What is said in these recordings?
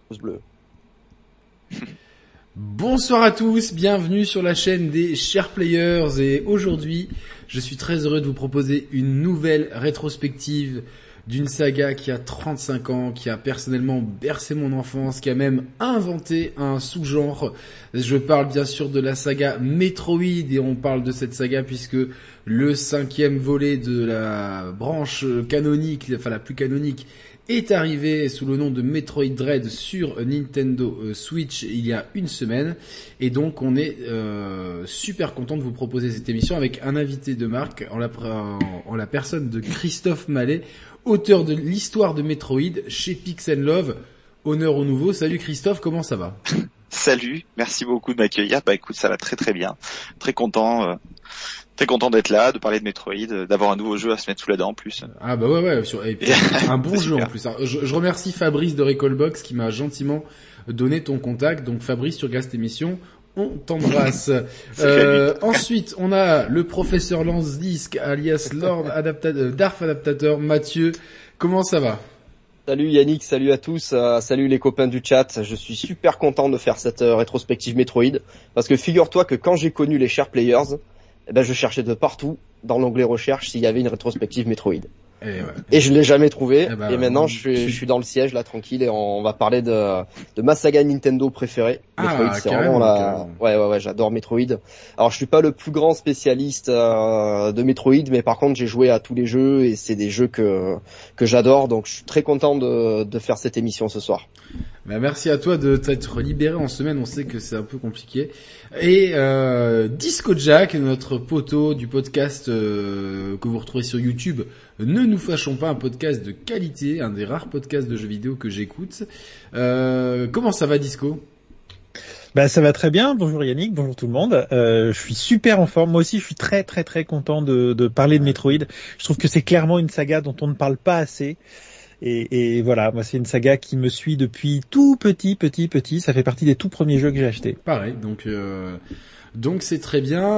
pouce bleu. Bonsoir à tous, bienvenue sur la chaîne des Chers Players et aujourd'hui je suis très heureux de vous proposer une nouvelle rétrospective d'une saga qui a 35 ans, qui a personnellement bercé mon enfance, qui a même inventé un sous-genre. Je parle bien sûr de la saga Metroid et on parle de cette saga puisque le 5e volet de la branche canonique, enfin la plus canonique, est arrivé sous le nom de Metroid Dread sur Nintendo Switch il y a une semaine et donc on est super content de vous proposer cette émission avec un invité de marque en la personne de Christophe Mallet, auteur de l'histoire de Metroid chez Pixel Love. Honneur au nouveau. Salut Christophe, comment ça va? Salut, merci beaucoup de m'accueillir. Bah écoute, ça va très très bien. Très content d'être là, de parler de Metroid, d'avoir un nouveau jeu à se mettre sous la dent en plus. Ah bah ouais, et puis, un bon jeu en plus. Je remercie Fabrice de Recallbox qui m'a gentiment donné ton contact. Donc Fabrice, tu regardes cette émission, on t'embrasse. Ensuite, on a le professeur Lance-Disque, alias Lord Darf Adaptateur, Mathieu. Comment ça va? Salut Yannick, salut à tous, salut les copains du chat. Je suis super content de faire cette rétrospective Metroid parce que figure-toi que quand j'ai connu les Chers Players, je cherchais de partout dans l'onglet recherche s'il y avait une rétrospective Metroid. Et je l'ai jamais trouvé. Et maintenant je suis dans le siège là tranquille et on va parler de ma saga Nintendo préférée. Metroid, c'est vraiment ouais, j'adore Metroid. Alors je suis pas le plus grand spécialiste de Metroid, mais par contre j'ai joué à tous les jeux et c'est des jeux que j'adore, donc je suis très content de faire cette émission ce soir. Merci à toi de t'être libéré en semaine, on sait que c'est un peu compliqué. Et Disco Jack, notre poteau du podcast que vous retrouvez sur YouTube, Ne nous fâchons pas, un podcast de qualité, un des rares podcasts de jeux vidéo que j'écoute. Comment ça va Disco? Ça va très bien. Bonjour Yannick, bonjour tout le monde. Je suis super en forme. Moi aussi, je suis très très très content de parler de Metroid. Je trouve que c'est clairement une saga dont on ne parle pas assez. Et voilà, moi c'est une saga qui me suit depuis tout petit. Ça fait partie des tout premiers jeux que j'ai achetés. Pareil, donc c'est très bien.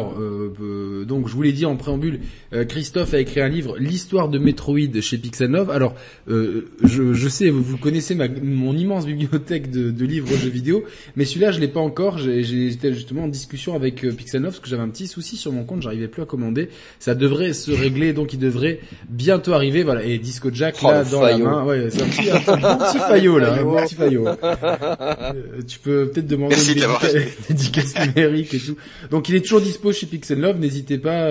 Donc je vous l'ai dit en préambule, Christophe a écrit un livre, l'histoire de Metroid chez Pixel Love. Alors je sais, vous connaissez mon immense bibliothèque de livres jeux vidéo, mais celui-là je l'ai pas encore. J'étais justement en discussion avec Pixel Love parce que j'avais un petit souci sur mon compte, j'arrivais plus à commander. Ça devrait se régler, donc il devrait bientôt arriver. Voilà. Et Disco Jack là dans la main, ouais, c'est un bon petit faillot là, un bon petit faillot. Tu peux peut-être demander une dédicace numérique et tout. Donc il est toujours dispo chez Pixel Love, n'hésitez pas.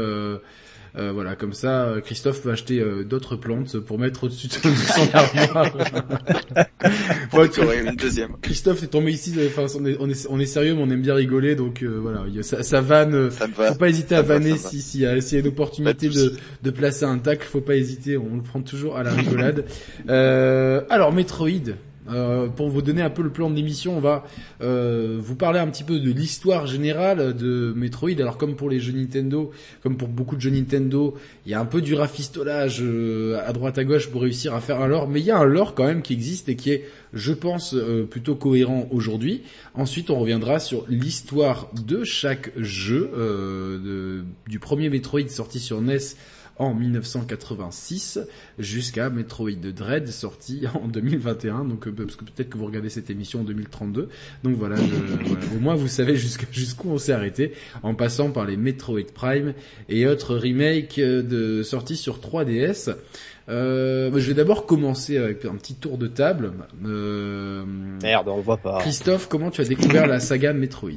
Voilà, comme ça, Christophe peut acheter d'autres plantes pour mettre au-dessus de son armoire. Une deuxième. Christophe est tombé ici. Enfin, on est sérieux, mais on aime bien rigoler, donc voilà. Ça vanne. Faut pas hésiter à vanner s'il y a une opportunité de placer un tacle. Faut pas hésiter. On le prend toujours à la rigolade. Alors Metroid. Pour vous donner un peu le plan de l'émission, on va vous parler un petit peu de l'histoire générale de Metroid. Alors comme pour les jeux Nintendo, comme pour beaucoup de jeux Nintendo, il y a un peu du rafistolage à droite à gauche pour réussir à faire un lore, mais il y a un lore quand même qui existe et qui est, je pense, plutôt cohérent aujourd'hui. Ensuite, on reviendra sur l'histoire de chaque jeu du premier Metroid sorti sur NES en 1986 jusqu'à Metroid Dread sorti en 2021, donc parce que peut-être que vous regardez cette émission en 2032, donc voilà, au moins vous savez jusqu'où on s'est arrêté, en passant par les Metroid Prime et autres remakes sortis sur 3DS. Je vais d'abord commencer avec un petit tour de table. Merde, on le voit pas. Christophe, comment tu as découvert la saga Metroid?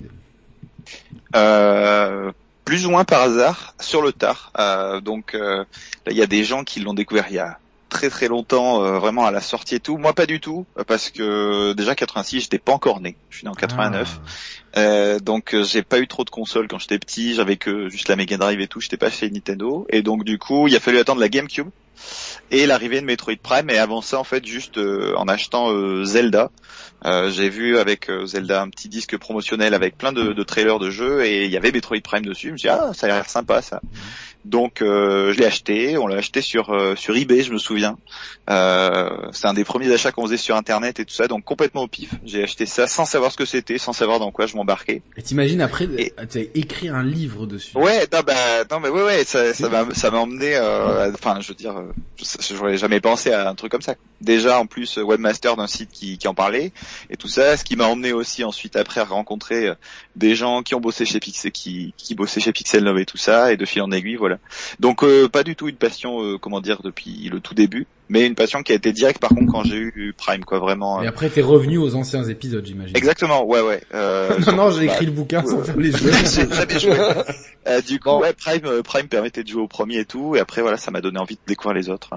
Plus ou moins par hasard, sur le tard. Là, il y a des gens qui l'ont découvert il y a très très longtemps, vraiment à la sortie et tout. Moi, pas du tout, parce que déjà 86, j'étais pas encore né. Je suis né en 89. Donc j'ai pas eu trop de consoles quand j'étais petit. J'avais que juste la Mega Drive et tout. J'étais pas chez Nintendo. Et donc du coup, il a fallu attendre la GameCube et l'arrivée de Metroid Prime. Et avant ça, en fait, juste en achetant Zelda. J'ai vu avec Zelda un petit disque promotionnel avec plein de trailers de jeux et il y avait Metroid Prime dessus. Je me suis dit, ça a l'air sympa ça. Donc je l'ai acheté, on l'a acheté sur eBay, je me souviens. C'est un des premiers achats qu'on faisait sur internet et tout ça, donc complètement au pif. J'ai acheté ça sans savoir ce que c'était, sans savoir dans quoi je m'embarquais. Et t'imagines après tu as écrit un livre dessus. Ouais, ouais, ça m'a emmené je veux dire j'aurais jamais pensé à un truc comme ça. Déjà, en plus, webmaster d'un site qui en parlait et tout ça, ce qui m'a emmené aussi ensuite après à rencontrer des gens qui ont bossé chez Pixel, qui bossaient chez Pixel Love et tout ça, et de fil en aiguille, voilà. Donc pas du tout une passion, depuis le tout début, mais une passion qui a été directe par contre quand j'ai eu Prime, quoi, vraiment. Et après t'es revenu aux anciens épisodes, j'imagine. Exactement, ouais. non, j'ai écrit le bouquin sans faire les jeux. J'ai jamais joué. Du coup, ouais, Prime permettait de jouer au premier et tout, et après voilà, ça m'a donné envie de découvrir les autres.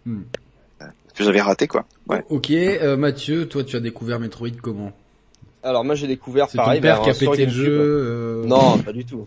Que j'avais raté, quoi. Ouais. Ok, Mathieu, toi tu as découvert Metroid comment? Alors moi j'ai découvert c'est pareil. C'est ton père qui a pété le jeu Non, pas du tout.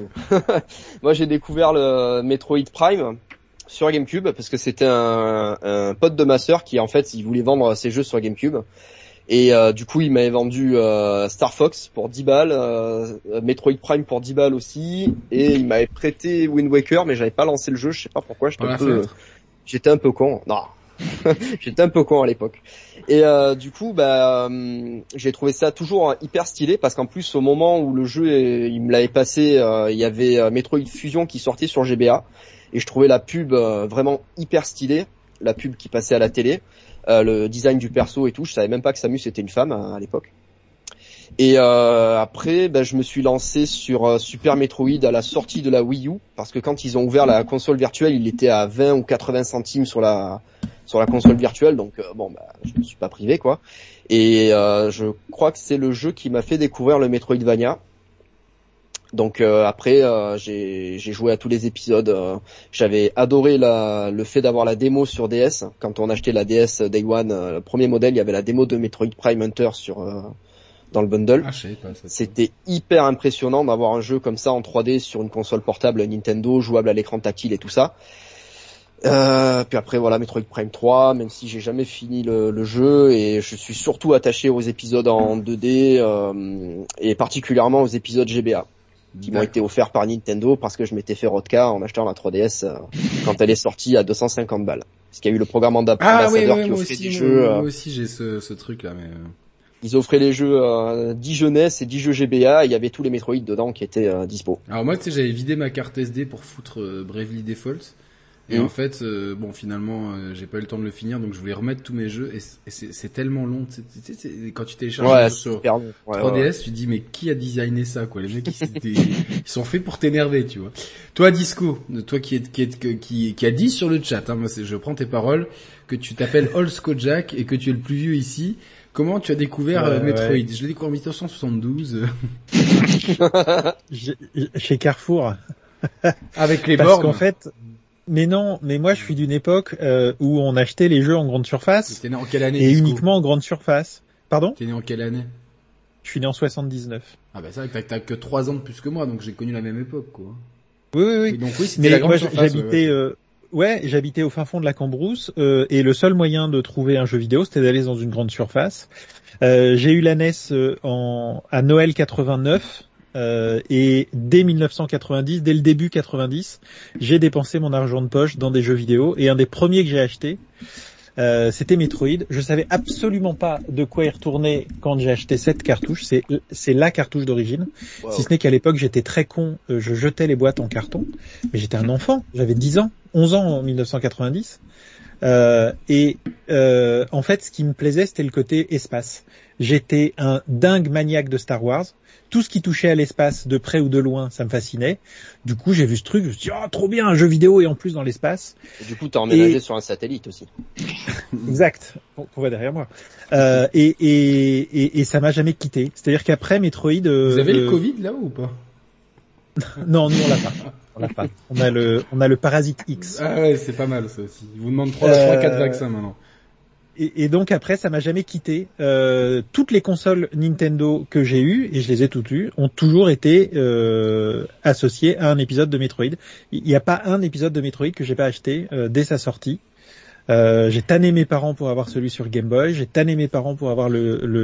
Moi j'ai découvert le Metroid Prime sur GameCube parce que c'était un pote de ma sœur qui en fait il voulait vendre ses jeux sur GameCube. Et du coup il m'avait vendu Star Fox pour 10 balles, Metroid Prime pour 10 balles aussi, et il m'avait prêté Wind Waker mais j'avais pas lancé le jeu, je sais pas pourquoi, j'étais un peu con. Non. J'étais un peu con à l'époque. Et du coup j'ai trouvé ça toujours hyper stylé parce qu'en plus au moment où le jeu il me l'avait passé, il y avait Metroid Fusion qui sortait sur GBA et je trouvais la pub vraiment hyper stylée, la pub qui passait à la télé, le design du perso et tout, je savais même pas que Samus était une femme à l'époque. Et après je me suis lancé sur Super Metroid à la sortie de la Wii U parce que quand ils ont ouvert la console virtuelle, il était à 20 ou 80 centimes sur la console virtuelle, donc je me suis pas privé, quoi. Et je crois que c'est le jeu qui m'a fait découvrir le Metroidvania. Donc après j'ai joué à tous les épisodes. J'avais adoré le fait d'avoir la démo sur DS. Quand on achetait la DS Day One, le premier modèle, il y avait la démo de Metroid Prime Hunter dans le bundle. Je sais pas, c'était hyper impressionnant d'avoir un jeu comme ça en 3D sur une console portable Nintendo, jouable à l'écran tactile et tout ça. Puis après voilà, Metroid Prime 3, même si j'ai jamais fini le jeu, et je suis surtout attaché aux épisodes en 2D et particulièrement aux épisodes GBA qui m'ont été offerts par Nintendo parce que je m'étais fait Rodka en achetant la 3DS quand elle est sortie à 250 balles. Parce qu'il y a eu le programme ambassadeur qui offrait des jeux. Moi aussi j'ai ce truc là, mais ils offraient les jeux 10 jeux NES et 10 jeux GBA, et il y avait tous les Metroid dedans qui étaient dispo. Alors moi, tu sais, j'avais vidé ma carte SD pour foutre Bravely Default. Et en fait, finalement, j'ai pas eu le temps de le finir, donc je voulais remettre tous mes jeux, et c'est tellement long. Tu sais, quand tu télécharges un jeu sur 3DS, tu te dis, mais qui a designé ça, quoi? Les mecs, ils sont faits pour t'énerver, tu vois. Toi, Disco, toi qui a dit sur le chat, moi, je prends tes paroles, que tu t'appelles Olsco Jack et que tu es le plus vieux ici. Comment tu as découvert Metroid? Ouais. Je l'ai découvert en 1972. Chez Carrefour. Avec les bornes. Parce qu'en fait, mais moi je suis d'une époque où on achetait les jeux en grande surface. T'es né en quelle année? Et uniquement en grande surface. Pardon? T'es né en quelle année? Je suis né en 79. Ah bah c'est vrai que t'as que 3 ans de plus que moi, donc j'ai connu la même époque, quoi. Oui. Et donc oui, c'était la grande surface. J'habitais au fin fond de la Cambrousse, et le seul moyen de trouver un jeu vidéo, c'était d'aller dans une grande surface. J'ai eu la NES à Noël 89. Et dès 1990, dès le début 90, j'ai dépensé mon argent de poche dans des jeux vidéo, et un des premiers que j'ai acheté, c'était Metroid. Je savais absolument pas de quoi y retourner quand j'ai acheté cette cartouche. C'est la cartouche d'origine. Wow. Si ce n'est qu'à l'époque, j'étais très con, je jetais les boîtes en carton, mais j'étais un enfant, j'avais 11 ans en 1990. En fait, ce qui me plaisait, c'était le côté espace. J'étais un dingue maniaque de Star Wars. Tout ce qui touchait à l'espace, de près ou de loin, ça me fascinait. Du coup, j'ai vu ce truc, je me suis dit, trop bien, un jeu vidéo et en plus dans l'espace. Et du coup, t'as emménagé sur un satellite aussi. Exact. On voit derrière moi. Et ça m'a jamais quitté. C'est-à-dire qu'après Metroid... Vous avez le Covid là ou pas? Non, nous on l'a pas. On a le Parasite X. Ah ouais, c'est pas mal ça aussi. Ils vous demandent 3-4 vaccins maintenant. Et donc après, ça m'a jamais quitté. Toutes les consoles Nintendo que j'ai eues, et je les ai toutes eues, ont toujours été associées à un épisode de Metroid. Il n'y a pas un épisode de Metroid que j'ai pas acheté dès sa sortie. J'ai tanné mes parents pour avoir celui sur Game Boy, j'ai tanné mes parents pour avoir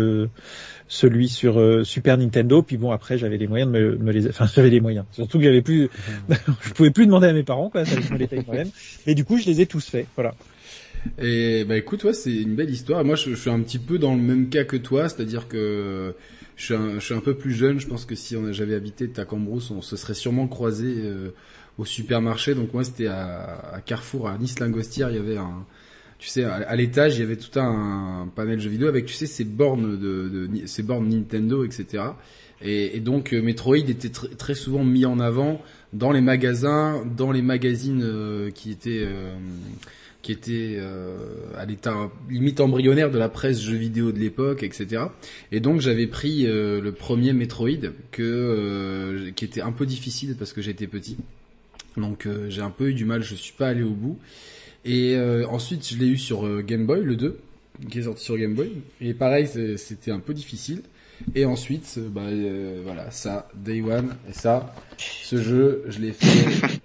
celui sur Super Nintendo, puis bon après j'avais les moyens de j'avais les moyens. Surtout que j'avais plus, je pouvais plus demander à mes parents, quoi, ça me les paye moi-même. Mais du coup je les ai tous faits, voilà. Et écoute, c'est une belle histoire. Moi je suis un petit peu dans le même cas que toi, c'est-à-dire que je suis un peu plus jeune. Je pense que si j'avais habité à Cambrousse, on se serait sûrement croisés au supermarché. Donc moi c'était à Carrefour, à Nice-Lingostière, il y avait tu sais, à l'étage, il y avait tout un panel jeux vidéo avec, tu sais, ces bornes ces bornes Nintendo, etc. Et donc Metroid était très souvent mis en avant dans les magasins, dans les magazines qui étaient à l'état limite embryonnaire de la presse jeux vidéo de l'époque, etc. Et donc j'avais pris le premier Metroid qui était un peu difficile parce que j'étais petit. Donc j'ai un peu eu du mal, je suis pas allé au bout. Et ensuite je l'ai eu sur Game Boy, le 2, qui est sorti sur Game Boy. Et pareil, c'était un peu difficile. Et ensuite, voilà, ça, Day One, et ça, ce jeu, je l'ai fait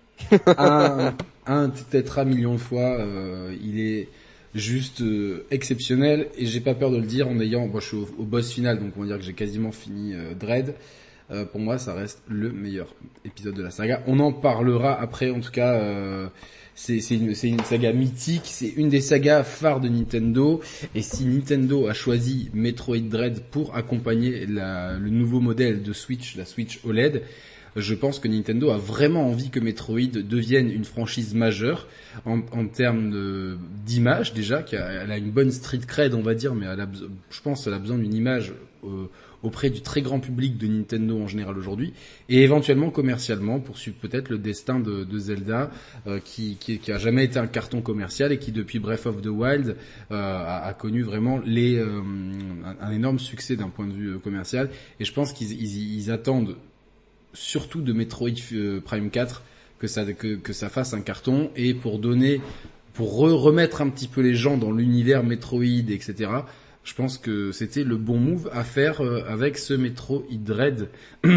peut-être un million de fois. Il est juste exceptionnel, et j'ai pas peur de le dire en ayant, je suis au boss final, donc on va dire que j'ai quasiment fini Dread. Pour moi, ça reste le meilleur épisode de la saga. On en parlera après, en tout cas. C'est une saga mythique, c'est une des sagas phares de Nintendo, et si Nintendo a choisi Metroid Dread pour accompagner le nouveau modèle de Switch, la Switch OLED, je pense que Nintendo a vraiment envie que Metroid devienne une franchise majeure en termes d'image déjà, elle a une bonne street cred on va dire, mais je pense qu'elle a besoin d'une image auprès du très grand public de Nintendo en général aujourd'hui, et éventuellement commercialement poursuivre peut-être le destin de Zelda, qui a jamais été un carton commercial et qui depuis Breath of the Wild a connu vraiment un énorme succès d'un point de vue commercial, et je pense qu'ils attendent surtout de Metroid Prime 4 que ça fasse un carton, et pour remettre un petit peu les gens dans l'univers Metroid, etc. Je pense que c'était le bon move à faire avec ce Metroid Dread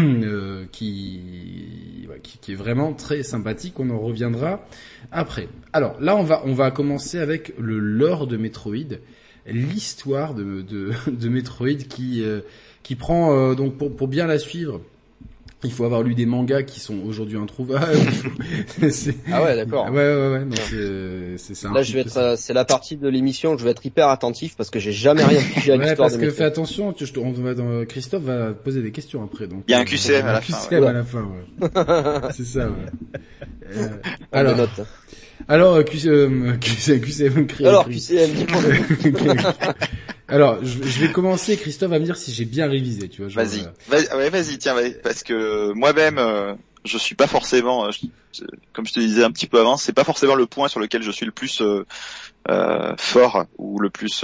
qui est vraiment très sympathique. On en reviendra après. Alors là, on va commencer avec le lore de Metroid, l'histoire de Metroid qui prend donc pour bien la suivre. Il faut avoir lu des mangas qui sont aujourd'hui introuvables. Ah ouais, d'accord. Ouais. Non, c'est ça. Là, c'est la partie de l'émission où je vais être hyper attentif parce que j'ai jamais rien pigé à l'histoire de Metroid. Fais attention, Christophe va poser des questions après, donc. Il y a un QCM à la fin. QCM à la fin, ouais. C'est ça, ouais. Alors, QCM. Alors, je vais commencer. Christophe va me dire si j'ai bien révisé, tu vois. Vas-y, tiens, parce que moi-même, je suis pas forcément, comme je te disais un petit peu avant, c'est pas forcément le point sur lequel je suis le plus fort ou le plus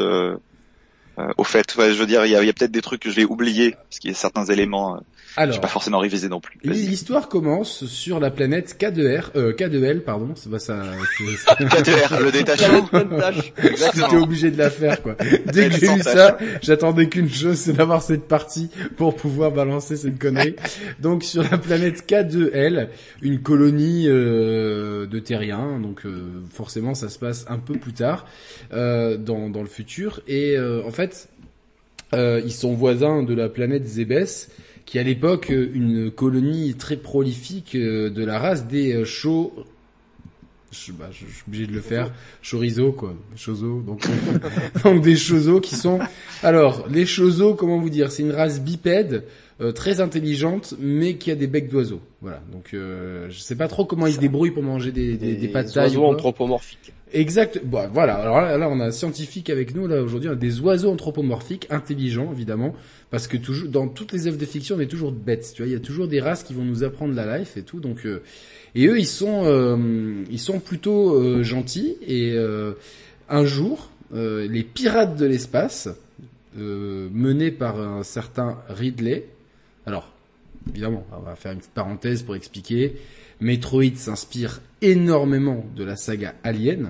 au fait. Ouais, je veux dire, il y a peut-être des trucs que je vais oublier parce qu'il y a certains éléments. J'ai pas forcément révisé non plus. L'histoire commence sur la planète K2L, pardon. C'est pas ça. K2R, le détachement. J'étais obligé de la faire, quoi. Dès que j'ai eu ça, j'attendais qu'une chose, c'est d'avoir cette partie pour pouvoir balancer cette connerie. Donc sur la planète K2L, une colonie de terriens. Donc forcément, ça se passe un peu plus tard dans le futur. Et en fait, ils sont voisins de la planète Zébès, qui est à l'époque une colonie très prolifique de la race des je suis obligé de le faire, chorizo, quoi, chozo, donc des chozos qui sont, alors, les chozos, comment vous dire, c'est une race bipède, très intelligente, mais qui a des becs d'oiseaux, voilà, donc je sais pas trop comment ils se débrouillent pour manger des pâtes taille. Des oiseaux anthropomorphiques. Exact. Bon, voilà. Alors là, on a un scientifique avec nous. Là, aujourd'hui, on a des oiseaux anthropomorphiques, intelligents, évidemment, parce que toujours, dans toutes les œuvres de fiction, on est toujours bêtes. Tu vois, il y a toujours des races qui vont nous apprendre la life et tout. Donc, et eux, ils sont plutôt gentils. Et un jour, les pirates de l'espace, menés par un certain Ridley. Alors, évidemment, on va faire une petite parenthèse pour expliquer. Metroid s'inspire énormément de la saga Alien,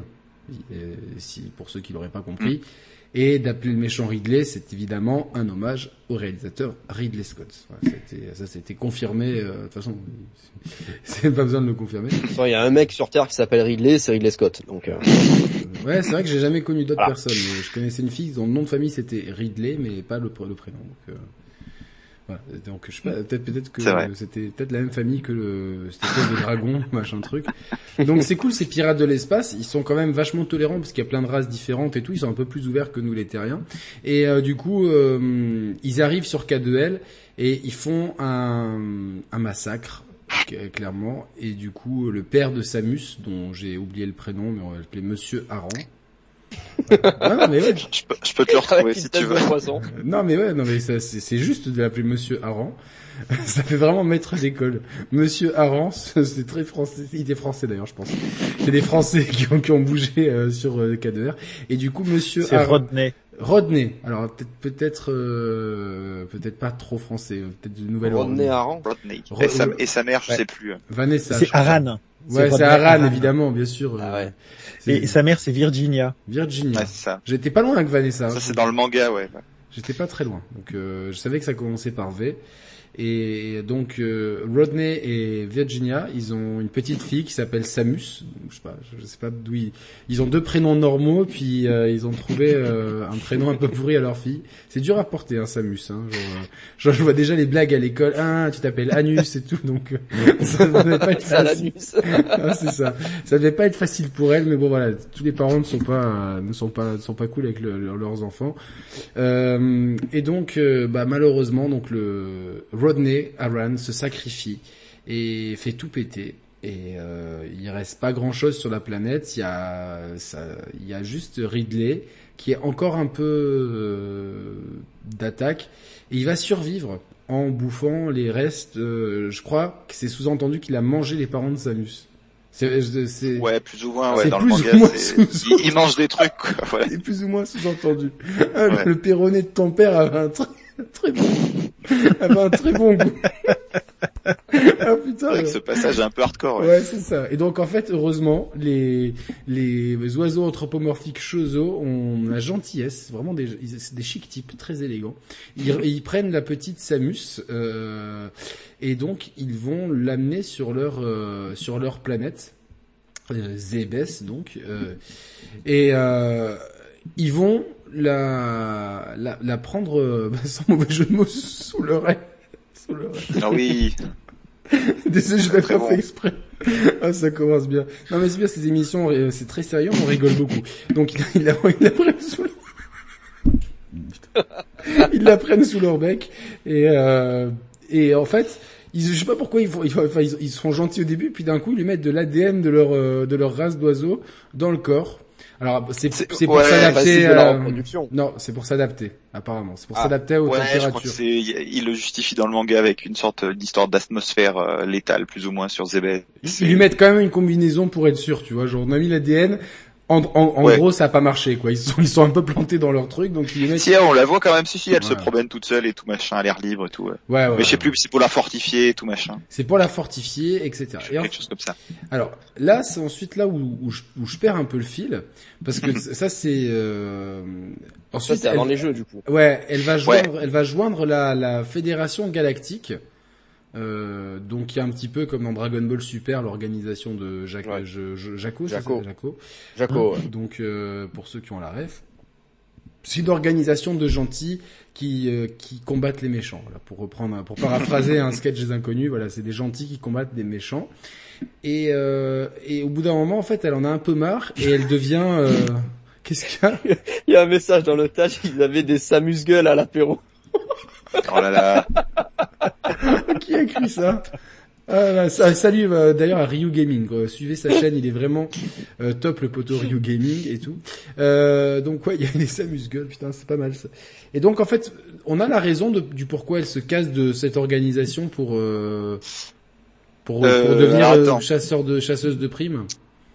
pour ceux qui l'auraient pas compris, et d'appeler le méchant Ridley, c'est évidemment un hommage au réalisateur Ridley Scott. Ça c'était confirmé, de toute façon, c'est pas besoin de le confirmer. Il y a un mec sur Terre qui s'appelle Ridley, c'est Ridley Scott, donc ouais, c'est vrai que j'ai jamais connu d'autres personnes, mais je connaissais une fille dont le nom de famille c'était Ridley, mais pas le prénom, donc voilà. Donc je sais pas, peut-être que c'était peut-être la même famille que cette espèce de dragon, machin truc. Donc c'est cool, ces pirates de l'espace, ils sont quand même vachement tolérants parce qu'il y a plein de races différentes et tout, ils sont un peu plus ouverts que nous les terriens. Et du coup, ils arrivent sur K2L et ils font un massacre clairement. Et du coup, le père de Samus, dont j'ai oublié le prénom, mais on va l'appeler Monsieur Aran. Non, mais ouais. Je peux te le retrouver si tu veux. Non mais ça, c'est juste de l'appeler Monsieur Aran. Ça fait vraiment maître d'école. Monsieur Aran, c'est très français. Il était français d'ailleurs, je pense. C'est des Français qui ont bougé sur K2R. Et du coup, Monsieur c'est Aran. Rodney. Alors peut-être pas trop français. Peut-être de nouvelle. Rodney Aran. Et sa mère, je sais plus. Vanessa. C'est Aran. Ouais, c'est Aran, évidemment, bien sûr. Ah ouais. Et sa mère, c'est Virginia. Ouais, c'est ça. J'étais pas loin avec Vanessa. Ça, c'est dans le manga, ouais. J'étais pas très loin. Donc, je savais que ça commençait par V. Et donc, Rodney et Virginia, ils ont une petite fille qui s'appelle Samus. Je sais pas d'où ils ont 2 prénoms normaux, puis ils ont trouvé un prénom un peu pourri à leur fille. C'est dur à porter, hein, Samus. Hein, genre, je vois déjà les blagues à l'école. Ah, tu t'appelles Anus et tout, donc ça devait pas être facile. Ah, c'est ça. Ça devait pas être facile pour elle, mais bon voilà, tous les parents ne sont pas cool avec leurs enfants. Et donc, malheureusement, donc Rodney Aran se sacrifie et fait tout péter. Et il reste pas grand chose sur la planète. Il y a juste Ridley qui est encore un peu d'attaque. Et il va survivre en bouffant les restes. Je crois que c'est sous-entendu qu'il a mangé les parents de Samus. Ouais, plus ou moins, ouais, c'est dans plus le manga, il mange des trucs, quoi, voilà. C'est plus ou moins sous-entendu. Ouais. Le péroné de ton père avait un très bon goût. Ah putain. C'est vrai que ce passage est un peu hardcore, ouais. Ouais, c'est ça. Et donc, en fait, heureusement, les oiseaux anthropomorphiques Chozo ont la gentillesse, vraiment c'est des chic types, très élégants. Ils prennent la petite Samus, et donc, ils vont l'amener sur leur planète, Zébès, donc, et ils vont la prendre, sans mauvais jeu de mots, sous leur aile. Ah oui. Désolé, je l'ai pas fait exprès. Ah, ça commence bien. Non, mais c'est bien, ces émissions, c'est très sérieux, on rigole beaucoup. Donc, ils la prennent sous ils la prennent sous leur bec, et en fait, je sais pas pourquoi ils sont gentils au début, puis d'un coup, ils lui mettent de l'ADN de leur race d'oiseaux dans le corps. Alors, c'est pour s'adapter à la reproduction. Non, c'est pour s'adapter, apparemment. C'est pour s'adapter aux températures. Je crois que il le justifie dans le manga avec une sorte d'histoire d'atmosphère létale, plus ou moins, sur Zébès. Ils lui mettent quand même une combinaison pour être sûr, tu vois. Genre, on a mis l'ADN. En gros, ça a pas marché, quoi. Ils sont un peu plantés dans leur truc, donc ils lui mettent... Si, on la voit quand même, si, elle se promène toute seule et tout machin, à l'air libre et tout, ouais. Mais je sais plus, c'est pour la fortifier et tout machin. C'est pour la fortifier, etc. Quelque chose comme ça. Alors, là, c'est ensuite là où je perds un peu le fil, parce que ça, c'est, ensuite, c'est avant les jeux, du coup. Ouais, elle va joindre la Fédération Galactique, donc il y a un petit peu comme dans Dragon Ball Super, l'organisation de Jaco. Donc pour ceux qui ont la ref, c'est une organisation de gentils qui combattent les méchants. Voilà, pour paraphraser un sketch des Inconnus, voilà, c'est des gentils qui combattent des méchants. Et au bout d'un moment, en fait, elle en a un peu marre et elle devient qu'est-ce qu'il y a? Il y a un message dans le tag, ils avaient des Samus gueules à l'apéro. Oh là là. Qui a écrit ça? Salut d'ailleurs à Ryu Gaming, quoi. Suivez sa chaîne, il est vraiment top, le poteau Ryu Gaming et tout. Donc ouais, il y a des Samus Gueule, putain, c'est pas mal ça. Et donc en fait, on a la raison du pourquoi elle se casse de cette organisation pour devenir chasseuse de primes.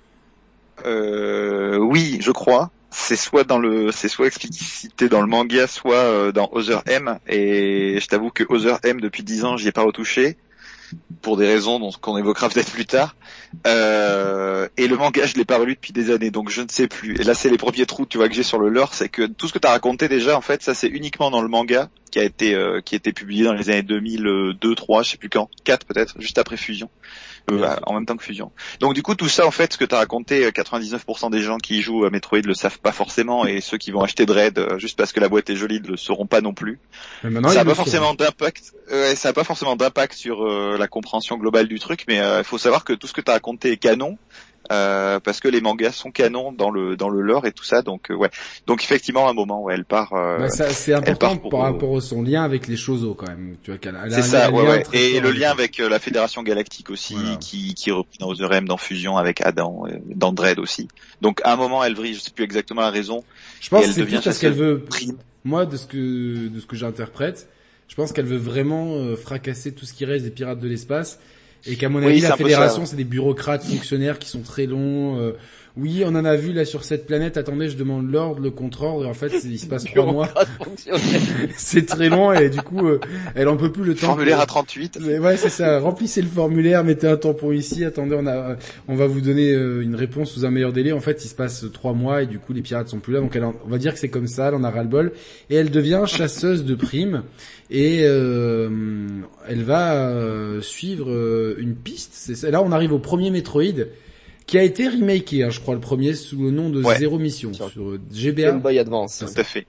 Oui, je crois. C'est soit explicité dans le manga, soit dans Other M, et je t'avoue que Other M depuis 10 ans, j'y ai pas retouché pour des raisons qu'on évoquera peut-être plus tard. Et le manga, je l'ai pas relu depuis des années, donc je ne sais plus. Et là, c'est les premiers trous, tu vois, que j'ai sur le lore, c'est que tout ce que t'as raconté déjà, en fait, ça c'est uniquement dans le manga qui a été publié dans les années 2002, 3, je sais plus quand, 4 peut-être, juste après Fusion. En même temps que Fusion. Donc du coup tout ça en fait, ce que t'as raconté, 99% des gens qui jouent à Metroid le savent pas forcément, et ceux qui vont acheter Dread juste parce que la boîte est jolie ne le sauront pas non plus. Ça n'a pas forcément d'impact. Ça n'a pas forcément d'impact sur la compréhension globale du truc, mais il faut savoir que tout ce que t'as raconté est canon parce que les mangas sont canons dans le lore et tout ça, donc ouais. Donc effectivement, à un moment où elle part, ça c'est important par rapport à son lien avec les Shozo quand même. Tu vois c'est ça, ouais. Et le lien avec la Fédération Galactique aussi, voilà. qui est repris dans Otherem dans Fusion avec Adam, dans Dread aussi. Donc à un moment, elle vrille, je sais plus exactement la raison. Je pense que c'est plus parce qu'elle veut. Moi, de ce que j'interprète, je pense qu'elle veut vraiment fracasser tout ce qui reste des pirates de l'espace. Et qu'à mon avis, la Fédération, c'est des bureaucrates fonctionnaires qui sont très longs. Oui, on en a vu là sur cette planète. Attendez, je demande l'ordre, le contre-ordre. Et en fait, il se passe 3 mois. C'est très long et du coup, elle en peut plus le temps. Formulaire à 38. Mais ouais, c'est ça. Remplissez le formulaire, mettez un tampon ici. Attendez, on va vous donner une réponse sous un meilleur délai. En fait, il se passe 3 mois et du coup, les pirates sont plus là. Donc, on va dire que c'est comme ça. Elle en a ras-le-bol et elle devient chasseuse de primes. Et elle va suivre une piste. Là, on arrive au premier Metroid qui a été remaké, je crois, le premier sous le nom de Zero Mission sur GBA. Game Boy Advance. Tout à fait.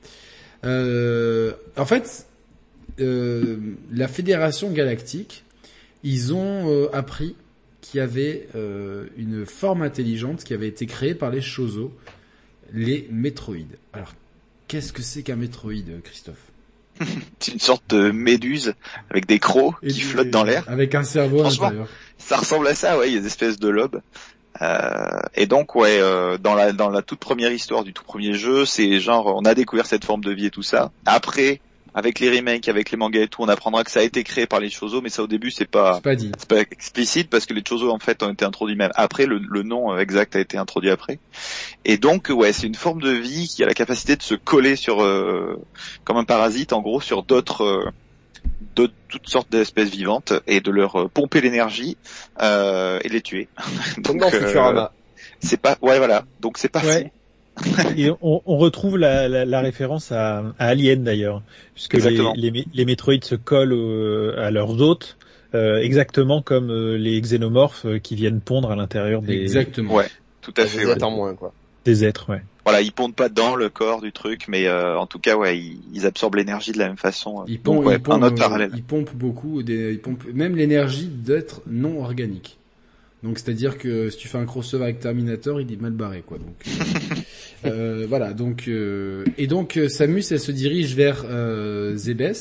En fait, la Fédération Galactique, ils ont appris qu'il y avait une forme intelligente qui avait été créée par les Shozo, les Metroid. Alors, qu'est-ce que c'est qu'un Metroid, Christophe ? C'est une sorte de méduse avec des crocs qui flottent dans l'air. Avec un cerveau à l'intérieur. Ça ressemble à ça, il y a des espèces de lobes. Et donc, dans la toute première histoire du tout premier jeu, c'est genre, on a découvert cette forme de vie et tout ça. Après, avec les remakes, avec les mangas et tout, on apprendra que ça a été créé par les Shozo, mais ça au début c'est pas dit. C'est pas explicite parce que les Shozo en fait ont été introduits même après, le nom exact a été introduit après. Et donc c'est une forme de vie qui a la capacité de se coller sur comme un parasite en gros sur d'autres toutes sortes d'espèces vivantes et de leur pomper l'énergie et les tuer. Donc dans Futurama. C'est pas donc c'est pas fou. Et on retrouve la référence à Alien d'ailleurs, puisque les Metroid se collent à leurs hôtes, exactement comme les xénomorphes qui viennent pondre à l'intérieur des... Exactement. Ouais, tout à fait. Des êtres en moins, quoi. Des êtres, ouais. Voilà, ils pondent pas dans le corps du truc, mais en tout cas, ils absorbent l'énergie de la même façon. Ils pompent beaucoup, ils pompent même l'énergie d'êtres non organiques. Donc c'est-à-dire que si tu fais un crossover avec Terminator, il est mal barré quoi. Donc voilà, donc et donc Samus elle se dirige vers Zebes,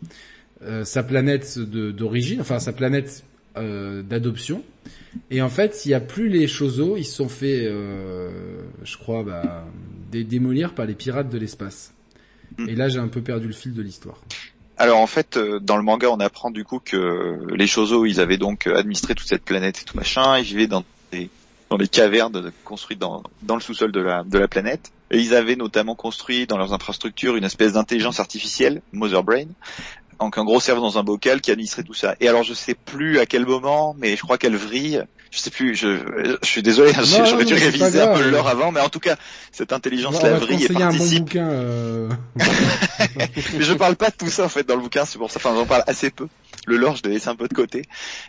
sa planète d'origine, enfin sa planète d'adoption. Et en fait, il y a plus les Shozo, ils se sont fait je crois démolir par les pirates de l'espace. Et là, j'ai un peu perdu le fil de l'histoire. Alors en fait, dans le manga, on apprend du coup que les Shozo, ils avaient donc administré toute cette planète et tout machin, ils vivaient dans les cavernes construites dans le sous-sol de la planète. Et ils avaient notamment construit dans leurs infrastructures une espèce d'intelligence artificielle, Mother Brain, donc un gros cerveau dans un bocal qui administrait tout ça. Et alors je sais plus à quel moment, mais je crois qu'elle vrille. Je sais plus, je suis désolé, j'aurais dû réviser un peu l'heure avant, mais en tout cas, cette intelligence la vrille et participe. Un bon bouquin, Mais je parle pas de tout ça en fait dans le bouquin, c'est pour ça, j'en parle assez peu. Le lore, je l'ai laissé un peu de côté.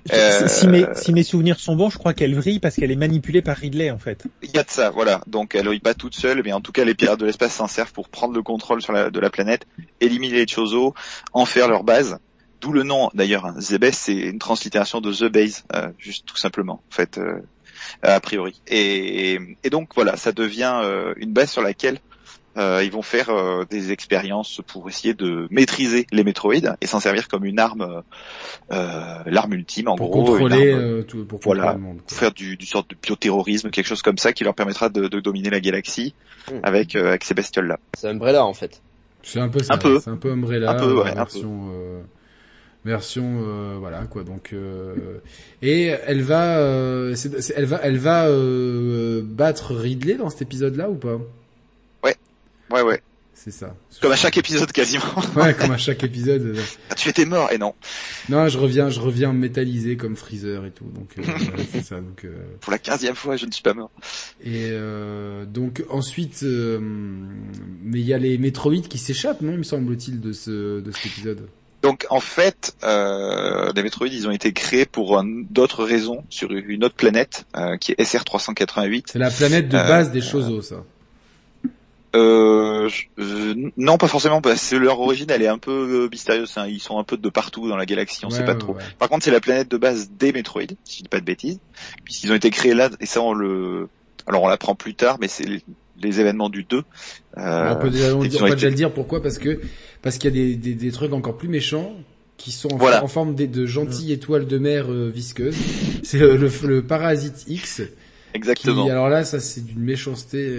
Si mes souvenirs sont bons, je crois qu'elle vrille parce qu'elle est manipulée par Ridley en fait. Il y a de ça, voilà. Donc elle vrille pas toute seule, mais en tout cas les pirates de l'espace s'en servent pour prendre le contrôle de la planète, éliminer les Shozo, en faire leur base. D'où le nom d'ailleurs, Zebes, c'est une translittération de The Base, juste tout simplement, en fait, a priori. Et donc voilà, ça devient une base sur laquelle ils vont faire des expériences pour essayer de maîtriser les Metroid et s'en servir comme une arme, l'arme ultime en gros. Contrôler, pour contrôler voilà, le monde, pour faire du sorte de bioterrorisme, quelque chose comme ça qui leur permettra de dominer la galaxie avec ces bestioles-là. C'est Umbrella en fait. C'est un peu ça. C'est un peu Umbrella, version voilà quoi. Donc et elle va battre Ridley dans cet épisode-là ou pas? Ouais. C'est ça. Comme à chaque épisode quasiment. Ouais, comme à chaque épisode. Tu étais mort et non. Non, je reviens métallisé comme Freezer et tout. Donc c'est ça. Donc pour la 15e fois, je ne suis pas mort. Et donc ensuite, mais il y a les Metroid qui s'échappent, non, me semble-t-il, de cet épisode. Donc en fait, les Metroid, ils ont été créés pour d'autres raisons sur une autre planète qui est SR388. C'est la planète de base des Shozo, ça. Non, pas forcément, parce que leur origine, elle est un peu mystérieuse. Hein. Ils sont un peu de partout dans la galaxie, on sait pas trop. Ouais. Par contre, c'est la planète de base des Metroid, si je dis pas de bêtises, puisqu'ils ont été créés là, et ça alors on l'apprend plus tard, mais c'est les événements du 2. On peut déjà le dire, pourquoi? Parce qu'il y a des trucs encore plus méchants qui sont en forme de gentilles étoiles de mer visqueuses. C'est le Parasite X. Exactement. Alors là, ça c'est d'une méchanceté.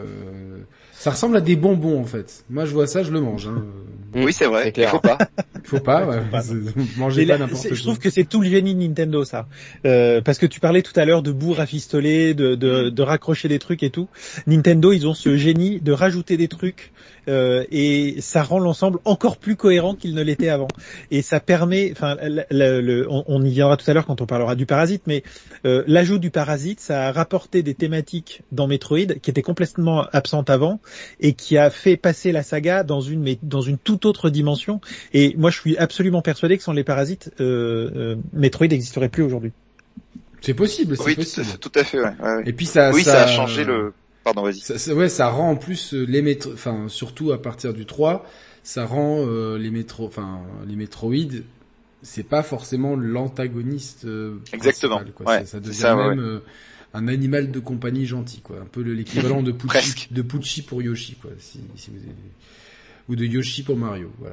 Ça ressemble à des bonbons en fait. Moi, je vois ça, je le mange. Hein. Oui, c'est vrai. Il faut pas. Faut pas. Ouais. Mangez pas n'importe quoi. Je trouve que c'est tout le génie de Nintendo, ça. Parce que tu parlais tout à l'heure de bout rafistolé, de raccrocher des trucs et tout. Nintendo, ils ont ce génie de rajouter des trucs. Et ça rend l'ensemble encore plus cohérent qu'il ne l'était avant. Et ça permet, enfin, on y viendra tout à l'heure quand on parlera du Parasite, mais l'ajout du Parasite, ça a rapporté des thématiques dans Metroid qui étaient complètement absentes avant et qui a fait passer la saga dans une toute autre dimension. Et moi, je suis absolument persuadé que sans les Parasites, Metroid n'existerait plus aujourd'hui. C'est possible, c'est possible. Tout à fait, ouais. Et puis ça a changé le. Pardon, vas-y. Ça rend en plus surtout à partir du 3, ça rend les Metroid, c'est pas forcément l'antagoniste exactement. Quoi. Ouais, ça devient même un animal de compagnie gentil, quoi. Un peu l'équivalent de Pucci pour Yoshi, quoi. Si vous avez... ou de Yoshi pour Mario, voilà.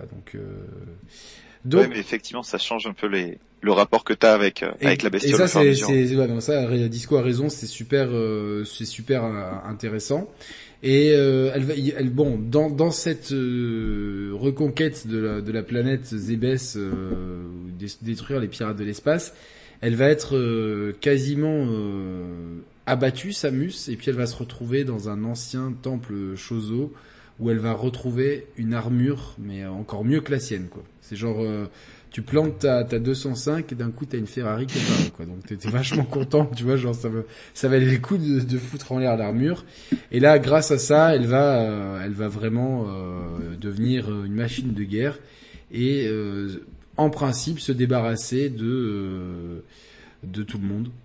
Donc ouais, mais effectivement, ça change un peu le rapport que t'as avec la bestiole. Et ça, Disco a raison, c'est super intéressant. Et dans cette reconquête de la planète Zébès, détruire les pirates de l'espace, elle va être quasiment abattue, Samus, et puis elle va se retrouver dans un ancien temple Chozo où elle va retrouver une armure, mais encore mieux que la sienne, quoi. C'est genre, tu plantes ta 205 et d'un coup t'as une Ferrari qui apparaît, quoi. Donc t'es vachement content, tu vois, genre ça valait le coup de foutre en l'air l'armure. Et là, grâce à ça, elle va vraiment devenir une machine de guerre et en principe se débarrasser de tout le monde,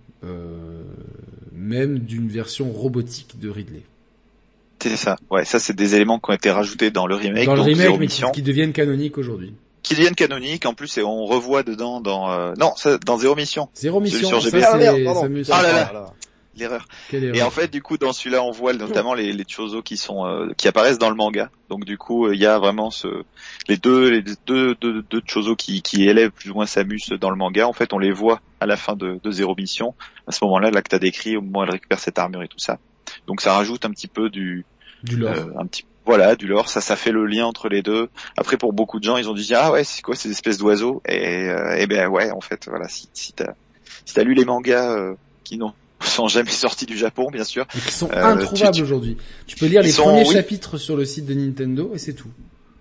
même d'une version robotique de Ridley. C'est ça. Ouais, ça c'est des éléments qui ont été rajoutés dans le remake. Dans le remake, mais qui deviennent canoniques aujourd'hui. Qui deviennent canoniques, en plus, et on revoit dedans dans Zéro Mission. Zéro Mission, sur ça là. L'erreur. Et en fait, du coup, dans celui-là, on voit notamment les Chozo qui apparaissent dans le manga. Donc, du coup, il y a vraiment les deux Chozo qui élèvent plus ou moins Samus dans le manga. En fait, on les voit à la fin de Zéro Mission. À ce moment-là, que t'as décrit, au moment où elle récupère cette armure et tout ça. Donc, ça rajoute un petit peu du lore. Du lore, ça fait le lien entre les deux. Après, pour beaucoup de gens, ils ont dit c'est quoi ces espèces d'oiseaux et ben ouais, en fait, voilà, si t'as lu les mangas qui sont jamais sortis du Japon, bien sûr, et qui sont introuvables aujourd'hui. Tu peux lire les premiers chapitres sur le site de Nintendo et c'est tout.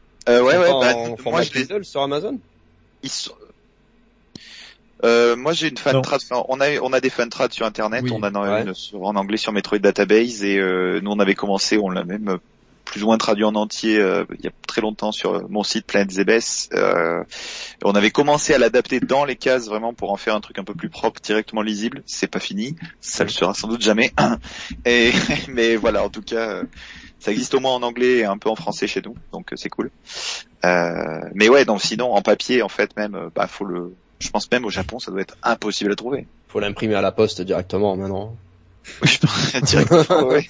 En format Kindle sur Amazon. Moi j'ai une fan trad. On a des fan trad sur internet. Oui. On en a une en anglais sur Metroid Database et nous on avait commencé, on l'a même plus ou moins traduit en entier il y a très longtemps sur mon site Planet Zébès. On avait commencé à l'adapter dans les cases vraiment pour en faire un truc un peu plus propre, directement lisible. C'est pas fini, ça le sera sans doute jamais. Mais voilà, en tout cas, ça existe au moins en anglais et un peu en français chez nous, donc c'est cool. Mais ouais, donc sinon en papier en fait même, je pense même au Japon, ça doit être impossible à trouver. Faut l'imprimer à la poste directement maintenant. Oui, directement, oui.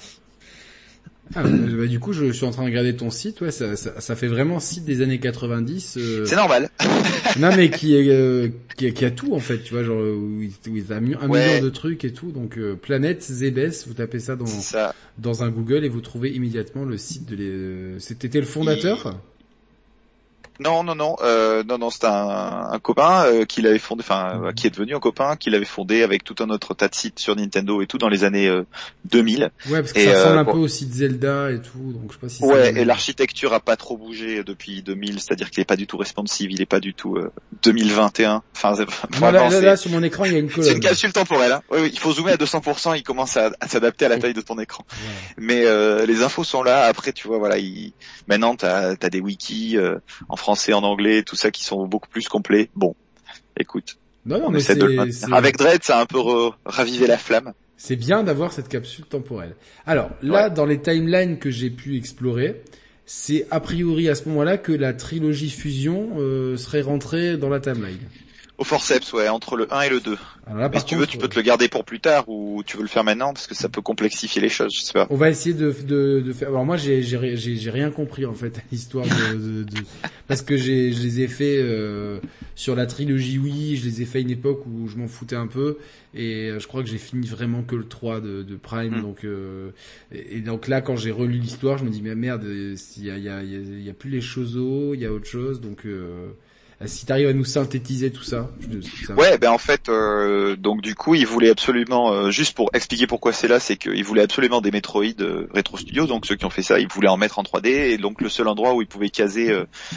Du coup, je suis en train de regarder ton site, ouais, ça fait vraiment site des années 90. C'est normal. Non, mais qui a tout, en fait, tu vois, genre, où il a mis un million de trucs et tout, donc, Planète Zébès, vous tapez ça dans un Google et vous trouvez immédiatement le site c'était le fondateur? Non, c'était un copain qui l'avait fondé, qui est devenu un copain, qui l'avait fondé avec tout un autre tas de sites sur Nintendo et tout dans les années 2000. Ouais, parce que ça ressemble un peu au site Zelda et tout, donc je sais pas si. Ouais, et l'architecture a pas trop bougé depuis 2000, c'est-à-dire qu'il est pas du tout responsive, il est pas du tout 2021. Enfin, là, sur mon écran, il y a une colonne. C'est une capsule temporelle, hein. Oui, il faut zoomer à 200%, il commence à s'adapter à la taille de ton écran. Ouais. Mais les infos sont là. Après, tu vois, voilà, maintenant t'as des wikis en français, en anglais, tout ça qui sont beaucoup plus complets. Bon, écoute. Non, mais avec Dread, ça a un peu ravivé la flamme. C'est bien d'avoir cette capsule temporelle. Alors, là, dans les timelines que j'ai pu explorer, c'est a priori à ce moment-là que la trilogie Fusion serait rentrée dans la timeline. Au forceps, ouais, entre le 1 et le 2. Alors là, mais si tu veux, tu peux te le garder pour plus tard ou tu veux le faire maintenant parce que ça peut complexifier les choses, je sais pas. On va essayer de faire. Alors moi, j'ai rien compris en fait à l'histoire parce que je les ai fait sur la trilogie Wii, je les ai fait à une époque où je m'en foutais un peu et je crois que j'ai fini vraiment que le 3 de Prime. Donc et donc là, quand j'ai relu l'histoire, je me dis mais merde, il y a plus les Chozo, il y a autre chose, donc. Si t'arrives à nous synthétiser tout ça, Ouais, ben en fait, donc du coup, ils voulaient absolument, juste pour expliquer pourquoi c'est là, c'est qu'ils voulaient absolument des Metroid Retro Studios, donc ceux qui ont fait ça, ils voulaient en mettre en 3D, et donc le seul endroit où ils pouvaient caser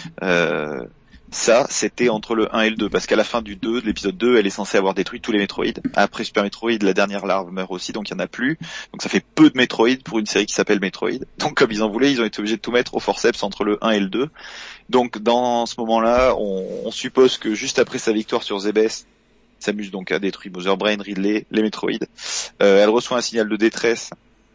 ça, c'était entre le 1 et le 2, parce qu'à la fin du 2, de l'épisode 2, elle est censée avoir détruit tous les Metroid. Après Super Metroid, la dernière larve meurt aussi, donc il y en a plus. Donc ça fait peu de Metroid pour une série qui s'appelle Metroid. Donc comme ils en voulaient, ils ont été obligés de tout mettre au forceps entre le 1 et le 2. Donc dans ce moment-là, on suppose que juste après sa victoire sur Zebes, Samus donc a détruit Mother Brain, Ridley, les Metroid. Elle reçoit un signal de détresse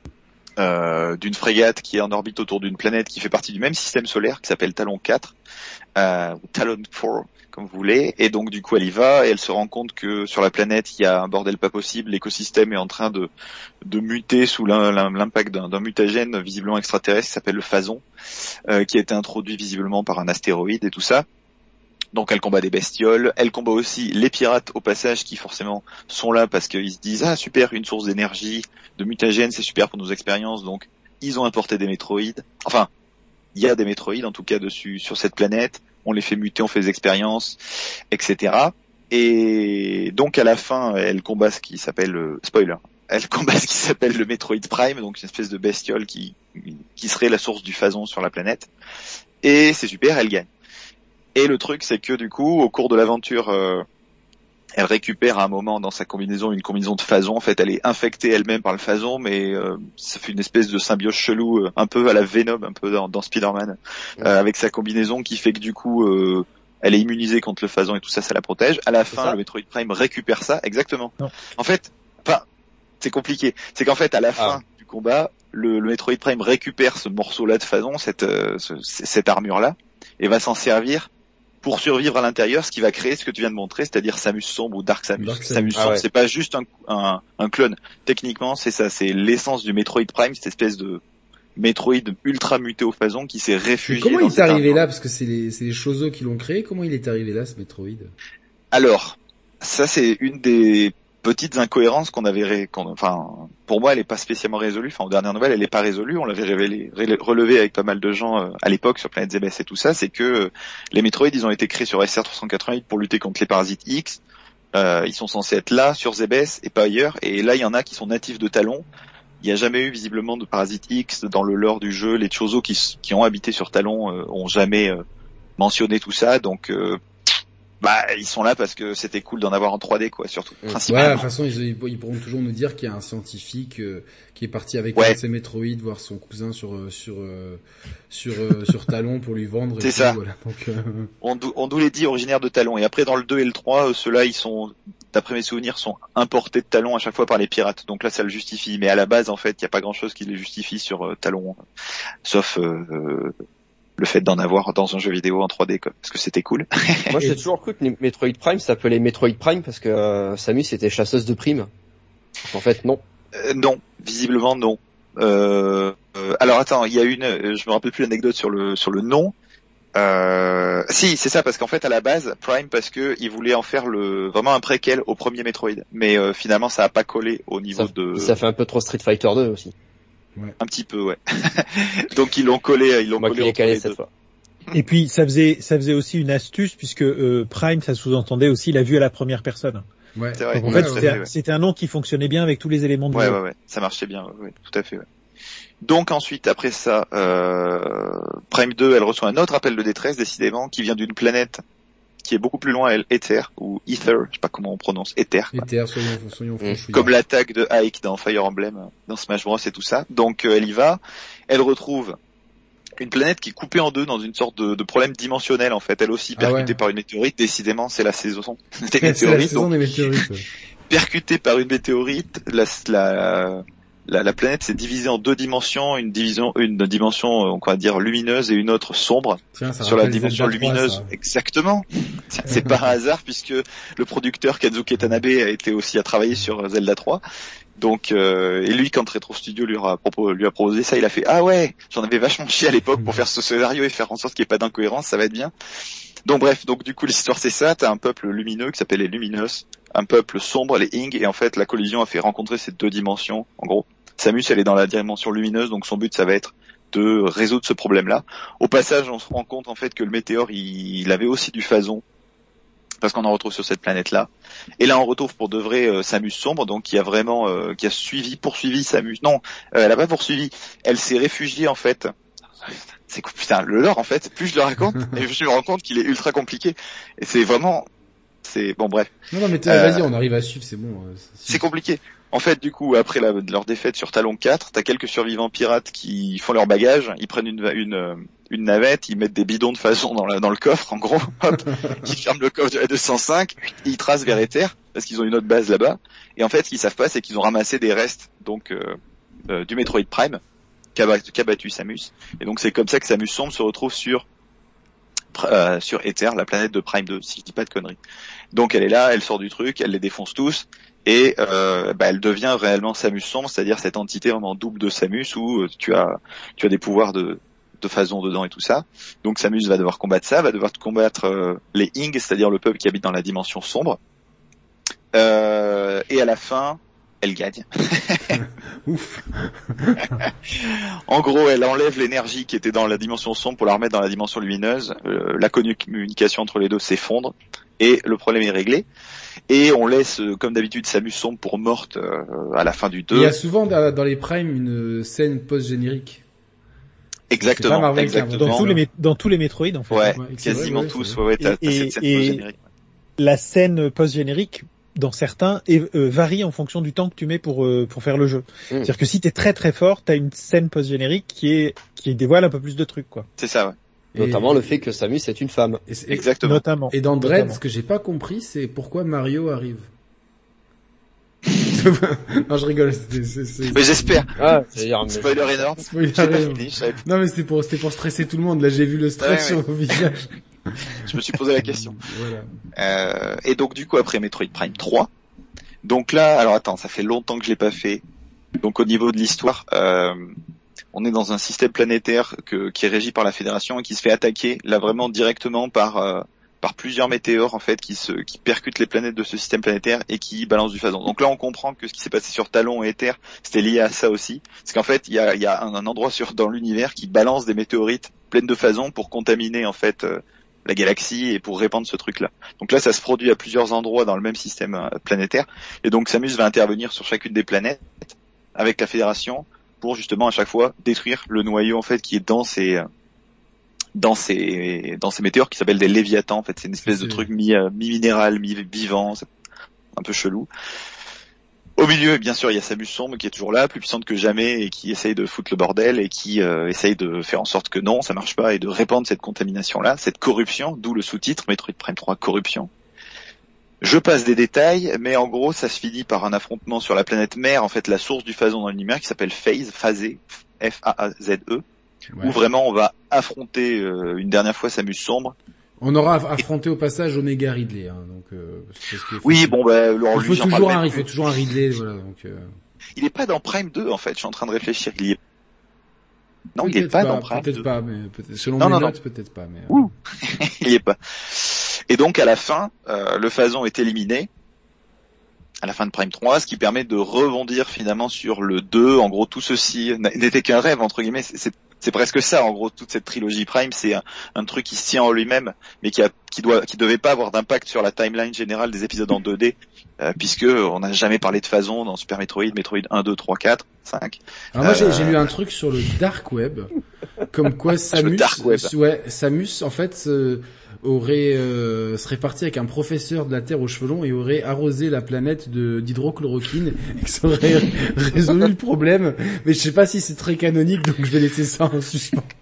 d'une frégate qui est en orbite autour d'une planète qui fait partie du même système solaire qui s'appelle Talon 4 ou Talon 4 comme vous voulez, et donc du coup elle y va et elle se rend compte que sur la planète il y a un bordel pas possible, l'écosystème est en train de muter sous l'impact d'un mutagène visiblement extraterrestre qui s'appelle le Phazon, qui a été introduit visiblement par un astéroïde et tout ça. Donc elle combat des bestioles, elle combat aussi les pirates au passage qui forcément sont là parce qu'ils se disent ah super, une source d'énergie, de mutagène, c'est super pour nos expériences, donc ils ont importé des Metroïdes. Enfin, il y a des Metroïdes en tout cas dessus sur cette planète, on les fait muter, on fait des expériences, etc. Et donc à la fin, elle combat ce qui s'appelle spoiler. Elle combat ce qui s'appelle le Metroid Prime, donc une espèce de bestiole qui serait la source du Phazon sur la planète. Et c'est super, elle gagne. Et le truc, c'est que du coup, au cours de l'aventure, elle récupère à un moment dans sa combinaison une combinaison de Phazon. En fait, elle est infectée elle-même par le Phazon, mais ça fait une espèce de symbiose chelou, un peu à la Venom, un peu dans Spider-Man, avec sa combinaison qui fait que du coup, elle est immunisée contre le Phazon et tout ça, ça la protège. À la fin, le Metroid Prime récupère ça, exactement. Non. En fait, c'est compliqué. C'est qu'en fait, à la fin du combat, le Metroid Prime récupère ce morceau-là de Phazon, cette armure-là, et va s'en servir pour survivre à l'intérieur, ce qui va créer ce que tu viens de montrer, c'est-à-dire Samus Sombre ou Dark Samus. Samus Sombre, c'est pas juste un clone. Techniquement, c'est ça, c'est l'essence du Metroid Prime, cette espèce de Metroid ultra muté au Phazon qui s'est réfugié. Comment il est arrivé là? Parce que c'est les Chozo qui l'ont créé. Comment il est arrivé là, ce Metroid? Alors, ça c'est une des petites incohérences qu'on avait, pour moi elle est pas spécialement résolue, enfin aux dernières nouvelles elle est pas résolue, on l'avait relevé avec pas mal de gens à l'époque sur Planète Zebes et tout ça, c'est que les Metroid ils ont été créés sur SR388 pour lutter contre les parasites X, ils sont censés être là sur Zebes et pas ailleurs, et là il y en a qui sont natifs de Talon, il n'y a jamais eu visiblement de parasites X dans le lore du jeu, les Chozo qui ont habité sur Talon ont jamais mentionné tout ça, donc ils sont là parce que c'était cool d'en avoir en 3D, quoi, surtout. Principalement. Ouais, de toute façon, ils pourront toujours nous dire qu'il y a un scientifique qui est parti avec un de ses Metroid voir son cousin sur Talon pour lui vendre. C'est ça. Voilà. Donc, on nous les dit originaires de Talon. Et après, dans le 2 et le 3, ceux-là, ils sont, d'après mes souvenirs, sont importés de Talon à chaque fois par les pirates. Donc là, ça le justifie. Mais à la base, en fait, il n'y a pas grand-chose qui les justifie sur Talon, sauf le fait d'en avoir dans un jeu vidéo en 3D, quoi, parce que c'était cool. Moi, j'ai toujours cru que les Metroid Prime s'appelait Metroid Prime parce que Samus était chasseuse de primes. En fait, non. Non, visiblement non. Alors attends, il y a je me rappelle plus l'anecdote sur le nom. Si, c'est ça, parce qu'en fait à la base Prime, parce que ils voulaient en faire vraiment un préquel au premier Metroid, mais finalement ça a pas collé au niveau Ça fait un peu trop Street Fighter 2 aussi. Ouais. Un petit peu, ouais. Donc ils l'ont collé, calé cette fois. Et puis ça faisait aussi une astuce puisque Prime, ça sous-entendait aussi la vue à la première personne. Ouais. C'est vrai. Donc, en fait, c'était un nom qui fonctionnait bien avec tous les éléments de jeu. Ouais, ça marchait bien, ouais, tout à fait. Ouais. Donc ensuite, après ça, Prime 2, elle reçoit un autre appel de détresse, décidément, qui vient d'une planète qui est beaucoup plus loin, elle, Ether, ou Ether, je sais pas comment on prononce, Ether. Ether, soyons franchouillards. Comme l'attaque de Ike dans Fire Emblem, dans Smash Bros et tout ça. Donc elle y va, elle retrouve une planète qui est coupée en deux dans une sorte de problème dimensionnel en fait, elle aussi percutée par une météorite. Décidément, c'est la saison des météorites. C'est la saison des météorites. Percutée par une météorite, la planète s'est divisée en deux dimensions, une dimension on va dire lumineuse et une autre sombre. Tiens, sur la dimension 3, lumineuse, ça. exactement. C'est pas un hasard puisque le producteur Kazuki Tanabe a travaillé sur Zelda 3. Donc et lui, quand Retro Studio lui a proposé ça, il a fait ah ouais, j'en avais vachement chié à l'époque pour faire ce scénario et faire en sorte qu'il n'y ait pas d'incohérence, ça va être bien. Donc bref, du coup l'histoire c'est ça, t'as un peuple lumineux qui s'appelle les Luminos, un peuple sombre, les Ing, et en fait la collision a fait rencontrer ces deux dimensions. En gros, Samus elle est dans la dimension lumineuse, donc son but ça va être de résoudre ce problème-là. Au passage, on se rend compte en fait que le météore il avait aussi du phazon, parce qu'on en retrouve sur cette planète-là. Et là, on retrouve pour de vrai Samus sombre, donc qui a vraiment qui a poursuivi Samus. Non, elle a pas poursuivi. Elle s'est réfugiée en fait. C'est putain le lore en fait. Plus je le raconte, et je me rends compte qu'il est ultra compliqué. Et c'est vraiment, bon bref. Non mais vas-y, on arrive à suivre, c'est bon. C'est compliqué. En fait, du coup, après leur défaite sur Talon 4, t'as quelques survivants pirates qui font leur bagage, ils prennent une navette, ils mettent des bidons de phazon dans le coffre, en gros, hop, ils ferment le coffre de la 205, et ils tracent vers Ether, parce qu'ils ont une autre base là-bas, et en fait, ce qu'ils savent pas, c'est qu'ils ont ramassé des restes, donc, du Metroid Prime, qu'a battu Samus, et donc c'est comme ça que Samus sombre se retrouve sur Ether, la planète de Prime 2, si je dis pas de conneries. Donc elle est là, elle sort du truc, elle les défonce tous, et elle devient réellement Samus sombre, c'est-à-dire cette entité vraiment double de Samus où tu as des pouvoirs de phazon dedans et tout ça. Donc Samus va devoir combattre ça, va devoir combattre les Ing, c'est-à-dire le peuple qui habite dans la dimension sombre. Et à la fin, elle gagne. Ouf. En gros, elle enlève l'énergie qui était dans la dimension sombre pour la remettre dans la dimension lumineuse. La communication entre les deux s'effondre et le problème est réglé. Et on laisse, comme d'habitude, Samus sombre pour morte à la fin du 2. Il y a souvent dans les Primes une scène post-générique. Exactement. Dans tous les Metroid, en fait. Ouais, quasiment tous. Ouais, t'as cette scène post-générique. La scène post-générique, dans certains, varie en fonction du temps que tu mets pour faire le jeu. C'est-à-dire que si t'es très très fort, t'as une scène post-générique qui dévoile un peu plus de trucs, quoi. C'est ça, ouais. Notamment le fait que Samus est une femme. Exactement. Notamment. Et dans Dread, ce que j'ai pas compris, c'est pourquoi Mario arrive. Non, je rigole. Mais j'espère. Ah, spoiler énorme. Non, mais c'était pour stresser tout le monde. Là, j'ai vu le stress sur vos visages. Je me suis posé la question. Voilà. Et donc, du coup, après Metroid Prime 3. Donc là, alors attends, ça fait longtemps que je l'ai pas fait. Donc au niveau de l'histoire, on est dans un système planétaire qui est régi par la Fédération et qui se fait attaquer là vraiment directement par plusieurs météores en fait qui percutent les planètes de ce système planétaire et qui balancent du phazon. Donc là on comprend que ce qui s'est passé sur Talon et Ether c'était lié à ça aussi, parce qu'en fait il y a un endroit dans l'univers qui balance des météorites pleines de phazon pour contaminer en fait la galaxie et pour répandre ce truc-là. Donc là ça se produit à plusieurs endroits dans le même système planétaire et donc Samus va intervenir sur chacune des planètes avec la Fédération pour justement à chaque fois détruire le noyau en fait qui est dans ces météores qui s'appellent des léviathans en fait. C'est une espèce de truc mi-minéral, mi-vivant, c'est un peu chelou. Au milieu, bien sûr, il y a Samus sombre qui est toujours là, plus puissante que jamais et qui essaye de foutre le bordel et qui essaye de faire en sorte que non, ça marche pas et de répandre cette contamination-là, cette corruption, d'où le sous-titre Metroid Prime 3 Corruption. Je passe des détails, mais en gros, ça se finit par un affrontement sur la planète mère, en fait, la source du phazon dans l'univers qui s'appelle Phasé, F-A-A-Z-E, où vraiment on va affronter une dernière fois Samus sombre. On aura affronté au passage Omega Ridley, hein, donc. Oui, bon bah, il faut toujours un Ridley, voilà. Donc. Il est pas dans Prime 2 en fait. Je suis en train de réfléchir. Il y est. Non, il est pas dans Prime 2. Peut-être pas, mais selon mes notes, peut-être pas. Mais. Il y est pas. Et donc à la fin, le phazon est éliminé. À la fin de Prime 3, ce qui permet de rebondir finalement sur le 2. En gros, tout ceci n'était qu'un rêve entre guillemets. C'est presque ça, en gros, toute cette trilogie Prime, c'est un truc qui se tient en lui-même, mais qui devait pas avoir d'impact sur la timeline générale des épisodes en 2D, puisque on n'a jamais parlé de phazon dans Super Metroid, Metroid 1, 2, 3, 4, 5. Alors moi, j'ai lu un truc sur le Dark Web, comme quoi Samus, en fait, serait parti avec un professeur de la Terre aux cheveux longs et aurait arrosé la planète d'hydrochloroquine et que ça aurait résolu le problème. Mais je sais pas si c'est très canonique, donc je vais laisser ça en suspens.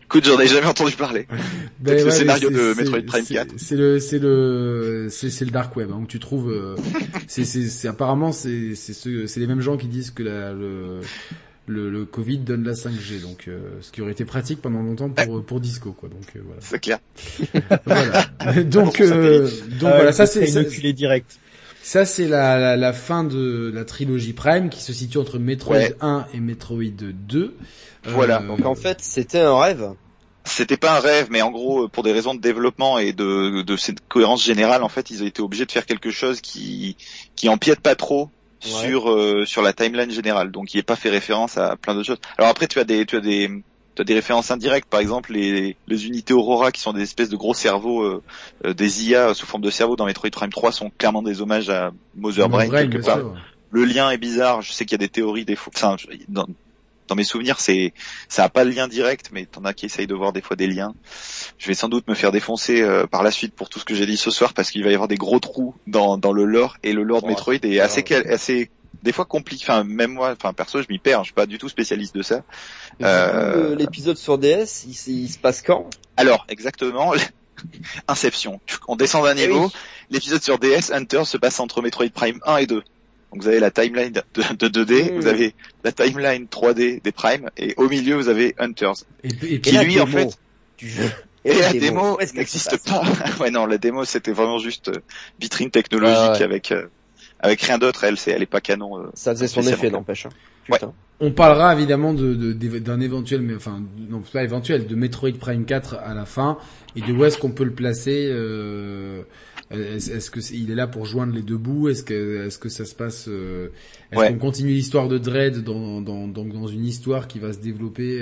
Écoute, j'en ai jamais entendu parler. Ben le scénario de Metroid Prime 4. C'est le dark web, hein, où tu trouves, c'est apparemment c'est les mêmes gens qui disent que le Covid donne la 5G, donc ce qui aurait été pratique pendant longtemps pour Disco, quoi. Donc voilà. C'est clair. Voilà. Donc voilà, ça c'est inoculé direct. Ça c'est la fin de la trilogie Prime qui se situe entre Metroid 1 et Metroid 2. Voilà. Donc en fait, c'était un rêve. C'était pas un rêve, mais en gros, pour des raisons de développement et de cette cohérence générale, en fait, ils ont été obligés de faire quelque chose qui empiète pas trop sur la timeline générale, donc il n'est pas fait référence à plein d'autres choses. Alors après, tu as des références indirectes, par exemple les unités Aurora qui sont des espèces de gros cerveaux, des IA sous forme de cerveau dans Metroid Prime 3 sont clairement des hommages à Mother Brain quelque part. Le lien est bizarre, je sais qu'il y a des théories, dans mes souvenirs, ça a pas de lien direct, mais t'en as qui essayent de voir des fois des liens. Je vais sans doute me faire défoncer par la suite pour tout ce que j'ai dit ce soir, parce qu'il va y avoir des gros trous dans le lore, et le lore de Metroid est assez des fois compliqué. Enfin, même moi, perso, je m'y perds. Je suis pas du tout spécialiste de ça. L'épisode sur DS, il se passe quand? Alors, exactement. Inception. On descend d'un niveau. L'épisode sur DS, Hunter, se passe entre Metroid Prime 1 et 2. Donc vous avez la timeline de 2D, vous avez la timeline 3D des Prime, et au milieu vous avez Hunters. Et qui lui, en fait, et la démo n'existe pas. Ouais, non, la démo c'était vraiment juste vitrine technologique avec rien d'autre. Elle est pas canon. Ça faisait son effet, n'empêche. Putain. Ouais. On parlera évidemment d'un éventuel, mais enfin non pas éventuel, de Metroid Prime 4 à la fin, et de où est-ce qu'on peut le placer. Est-ce que il est là pour joindre les deux bouts? Est-ce que ça se passe? Est-ce qu'on continue l'histoire de Dread dans une histoire qui va se développer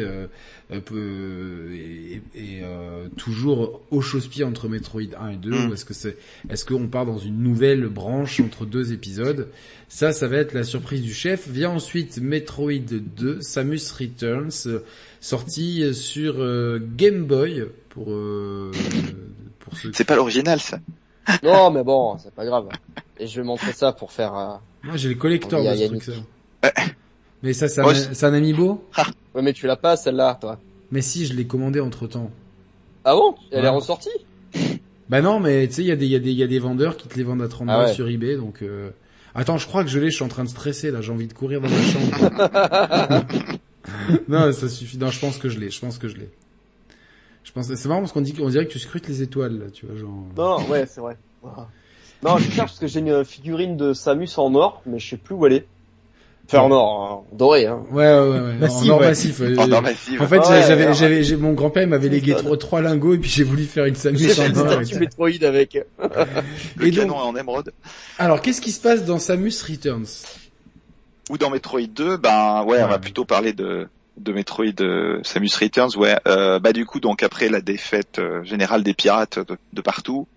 toujours au chausse-pied entre Metroid 1 et 2, ou est-ce qu'on part dans une nouvelle branche entre deux épisodes? Ça va être la surprise du chef. Vient ensuite Metroid 2, Samus Returns, sorti sur Game Boy pour ceux. C'est pas l'original, ça. Non, mais bon, c'est pas grave. Et je vais montrer ça pour faire. Moi, j'ai les collectors de ce truc, ça. Mais ça, c'est un amiibo. Ouais, mais tu l'as pas celle-là, toi. Mais si, je l'ai commandé entre temps. Ah bon? Elle est ressortie? Bah non, mais tu sais, il y a des vendeurs qui te les vendent à 30 balles sur eBay, donc. Attends, je crois que je suis en train de stresser là. J'ai envie de courir dans ma chambre. Non, ça suffit. Non, je pense que je l'ai. C'est marrant parce qu'on dirait que tu scrutes les étoiles, là, tu vois, genre. Non, ouais, c'est vrai. Non, je cherche parce que j'ai une figurine de Samus en or, mais je sais plus où elle est. Enfin, en or, en doré, hein. Ouais. En or massif. En or massif. En fait, j'avais, mon grand-père m'avait légué trois lingots et puis j'ai voulu faire une Samus en or. J'ai Metroid avec. Le canon en émeraude. Alors, qu'est-ce qui se passe dans Samus Returns? Ou dans Metroid 2, on va plutôt parler de Metroid Samus Returns, du coup, donc après la défaite générale des pirates de partout,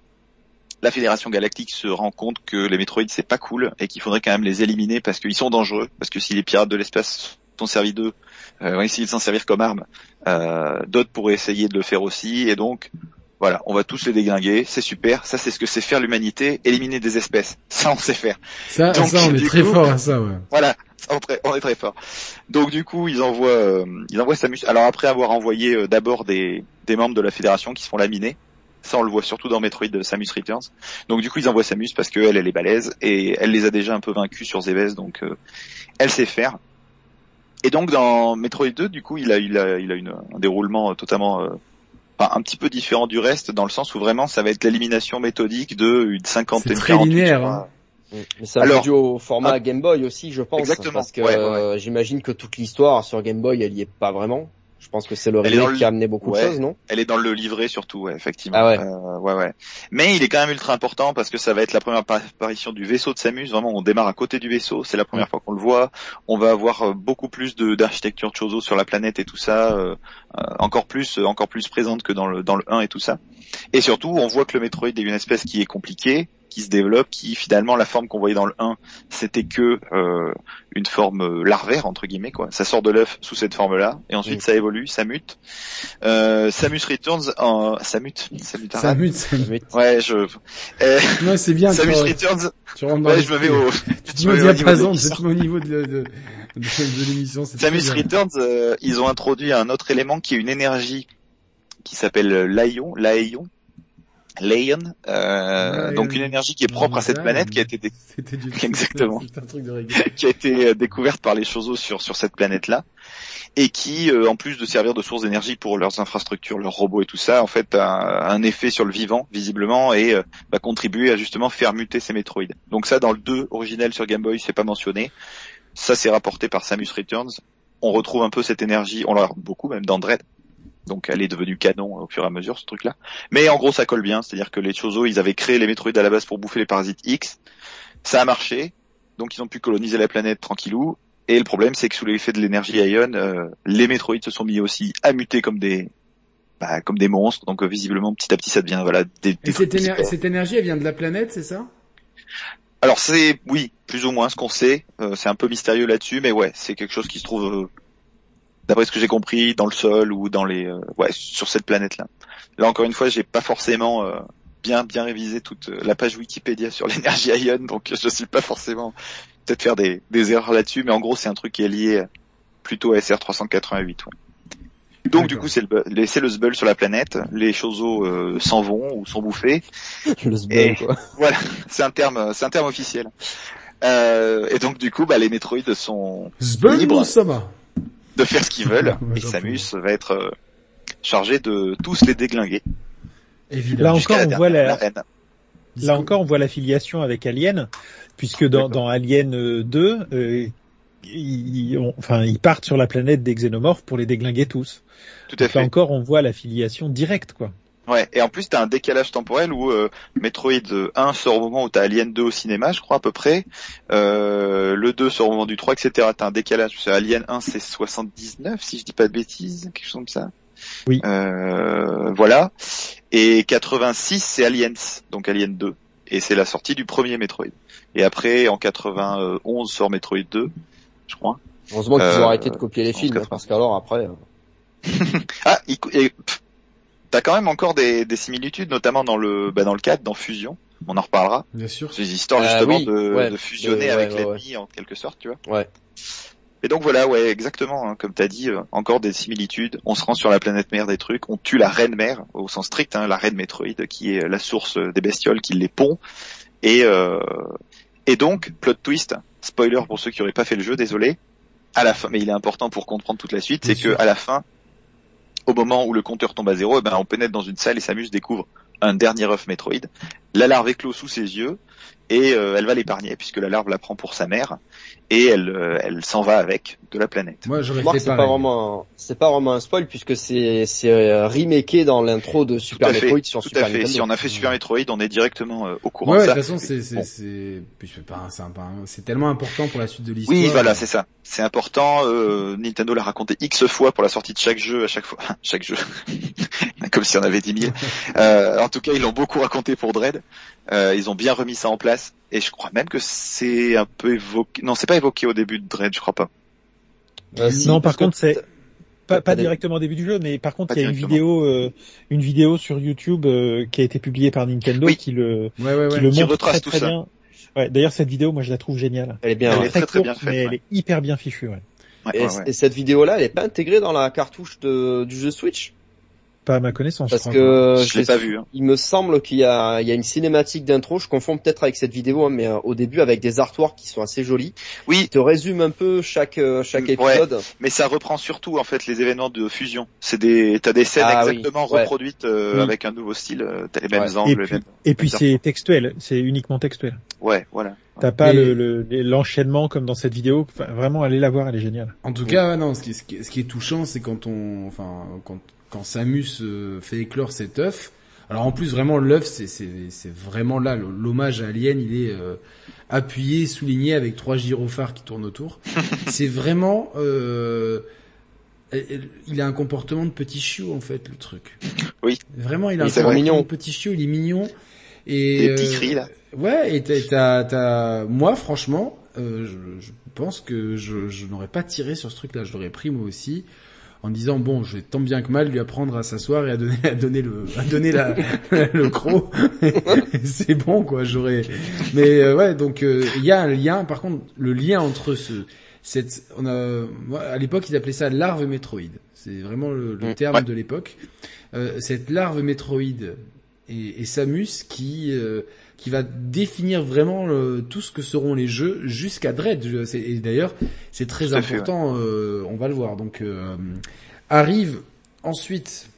la Fédération Galactique se rend compte que les Metroid c'est pas cool et qu'il faudrait quand même les éliminer parce qu'ils sont dangereux, parce que si les pirates de l'espace sont servis d'eux, vont essayer de s'en servir comme arme, d'autres pourraient essayer de le faire aussi, et donc voilà, on va tous les déglinguer, c'est super, ça c'est ce que c'est faire l'humanité, éliminer des espèces, ça on sait faire. Ça on est très fort à ça, ouais. Voilà, on est très fort. Donc du coup, ils envoient Samus. Alors après avoir envoyé d'abord des membres de la Fédération qui se font laminer, ça on le voit surtout dans Metroid Samus Returns. Donc du coup, ils envoient Samus parce qu'elle est balèze et elle les a déjà un peu vaincus sur Zebes, donc elle sait faire. Et donc dans Metroid 2, du coup, il a un déroulement totalement un petit peu différent du reste, dans le sens où vraiment ça va être l'élimination méthodique d'une cinquantaine. C'est très linéaire, hein. Mais ça va dû au format Game Boy aussi, je pense. Exactement. Parce que j'imagine que toute l'histoire sur Game Boy, elle y est pas vraiment. Je pense que c'est le remake qui a amené beaucoup de choses, non? Elle est dans le livret surtout, effectivement. Ah ouais. Mais il est quand même ultra important parce que ça va être la première apparition du vaisseau de Samus. Vraiment, on démarre à côté du vaisseau. C'est la première fois qu'on le voit. On va avoir beaucoup plus d'architecture Chozo sur la planète et tout ça, encore plus présente que dans le 1 et tout ça. Et surtout, on voit que le Metroid est une espèce qui est compliquée, qui se développe, qui finalement la forme qu'on voyait dans le 1, c'était que une forme larvaire entre guillemets quoi. Ça sort de l'œuf sous cette forme-là et ensuite ça évolue, ça mute. Samus Returns Samus. Ouais, non, c'est bien. Samus Returns. Tu rentres dans je me mets au tu me diapason au niveau de l'émission. Samus Returns, ils ont introduit un autre élément qui est une énergie qui s'appelle l'Aion. Donc une énergie qui est propre à cette planète, qui a été exactement, qui a été découverte par les Chozo sur cette planète-là, et qui, en plus de servir de source d'énergie pour leurs infrastructures, leurs robots et tout ça, en fait, a un effet sur le vivant, visiblement, et va contribuer à justement faire muter ces Metroid. Donc ça, dans le 2 originel sur Game Boy, c'est pas mentionné. Ça, c'est rapporté par Samus Returns. On retrouve un peu cette énergie, on la retrouve beaucoup, même dans Dread. Donc elle est devenue canon au fur et à mesure, ce truc-là. Mais en gros, ça colle bien, c'est-à-dire que les Chozo, ils avaient créé les Metroid à la base pour bouffer les parasites X. Ça a marché, donc ils ont pu coloniser la planète tranquillou. Et le problème, c'est que sous l'effet de l'énergie Ion, les Metroid se sont mis aussi à muter comme des monstres. Donc visiblement, petit à petit, ça devient des et cette énergie, elle vient de la planète, c'est ça? Alors c'est, oui, plus ou moins ce qu'on sait. C'est un peu mystérieux là-dessus, mais ouais, c'est quelque chose qui se trouve... d'après ce que j'ai compris, dans le sol ou dans sur cette planète-là. Là, encore une fois, j'ai pas forcément bien révisé toute la page Wikipédia sur l'énergie Ion, donc je suis pas forcément peut-être faire des erreurs là-dessus, mais en gros, c'est un truc qui est lié plutôt à SR388. Ouais. Donc du coup, c'est le Zbeul sur la planète. Les Chozo s'en vont ou sont bouffés. Le Zbeul, quoi. Voilà, c'est un terme officiel. Et donc du coup, les Metroid sont libres de faire ce qu'ils veulent, et Samus va être chargé de tous les déglinguer. Évidemment. Là encore, on voit l'affiliation avec Alien, puisque dans Alien 2, ils partent sur la planète des xénomorphes pour les déglinguer tous. Tout à fait. Là encore, on voit l'affiliation directe, quoi. Ouais, et en plus t'as un décalage temporel où Metroid 1 sort au moment où t'as Alien 2 au cinéma, je crois à peu près. Le 2 sort au moment du 3, etc. T'as un décalage. Parce que Alien 1 c'est 79, si je dis pas de bêtises, quelque chose comme ça. Oui. Voilà. Et 86 c'est Aliens, donc Alien 2. Et c'est la sortie du premier Metroid. Et après, en 91 sort Metroid 2, je crois. Heureusement qu'ils ont arrêté de copier les films, parce qu'alors après... T'as quand même encore des similitudes, notamment dans le 4, dans Fusion. On en reparlera. Bien sûr. Ces histoires justement de fusionner avec l'ennemi en quelque sorte, tu vois. Ouais. Et donc voilà, ouais, exactement, hein, comme t'as dit, encore des similitudes. On se rend sur la planète mère des trucs, on tue la reine mère au sens strict, hein, la reine Metroid, qui est la source des bestioles qui les pond. Et donc plot twist, spoiler pour ceux qui auraient pas fait le jeu, désolé. À la fin, mais il est important pour comprendre toute la suite, c'est que à la fin, au moment où le compteur tombe à 0, on pénètre dans une salle et Samus découvre un dernier œuf Metroid. La larve éclot sous ses yeux et elle va l'épargner puisque la larve la prend pour sa mère et elle s'en va avec de la planète. Moi, j'aurais fait c'est pas vraiment un spoil puisque c'est remaké dans l'intro de Super Metroid sur Super Nintendo. Si on a fait Super Metroid, on est directement au courant de ça. De toute façon, c'est tellement important pour la suite de l'histoire. Oui, voilà, c'est ça. C'est important. Nintendo l'a raconté X fois pour la sortie de chaque jeu, à chaque fois. Chaque jeu. Comme si on avait 10 000. En tout cas, ils l'ont beaucoup raconté pour Dread. Ils ont bien remis ça en place. Et je crois même que c'est un peu évoqué. Non, c'est pas évoqué au début de Dread, je crois pas. Non, par contre, c'est pas directement au début du jeu, mais par contre, il y a une vidéo sur YouTube qui a été publiée par Nintendo qui le montre très très bien. Ouais, d'ailleurs, cette vidéo, moi, je la trouve géniale. Elle est bien, elle est très, très bien faite, mais elle est hyper bien fichue, Et cette vidéo-là, elle est pas intégrée dans la cartouche du jeu Switch? Pas à ma connaissance. Parce que je l'ai pas vu. Hein. Il me semble qu'il y a une cinématique d'intro. Je confonds peut-être avec cette vidéo, hein, mais au début avec des artworks qui sont assez jolis. Oui. Qui te résume un peu chaque épisode. Ouais, mais ça reprend surtout en fait les événements de fusion. T'as des scènes exactement reproduites avec un nouveau style. T'as les mêmes angles. Et puis c'est textuel. C'est uniquement textuel. Ouais, voilà. T'as pas l'enchaînement comme dans cette vidéo. Enfin, vraiment, allez la voir, elle est géniale. En tout cas, non. Ce qui est touchant, c'est quand Samus fait éclore cet œuf. Alors en plus vraiment l'œuf c'est vraiment là l'hommage à Alien, il est appuyé, souligné avec 3 gyrophares qui tournent autour. C'est vraiment il a un comportement de petit chiot en fait le truc. Oui. Vraiment il a un comportement de petit chiot, il est mignon et des petits cris là. Ouais, et t'as moi franchement je pense que je n'aurais pas tiré sur ce truc là, je l'aurais pris moi aussi. En disant bon, je vais tant bien que mal lui apprendre à s'asseoir et à donner le croc. C'est bon quoi, mais ouais, donc il y a un lien. Par contre, le lien entre à l'époque ils appelaient ça larve Metroid. c'est vraiment le terme de l'époque. Cette larve Metroid et Samus qui va définir vraiment tout ce que seront les jeux jusqu'à Dread. Et d'ailleurs, c'est très important, on va le voir. Donc arrive ensuite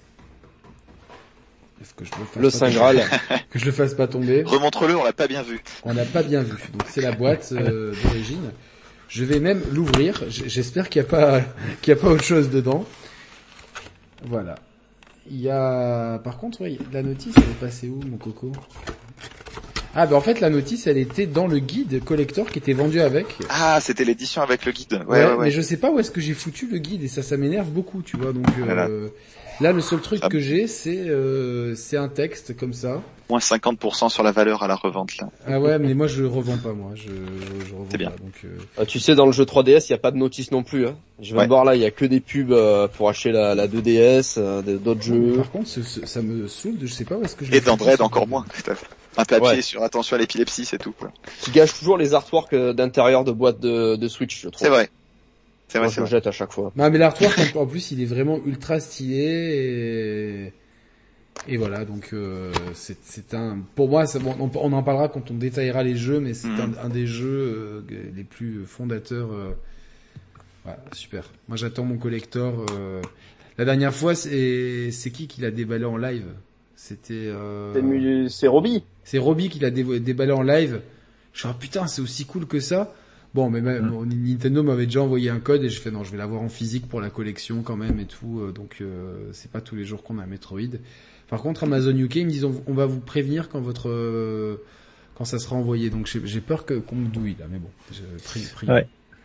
que je le Saint Graal, que je le fasse pas tomber. Remontre-le, on l'a pas bien vu. On l'a pas bien vu. Donc c'est la boîte d'origine. Je vais même l'ouvrir. J'espère qu'il y a pas autre chose dedans. Voilà. Il y a, par contre, oui, la notice, elle est passée où, mon coco? Ah, en fait, la notice, elle était dans le guide collector qui était vendu avec. Ah, c'était l'édition avec le guide. Ouais. Mais je sais pas où est-ce que j'ai foutu le guide et ça m'énerve beaucoup, tu vois. Donc, là, le seul truc que j'ai, c'est un texte comme ça. Moins 50% sur la valeur à la revente, là. Ah ouais, mais moi, je revends pas, moi. Je revends c'est bien. pas, donc, tu sais, dans le jeu 3DS, il y a pas de notice non plus, hein. Je vais voir là, il y a que des pubs, pour acheter la 2DS, d'autres jeux. Par contre, ça me saoule, je sais pas où est-ce que je et dans Dread encore moins, Christophe. Un papier sur attention à l'épilepsie, c'est tout, quoi. Qui gâche toujours les artworks d'intérieur de boîte de Switch, je trouve. C'est vrai. Moi, je le jette à chaque fois. Non, mais l'artwork, en plus, il est vraiment ultra stylé et voilà, donc c'est un. Pour moi, on en parlera quand on détaillera les jeux, mais c'est un des jeux les plus fondateurs. Voilà, super. Moi, j'attends mon collector. La dernière fois, c'est qui l'a déballé en live? C'était. C'est Robbie. C'est Robbie qui l'a déballé en live. Je suis putain, c'est aussi cool que ça. Bon, mais même, Nintendo m'avait déjà envoyé un code et je fais non, je vais l'avoir en physique pour la collection quand même et tout. Donc c'est pas tous les jours qu'on a un Metroid. Par contre, Amazon UK, ils me disent on va vous prévenir quand quand ça sera envoyé. Donc j'ai peur qu'on me douille là, mais bon, prie. Ouais.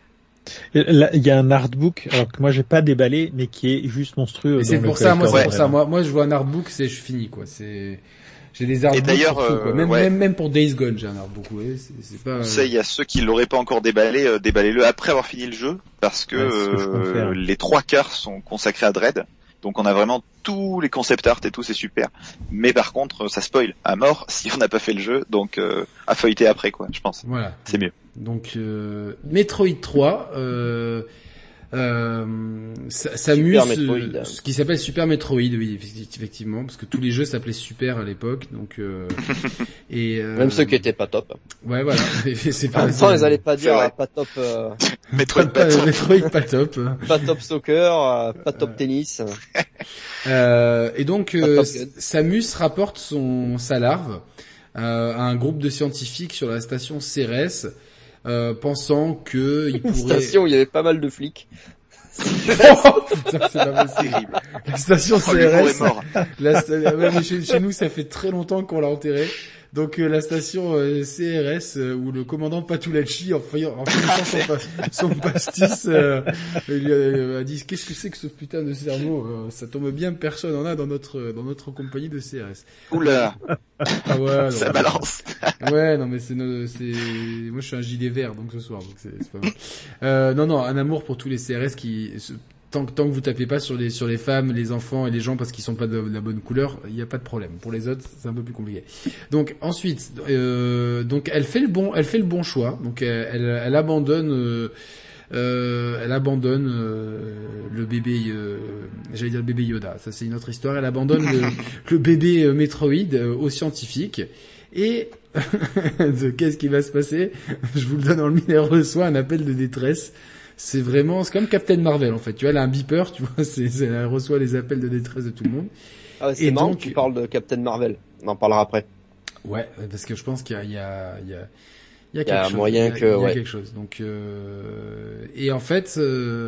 Là, il y a un artbook, alors que moi j'ai pas déballé, mais qui est juste monstrueux. Et c'est pour ça, moi c'est pour ça. Moi je vois un artbook, je suis fini, quoi. J'ai des artbooks pour tout, quoi. Même pour Days Gone, j'ai un artbook. Ouais, c'est pas. Ça, il y a ceux qui l'auraient pas encore déballé, déballez-le après avoir fini le jeu, parce que les 3/4 sont consacrés à Dread. Donc on a vraiment tous les concept art et tout, c'est super. Mais par contre, ça spoil à mort si on n'a pas fait le jeu, donc à feuilleter après, quoi, je pense. Voilà. C'est mieux. Donc Metroid 3, Samus, ce qui s'appelle Super Metroid, oui, effectivement, parce que tous les jeux s'appelaient Super à l'époque, donc et même ceux qui étaient pas top. Ouais, voilà. C'est pas. Enfin, ils allaient pas dire pas top. Metroid pas top. Metroid pas top. Pas top soccer, pas top tennis. Et donc Samus rapporte sa larve à un groupe de scientifiques sur la station Cérès. Pensant que il pourrait. Station où il y avait pas mal de flics. Oh, putain, c'est pas possible. La station CRS. Mais chez nous, ça fait très longtemps qu'on l'a enterré. Donc la station CRS où le commandant Patulacci en finissant son pastis il a dit qu'est-ce que c'est que ce putain de cerveau, ça tombe bien, personne en a dans notre compagnie de CRS. Oula. Ah ouais, ça balance. Ouais, non mais c'est moi je suis un gilet vert donc ce soir, donc c'est pas mal. Non, un amour pour tous les CRS qui tant que vous tapez pas sur les femmes, les enfants et les gens parce qu'ils sont pas de la bonne couleur, il y a pas de problème. Pour les autres, c'est un peu plus compliqué. Donc ensuite, donc elle fait le bon choix. Donc elle abandonne le bébé, j'allais dire le bébé Yoda. Ça c'est une autre histoire. Elle abandonne le bébé Metroid aux scientifiques. Et qu'est-ce qui va se passer? Je vous le donne en le mille, elle reçoit un appel de détresse. C'est comme Captain Marvel en fait. Tu vois, elle a un beeper, tu vois, elle reçoit les appels de détresse de tout le monde. Ah ouais, c'est marrant que tu parles de Captain Marvel. On en parlera après. Ouais, parce que je pense qu'il y a moyen que il y a quelque chose. Donc et en fait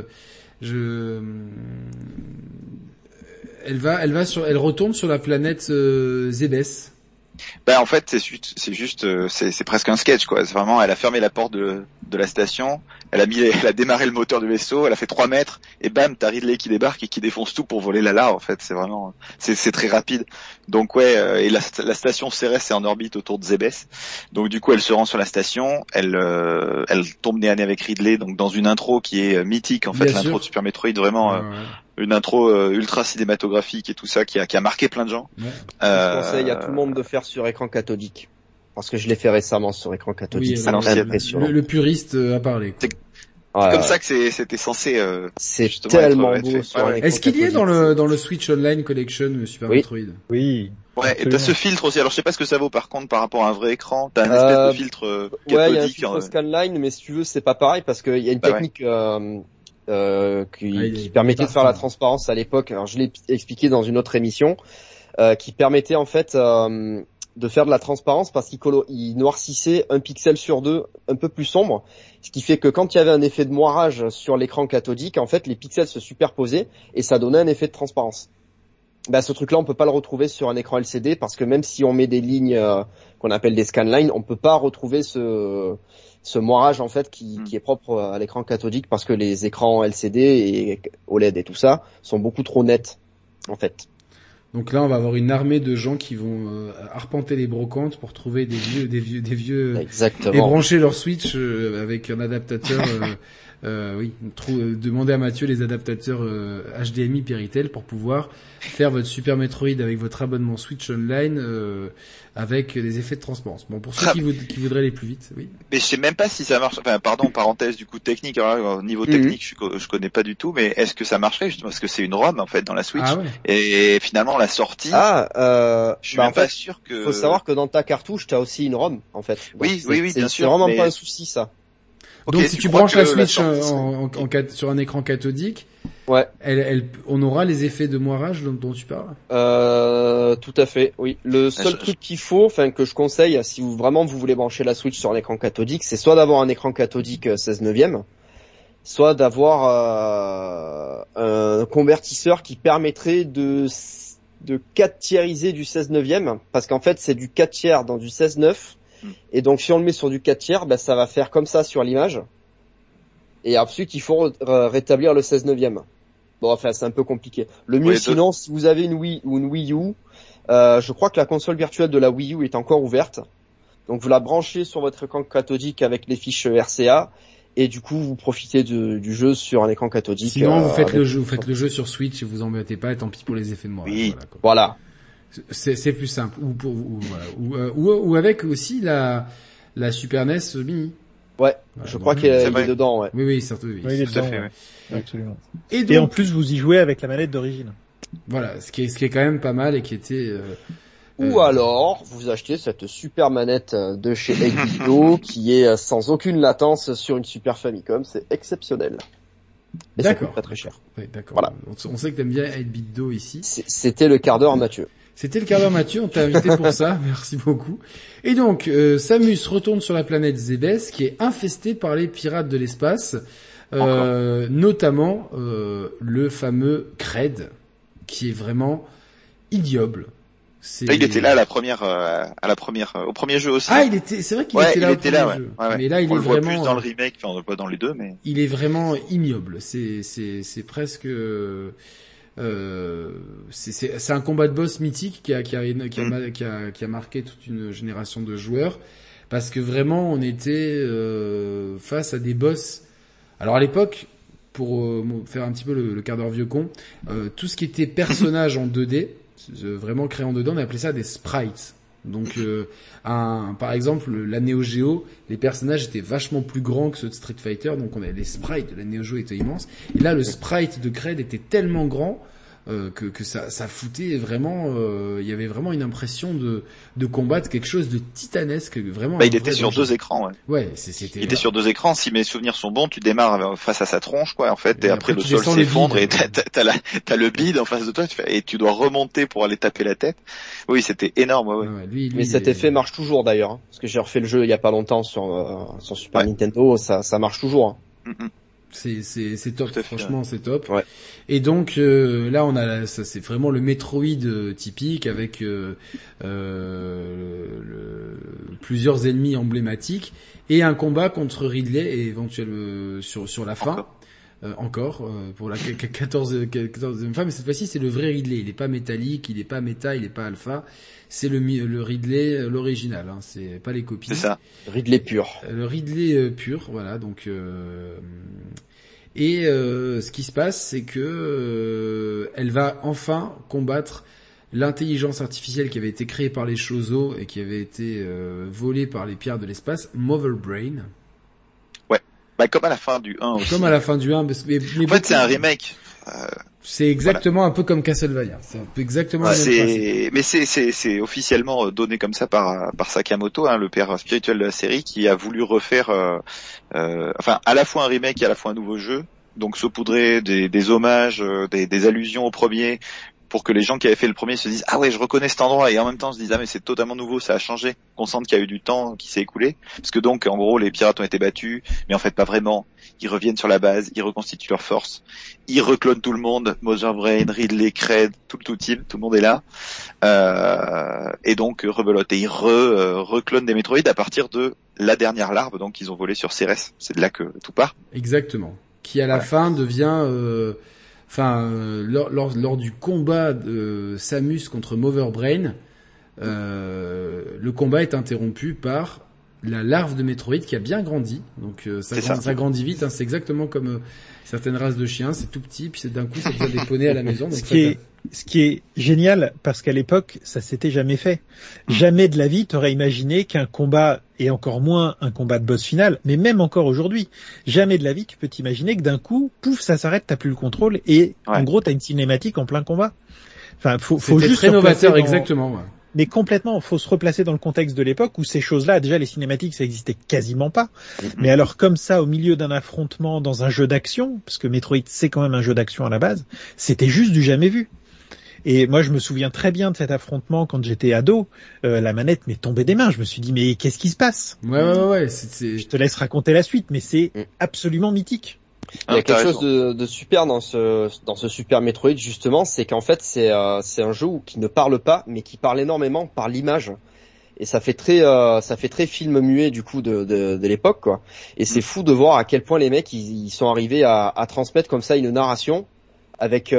elle retourne sur la planète Zébès. Ben en fait c'est presque un sketch, quoi. C'est vraiment, elle a fermé la porte de la station, elle a démarré le moteur du vaisseau, elle a fait 3 mètres et bam, t'as Ridley qui débarque et qui défonce tout pour voler la larve. En fait, c'est vraiment c'est très rapide. Donc ouais, et la station Cérès est en orbite autour de Zébès. Donc du coup, elle se rend sur la station, elle tombe nez à nez avec Ridley, donc dans une intro qui est mythique en fait, bien l'intro sûr. de Super Metroid, vraiment une intro ultra cinématographique et tout ça qui a marqué plein de gens. Ouais. Je conseille à tout le monde de faire sur écran cathodique. Parce que je l'ai fait récemment sur écran cathodique, oui, ça m'a impressionné. Le puriste a parlé. C'est comme ça que c'était censé. C'est tellement beau. Est-ce qu'il y est dans le Switch Online Collection Super Metroid? Oui. Ouais, et t'as ce filtre aussi. Alors je sais pas ce que ça vaut par contre par rapport à un vrai écran. T'as un espèce de filtre cathodique. Ouais, il y a un filtre scanline, mais si tu veux, c'est pas pareil parce qu'il y a une technique qui permettait de faire la transparence à l'époque. Alors je l'ai expliqué dans une autre émission, qui permettait en fait de faire de la transparence parce qu'il noircissait un pixel sur deux un peu plus sombre, ce qui fait que quand il y avait un effet de moirage sur l'écran cathodique, en fait les pixels se superposaient et ça donnait un effet de transparence. Ce truc-là, on peut pas le retrouver sur un écran LCD parce que même si on met des lignes qu'on appelle des scanlines, on peut pas retrouver ce moirage en fait qui est propre à l'écran cathodique parce que les écrans LCD et OLED et tout ça sont beaucoup trop nets en fait. Donc là, on va avoir une armée de gens qui vont arpenter les brocantes pour trouver des vieux Exactement. Et brancher leur Switch avec un adaptateur. Demandez à Mathieu les adaptateurs HDMI Péritel pour pouvoir faire votre Super Metroid avec votre abonnement Switch Online avec des effets de transparence. Bon, pour ceux qui voudraient aller plus vite, oui. Mais je sais même pas si ça marche. Enfin, pardon, parenthèse du coup technique. Alors, au niveau technique, je connais pas du tout, mais est-ce que ça marcherait justement parce que c'est une ROM en fait dans la Switch et finalement la sortie. Je suis même pas sûr que. Faut savoir que dans ta cartouche, t'as aussi une ROM en fait. Donc oui, bien sûr. C'est vraiment pas un souci ça. Donc si tu branches la Switch sur un écran cathodique, on aura les effets de moirage dont tu parles. Tout à fait, oui. Le seul truc qu'il faut, que je conseille, si vous voulez brancher la Switch sur un écran cathodique, c'est soit d'avoir un écran cathodique 16/9, soit d'avoir un convertisseur qui permettrait de 4/3iser du 16/9, parce qu'en fait c'est du 4/3 dans du 16/9. Et donc si on le met sur du 4/3, ça va faire comme ça sur l'image. Et ensuite il faut rétablir le 16/9. Bon, c'est un peu compliqué. Le mieux sinon, si vous avez une Wii ou une Wii U, je crois que la console virtuelle de la Wii U est encore ouverte. Donc vous la branchez sur votre écran cathodique avec les fiches RCA et du coup vous profitez du jeu sur un écran cathodique. Sinon vous faites le jeu sur Switch et vous embêtez pas et tant pis pour les effets de moirage. Oui. Voilà. C'est plus simple ou avec aussi la Super NES Mini. Ouais, je crois qu'il est dedans, ouais. Oui, certainement. Oui, il est dedans, ouais. Absolument. Et en plus, vous y jouez avec la manette d'origine. Voilà, ce qui est quand même pas mal et qui était. Ou alors, vous achetez cette super manette de chez 8BitDo qui est sans aucune latence sur une Super Famicom, c'est exceptionnel. Et ça coûte pas très cher. Oui, d'accord. Voilà. On sait que t'aimes bien 8BitDo ici. C'était le quart d'heure, Mathieu. C'était le quart d'heure Mathieu, on t'a invité pour ça, merci beaucoup. Et donc, Samus retourne sur la planète Zébès, qui est infestée par les pirates de l'espace, notamment le fameux Cred, qui est vraiment ignoble. Il était là au premier jeu aussi. Ah, c'est vrai qu'il était là au premier jeu. Mais là, il est vraiment. On le voit plus dans le remake, on le voit dans les deux, mais. Il est vraiment ignoble. C'est presque. C'est un combat de boss mythique qui a marqué toute une génération de joueurs parce que vraiment on était face à des boss. Alors à l'époque, pour faire un petit peu le quart d'heure vieux con, tout ce qui était personnage en 2D, vraiment créé en 2D, on appelait ça des sprites. Donc par exemple la Neo Geo, les personnages étaient vachement plus grands que ceux de Street Fighter, donc on avait les sprites de la Neo Geo étaient immenses. Et là le sprite de Cred était tellement grand que ça foutait vraiment il y avait vraiment une impression de combattre quelque chose de titanesque, vraiment. Il était sur deux écrans, ouais. Il était sur deux écrans, si mes souvenirs sont bons, tu démarres face à sa tronche, quoi, en fait, et après le sol s'effondre et t'as le bide en face de toi, et tu dois remonter pour aller taper la tête. Oui, c'était énorme, ouais. Mais cet effet marche toujours d'ailleurs, hein, parce que j'ai refait le jeu il y a pas longtemps sur Super Nintendo, ça marche toujours. Hein. C'est top, franchement c'est top. Ouais. Et donc là on a ça, c'est vraiment le Metroid typique avec plusieurs ennemis emblématiques et un combat contre Ridley et éventuellement sur la fin. Encore pour la 14e fois, mais cette fois-ci c'est le vrai Ridley. Il est pas métallique, il est pas méta, il est pas alpha. C'est le Ridley, l'original. Hein, c'est pas les copies. C'est ça. Ridley pur. Le Ridley pur, voilà. Donc ce qui se passe, c'est que elle va enfin combattre l'intelligence artificielle qui avait été créée par les Chozo et qui avait été volée par les pirates de l'espace, Mother Brain. Ouais. comme à la fin du 1 aussi. Comme à la fin du 1, mais en fait, c'est un remake. C'est exactement un peu comme Castlevania. C'est un peu exactement le même principe. Mais c'est officiellement donné comme ça par Sakamoto, hein, le père spirituel de la série, qui a voulu refaire, à la fois un remake et à la fois un nouveau jeu. Donc saupoudrer des hommages, des allusions au premier, pour que les gens qui avaient fait le premier se disent ah ouais, je reconnais cet endroit, et en même temps se disent ah mais c'est totalement nouveau, ça a changé, qu'on sente qu'il y a eu du temps qui s'est écoulé, parce que donc en gros les pirates ont été battus, mais en fait pas vraiment. Ils reviennent sur la base, ils reconstituent leurs forces, ils reclonent tout le monde, Mother Brain, Ridley, Cred, tout le team, tout le monde est là, et donc rebelote, et ils reclonent des Metroid à partir de la dernière larve, donc ils ont volé sur Ceres, c'est de là que tout part. Exactement. Qui à la fin devient, lors du combat de Samus contre Mother Brain, le combat est interrompu par la larve de Metroid qui a bien grandi. Donc ça grandit vite. Hein, c'est exactement comme certaines races de chiens, c'est tout petit, puis d'un coup ça devient des poneys à la maison. Donc ce qui est génial, parce qu'à l'époque, ça s'était jamais fait. Jamais de la vie, t'aurais imaginé qu'un combat, et encore moins un combat de boss final, mais même encore aujourd'hui, jamais de la vie, tu peux t'imaginer que d'un coup, pouf, ça s'arrête, t'as plus le contrôle, et en gros, t'as une cinématique en plein combat. Enfin, faut juste très novateur, exactement. Ouais. Mais complètement, faut se replacer dans le contexte de l'époque où ces choses-là, déjà les cinématiques, ça existait quasiment pas. Mais alors comme ça, au milieu d'un affrontement dans un jeu d'action, parce que Metroid c'est quand même un jeu d'action à la base, c'était juste du jamais vu. Et moi, je me souviens très bien de cet affrontement quand j'étais ado. La manette m'est tombée des mains. Je me suis dit, mais qu'est-ce qui se passe ? Ouais. Je te laisse raconter la suite, mais c'est absolument mythique. Il y a quelque chose de super dans ce Super Metroid, justement, c'est qu'en fait, c'est un jeu qui ne parle pas, mais qui parle énormément par l'image. Et ça fait très film muet, du coup, de l'époque, quoi. Et c'est fou de voir à quel point les mecs, ils sont arrivés à transmettre comme ça une narration avec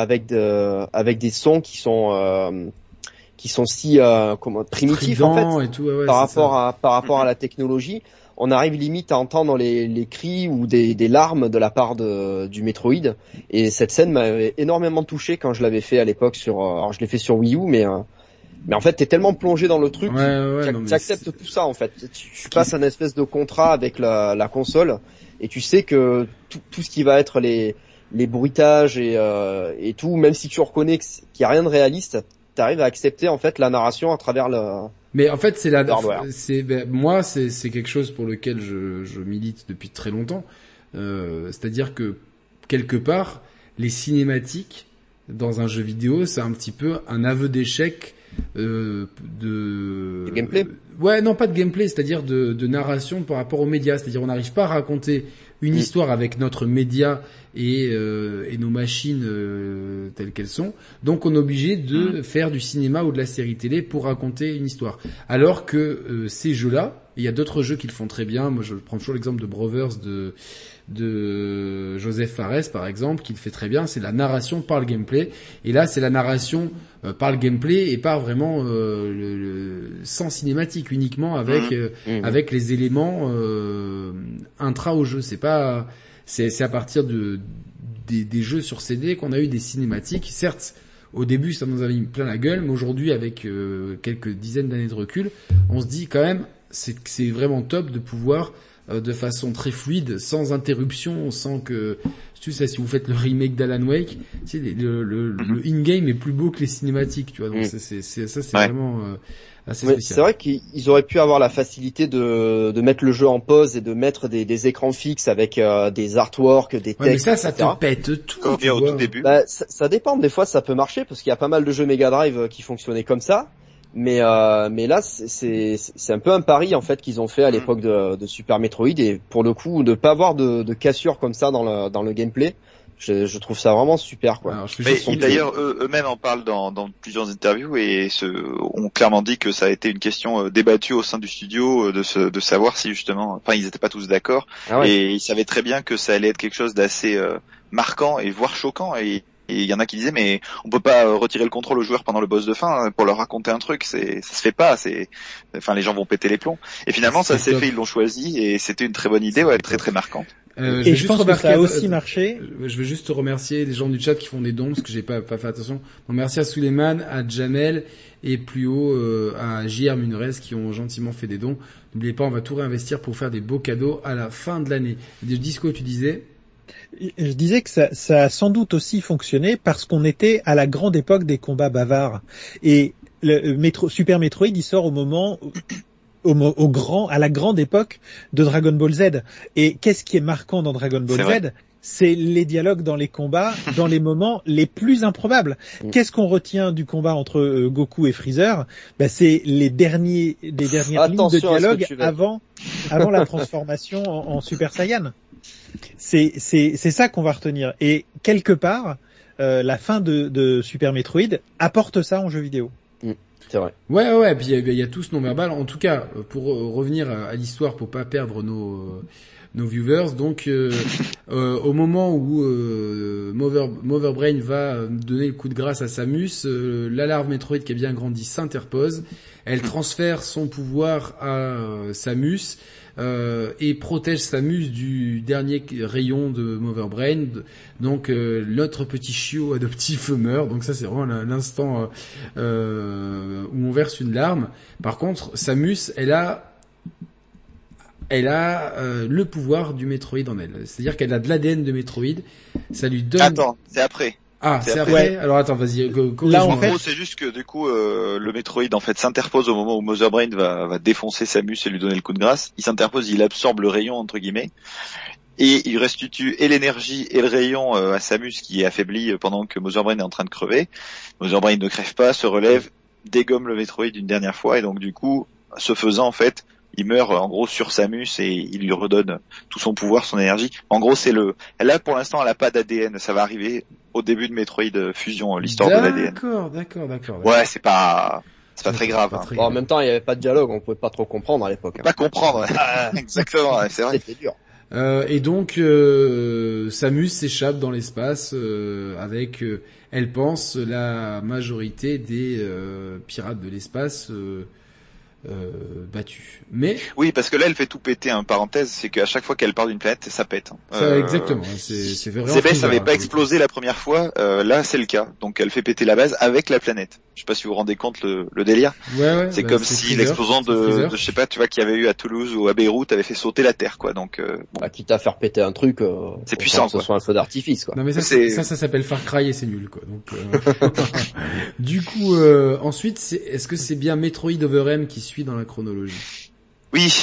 des sons qui sont si primitifs en fait et tout, ouais, par rapport à la technologie. On arrive limite à entendre les cris ou des larmes de la part du Metroid, et cette scène m'avait énormément touché quand je l'avais fait à l'époque alors je l'ai fait sur Wii U, mais en fait t'es tellement plongé dans le truc que tu acceptes tout ça en fait. Tu passes un espèce de contrat avec la console, et tu sais que tout ce qui va être les bruitages et tout, même si tu reconnais qu'il y a rien de réaliste, t'arrives à accepter en fait la narration à travers le. Mais en fait, c'est moi, c'est quelque chose pour lequel je milite depuis très longtemps. C'est-à-dire que quelque part, les cinématiques dans un jeu vidéo, c'est un petit peu un aveu d'échec de gameplay. Ouais, non, pas de gameplay, c'est-à-dire de narration par rapport aux médias. C'est-à-dire on n'arrive pas à raconter une histoire avec notre média et nos machines telles qu'elles sont. Donc on est obligé de faire du cinéma ou de la série télé pour raconter une histoire. Alors que ces jeux-là, il y a d'autres jeux qui le font très bien. Moi, je prends toujours l'exemple de Brothers de Joseph Fares, par exemple, qui le fait très bien. C'est la narration par le gameplay. Et là, c'est la narration par le gameplay et par vraiment sans cinématique, uniquement avec les éléments intra au jeu. C'est à partir des jeux sur CD qu'on a eu des cinématiques. Certes, au début, ça nous avait mis plein la gueule, mais aujourd'hui, avec quelques dizaines d'années de recul, on se dit quand même, c'est vraiment top de pouvoir, de façon très fluide, sans interruption, sans que, tu sais, si vous faites le remake d'Alan Wake, tu sais, le in-game est plus beau que les cinématiques, tu vois. Donc c'est vraiment assez spécial. C'est vrai qu'ils auraient pu avoir la facilité de mettre le jeu en pause et de mettre des écrans fixes avec des artworks, des textes. Ouais, mais ça te pète tout. Comme au tout début. Bah, ça dépend. Des fois, ça peut marcher parce qu'il y a pas mal de jeux Mega Drive qui fonctionnaient comme ça. Mais là, c'est un peu un pari en fait qu'ils ont fait à l'époque de Super Metroid, et pour le coup, de pas avoir de cassure comme ça dans le gameplay, je trouve ça vraiment super, quoi. Alors, mais d'ailleurs, eux-mêmes en parlent dans plusieurs interviews, et ont clairement dit que ça a été une question débattue au sein du studio de savoir si justement, enfin, ils étaient pas tous d'accord, et ils savaient très bien que ça allait être quelque chose d'assez marquant et voire choquant, et il y en a qui disaient mais on peut pas retirer le contrôle aux joueurs pendant le boss de fin pour leur raconter un truc, ça se fait pas, les gens vont péter les plombs. Et finalement ça s'est fait, ils l'ont choisi, et c'était une très bonne idée, très très marquante. Et je pense que ça a aussi marché. Je veux juste remercier les gens du chat qui font des dons, parce que j'ai pas fait attention. Donc merci à Suleiman, à Jamel, et plus haut, à JR Munres qui ont gentiment fait des dons. N'oubliez pas, on va tout réinvestir pour faire des beaux cadeaux à la fin de l'année. Disco, tu disais? Je disais que ça a sans doute aussi fonctionné parce qu'on était à la grande époque des combats bavards. Et le Super Metroid, il sort au moment à la grande époque de Dragon Ball Z. Et qu'est-ce qui est marquant dans Dragon Ball Z? C'est les dialogues dans les combats, dans les moments les plus improbables. Qu'est-ce qu'on retient du combat entre Goku et Freezer? C'est les dernières lignes de dialogue avant la transformation en Super Saiyan. C'est ça qu'on va retenir. Et quelque part, la fin de Super Metroid apporte ça en jeu vidéo. C'est vrai. Ouais. Puis il y a tout ce non-verbal. En tout cas, pour revenir à l'histoire, pour pas perdre nos viewers, donc au moment où Motherbrain va donner le coup de grâce à Samus, l'alarme Metroid qui est bien grandi s'interpose. Elle transfère son pouvoir à Samus et protège Samus du dernier rayon de Motherbrain. Donc notre petit chiot adoptif meurt. Donc ça c'est vraiment l'instant où on verse une larme. Par contre, Samus, elle a le pouvoir du Metroid en elle. C'est-à-dire qu'elle a de l'ADN de Metroid. Ça lui donne... Attends, c'est après. Ah, c'est après. Ouais. Alors attends, vas-y. Là, en gros, c'est juste que du coup, le Metroid en fait s'interpose au moment où Motherbrain va défoncer Samus et lui donner le coup de grâce. Il s'interpose, il absorbe le rayon entre guillemets, et il restitue et l'énergie et le rayon à Samus qui est affaibli pendant que Motherbrain est en train de crever. Motherbrain ne crève pas, se relève, dégomme le Metroid une dernière fois, et donc du coup, ce faisant en fait, il meurt en gros sur Samus et il lui redonne tout son pouvoir, son énergie. En gros, là pour l'instant, elle a pas d'ADN. Ça va arriver au début de Metroid Fusion, l'histoire de l'ADN. D'accord. Ouais, c'est pas très grave. Hein. En même temps, il y avait pas de dialogue, on pouvait pas trop comprendre à l'époque. Pas comprendre. Exactement, c'est vrai. C'était dur. Et donc Samus s'échappe dans l'espace avec, elle pense, la majorité des pirates de l'espace battus. Mais oui, parce que là elle fait tout péter. Parenthèse, c'est qu'à chaque fois qu'elle part d'une planète, ça pète. Ça, exactement. C'est vraiment. Zebes avait pas explosé la première fois. Là, c'est le cas. Donc elle fait péter la base avec la planète. Je sais pas si vous vous rendez compte le délire. Ouais. C'est comme si l'explosion de je sais pas, tu vois, qu'il y avait eu à Toulouse ou à Beyrouth avait fait sauter la Terre, quoi. Donc bon. Quitte à faire péter un truc, c'est puissant, que ce soit un feu d'artifice, quoi. Non mais ça s'appelle Far Cry et c'est nul, quoi. Donc du coup, ensuite, est-ce que c'est bien Metroid Other M qui suit dans la chronologie? Oui.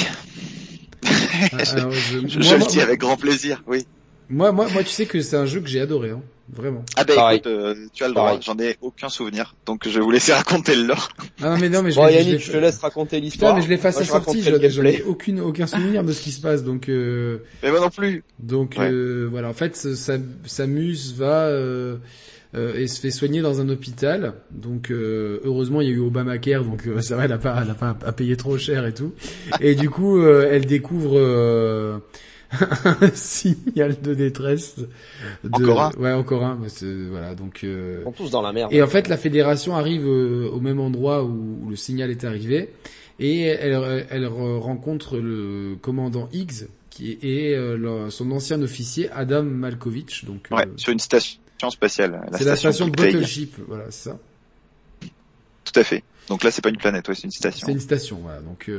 Alors, je le dis avec grand plaisir, oui. Moi, tu sais que c'est un jeu que j'ai adoré, hein. Vraiment. Ah écoute, tu as le droit, j'en ai aucun souvenir, donc je vais vous laisser raconter le lore. Ah non mais Yannick, je te laisse raconter l'histoire. Putain, mais je l'ai fait à sa sortie, j'en ai aucun souvenir de ce qui se passe, donc Mais moi non plus. Donc voilà, en fait, Samus va et se fait soigner dans un hôpital. Donc heureusement, il y a eu Obamacare, donc ça va, elle a pas à payer trop cher et tout. Et du coup, elle découvre un signal de détresse. Encore un. Ouais, encore un. Voilà, donc. Ils sont tous dans la merde. Et en fait, la fédération arrive au même endroit où le signal est arrivé, et elle rencontre le commandant Higgs, qui est son ancien officier Adam Malkovich. Donc. Sur une station spatiale. C'est la station Battleship, voilà, c'est ça. Tout à fait. Donc là, c'est pas une planète, c'est une station. C'est une station, voilà. Donc.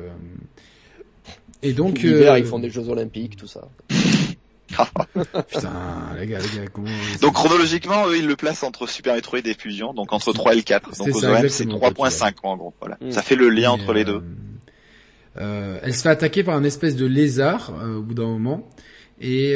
Et donc l'hiver, ils font des Jeux Olympiques, tout ça. Putain, les gars, comment... Donc chronologiquement, eux, ils le placent entre Super Metroid et Fusion, donc entre 3 et le 4. Donc aux OM, c'est 3.5 en gros. Voilà. Ça fait le lien entre les deux. Elle se fait attaquer par un espèce de lézard au bout d'un moment. Et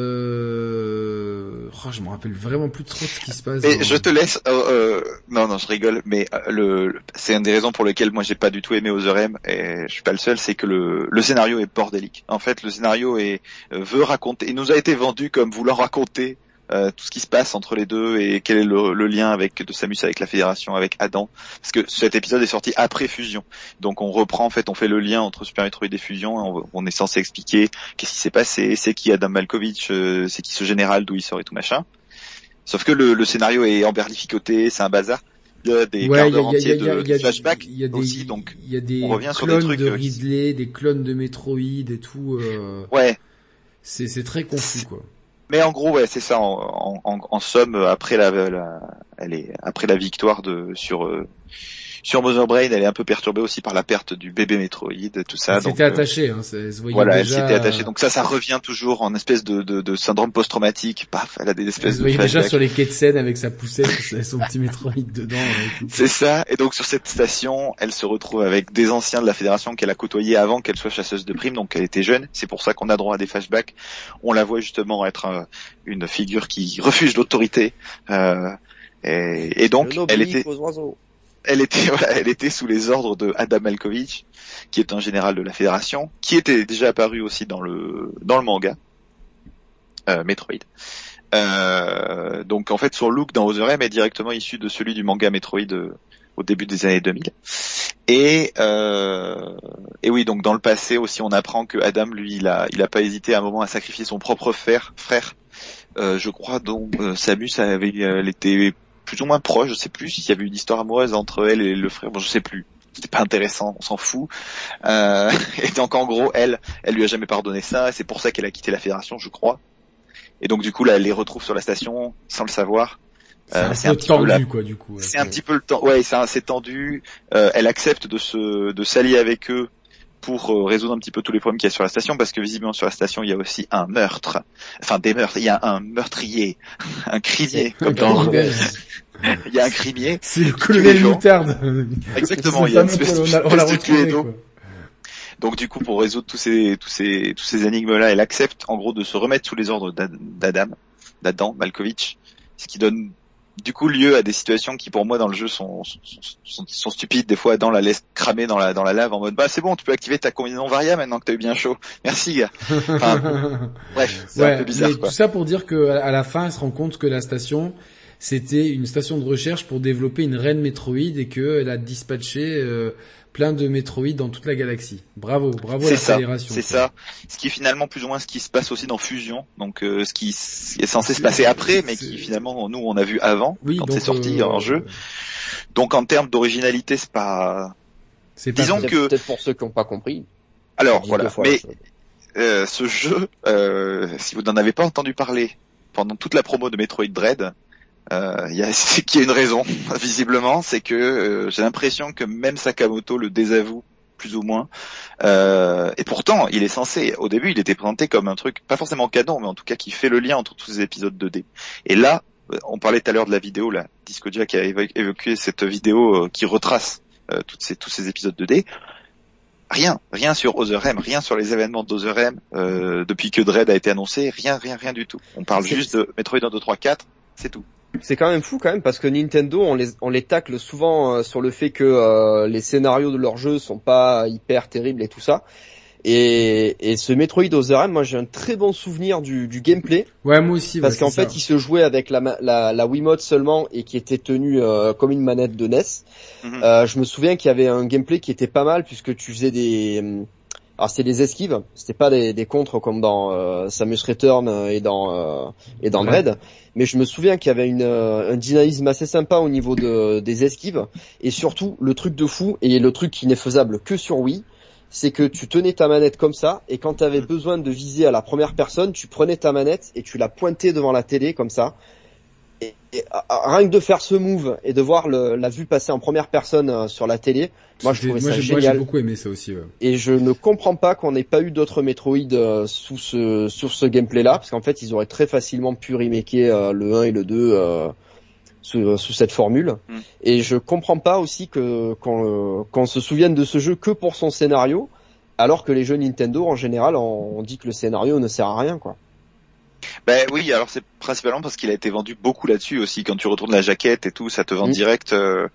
je me rappelle vraiment plus trop de ce qui se passe. Et je te laisse. Non, je rigole. Mais c'est une des raisons pour lesquelles moi j'ai pas du tout aimé Other M, et je suis pas le seul. C'est que le scénario est bordélique. En fait, le scénario veut raconter. Il nous a été vendu comme voulant raconter tout ce qui se passe entre les deux et quel est le lien de Samus avec la Fédération, avec Adam, parce que cet épisode est sorti après Fusion, donc on reprend, en fait, on fait le lien entre Super Metroid et Fusion, on est censé expliquer qu'est-ce qui s'est passé, c'est qui Adam Malkovich, c'est qui ce général, d'où il sort et tout machin, sauf que le scénario est emberlificoté, c'est un bazar. Il y a des quarts d'heure entiers de flashback aussi, donc il y a des on revient sur des trucs de Ridley, des clones de Metroid et tout. Ouais. c'est très confus, quoi. Mais en gros, ouais, c'est ça. En somme, après la victoire sur Mother Brain, elle est un peu perturbée aussi par la perte du bébé Metroid, tout ça. Elle s'était attachée, hein, ça se voyait voilà, déjà. Elle s'était attachée. Donc ça revient toujours en espèce de syndrome post-traumatique. Paf, elle a des espèces de flashbacks. Déjà sur les quais de Seine avec sa poussette, son petit Metroid dedans. C'est ça. Et donc sur cette station, elle se retrouve avec des anciens de la fédération qu'elle a côtoyés avant qu'elle soit chasseuse de primes. Donc elle était jeune. C'est pour ça qu'on a droit à des flashbacks. On la voit justement être une figure qui refuse l'autorité. Et donc elle était sous les ordres de Adam Malkovich, qui est un général de la Fédération, qui était déjà apparu aussi dans le manga Metroid. Donc en fait son look dans Other M est directement issu de celui du manga Metroid au début des années 2000. Et oui, donc dans le passé aussi on apprend que Adam, lui, il a pas hésité à un moment à sacrifier son propre frère. Je crois donc Samus elle était plus ou moins proche, je sais plus s'il y avait une histoire amoureuse entre elle et le frère, bon je sais plus, c'était pas intéressant, on s'en fout. Et donc en gros elle lui a jamais pardonné ça, et c'est pour ça qu'elle a quitté la fédération, je crois. Et donc du coup là elle les retrouve sur la station sans le savoir. C'est un peu tendu quoi du coup. C'est un petit peu le temps, ouais, c'est tendu. Elle accepte de s'allier avec eux pour résoudre un petit peu tous les problèmes qu'il y a sur la station, parce que visiblement sur la station il y a aussi un meurtre, enfin des meurtres, il y a un meurtrier, un crimier, comme dans il y a un crimier. C'est le colonel Moutarde. Exactement, il y a une espèce de Cluedo. Donc du coup pour résoudre tous ces énigmes là, elle accepte en gros de se remettre sous les ordres d'Adam Malkovich, ce qui donne du coup lieu à des situations qui pour moi dans le jeu sont stupides. Des fois Adam la laisse cramer dans la lave en mode bah c'est bon, tu peux activer ta combinaison Varia maintenant que t'as eu bien chaud. Merci gars. Enfin, bref, c'est un peu bizarre quoi. Tout ça pour dire que à la fin elle se rend compte que la station c'était une station de recherche pour développer une reine Metroid et qu'elle a dispatché plein de Metroid dans toute la galaxie. Bravo à la fédération. C'est ça. Ce qui est finalement plus ou moins ce qui se passe aussi dans Fusion. Donc ce qui est censé se passer après, mais qui finalement nous on a vu avant quand c'est sorti en jeu. Donc en termes d'originalité, c'est pas. Disons que peut-être pour ceux qui n'ont pas compris. Alors voilà. Mais ce jeu, si vous n'en avez pas entendu parler pendant toute la promo de Metroid Dread. Il y a une raison visiblement, c'est que j'ai l'impression que même Sakamoto le désavoue plus ou moins, et pourtant il est censé, au début il était présenté comme un truc pas forcément canon, mais en tout cas qui fait le lien entre tous ces épisodes 2D. Et là on parlait tout à l'heure de la vidéo, là Discodia qui a évoqué cette vidéo qui retrace tous ces épisodes 2D. Rien sur Other M, rien sur les événements d'Other M depuis que Dread a été annoncé, rien du tout. On parle juste de Metroid 1, 2, 3, 4, c'est tout. C'est quand même fou quand même, parce que Nintendo on les tacle souvent sur le fait que les scénarios de leurs jeux sont pas hyper terribles et tout ça. Et ce Metroid Other M, moi j'ai un très bon souvenir du gameplay. Ouais, moi aussi. Parce qu'en fait, il se jouait avec la Wiimote seulement et qui était tenue comme une manette de NES. Mm-hmm. Je me souviens qu'il y avait un gameplay qui était pas mal puisque tu faisais alors c'était des esquives, c'était pas des contres comme dans Samus Return et dans Dread, mais je me souviens qu'il y avait un dynamisme assez sympa au niveau des esquives, et surtout le truc de fou et le truc qui n'est faisable que sur Wii, c'est que tu tenais ta manette comme ça et quand tu avais besoin de viser à la première personne, tu prenais ta manette et tu la pointais devant la télé comme ça. Et rien que de faire ce move et de voir la vue passer en première personne sur la télé, moi je trouvais ça génial. Moi j'ai beaucoup aimé ça aussi. Ouais. Et je ne comprends pas qu'on n'ait pas eu d'autres Metroid sur ce gameplay-là, parce qu'en fait ils auraient très facilement pu remaker le 1 et le 2 sous cette formule. Et je comprends pas aussi qu'on se souvienne de ce jeu que pour son scénario, alors que les jeux Nintendo en général on dit que le scénario ne sert à rien quoi. Ben oui, alors c'est principalement parce qu'il a été vendu beaucoup là-dessus aussi. Quand tu retournes la jaquette et tout, ça te vend direct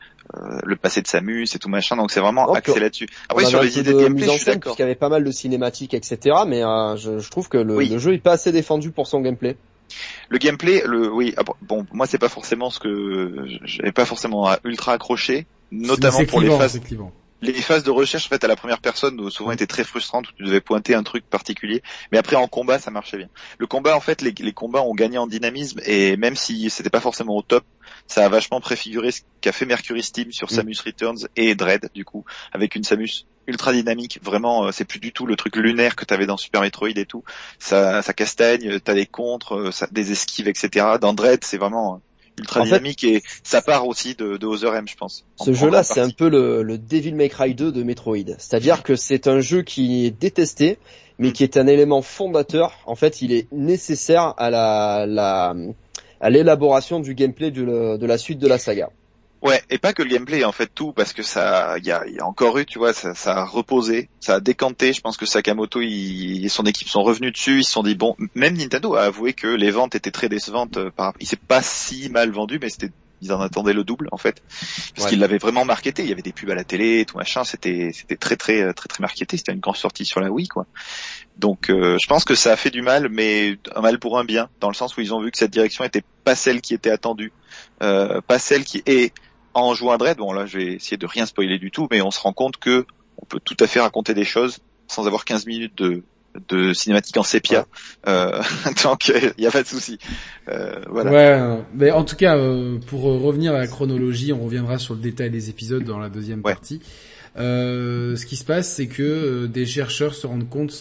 le passé de Samus et tout machin, donc c'est vraiment axé là-dessus. Après sur les idées de gameplay, je suis d'accord. Puisqu'il y avait pas mal de cinématiques, etc. Mais je trouve que le jeu est pas assez défendu pour son gameplay. Le gameplay, bon, moi c'est pas forcément ce que j'avais pas forcément ultra accroché, notamment pour les phases. Les phases de recherche, en fait, à la première personne, souvent étaient très frustrantes, où tu devais pointer un truc particulier. Mais après, en combat, ça marchait bien. Le combat, en fait, les combats ont gagné en dynamisme, et même si c'était pas forcément au top, ça a vachement préfiguré ce qu'a fait Mercury Steam sur Samus Returns et Dread, du coup, avec une Samus ultra dynamique. Vraiment, c'est plus du tout le truc lunaire que t'avais dans Super Metroid et tout. Ça castagne, t'as des contres, des esquives, etc. Dans Dread, c'est vraiment ultra dynamique et ça part aussi de Other M, je pense. Ce jeu-là, c'est un peu le Devil May Cry 2 de Metroid. C'est-à-dire que c'est un jeu qui est détesté, mais qui est un élément fondateur. En fait, il est nécessaire à l'élaboration du gameplay de la suite de la saga. Ouais, et pas que le gameplay, en fait, tout, parce que il y a encore eu, tu vois, ça a reposé, ça a décanté. Je pense que Sakamoto et son équipe sont revenus dessus. Ils se sont dit, bon, même Nintendo a avoué que les ventes étaient très décevantes. Il s'est pas si mal vendu, mais ils en attendaient le double, en fait, parce qu'ils l'avaient vraiment marketé. Il y avait des pubs à la télé, tout machin. C'était très marketé. C'était une grande sortie sur la Wii, quoi. Donc, je pense que ça a fait du mal, mais un mal pour un bien, dans le sens où ils ont vu que cette direction était pas celle qui était attendue, pas celle qui est. En jouant à Dread, bon là je vais essayer de rien spoiler du tout, mais on se rend compte que on peut tout à fait raconter des choses sans avoir 15 minutes de cinématique en sépia. Donc il y a pas de souci. Voilà. Ouais, mais en tout cas pour revenir à la chronologie, on reviendra sur le détail des épisodes dans la deuxième partie. Ce qui se passe, c'est que des chercheurs se rendent compte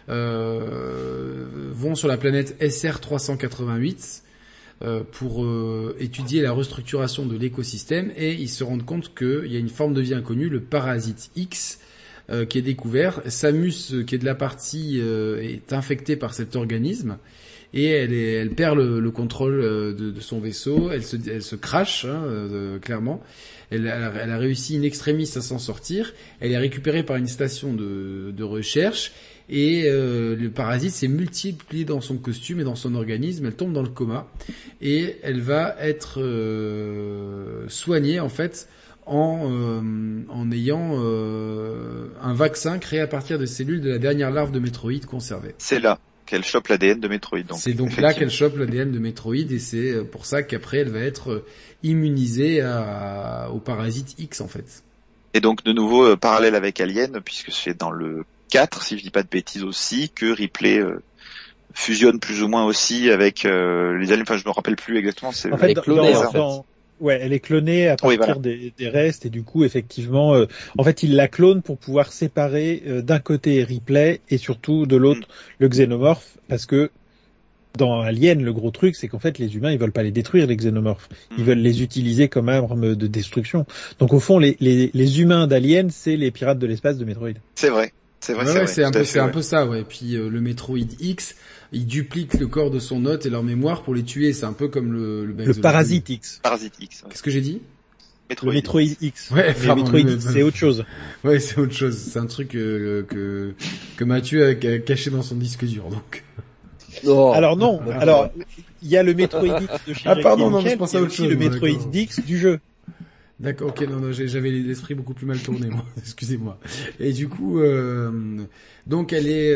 vont sur la planète SR388 pour étudier la restructuration de l'écosystème et ils se rendent compte qu'il y a une forme de vie inconnue, le parasite X, qui est découvert. Samus, qui est de la partie, est infectée par cet organisme et elle perd le contrôle de son vaisseau. Elle se crache, clairement. Elle a réussi in extremis à s'en sortir. Elle est récupérée par une station de recherche. Et le parasite s'est multiplié dans son costume et dans son organisme. Elle tombe dans le coma et elle va être soignée en fait en ayant un vaccin créé à partir des cellules de la dernière larve de Metroid conservée. C'est là qu'elle chope l'ADN de Metroid. C'est donc là qu'elle chope l'ADN de Metroid et c'est pour ça qu'après elle va être immunisée au parasite X en fait. Et donc de nouveau parallèle avec Alien puisque c'est dans le 4, si je dis pas de bêtises aussi, que Ripley fusionne plus ou moins aussi avec les aliens. Enfin, je me rappelle plus exactement. C'est en fait, ouais, elle est clonée à partir des restes et du coup, effectivement, en fait, il la clone pour pouvoir séparer d'un côté Ripley et surtout de l'autre le xénomorphe, parce que dans Alien, le gros truc, c'est qu'en fait, les humains, ils veulent pas les détruire, les xénomorphes. Ils veulent les utiliser comme arme de destruction. Donc, au fond, les humains d'Alien, c'est les pirates de l'espace de Metroid. C'est vrai. C'est un peu ça, ouais. Puis le Metroid X, il duplique le corps de son hôte et leur mémoire pour les tuer. C'est un peu comme le Parasite X. Parasite X. Ouais. Qu'est-ce que j'ai dit? Le Metroid X. Ouais, Metroid X, c'est autre chose. Ouais, c'est autre chose. C'est un truc que Mathieu a caché dans son disque dur, donc. Oh. Alors non. Alors il y a le Metroid X de chez je pense à autre chose. Le Metroid X du jeu. D'accord, ok, non, j'avais l'esprit beaucoup plus mal tourné, moi. Excusez-moi. Et du coup, donc elle est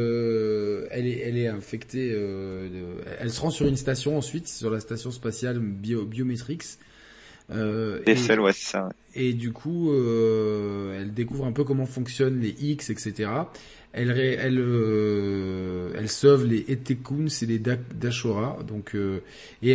infectée. Elle se rend sur une station ensuite, sur la station spatiale Biometrix. BSL, ouais, c'est ça. Ouais. Et du coup, elle découvre un peu comment fonctionnent les X, etc. Elle sauve les Etekuns et les Dashora, donc et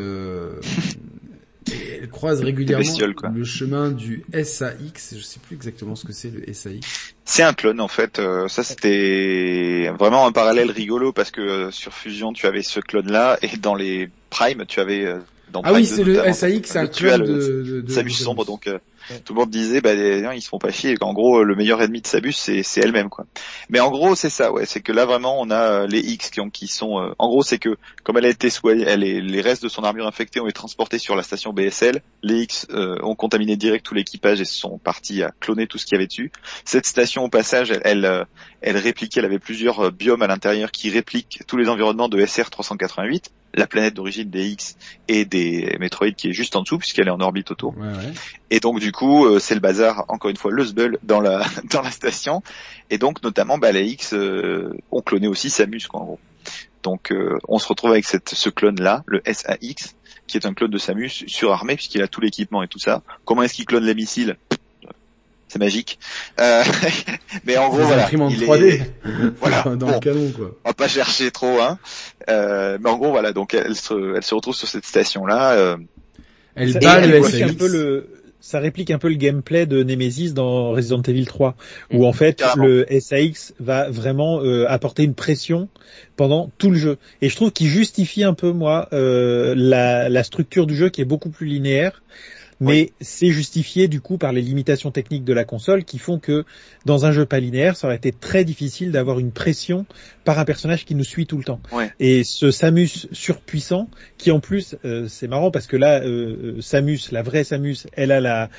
elle croise régulièrement le chemin du SAX. Je sais plus exactement ce que c'est le SAX. C'est un clone en fait. Ça c'était vraiment un parallèle rigolo parce que sur Fusion tu avais ce clone-là et dans les Prime tu avais dans Prime oui, c'est le SAX, c'est un clone de Samus sombre. Donc tout le monde disait ils se font pas chier. En gros le meilleur ennemi de Samus c'est elle-même quoi. Mais en gros c'est ça ouais, c'est que là vraiment on a les X qui sont en gros c'est que comme elle a été soignée, les restes de son armure infectée ont été transportés sur la station BSL. Les X ont contaminé direct tout l'équipage et sont partis à cloner tout ce qu'il y avait dessus. Cette station au passage elle répliquait, elle avait plusieurs biomes à l'intérieur qui répliquent tous les environnements de SR388, la planète d'origine des X et des Metroid qui est juste en dessous puisqu'elle est en orbite autour. Ouais. Et donc du coup c'est le bazar, encore une fois le zbeul dans la station. Et donc notamment les X ont cloné aussi Samus quoi en gros. Donc on se retrouve avec ce clone là, le SAX, qui est un clone de Samus surarmé puisqu'il a tout l'équipement et tout ça. Comment est-ce qu'il clone les missiles? C'est magique. Mais en gros, voilà. Imprimante 3D. Voilà. Dans le canon, quoi. On va pas chercher trop, hein. Mais en gros, voilà. Donc, elle se retrouve sur cette station-là. Elle bat le SAX. ça réplique un peu le gameplay de Nemesis dans Resident Evil 3, où en fait le SAX va vraiment apporter une pression pendant tout le jeu. Et je trouve qu'il justifie un peu, moi, la structure du jeu qui est beaucoup plus linéaire. Mais c'est justifié du coup par les limitations techniques de la console qui font que dans un jeu pas linéaire, ça aurait été très difficile d'avoir une pression par un personnage qui nous suit tout le temps. Et ce Samus surpuissant, qui en plus, c'est marrant parce que là, Samus, la vraie Samus, elle a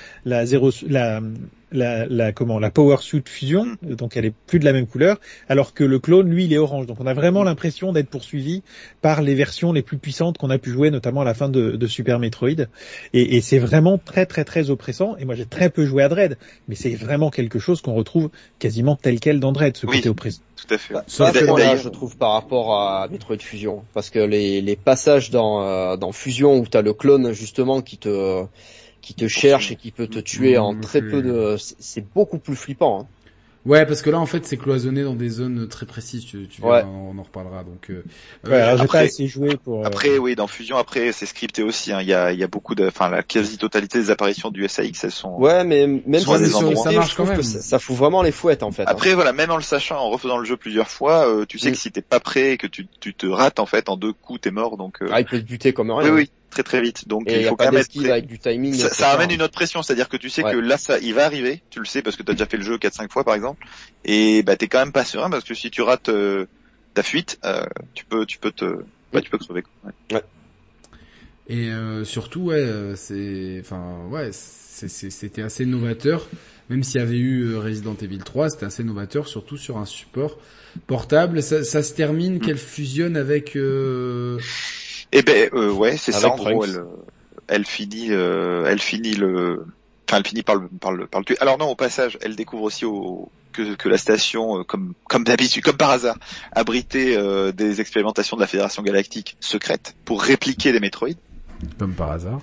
la Power Suit Fusion, donc elle est plus de la même couleur, alors que le clone, lui, il est orange. Donc on a vraiment l'impression d'être poursuivi par les versions les plus puissantes qu'on a pu jouer, notamment à la fin de Super Metroid. Et c'est vraiment très très très oppressant. Et moi j'ai très peu joué à Dread, mais c'est vraiment quelque chose qu'on retrouve quasiment tel quel dans Dread, ce côté oppressant. Tout à fait. Là, je trouve par rapport à Metroid Fusion, parce que les passages dans Fusion où t'as le clone justement qui te cherche et qui peut te tuer en très peu de... C'est beaucoup plus flippant. Hein. Ouais, parce que là, en fait, c'est cloisonné dans des zones très précises. Tu verras, on en reparlera. Donc, alors j'ai pas assez joué pour. Après, oui, dans Fusion, après, c'est scripté aussi. Hein. Il y a beaucoup de, enfin, la quasi-totalité des apparitions du SAX, elles sont. Ouais, mais même si ça marche quand même. Ça fout vraiment les fouettes, en fait. Après, voilà, même en le sachant, en refaisant le jeu plusieurs fois, tu sais que si t'es pas prêt et que tu te rates, en fait, en 2 coups, t'es mort. Donc. Il peut te buter comme rien. Oui. Très très vite. Donc et il faut quand même être avec du timing. Ça amène une autre pression, c'est-à-dire que tu sais que là il va arriver, tu le sais parce que tu as déjà fait le jeu 4-5 fois par exemple, et t'es quand même pas serein parce que si tu rates ta fuite, tu peux crever quoi. Ouais. Et surtout c'était assez novateur, même s'il y avait eu Resident Evil 3, c'était assez novateur surtout sur un support portable. Ça se termine qu'elle fusionne avec c'est ça. En gros, elle finit par le tuer. Alors non, au passage, elle découvre aussi que la station, comme d'habitude, comme par hasard, abritait des expérimentations de la Fédération Galactique secrètes pour répliquer les Metroid. Comme par hasard.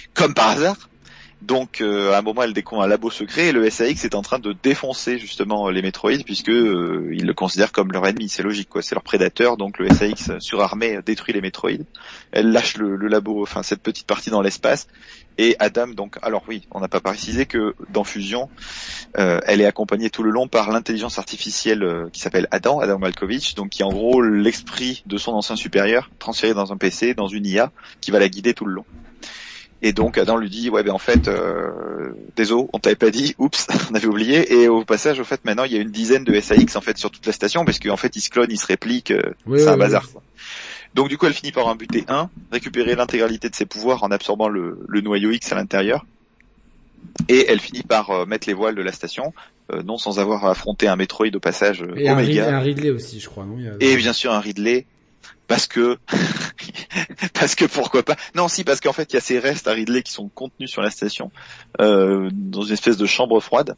Donc à un moment elle découvre un labo secret et le SAX est en train de défoncer justement les Metroid puisque ils le considèrent comme leur ennemi, c'est logique quoi, c'est leur prédateur, donc le SAX surarmé détruit les Metroid. Elle lâche le labo, enfin cette petite partie dans l'espace et Adam donc alors oui, on n'a pas précisé que dans Fusion elle est accompagnée tout le long par l'intelligence artificielle qui s'appelle Adam Malkovich, donc qui est en gros l'esprit de son ancien supérieur transféré dans un PC, dans une IA qui va la guider tout le long. Et donc Adam lui dit en fait désolé, on t'avait pas dit, oups, on avait oublié. Et au passage au fait maintenant il y a une dizaine de SAX en fait sur toute la station parce qu'en fait ils se clonent, ils se répliquent, c'est un bazar quoi. Donc du coup elle finit par en buter un, récupérer l'intégralité de ses pouvoirs en absorbant le noyau X à l'intérieur. Et elle finit par mettre les voiles de la station, non sans avoir affronté un Metroid au passage et Omega. Un Ridley aussi je crois, non Et bien sûr un Ridley. Parce que pourquoi pas. Non, si, parce qu'en fait, il y a ces restes à Ridley qui sont contenus sur la station, dans une espèce de chambre froide.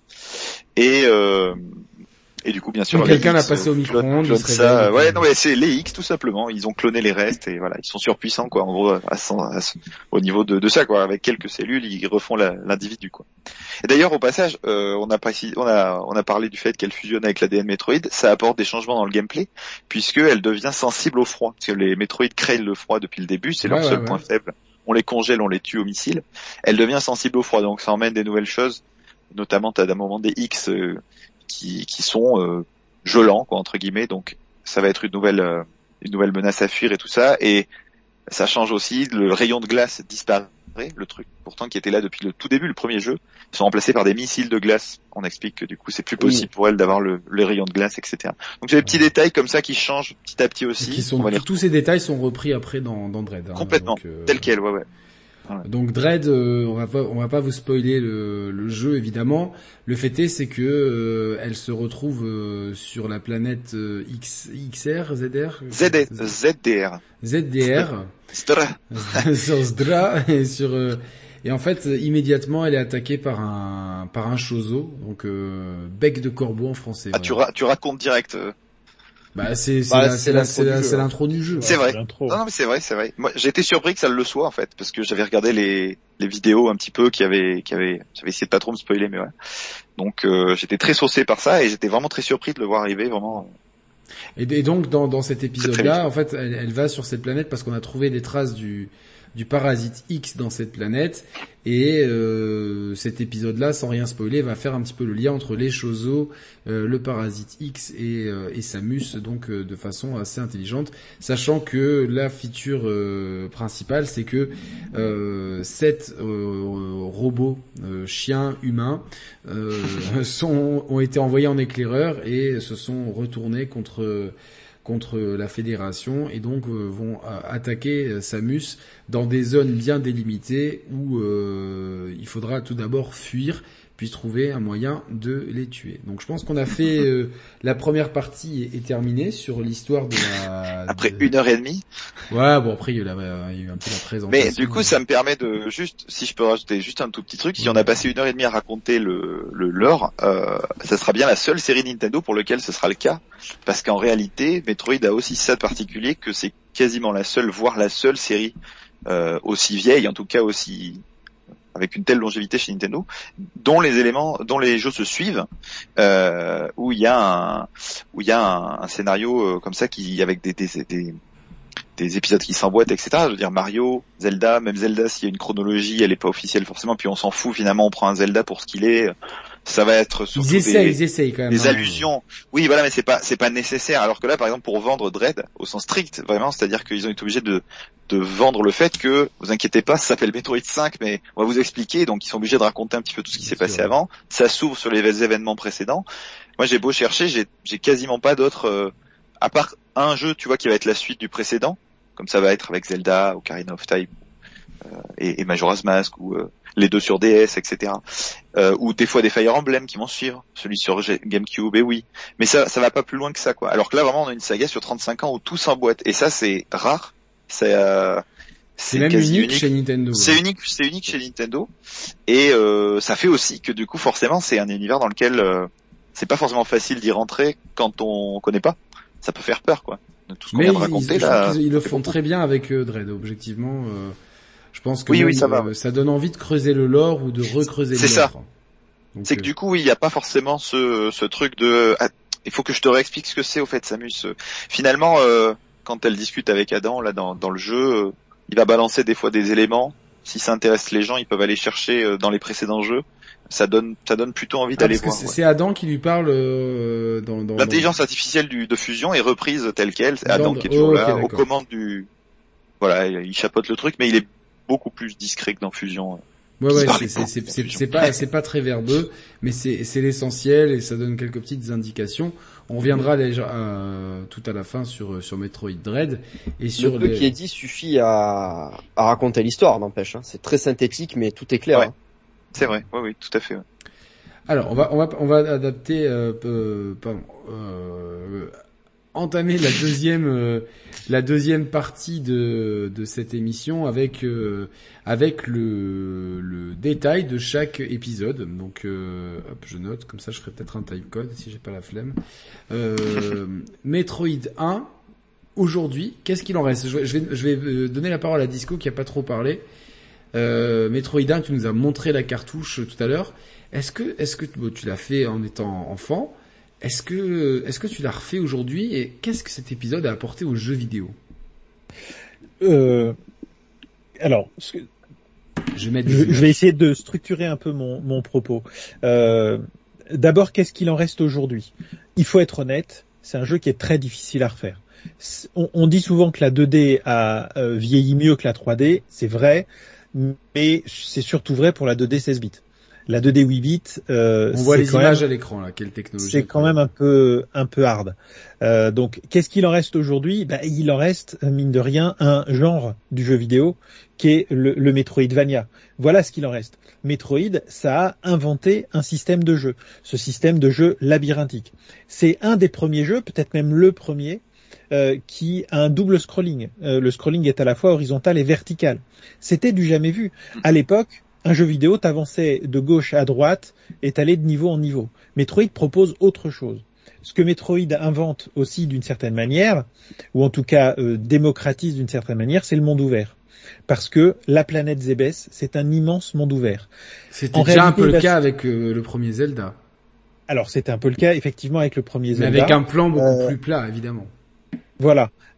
Et du coup, bien sûr, quelqu'un l'a passé au micro-ondes. C'est les X, tout simplement. Ils ont cloné les restes et voilà, ils sont surpuissants, quoi. En gros, au niveau de ça, quoi. Avec quelques cellules, ils refont l'individu, quoi. Et d'ailleurs, au passage, on a parlé du fait qu'elle fusionne avec l'ADN Metroid. Ça apporte des changements dans le gameplay, puisque elle devient sensible au froid. Parce que les Metroid craignent le froid depuis le début, c'est leur seul point faible. On les congèle, on les tue au missile. Elle devient sensible au froid, donc ça emmène des nouvelles choses. Notamment, t'as d'un moment des X, qui sont gelants quoi entre guillemets, donc ça va être une nouvelle menace à fuir et tout ça, et ça change aussi, le rayon de glace disparaît, le truc pourtant qui était là depuis le tout début, le premier jeu, ils sont remplacés par des missiles de glace. On explique que du coup c'est plus possible pour elle d'avoir les rayons de glace, etc. Donc c'est des petits détails comme ça qui changent petit à petit aussi. Tous ces détails sont repris après dans Dread. Hein, complètement, tel quel, ouais. Voilà. Donc Dread, on va pas vous spoiler le jeu évidemment. Le fait est, c'est que elle se retrouve sur la planète XR, ZDR. Sur Zdra et en fait immédiatement elle est attaquée par un chozo, donc bec de corbeau en français. Ah voilà. Tu racontes direct. C'est l'intro du jeu. C'est vrai. Non, mais c'est vrai. Moi, j'ai été surpris que ça le soit, en fait, parce que j'avais regardé les vidéos un petit peu j'avais essayé de pas trop me spoiler, mais ouais. Donc, j'étais très saucé par ça et j'étais vraiment très surpris de le voir arriver, vraiment. Et donc, dans cet épisode-là, en fait, elle va sur cette planète parce qu'on a trouvé des traces du parasite X dans cette planète. Et cet épisode-là, sans rien spoiler, va faire un petit peu le lien entre les Chozo, le parasite X et Samus, donc de façon assez intelligente, sachant que la feature principale, c'est que 7 robots chiens humains ont été envoyés en éclaireur et se sont retournés contre la fédération et donc vont attaquer Samus dans des zones bien délimitées où il faudra tout d'abord fuir puis trouver un moyen de les tuer. Donc je pense qu'on a fait la première partie est terminée sur l'histoire de la... Après 1h30. Ouais, bon après il y a eu un peu la présentation. Mais du coup ça me permet de juste, si je peux rajouter juste un tout petit truc, si on a passé 1h30 à raconter le lore, ça sera bien la seule série Nintendo pour laquelle ce sera le cas, parce qu'en réalité Metroid a aussi ça de particulier que c'est quasiment la seule, voire la seule série aussi vieille, en tout cas aussi avec une telle longévité chez Nintendo, dont les jeux se suivent, où il y a un scénario comme ça qui avec des épisodes qui s'emboîtent, etc. Je veux dire Mario, Zelda, même Zelda s'il y a une chronologie, elle est pas officielle forcément, puis on s'en fout finalement, on prend un Zelda pour ce qu'il est. Ça va être surtout ils essayent quand même. Des allusions. Oui, voilà, mais c'est pas nécessaire. Alors que là, par exemple, pour vendre Dread au sens strict, vraiment, c'est-à-dire qu'ils ont été obligés de vendre le fait que, vous inquiétez pas, ça s'appelle Metroid 5, mais on va vous expliquer. Donc, ils sont obligés de raconter un petit peu tout ce qui s'est passé avant. Ça s'ouvre sur les événements précédents. Moi, j'ai beau chercher, j'ai quasiment pas d'autres, à part un jeu, tu vois, qui va être la suite du précédent, comme ça va être avec Zelda, Ocarina of Time, et Majora's Mask, ou les deux sur DS, etc. Ou des fois des Fire Emblem qui vont suivre, celui sur GameCube, et oui. Mais ça va pas plus loin que ça, quoi. Alors que là, vraiment, on a une saga sur 35 ans où tout s'emboîte. Et ça, c'est rare. C'est même unique chez Nintendo. C'est unique chez Nintendo. Et ça fait aussi que du coup, forcément, c'est un univers dans lequel c'est pas forcément facile d'y rentrer quand on connaît pas. Ça peut faire peur, quoi. Tout ce qu'on vient de raconter, là. Ils le font très bien avec Dread, objectivement. Je pense que oui, ça donne envie de creuser le lore ou de recreuser le lore. C'est ça. C'est que du coup, oui, il n'y a pas forcément ce truc de... il faut que je te réexplique ce que c'est, au fait, Samus. Finalement, quand elle discute avec Adam, là, dans le jeu, il va balancer des fois des éléments. Si ça intéresse les gens, ils peuvent aller chercher dans les précédents jeux. Ça donne plutôt envie d'aller voir. Parce que c'est Adam qui lui parle dans l'intelligence artificielle de fusion est reprise telle quelle. C'est Adam qui est toujours là, aux commandes du... Voilà, il chapeaute le truc, mais il est beaucoup plus discret que dans Fusion. Ouais, c'est pas très verbeux, mais c'est l'essentiel et ça donne quelques petites indications. On reviendra déjà tout à la fin sur Metroid Dread et sur le peu qui est dit suffit à raconter l'histoire, n'empêche. Hein. C'est très synthétique, mais tout est clair. Ouais. Hein. C'est vrai, oui, tout à fait. Ouais. Alors, on va adapter, entamer la deuxième partie de cette émission avec le détail de chaque épisode. Donc, hop, je note, comme ça je ferai peut-être un timecode si j'ai pas la flemme. Metroid 1, aujourd'hui, qu'est-ce qu'il en reste? Je vais donner la parole à Disco qui a pas trop parlé. Metroid 1, tu nous as montré la cartouche tout à l'heure. Est-ce que tu l'as fait en étant enfant? Est-ce que tu l'as refait aujourd'hui et qu'est-ce que cet épisode a apporté aux jeux vidéo? Alors, je vais essayer de structurer un peu mon propos. D'abord, qu'est-ce qu'il en reste aujourd'hui? Il faut être honnête, c'est un jeu qui est très difficile à refaire. On dit souvent que la 2D a vieilli mieux que la 3D, c'est vrai, mais c'est surtout vrai pour la 2D 16 bits. La 2D 8 bits, on voit les images à l'écran là, quelle technologie. C'est quand même un peu hard. Donc, qu'est-ce qu'il en reste aujourd'hui? Il en reste, mine de rien, un genre du jeu vidéo qui est le Metroidvania. Voilà ce qu'il en reste. Metroid, ça a inventé un système de jeu. Ce système de jeu labyrinthique. C'est un des premiers jeux, peut-être même le premier, qui a un double scrolling. Le scrolling est à la fois horizontal et vertical. C'était du jamais vu. À l'époque, un jeu vidéo, t'avançais de gauche à droite et t'allais de niveau en niveau. Metroid propose autre chose. Ce que Metroid invente aussi d'une certaine manière, ou en tout cas démocratise d'une certaine manière, c'est le monde ouvert. Parce que la planète Zébès, c'est un immense monde ouvert. C'était déjà un peu le cas avec le premier Zelda. Alors c'était un peu le cas effectivement avec le premier Zelda. Mais avec un plan beaucoup plus plat, évidemment. Voilà.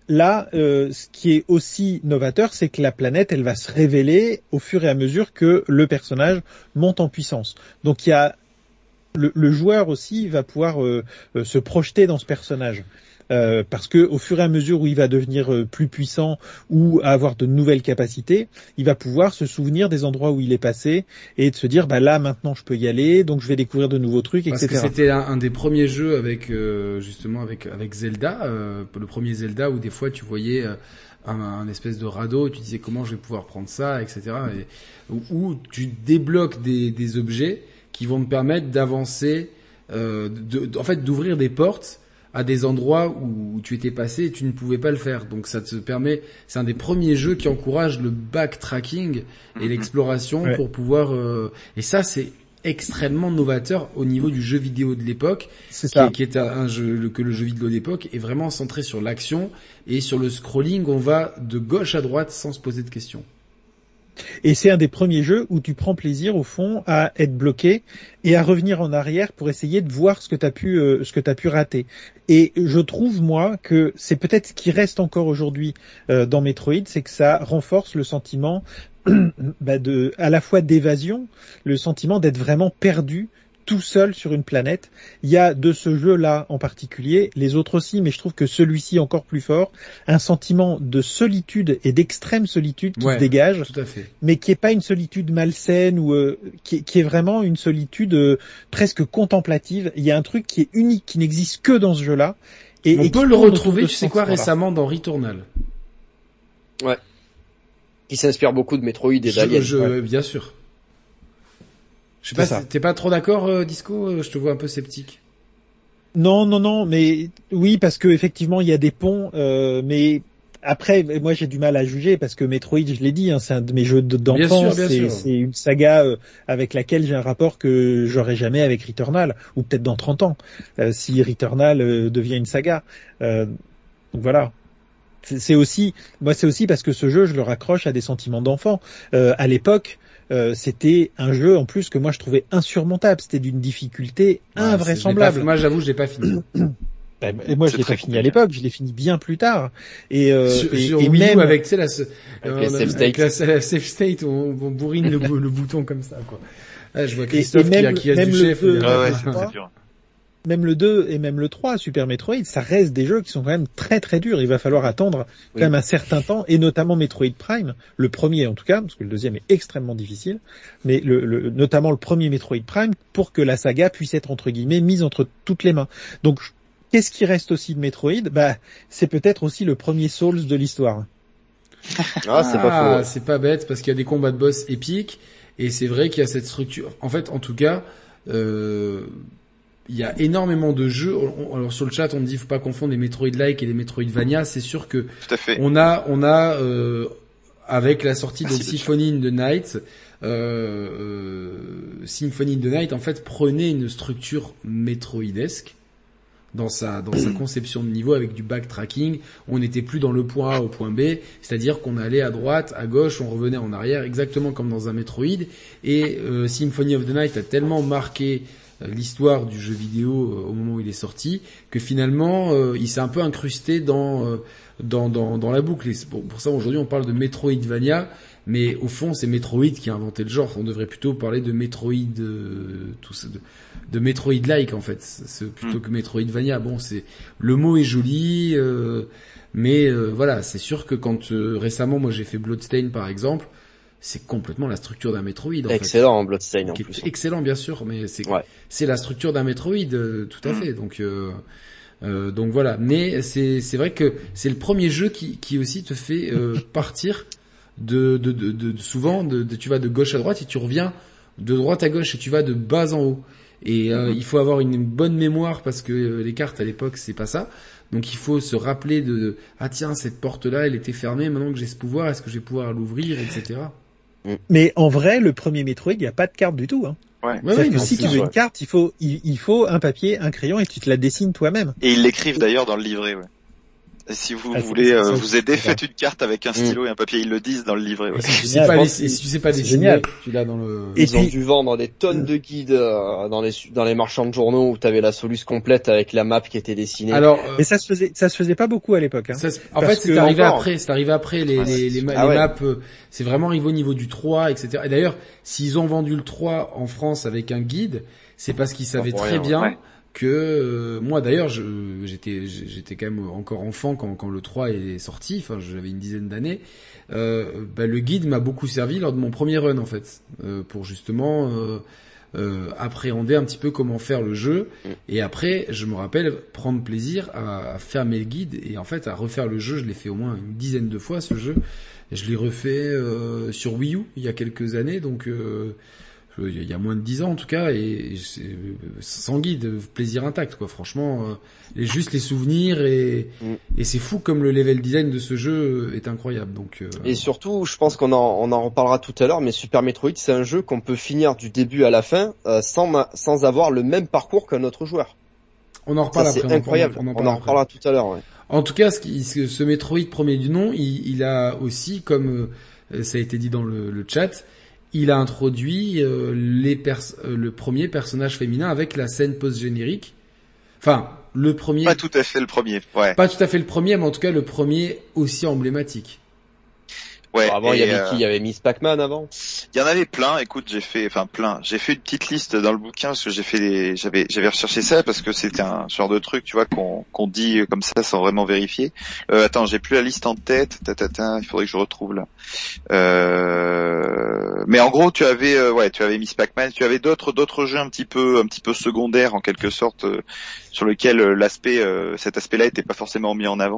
Là, ce qui est aussi novateur, c'est que la planète, elle va se révéler au fur et à mesure que le personnage monte en puissance. Donc il y a le joueur aussi va pouvoir se projeter dans ce personnage. Parce que au fur et à mesure où il va devenir plus puissant ou avoir de nouvelles capacités, il va pouvoir se souvenir des endroits où il est passé et de se dire bah là maintenant je peux y aller, donc je vais découvrir de nouveaux trucs, etc. Parce que c'était un des premiers jeux avec justement avec Zelda, le premier Zelda où des fois tu voyais un espèce de radeau, et tu disais comment je vais pouvoir prendre ça, etc. Et où tu débloques des objets qui vont te permettre d'avancer, en fait d'ouvrir des portes à des endroits où tu étais passé et tu ne pouvais pas le faire. Donc ça te permet, c'est un des premiers jeux qui encourage le backtracking et l'exploration pour pouvoir, et ça c'est extrêmement novateur au niveau du jeu vidéo de l'époque, qui est un jeu, que le jeu vidéo d'époque est vraiment centré sur l'action et sur le scrolling, on va de gauche à droite sans se poser de questions. Et c'est un des premiers jeux où tu prends plaisir au fond à être bloqué et à revenir en arrière pour essayer de voir ce que t'as pu rater. Et je trouve moi que c'est peut-être ce qui reste encore aujourd'hui dans Metroid, c'est que ça renforce le sentiment à la fois d'évasion, le sentiment d'être vraiment perdu tout seul sur une planète. Il y a de ce jeu-là en particulier, les autres aussi, mais je trouve que celui-ci encore plus fort, un sentiment de solitude et d'extrême solitude qui se dégage, tout à fait. Mais qui est pas une solitude malsaine ou qui est vraiment une solitude presque contemplative. Il y a un truc qui est unique, qui n'existe que dans ce jeu-là. Et on peut le retrouver, tu sais quoi, récemment dans Returnal. Ouais. Qui s'inspire beaucoup de Metroid et d'Alien. Bien sûr. Je sais pas, t'es pas trop d'accord, Disco? Je te vois un peu sceptique. Non, mais oui, parce que effectivement il y a des ponts, mais après moi j'ai du mal à juger parce que Metroid, je l'ai dit, c'est un de mes jeux d'enfance, c'est une saga avec laquelle j'ai un rapport que j'aurai jamais avec Returnal, ou peut-être dans 30 ans, si Returnal devient une saga. Donc voilà. C'est aussi parce que ce jeu, je le raccroche à des sentiments d'enfant. À l'époque, c'était un jeu en plus que moi je trouvais insurmontable. C'était d'une difficulté invraisemblable. Moi, j'avoue, je l'ai pas fini. Et moi, je l'ai pas fini à l'époque. Je l'ai fini bien plus tard. Et sur et Wii U même avec, tu sais, la save state, où on bourrine le bouton comme ça, quoi. Ah, je vois Christophe qui a du chef. Même le 2 et même le 3, Super Metroid, ça reste des jeux qui sont quand même très très durs. Il va falloir attendre quand même un certain temps, et notamment Metroid Prime, le premier en tout cas, parce que le deuxième est extrêmement difficile, mais notamment le premier Metroid Prime, pour que la saga puisse être entre guillemets mise entre toutes les mains. Donc, qu'est-ce qui reste aussi de Metroid? C'est peut-être aussi le premier Souls de l'histoire. C'est pas bête, parce qu'il y a des combats de boss épiques, et c'est vrai qu'il y a cette structure. En fait, en tout cas, il y a énormément de jeux. Alors sur le chat, on me dit faut pas confondre les Metroid-like et les Metroidvania. C'est sûr que on a avec la sortie de Symphony in the Night, Symphony in the Night en fait prenait une structure Metroidesque dans sa conception de niveau avec du backtracking. On n'était plus dans le point A au point B, c'est-à-dire qu'on allait à droite, à gauche, on revenait en arrière, exactement comme dans un Metroid. Et Symphony of the Night a tellement marqué l'histoire du jeu vidéo au moment où il est sorti, que finalement il s'est un peu incrusté dans la boucle. Et pour ça aujourd'hui on parle de Metroidvania, mais au fond c'est Metroid qui a inventé le genre. On devrait plutôt parler de Metroid, de Metroid-like en fait, plutôt que Metroidvania. Bon, le mot est joli, mais voilà, c'est sûr que quand récemment moi j'ai fait Bloodstain par exemple, c'est complètement la structure d'un Metroid. Excellent, Bloodstain en plus. Excellent, bien sûr, mais c'est la structure d'un Metroid, tout à fait. Donc voilà. Mais c'est vrai que c'est le premier jeu qui aussi te fait partir de souvent tu vas de gauche à droite et tu reviens de droite à gauche et tu vas de bas en haut. Et il faut avoir une bonne mémoire parce que les cartes à l'époque c'est pas ça. Donc il faut se rappeler tiens, cette porte là elle était fermée, maintenant que j'ai ce pouvoir, est-ce que je vais pouvoir l'ouvrir, etc. Mais en vrai, le premier Metroid, il n'y a pas de carte du tout. Hein. C'est-à-dire que si tu veux une carte, il faut un papier, un crayon, et tu te la dessines toi-même. Et ils l'écrivent d'ailleurs dans le livret. Et si vous voulez vous aider, faites une carte avec un stylo et un papier, ils le disent dans le livret. Ouais. Si tu sais pas dessiner, tu l'as dans le... Ils ont dû vendre des tonnes de guides dans les marchands de journaux où t'avais la solution complète avec la map qui était dessinée. Alors, mais ça se faisait pas beaucoup à l'époque. Hein. En fait, c'est arrivé après les maps. C'est vraiment arrivé au niveau du 3, etc. Et d'ailleurs, s'ils ont vendu le 3 en France avec un guide, c'est parce qu'ils savaient très bien que moi d'ailleurs j'étais quand même encore enfant quand le 3 est sorti, enfin j'avais une dizaine d'années. Le guide m'a beaucoup servi lors de mon premier run en fait, pour justement appréhender un petit peu comment faire le jeu. Et après, je me rappelle prendre plaisir à fermer le guide et en fait à refaire le jeu. Je l'ai fait au moins une dizaine de fois ce jeu. Et je l'ai refait sur Wii U il y a quelques années, donc il y a moins de 10 ans en tout cas, et sans guide, plaisir intact quoi. Franchement, juste les souvenirs et c'est fou comme le level design de ce jeu est incroyable. Donc et surtout, je pense qu'on en reparlera tout à l'heure, mais Super Metroid, c'est un jeu qu'on peut finir du début à la fin sans avoir le même parcours qu'un autre joueur. On en reparle après. C'est incroyable. On en reparlera tout à l'heure. Ouais. En tout cas, ce Metroid premier du nom, il a aussi, comme ça a été dit dans le chat, il a introduit le premier personnage féminin avec la scène post-générique. Enfin, le premier... Pas tout à fait le premier, ouais. Pas tout à fait le premier, mais en tout cas le premier aussi emblématique. Ouais. Avant, il y avait qui? Il y avait Miss Pac-Man avant? Il y en avait plein. Écoute, j'ai fait une petite liste dans le bouquin parce que j'avais recherché ça parce que c'était un genre de truc, tu vois, qu'on dit comme ça sans vraiment vérifier. Attends, j'ai plus la liste en tête. Il faudrait que je retrouve là. Mais en gros, tu avais Miss Pac-Man, tu avais d'autres jeux un petit peu secondaires en quelque sorte, sur lesquels cet aspect-là était pas forcément mis en avant.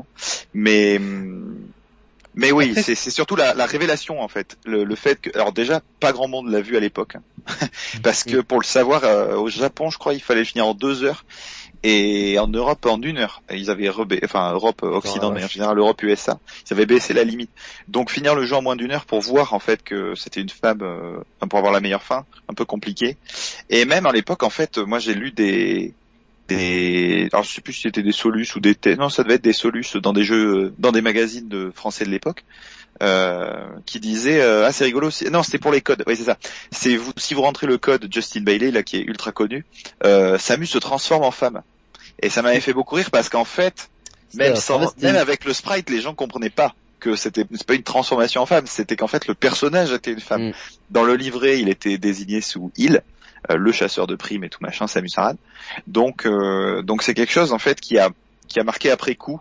Mais oui, c'est surtout la révélation en fait, le fait que, alors déjà pas grand monde l'a vu à l'époque, hein. Parce que pour le savoir, au Japon je crois il fallait finir en 2 heures et en Europe en 1 heure. Ils avaient Europe Occident mais en général Europe USA, ils avaient baissé la limite. Donc finir le jeu en moins d'1 heure pour voir en fait que c'était une femme, pour avoir la meilleure fin, un peu compliqué. Et même à l'époque en fait, moi j'ai lu alors je sais plus si c'était des solus ou non, ça devait être des solus dans des jeux, dans des magazines de français de l'époque, qui disaient c'est rigolo, non c'était pour les codes, oui c'est ça, si vous rentrez le code Justin Bailey là qui est ultra connu, Samus se transforme en femme, et ça m'avait fait beaucoup rire parce qu'en fait même avec le sprite les gens comprenaient pas que c'est pas une transformation en femme, c'était qu'en fait le personnage était une femme. Dans le livret il était désigné sous il, le chasseur de primes et tout machin, Samus Aran. Donc c'est quelque chose en fait qui a marqué après coup.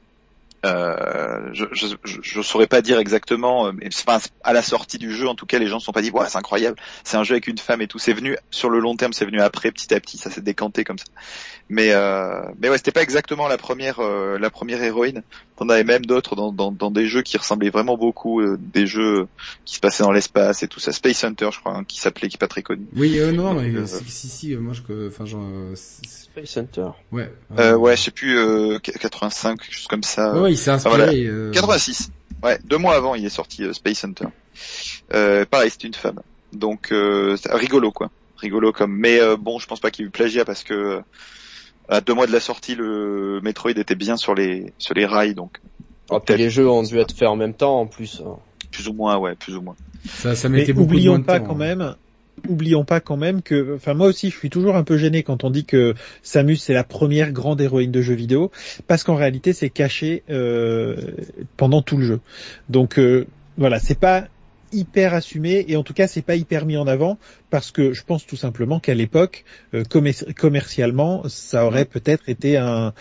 Je saurais pas dire exactement, mais à la sortie du jeu en tout cas les gens se sont pas dit ouais c'est incroyable, c'est un jeu avec une femme et tout. C'est venu sur le long terme, c'est venu après petit à petit, ça s'est décanté comme ça. Mais ouais c'était pas exactement la première héroïne. T'en avais même d'autres dans des jeux qui ressemblaient vraiment beaucoup, des jeux qui se passaient dans l'espace et tout ça. Space Hunter je crois, hein, qui est pas très connu. Oui non mais si moi Space Hunter. Ouais, je sais plus, 85, quelque chose comme ça. Ouais, il s'est inspiré. 86. Ouais, 2 mois avant, il est sorti Space Hunter. Pareil, c'est une femme. Donc rigolo quoi. Rigolo comme. Mais bon, je pense pas qu'il y ait eu plagiat parce que à 2 mois de la sortie, le Metroid était bien sur les rails, donc. Peut-être les jeux ont dû être faits en même temps en plus. Plus ou moins, ouais, plus ou moins. Ça mettait beaucoup de temps. Oublions pas quand même que, enfin moi aussi je suis toujours un peu gêné quand on dit que Samus c'est la première grande héroïne de jeux vidéo, parce qu'en réalité c'est caché pendant tout le jeu. Donc voilà, c'est pas hyper assumé et en tout cas c'est pas hyper mis en avant parce que je pense tout simplement qu'à l'époque commercialement ça aurait peut-être été un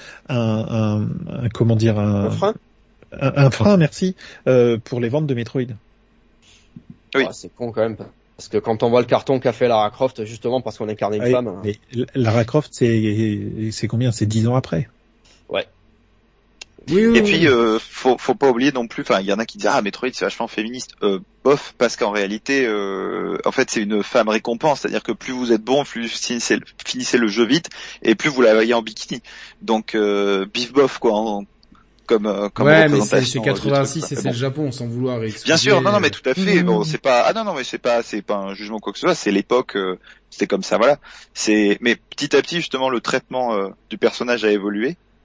frein. Un frein, merci, pour les ventes de Metroid. Oui. C'est con quand même. Parce que quand on voit le carton qu'a fait Lara Croft, justement parce qu'on incarnait une femme. Mais Lara Croft, c'est combien? C'est 10 ans après. Ouais. Oui. Et puis, faut pas oublier non plus, il y en a qui disent, Metroid, c'est vachement féministe. Bof, parce qu'en réalité, en fait, c'est une femme récompense. C'est-à-dire que plus vous êtes bon, plus finissez le jeu vite, et plus vous la voyez en bikini. Donc, bif bof, quoi, comme ouais, mais c'est 86 et c'est le Japon, sans vouloir excuser. Bien sûr, non, mais tout à fait. Bon, c'est pas, mais c'est pas un jugement quoi que ce soit. C'est l'époque, c'était comme ça, voilà. Mais petit à petit, justement, le traitement du personnage a évolué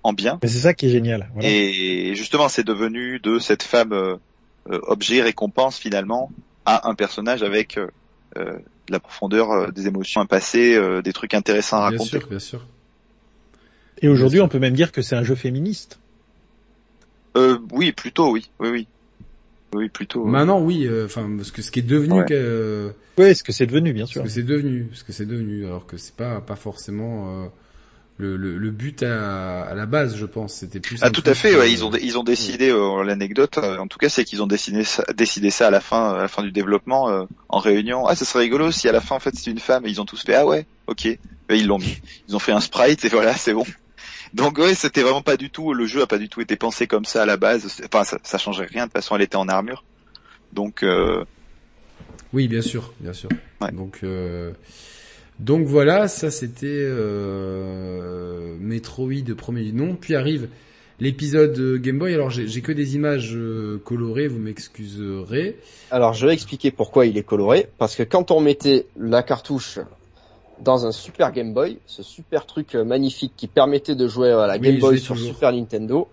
en bien. Mais c'est ça qui est génial. Voilà. Et justement, c'est devenu de cette femme objet récompense finalement à un personnage avec de la profondeur, des émotions, un passé, des trucs intéressants à raconter. Bien sûr. Et aujourd'hui, on peut même dire que c'est un jeu féministe. Oui, plutôt, oui, plutôt. Maintenant, oui, parce que ce qui est devenu. Oui, ce que c'est devenu, bien sûr. Ce que c'est devenu, alors que c'est pas forcément le but à la base, je pense. C'était plus. Ah, tout à fait. Ouais, ils ont décidé. L'anecdote, en tout cas, c'est qu'ils ont décidé ça à la fin du développement en réunion. Ah, ça serait rigolo si à la fin, en fait, c'était une femme. Et ils ont tous fait ah ouais, ok. Et ils l'ont mis. Ils ont fait un sprite et voilà, c'est bon. Donc ouais, c'était vraiment pas du tout, le jeu a pas du tout été pensé comme ça à la base. Enfin, ça changerait rien, de toute façon elle était en armure. Donc oui, bien sûr. Ouais. Donc voilà, ça c'était Metroid premier du nom. Puis arrive l'épisode Game Boy. Alors j'ai que des images colorées, vous m'excuserez. Alors je vais expliquer pourquoi il est coloré, parce que quand on mettait la cartouche dans un Super Game Boy, ce super truc magnifique qui permettait de jouer à la Game Boy sur Super Nintendo,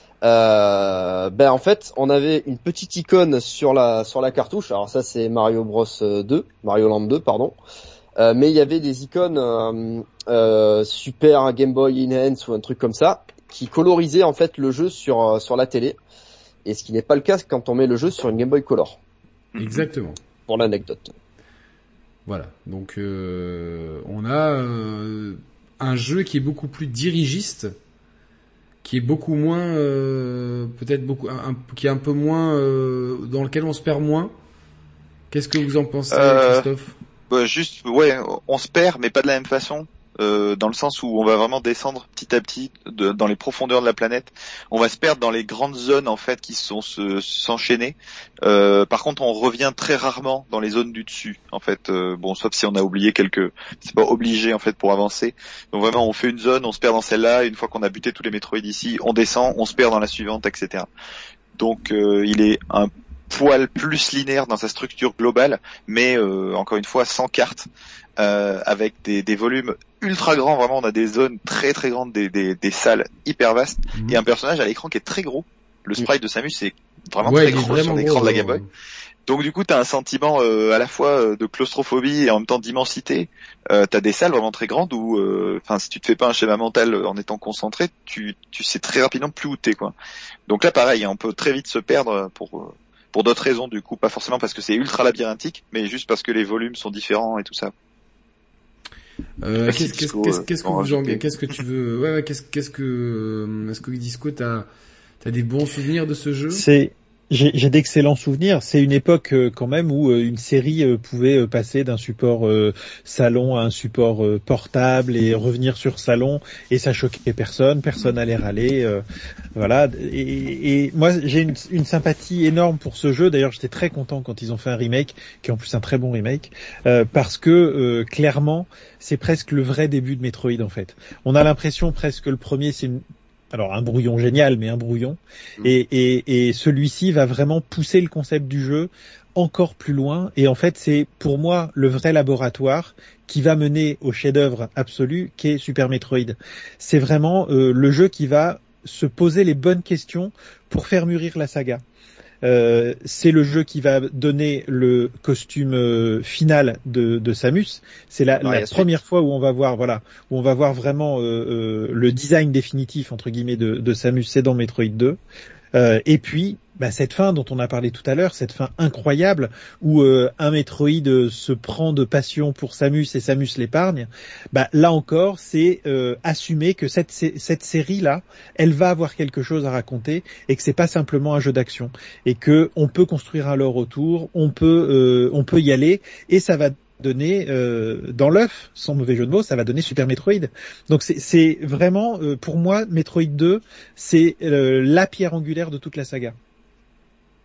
en fait, on avait une petite icône sur la cartouche. Alors ça, c'est Mario Land 2, pardon. Mais il y avait des icônes Super Game Boy Enhance ou un truc comme ça qui colorisaient en fait le jeu sur la télé. Et ce qui n'est pas le cas quand on met le jeu sur une Game Boy Color. Exactement. Pour l'anecdote. Voilà, donc on a un jeu qui est beaucoup plus dirigiste, qui est beaucoup moins, qui est un peu moins, dans lequel on se perd moins. Qu'est-ce que vous en pensez, Christophe ? Juste, ouais, on se perd, mais pas de la même façon. Dans le sens où on va vraiment descendre petit à petit dans les profondeurs de la planète. On va se perdre dans les grandes zones en fait qui sont s'enchaîner. Par contre, on revient très rarement dans les zones du dessus. En fait, sauf si on a oublié c'est pas obligé en fait pour avancer. Donc vraiment, on fait une zone, on se perd dans celle-là. Une fois qu'on a buté tous les Metroid ici, on descend, on se perd dans la suivante, etc. Donc, il est un poil plus linéaire dans sa structure globale, mais encore une fois sans carte. Avec des volumes ultra grands, vraiment on a des zones très très grandes, des salles hyper vastes, et un personnage à l'écran qui est très gros. Le sprite de Samus est vraiment très gros sur l'écran de la Game Boy. Donc du coup t'as un sentiment à la fois de claustrophobie et en même temps d'immensité. T'as des salles vraiment très grandes où, si tu te fais pas un schéma mental en étant concentré, tu sais très rapidement plus où t'es, quoi. Donc là pareil, on peut très vite se perdre pour d'autres raisons, du coup, pas forcément parce que c'est ultra labyrinthique, mais juste parce que les volumes sont différents et tout ça. Qu'est-ce que tu veux, est-ce que Disco t'as des bons souvenirs de ce jeu? J'ai d'excellents souvenirs. C'est une époque quand même où une série pouvait passer d'un support salon à un support portable et revenir sur salon, et ça choquait personne allait râler. Voilà. Et moi j'ai une sympathie énorme pour ce jeu. D'ailleurs j'étais très content quand ils ont fait un remake, qui est en plus un très bon remake, parce que clairement c'est presque le vrai début de Metroid en fait. On a l'impression presque que le premier c'est un brouillon génial, mais un brouillon. Et celui-ci va vraiment pousser le concept du jeu encore plus loin. Et en fait, c'est pour moi le vrai laboratoire qui va mener au chef-d'œuvre absolu qu'est Super Metroid. C'est vraiment le jeu qui va se poser les bonnes questions pour faire mûrir la saga. C'est le jeu qui va donner le costume final de Samus. C'est la première fois où on va voir vraiment le design définitif entre guillemets de Samus, c'est dans Metroid 2. Et puis cette fin dont on a parlé tout à l'heure, cette fin incroyable où un Metroid se prend de passion pour Samus et Samus l'épargne. Là encore, c'est assumer que cette série là, elle va avoir quelque chose à raconter et que c'est pas simplement un jeu d'action, et que on peut construire un lore autour, on peut y aller, et ça va donner dans l'œuf, sans mauvais jeu de mots, ça va donner Super Metroid. Donc c'est vraiment pour moi Metroid 2, c'est la pierre angulaire de toute la saga.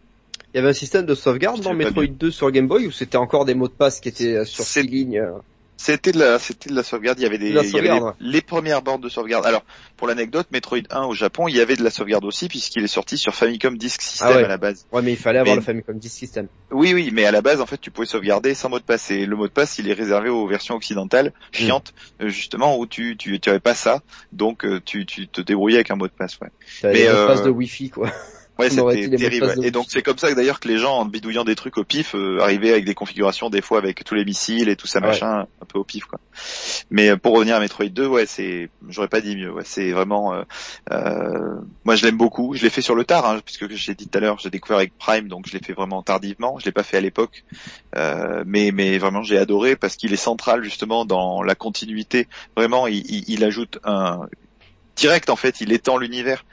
Il y avait un système de sauvegarde dans Metroid 2 sur Game Boy, ou c'était encore des mots de passe qui étaient sur 6 lignes? C'était de la sauvegarde. Il y avait les premières bornes de sauvegarde. Alors, pour l'anecdote, Metroid 1 au Japon, il y avait de la sauvegarde aussi puisqu'il est sorti sur Famicom Disk System à la base. Ouais, mais il fallait avoir le Famicom Disk System. Oui, mais à la base, en fait, tu pouvais sauvegarder sans mot de passe. Et le mot de passe, il est réservé aux versions occidentales, chiantes, justement, où tu avais pas ça. Donc, tu te débrouillais avec un mot de passe, ouais. Mais mot de passe de Wi-Fi, quoi. Ouais, c'était terrible. Ouais. Et donc c'est comme ça que d'ailleurs que les gens, en bidouillant des trucs au pif, arrivaient avec des configurations des fois avec tous les missiles et tout ça machin, un peu au pif quoi. Mais pour revenir à Metroid 2, ouais, j'aurais pas dit mieux. Ouais, c'est vraiment, moi je l'aime beaucoup. Je l'ai fait sur le tard, hein, puisque j'ai dit tout à l'heure, j'ai découvert avec Prime, donc je l'ai fait vraiment tardivement. Je l'ai pas fait à l'époque, mais vraiment j'ai adoré parce qu'il est central justement dans la continuité. Vraiment, il ajoute un direct en fait, il étend l'univers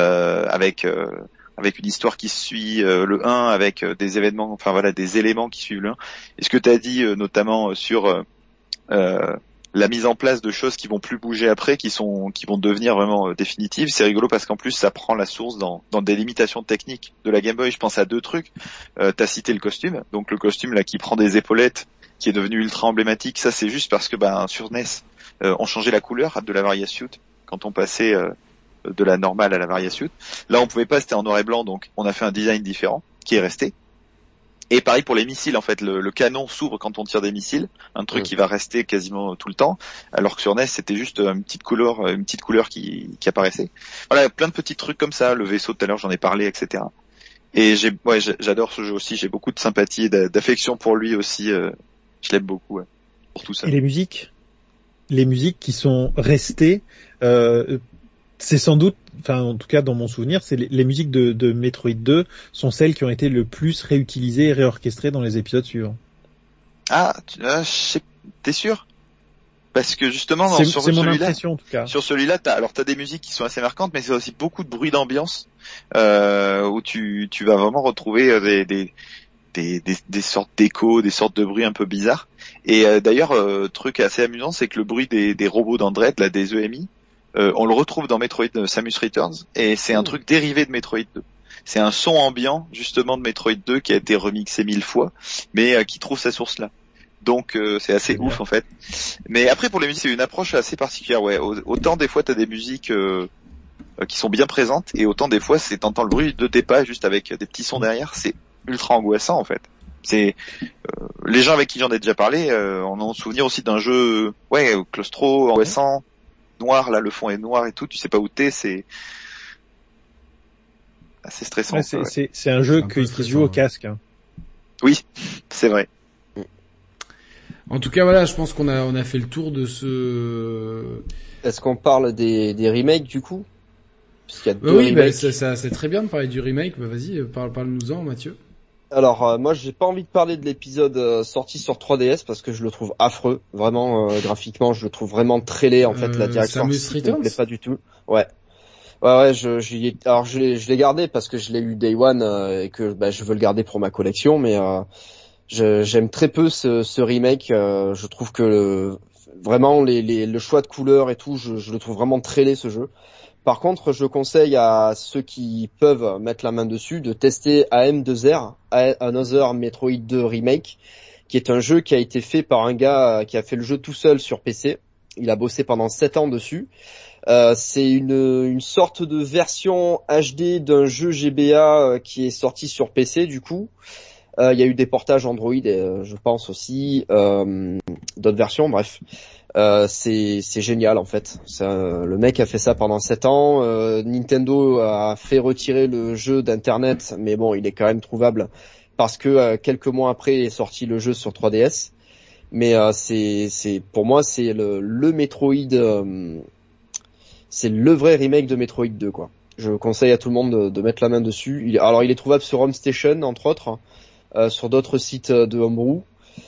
avec une histoire qui suit le 1, avec des événements, enfin voilà, des éléments qui suivent le 1. Et ce que tu as dit notamment sur la mise en place de choses qui vont plus bouger après, qui vont devenir vraiment définitives, c'est rigolo parce qu'en plus ça prend la source dans des limitations techniques de la Game Boy. Je pense à deux trucs. T'as cité le costume, donc le costume là qui prend des épaulettes, qui est devenu ultra emblématique. Ça c'est juste parce que sur NES on changeait la couleur de la Variasuit quand on passait de la normale à la Variasuit. Là, on pouvait pas, c'était en noir et blanc, donc on a fait un design différent qui est resté. Et pareil pour les missiles, en fait, le canon s'ouvre quand on tire des missiles, un truc qui va rester quasiment tout le temps, alors que sur NES, c'était juste une petite couleur qui apparaissait. Voilà, plein de petits trucs comme ça, le vaisseau tout à l'heure, j'en ai parlé, etc. Et j'adore ce jeu aussi, j'ai beaucoup de sympathie et d'affection pour lui aussi, je l'aime beaucoup, pour tout ça. Et les musiques qui sont restées, c'est sans doute, enfin en tout cas dans mon souvenir, c'est les musiques de Metroid 2 sont celles qui ont été le plus réutilisées et réorchestrées dans les épisodes suivants. Ah, t'es sûr? Parce que justement sur celui-là, t'as des musiques qui sont assez marquantes, mais c'est aussi beaucoup de bruit d'ambiance où tu vas vraiment retrouver des sortes d'échos, des sortes de bruits un peu bizarres. Et d'ailleurs, truc assez amusant, c'est que le bruit des robots d'Android, là, des EMI, on le retrouve dans Metroid Samus Returns, et c'est un truc dérivé de Metroid 2. C'est un son ambiant, justement, de Metroid 2 qui a été remixé 1000 fois, mais qui trouve sa source là. Donc c'est assez ouf en fait. Mais après pour les musiques c'est une approche assez particulière. Ouais, autant des fois t'as des musiques qui sont bien présentes, et autant des fois t'entends le bruit de tes pas juste avec des petits sons derrière. C'est ultra angoissant en fait. C'est les gens avec qui j'en ai déjà parlé en ont souvenir aussi d'un jeu claustro, angoissant, noir, là le fond est noir et tout, tu sais pas où t'es, c'est assez stressant. Ouais, c'est un jeu qui se joue au casque. Hein. Oui, c'est vrai. En tout cas, voilà, je pense qu'on a fait le tour de ce... Est-ce qu'on parle des remakes, du coup? Parce qu'il y a deux remakes. Oui, c'est très bien de parler du remake. Bah, vas-y, parle-nous-en, Mathieu. Alors, moi, j'ai pas envie de parler de l'épisode sorti sur 3DS parce que je le trouve affreux. Vraiment, graphiquement, je le trouve vraiment très laid, en fait, la direction. Samus Returns? Me plaît pas du tout. Ouais, je l'ai gardé parce que je l'ai eu Day One, et que, je veux le garder pour ma collection, mais, j'aime très peu ce remake. Je trouve que vraiment le choix de couleurs et tout, je le trouve vraiment très laid ce jeu. Par contre, je conseille à ceux qui peuvent mettre la main dessus de tester AM2R, Another Metroid 2 Remake, qui est un jeu qui a été fait par un gars qui a fait le jeu tout seul sur PC. Il a bossé pendant 7 ans dessus. C'est une sorte de version HD d'un jeu GBA qui est sorti sur PC du coup. Il y a eu des portages Android, je pense aussi, d'autres versions, bref. C'est génial en fait. Le mec a fait ça pendant 7 ans. Nintendo a fait retirer le jeu d'internet, mais bon, il est quand même trouvable parce que quelques mois après est sorti le jeu sur 3DS. Mais c'est pour moi c'est le Metroid, c'est le vrai remake de Metroid 2 quoi. Je conseille à tout le monde de mettre la main dessus. Il est trouvable sur Home Station entre autres. Sur d'autres sites de homebrew,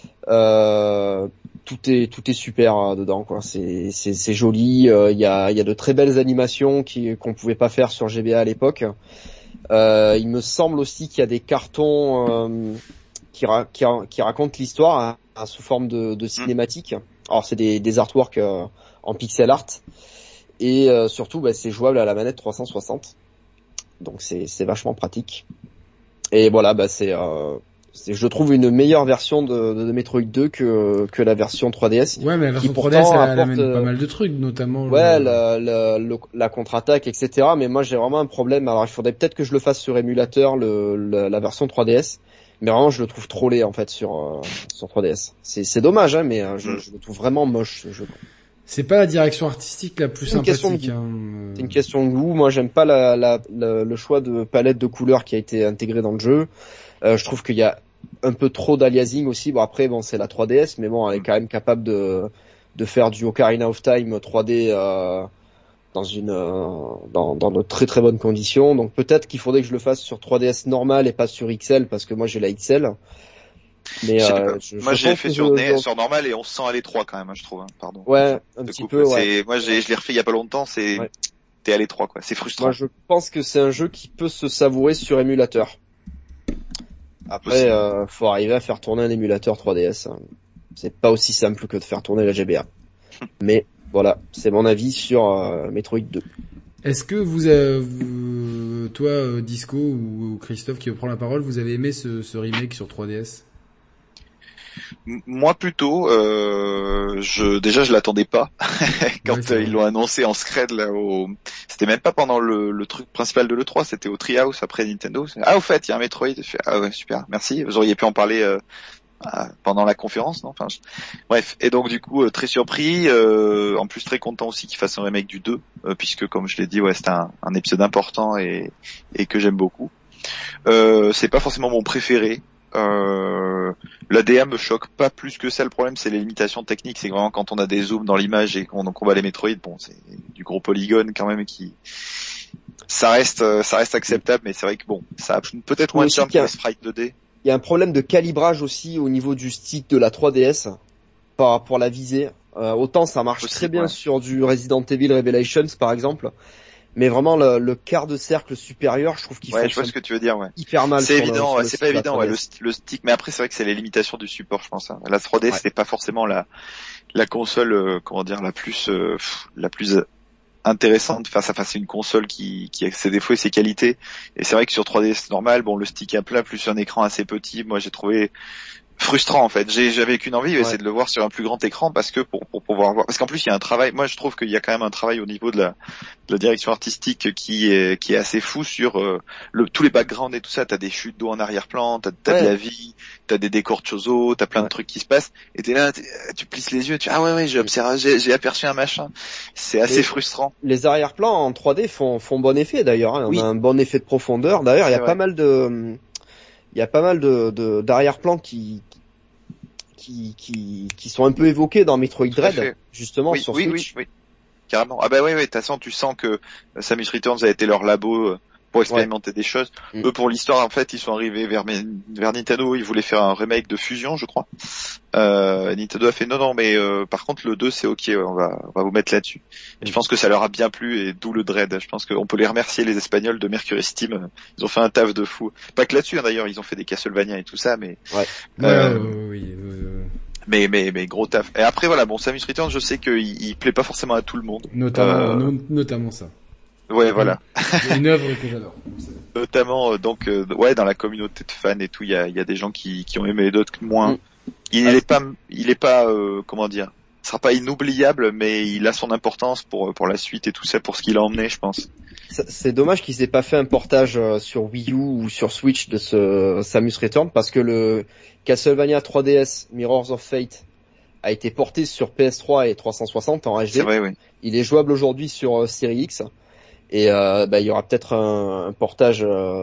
tout est super dedans quoi. C'est joli. Il y a de très belles animations qu'on pouvait pas faire sur GBA à l'époque. Il me semble aussi qu'il y a des cartons qui racontent l'histoire sous forme de cinématique. Alors c'est des artworks en pixel art et surtout c'est jouable à la manette 360. Donc c'est vachement pratique. Et voilà, je trouve une meilleure version de Metroid 2 que la version 3DS. Ouais, mais la version 3DS, elle amène pas mal de trucs, notamment. Ouais, la contre-attaque, etc. Mais moi, j'ai vraiment un problème. Alors, il faudrait peut-être que je le fasse sur émulateur, la version 3DS. Mais vraiment, je le trouve trop laid, en fait, sur 3DS. C'est dommage, hein, mais je le trouve vraiment moche, ce jeu. C'est pas la direction artistique la plus sympathique. C'est une question de goût. Moi, j'aime pas le choix de palette de couleurs qui a été intégré dans le jeu. Je trouve qu'il y a un peu trop d'aliasing aussi. Bon, après, c'est la 3DS, mais bon, elle est quand même capable de faire du Ocarina of Time 3D dans de très très bonnes conditions. Donc peut-être qu'il faudrait que je le fasse sur 3DS normal et pas sur XL, parce que moi j'ai la XL. Mais moi j'ai fait sur normal et on se sent à l'étroit quand même, je trouve. Hein, pardon. Ouais, un petit peu. Ouais. Moi je l'ai refait il y a pas longtemps. T'es à l'étroit quoi. C'est frustrant. Moi je pense que c'est un jeu qui peut se savourer sur émulateur. Après, faut arriver à faire tourner un émulateur 3DS. Hein. C'est pas aussi simple que de faire tourner la GBA. Mais voilà, c'est mon avis sur Metroid 2. Est-ce que toi, Disco ou Christophe qui veut prendre la parole, vous avez aimé ce remake sur 3DS? Moi plutôt, déjà je l'attendais pas quand ils l'ont annoncé en scred là c'était même pas pendant le truc principal de l'E3, c'était au Treehouse après Nintendo. Au fait, il y a un Metroid. Je fais, ah ouais, super, merci. Vous auriez pu en parler pendant la conférence, non? Enfin, bref. Et donc du coup très surpris, en plus très content aussi qu'il fasse un remake du 2 puisque comme je l'ai dit, ouais, c'était un épisode important et que j'aime beaucoup. C'est pas forcément mon préféré. L'ADA me choque pas plus que ça. Le problème, c'est les limitations techniques. C'est vraiment quand on a des zooms dans l'image et qu'on voit les Metroid, bon, c'est du gros polygone quand même ça reste acceptable, mais c'est vrai que bon, ça a peut-être moins de charme que les sprites 2D. Il y a un problème de calibrage aussi au niveau du stick de la 3DS pour la visée. Autant ça marche très bien sur du Resident Evil Revelations par exemple. Mais vraiment le quart de cercle supérieur, je trouve qu'il je vois ce que tu veux dire, ouais. Hyper mal. C'est évident, c'est pas évident, ouais, le stick. Mais après, c'est vrai que c'est les limitations du support, je pense. Hein. La 3D, c'était pas forcément la console, la plus intéressante. Enfin, c'est une console qui a ses défauts et ses qualités. Et c'est vrai que sur 3D, c'est normal. Bon, le stick à plat plus un écran assez petit, moi, j'ai trouvé frustrant en fait. J'avais qu'une envie, c'est de le voir sur un plus grand écran parce que pour pouvoir voir. Parce qu'en plus il y a un travail. Moi je trouve qu'il y a quand même un travail au niveau de la direction artistique qui est assez fou sur tous les backgrounds et tout ça. T'as des chutes d'eau en arrière-plan, t'as de la vie, t'as des décors de Chozo, t'as plein de trucs qui se passent. Et t'es là, tu plisses les yeux, j'ai aperçu un machin. C'est assez frustrant. Les arrière-plans en 3D font bon effet d'ailleurs. Hein. On a un bon effet de profondeur. D'ailleurs il y a pas mal de d'arrière-plans qui sont un peu évoqués dans Metroid Dread, justement sur Switch. Oui, carrément. Ah bah oui, de toute façon, tu sens que Samus Returns a été leur labo pour expérimenter des choses. Eux, pour l'histoire, en fait, ils sont arrivés vers Nintendo, ils voulaient faire un remake de Fusion, je crois. Nintendo a fait non, mais par contre, le 2, c'est ok, on va vous mettre là-dessus. Et je pense que ça leur a bien plu, et d'où le Dread. Je pense qu'on peut les remercier, les Espagnols de Mercury Steam. Ils ont fait un taf de fou. Pas que là-dessus, hein, d'ailleurs, ils ont fait des Castlevania et tout ça, mais... Mais gros taf. Et après, voilà, bon, Samus Returns, je sais qu'il plaît pas forcément à tout le monde. Notamment ça. Ouais, voilà. C'est une œuvre que j'adore. Notamment, dans la communauté de fans et tout, il y a des gens qui ont aimé, d'autres moins. Il est pas, comment dire, il sera pas inoubliable, mais il a son importance pour la suite et tout ça, pour ce qu'il a emmené, je pense. C'est dommage qu'ils aient pas fait un portage sur Wii U ou sur Switch de ce Samus Returns, parce que le Castlevania 3DS Mirrors of Fate a été porté sur PS3 et 360 en HD. C'est vrai, oui. Il est jouable aujourd'hui sur Series X. Et il y aura peut-être un portage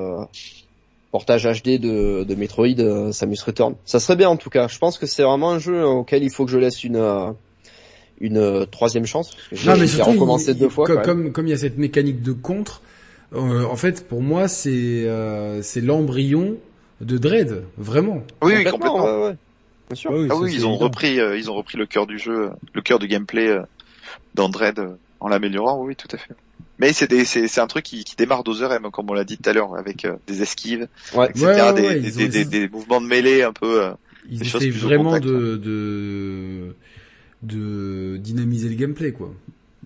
HD de Metroid Samus Return. Ça serait bien en tout cas. Je pense que c'est vraiment un jeu auquel il faut que je laisse une troisième chance. Parce que j'ai recommencé 2 fois. Comme il y a cette mécanique de contre, en fait pour moi c'est l'embryon de Dread, vraiment. Oui, complètement. Ouais. Bien sûr. Ils ont repris le cœur du jeu, le cœur du gameplay dans Dread en l'améliorant. Oui, tout à fait. Mais c'est un truc qui démarre d'OzerM, comme on l'a dit tout à l'heure, avec des esquives, etc., des mouvements de mêlée un peu. Ils essaient vraiment de dynamiser le gameplay, quoi.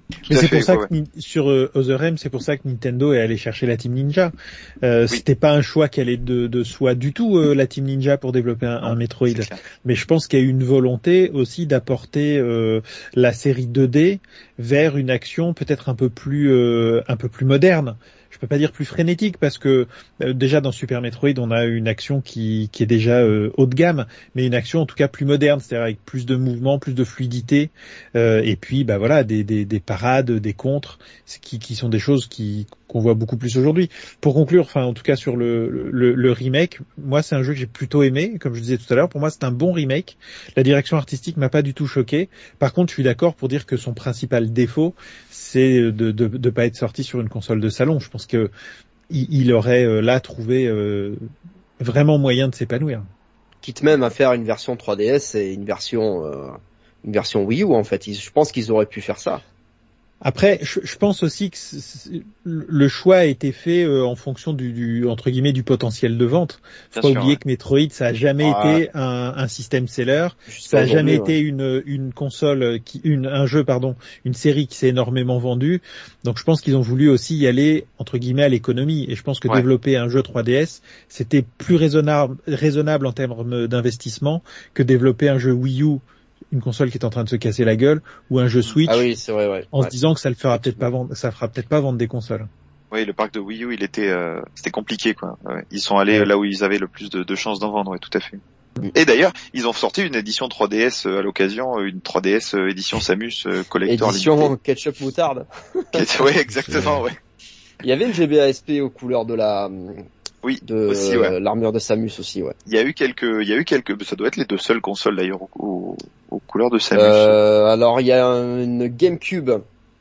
Mais c'est pour ça que sur Other M, c'est pour ça que Nintendo est allé chercher la Team Ninja. C'était pas un choix qui allait de soi du tout, la Team Ninja pour développer un Metroid. Mais je pense qu'il y a eu une volonté aussi d'apporter la série 2D vers une action peut-être un peu plus moderne. Je peux pas dire plus frénétique parce que déjà dans Super Metroid on a une action qui est déjà haut de gamme, mais une action en tout cas plus moderne, c'est-à-dire avec plus de mouvement, plus de fluidité, et puis bah voilà des parades, des contres, qui sont des choses qu'on voit beaucoup plus aujourd'hui. Pour conclure, enfin en tout cas sur le remake, moi c'est un jeu que j'ai plutôt aimé, comme je disais tout à l'heure, pour moi c'est un bon remake. La direction artistique m'a pas du tout choqué. Par contre, je suis d'accord pour dire que son principal défaut, c'est de pas être sorti sur une console de salon. Je pense que il aurait là trouvé vraiment moyen de s'épanouir. Quitte même à faire une version 3DS et une version Wii U en fait. Je pense qu'ils auraient pu faire ça. Après, je pense aussi que le choix a été fait en fonction du entre guillemets du potentiel de vente. Faut pas oublier que Metroid ça a jamais été un système seller, ça a jamais été une console une série qui s'est énormément vendue. Donc je pense qu'ils ont voulu aussi y aller entre guillemets à l'économie et je pense que développer un jeu 3DS, c'était plus raisonnable en termes d'investissement que développer un jeu Wii U, une console qui est en train de se casser la gueule, ou un jeu Switch, c'est vrai, en se disant que ça fera peut-être pas vendre des consoles. Oui, le parc de Wii U, c'était compliqué, quoi. Ouais. Ils sont allés là où ils avaient le plus de chances d'en vendre, tout à fait. Et d'ailleurs, ils ont sorti une édition 3DS à l'occasion, une 3DS édition Samus collector édition limitée. ketchup moutarde. Ouais, exactement, ouais. Il y avait une GBA-SP aux couleurs de aussi, l'armure de Samus aussi, ouais. Il y a eu quelques, ça doit être les deux seules consoles d'ailleurs aux couleurs de Samus. Alors il y a une GameCube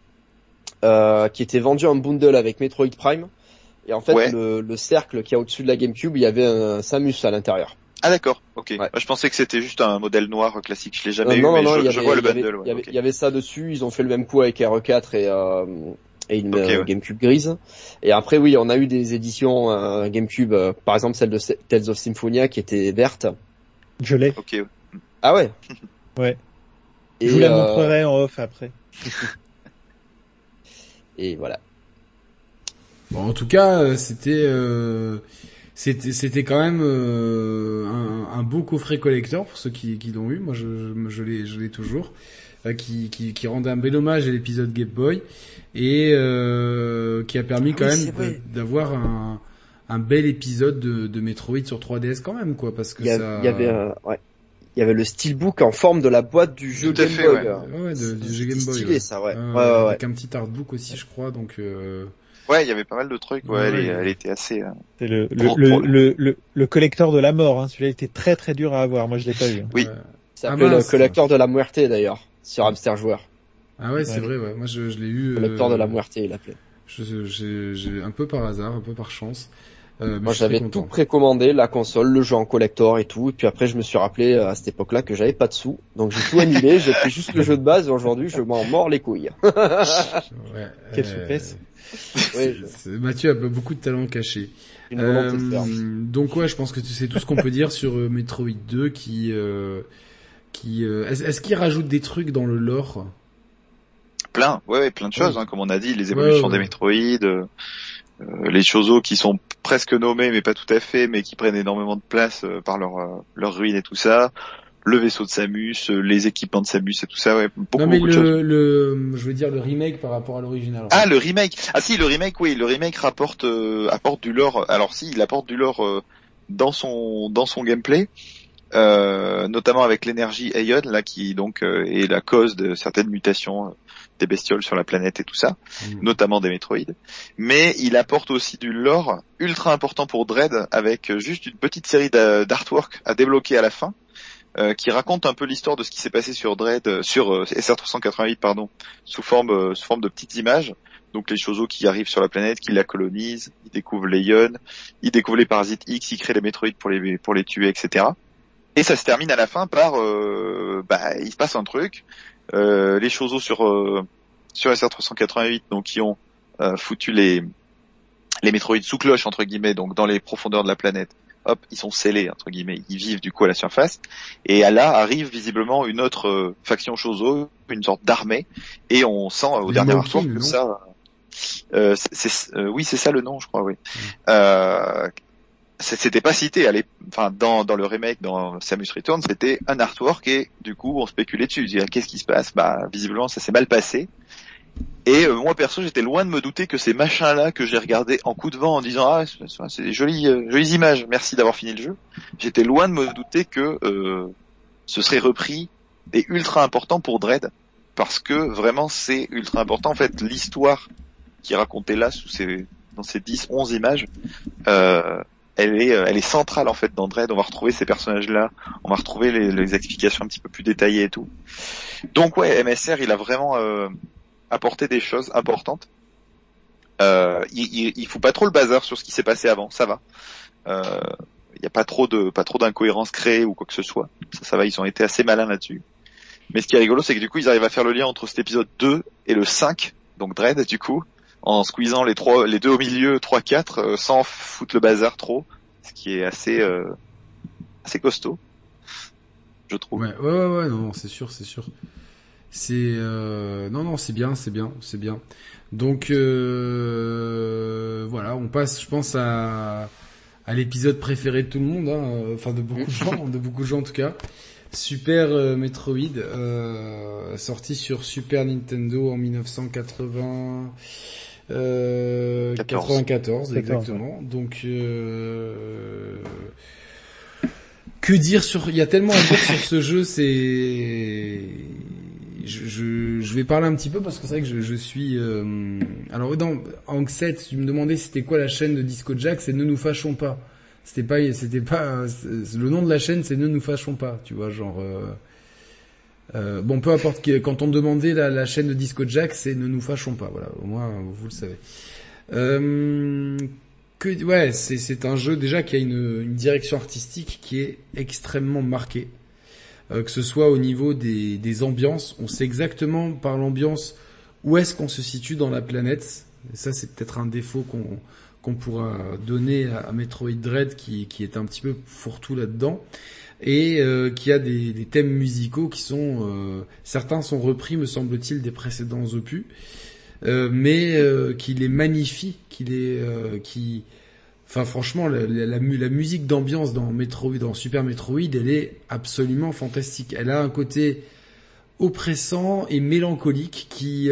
qui était vendue en bundle avec Metroid Prime, et en fait le cercle qui est au-dessus de la GameCube, il y avait un Samus à l'intérieur. Ah d'accord, ok. Ouais. Je pensais que c'était juste un modèle noir classique, je l'ai jamais eu, non, mais je vois le bundle. Il y avait ça dessus, ils ont fait le même coup avec RE4 et une GameCube grise. Et après oui, on a eu des éditions GameCube, par exemple celle de Tales of Symphonia qui était verte. Je l'ai. Ok. Ah ouais. Ouais. Et je vous la montrerai en off après. Et voilà. Bon, en tout cas, c'était quand même un beau coffret collector pour ceux qui l'ont eu. Moi, je l'ai toujours. Qui rendait un bel hommage à l'épisode Game Boy et qui a permis quand même d'avoir un bel épisode de Metroid sur 3DS quand même, quoi, parce que il y avait le steelbook en forme de la boîte du jeu Game Boy. Du jeu Game Boy. Stylé, ça, ouais. Avec un petit artbook aussi, je crois, donc. Ouais, il y avait pas mal de trucs. Elle était assez. C'est le collector de la mort. Hein. Celui-là était très très dur à avoir. Moi, je l'ai pas eu. Oui. Ça s'appelait le collector de la muerte d'ailleurs sur Hamster Joueur. Ah ouais, c'est vrai. Ouais. Moi, je l'ai eu. Collector de la muerte, il l'appelait. J'ai un peu par hasard, un peu par chance. Moi j'avais tout précommandé, la console, le jeu en collector et tout, et puis après je me suis rappelé à cette époque-là que j'avais pas de sous, donc j'ai tout annulé, j'ai pris juste le jeu de base et aujourd'hui je m'en mords les couilles. Quelle souplesse. Mathieu a beaucoup de talent caché. Une volonté de faire. Donc ouais, je pense que c'est tout ce qu'on peut dire sur Metroid 2 est-ce qu'il rajoute des trucs dans le lore? Plein de choses, hein, comme on a dit, les évolutions des Metroid, les choses qui sont presque nommées mais pas tout à fait, mais qui prennent énormément de place par leur ruine et tout ça, le vaisseau de Samus, les équipements de Samus et tout ça, beaucoup de choses. Je veux dire le remake par rapport à l'original. Ah, le remake. Ah si, le remake, le remake apporte du lore. Alors si, il apporte du lore dans son gameplay. Notamment avec l'énergie Aeon là qui donc est la cause de certaines mutations des bestioles sur la planète et tout ça, notamment des Metroid. Mais il apporte aussi du lore ultra important pour Dread avec juste une petite série d'artwork à débloquer à la fin qui raconte un peu l'histoire de ce qui s'est passé sur Dread sur SR388 sous forme de petites images. Donc les choses qui arrivent sur la planète, qui la colonisent, ils découvrent l'Aeon, ils découvrent les parasites X, ils créent les Metroid pour les tuer, etc. Et ça se termine à la fin par il se passe un truc. Les choses sur SR388 donc qui ont foutu les Metroid sous cloche entre guillemets donc dans les profondeurs de la planète hop, ils sont scellés entre guillemets, ils vivent du coup à la surface. Et là arrive visiblement une autre faction Chozo, une sorte d'armée, et on sent au dernier artwork que ça. Oui, c'est ça le nom, je crois, oui. C'était pas cité, dans le remake, dans Samus Returns, c'était un artwork et du coup on spéculait dessus. Qu'est-ce qui se passe? Visiblement ça s'est mal passé. Et moi perso, j'étais loin de me douter que ces machins-là que j'ai regardé en coup de vent en disant c'est des jolies images, merci d'avoir fini le jeu. J'étais loin de me douter que ce serait repris et ultra important pour Dread, parce que vraiment c'est ultra important. En fait, l'histoire qui est racontée là dans ces 10-11 images, elle est centrale en fait dans Dread. On va retrouver ces personnages-là, on va retrouver les explications un petit peu plus détaillées et tout. Donc ouais, MSR il a vraiment apporté des choses importantes. Il faut pas trop le bazar sur ce qui s'est passé avant, ça va. Il y a pas trop d'incohérences créées ou quoi que ce soit. Ça va, ils ont été assez malins là-dessus. Mais ce qui est rigolo, c'est que du coup, ils arrivent à faire le lien entre cet épisode 2 et le 5, donc Dread du coup, en squeezant les deux au milieu, 3, 4, sans foutre le bazar trop, ce qui est assez costaud, je trouve. Ouais, non, c'est sûr. C'est non, c'est bien. Donc voilà, on passe, je pense, à l'épisode préféré de tout le monde, enfin de beaucoup de gens en tout cas. Super Metroid, sorti sur Super Nintendo en 1994, exactement. Donc que dire il y a tellement à dire sur ce jeu, je vais parler un petit peu parce que c'est vrai que je suis alors dans Hank 7, tu me demandais c'était quoi la chaîne de Disco Jack, c'est Ne nous fâchons pas. C'était pas le nom de la chaîne, c'est Ne nous fâchons pas, tu vois, genre bon, peu importe, quand on demandait la chaîne de Disco Jack, c'est Ne nous fâchons pas, voilà, au moins vous le savez. C'est un jeu déjà qui a une direction artistique qui est extrêmement marquée. Que ce soit au niveau des ambiances, on sait exactement par l'ambiance où est-ce qu'on se situe dans la planète. Et ça, c'est peut-être un défaut qu'on pourra donner à Metroid Dread qui est un petit peu fourre-tout là-dedans, et qui a des thèmes musicaux qui sont certains sont repris, me semble-t-il, des précédents opus, mais qui les magnifie, enfin franchement, la musique d'ambiance dans Super Metroid, elle est absolument fantastique. Elle a un côté oppressant et mélancolique qui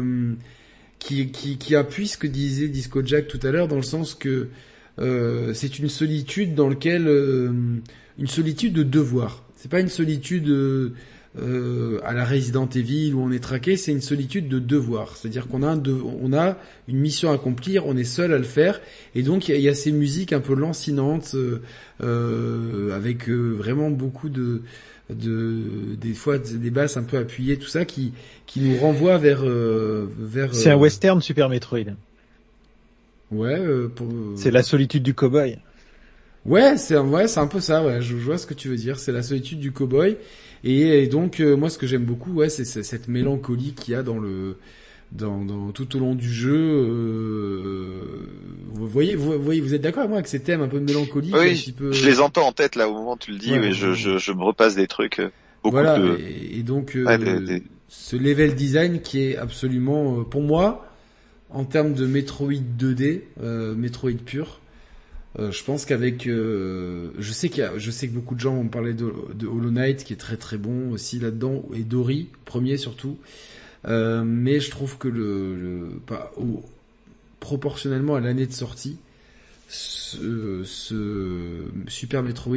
appuie ce que disait Disco Jack tout à l'heure, dans le sens que c'est une solitude dans laquelle une solitude de devoir. C'est pas une solitude à la Resident Evil où on est traqué, c'est une solitude de devoir. C'est-à-dire qu'on a on a une mission à accomplir, on est seul à le faire, et donc il y a ces musiques un peu lancinantes avec vraiment beaucoup des fois des basses un peu appuyées, tout ça qui nous renvoie vers c'est un western Super Metroid. Ouais, c'est la solitude du cow-boy. Ouais, c'est un peu ça, ouais, je vois ce que tu veux dire, c'est la solitude du cow-boy, et donc moi ce que j'aime beaucoup, ouais, c'est cette mélancolie qu'il y a dans tout au long du jeu. Vous voyez, vous êtes d'accord avec moi avec ces thèmes un peu mélancoliques? Oui, un petit peu... je les entends en tête là au moment où tu le dis, ouais, je me repasse des trucs. Voilà, et donc ce level design qui est absolument, pour moi, en termes de Metroid 2D, Metroid pur, je pense qu'avec, je sais que beaucoup de gens vont parler de Hollow Knight qui est très très bon aussi là-dedans, et d'Ori, premier surtout, mais je trouve que proportionnellement à l'année de sortie, ce Super Metroid,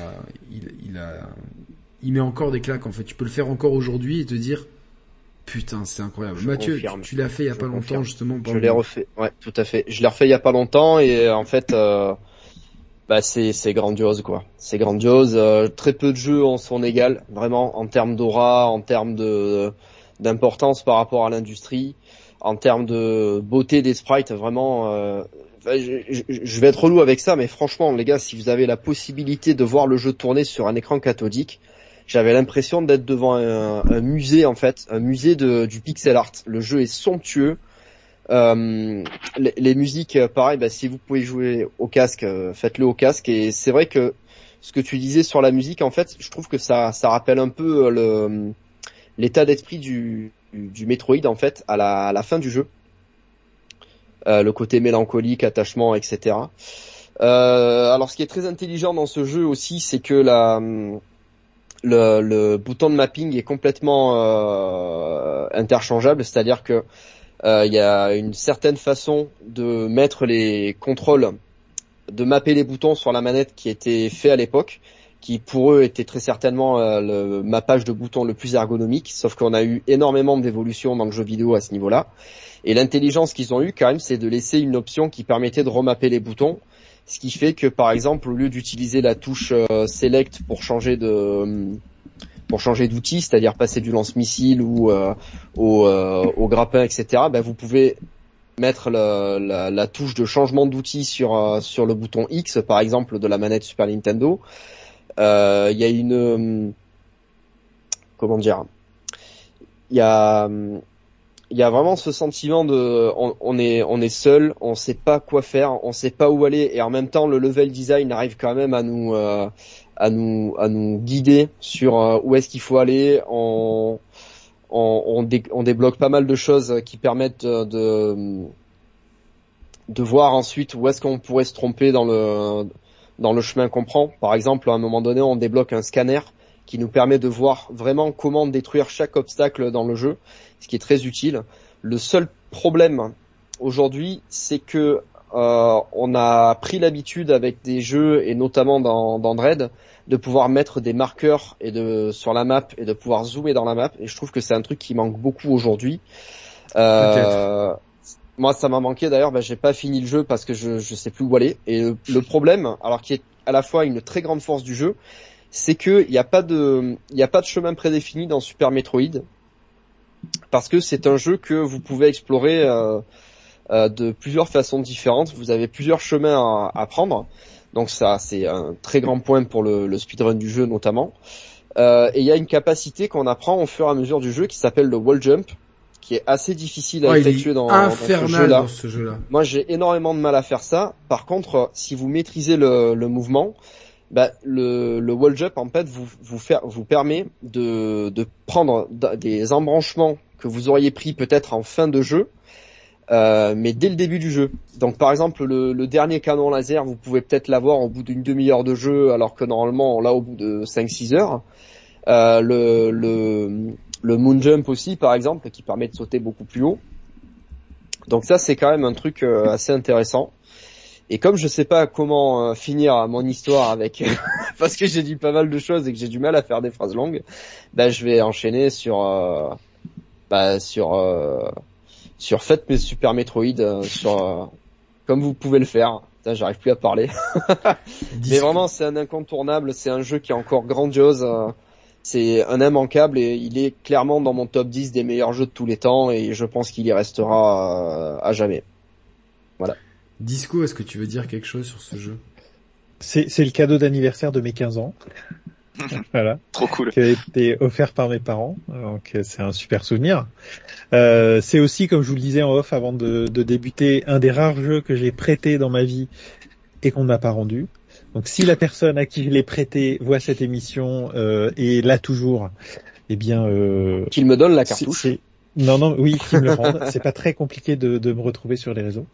il met encore des claques en fait. Tu peux le faire encore aujourd'hui et te dire putain, c'est incroyable. Mathieu, tu l'as fait il y a pas longtemps justement. Je l'ai refait, ouais, tout à fait. Je l'ai refait il y a pas longtemps et en fait, c'est grandiose quoi. C'est grandiose. Très peu de jeux en sont égal, vraiment en termes d'aura, en termes d'importance par rapport à l'industrie, en termes de beauté des sprites, vraiment. Je vais être relou avec ça, mais franchement, les gars, si vous avez la possibilité de voir le jeu tourner sur un écran cathodique, j'avais l'impression d'être devant un musée en fait, un musée du pixel art. Le jeu est somptueux. Les musiques, pareil, bah, si vous pouvez jouer au casque, faites-le au casque. Et c'est vrai que ce que tu disais sur la musique, en fait, je trouve que ça rappelle un peu l'état d'esprit du Metroid, en fait, à la fin du jeu. Le côté mélancolique, attachement, etc. Alors, ce qui est très intelligent dans ce jeu aussi, c'est que le bouton de mapping est complètement interchangeable, c'est-à-dire que il y a une certaine façon de mettre les contrôles, de mapper les boutons sur la manette qui était fait à l'époque, qui pour eux était très certainement le mappage de boutons le plus ergonomique, sauf qu'on a eu énormément d'évolutions dans le jeu vidéo à ce niveau-là. Et l'intelligence qu'ils ont eu quand même, c'est de laisser une option qui permettait de remapper les boutons, ce qui fait que par exemple, au lieu d'utiliser la touche Select pour changer d'outil, c'est-à-dire passer du lance-missile ou au grappin, etc., ben vous pouvez mettre la touche de changement d'outil sur le bouton X, par exemple, de la manette Super Nintendo. Il y a comment dire, il y a vraiment ce sentiment de on est seul, on sait pas quoi faire, on sait pas où aller, et en même temps le level design arrive quand même à nous guider sur où est-ce qu'il faut aller. On débloque pas mal de choses qui permettent de voir ensuite où est-ce qu'on pourrait se tromper dans le chemin qu'on prend. Par exemple, à un moment donné, on débloque un scanner qui nous permet de voir vraiment comment détruire chaque obstacle dans le jeu, ce qui est très utile. Le seul problème aujourd'hui, c'est que on a pris l'habitude avec des jeux, et notamment dans Dread, de pouvoir mettre des marqueurs sur la map et de pouvoir zoomer dans la map, et je trouve que c'est un truc qui manque beaucoup aujourd'hui. Moi, ça m'a manqué d'ailleurs. J'ai pas fini le jeu parce que je sais plus où aller. Et le problème, alors qui est à la fois une très grande force du jeu, c'est que il y a pas de chemin prédéfini dans Super Metroid, parce que c'est un jeu que vous pouvez explorer de plusieurs façons différentes. Vous avez plusieurs chemins à prendre. Donc ça, c'est un très grand point pour le speedrun du jeu notamment. Et il y a une capacité qu'on apprend au fur et à mesure du jeu qui s'appelle le wall jump, qui est assez difficile à effectuer dans ce jeu-là. Moi, j'ai énormément de mal à faire ça. Par contre, si vous maîtrisez le mouvement, le wall jump en fait vous permet de prendre des embranchements que vous auriez pris peut-être en fin de jeu, mais dès le début du jeu. Donc par exemple le dernier canon laser, vous pouvez peut-être l'avoir au bout d'une demi-heure de jeu, alors que normalement on l'a au bout de 5-6 heures. Le moon jump aussi par exemple, qui permet de sauter beaucoup plus haut. Donc ça c'est quand même un truc assez intéressant. Et comme je sais pas comment finir mon histoire avec parce que j'ai dit pas mal de choses et que j'ai du mal à faire des phrases longues, je vais enchaîner sur faites mes Super Metroid comme vous pouvez le faire. Putain, j'arrive plus à parler. Mais vraiment c'est un incontournable, c'est un jeu qui est encore grandiose, c'est un immanquable, et il est clairement dans mon top 10 des meilleurs jeux de tous les temps, et je pense qu'il y restera à jamais. Voilà. Disco, est-ce que tu veux dire quelque chose sur ce jeu? C'est le cadeau d'anniversaire de mes 15 ans. Voilà. Trop cool. Qui a été offert par mes parents. Donc c'est un super souvenir. C'est aussi, comme je vous le disais en off avant de débuter, un des rares jeux que j'ai prêté dans ma vie et qu'on ne m'a pas rendu. Donc si la personne à qui je l'ai prêté voit cette émission et l'a toujours, eh bien qu'il me donne la cartouche. Non, oui, qu'ils me le rendent. C'est pas très compliqué de me retrouver sur les réseaux.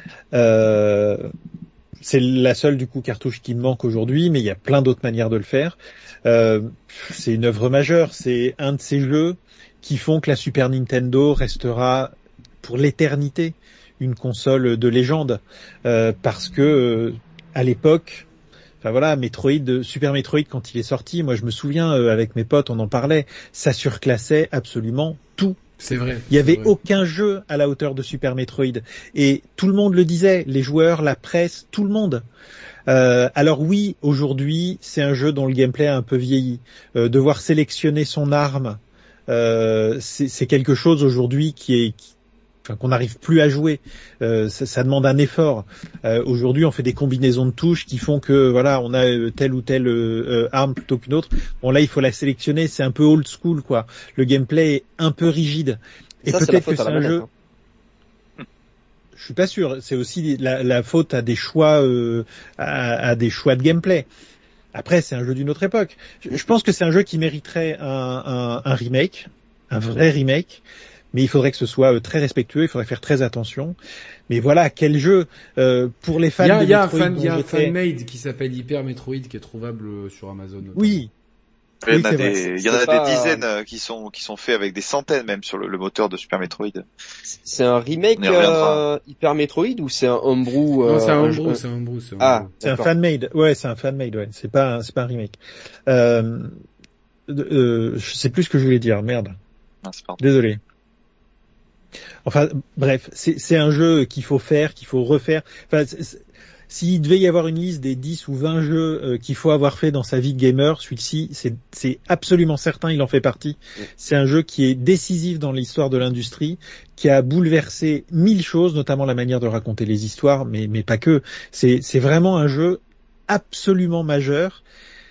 C'est la seule du coup cartouche qui me manque aujourd'hui, mais il y a plein d'autres manières de le faire. C'est une œuvre majeure. C'est un de ces jeux qui font que la Super Nintendo restera pour l'éternité une console de légende, parce que à l'époque, enfin voilà, Super Metroid quand il est sorti, moi je me souviens avec mes potes, on en parlait, ça surclassait absolument tout. C'est vrai. Il y avait aucun jeu à la hauteur de Super Metroid, et tout le monde le disait, les joueurs, la presse, tout le monde. Alors oui, aujourd'hui, c'est un jeu dont le gameplay a un peu vieilli. Devoir sélectionner son arme, c'est quelque chose aujourd'hui qu'on n'arrive plus à jouer. Ça demande un effort. Aujourd'hui, on fait des combinaisons de touches qui font que voilà, on a telle ou telle arme plutôt qu'une autre. Bon là, il faut la sélectionner. C'est un peu old school, quoi. Le gameplay est un peu rigide. Et ça, peut-être que c'est un jeu. je suis pas sûr. C'est aussi la faute à des choix, à des choix de gameplay. Après, c'est un jeu d'une autre époque. Je pense que c'est un jeu qui mériterait un remake, un vrai remake. Mais il faudrait que ce soit très respectueux, il faudrait faire très attention. Mais voilà, quel jeu pour les fans de Metroid. Il y a un fan-made qui s'appelle Hyper Metroid qui est trouvable sur Amazon. Notamment. Oui. Il y en a des dizaines qui sont faits avec des centaines même sur le moteur de Super Metroid. C'est un remake Hyper Metroid ou c'est un homebrew Non, c'est un homebrew. Ah, c'est un fan-made. Ouais, c'est un fan-made. Ouais, c'est pas un remake. Je sais plus ce que je voulais dire. Merde. Ah, Désolé. Enfin, bref, c'est un jeu qu'il faut faire, qu'il faut refaire. Enfin, s'il devait y avoir une liste des 10 ou 20 jeux qu'il faut avoir fait dans sa vie de gamer, celui-ci, c'est absolument certain, il en fait partie. C'est un jeu qui est décisif dans l'histoire de l'industrie, qui a bouleversé 1000 choses, notamment la manière de raconter les histoires, mais pas que. C'est vraiment un jeu absolument majeur.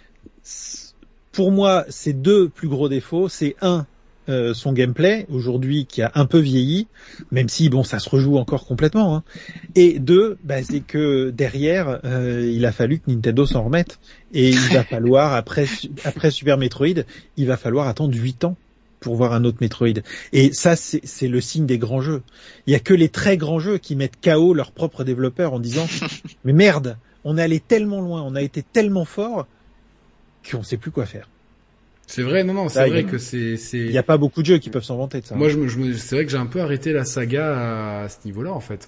Pour moi, ses deux plus gros défauts, c'est son gameplay aujourd'hui qui a un peu vieilli, même si bon ça se rejoue encore complètement, hein. Et deux, c'est que derrière il a fallu que Nintendo s'en remette et il va falloir après Super Metroid, il va falloir attendre 8 ans pour voir un autre Metroid. Et ça c'est le signe des grands jeux. Il y a que les très grands jeux qui mettent KO leurs propres développeurs en disant mais merde, on est allé tellement loin, on a été tellement fort qu'on sait plus quoi faire. C'est vrai, non, c'est vrai que c'est. Il n'y a pas beaucoup de jeux qui peuvent s'en vanter de ça. Moi, c'est vrai que j'ai un peu arrêté la saga à ce niveau-là, en fait.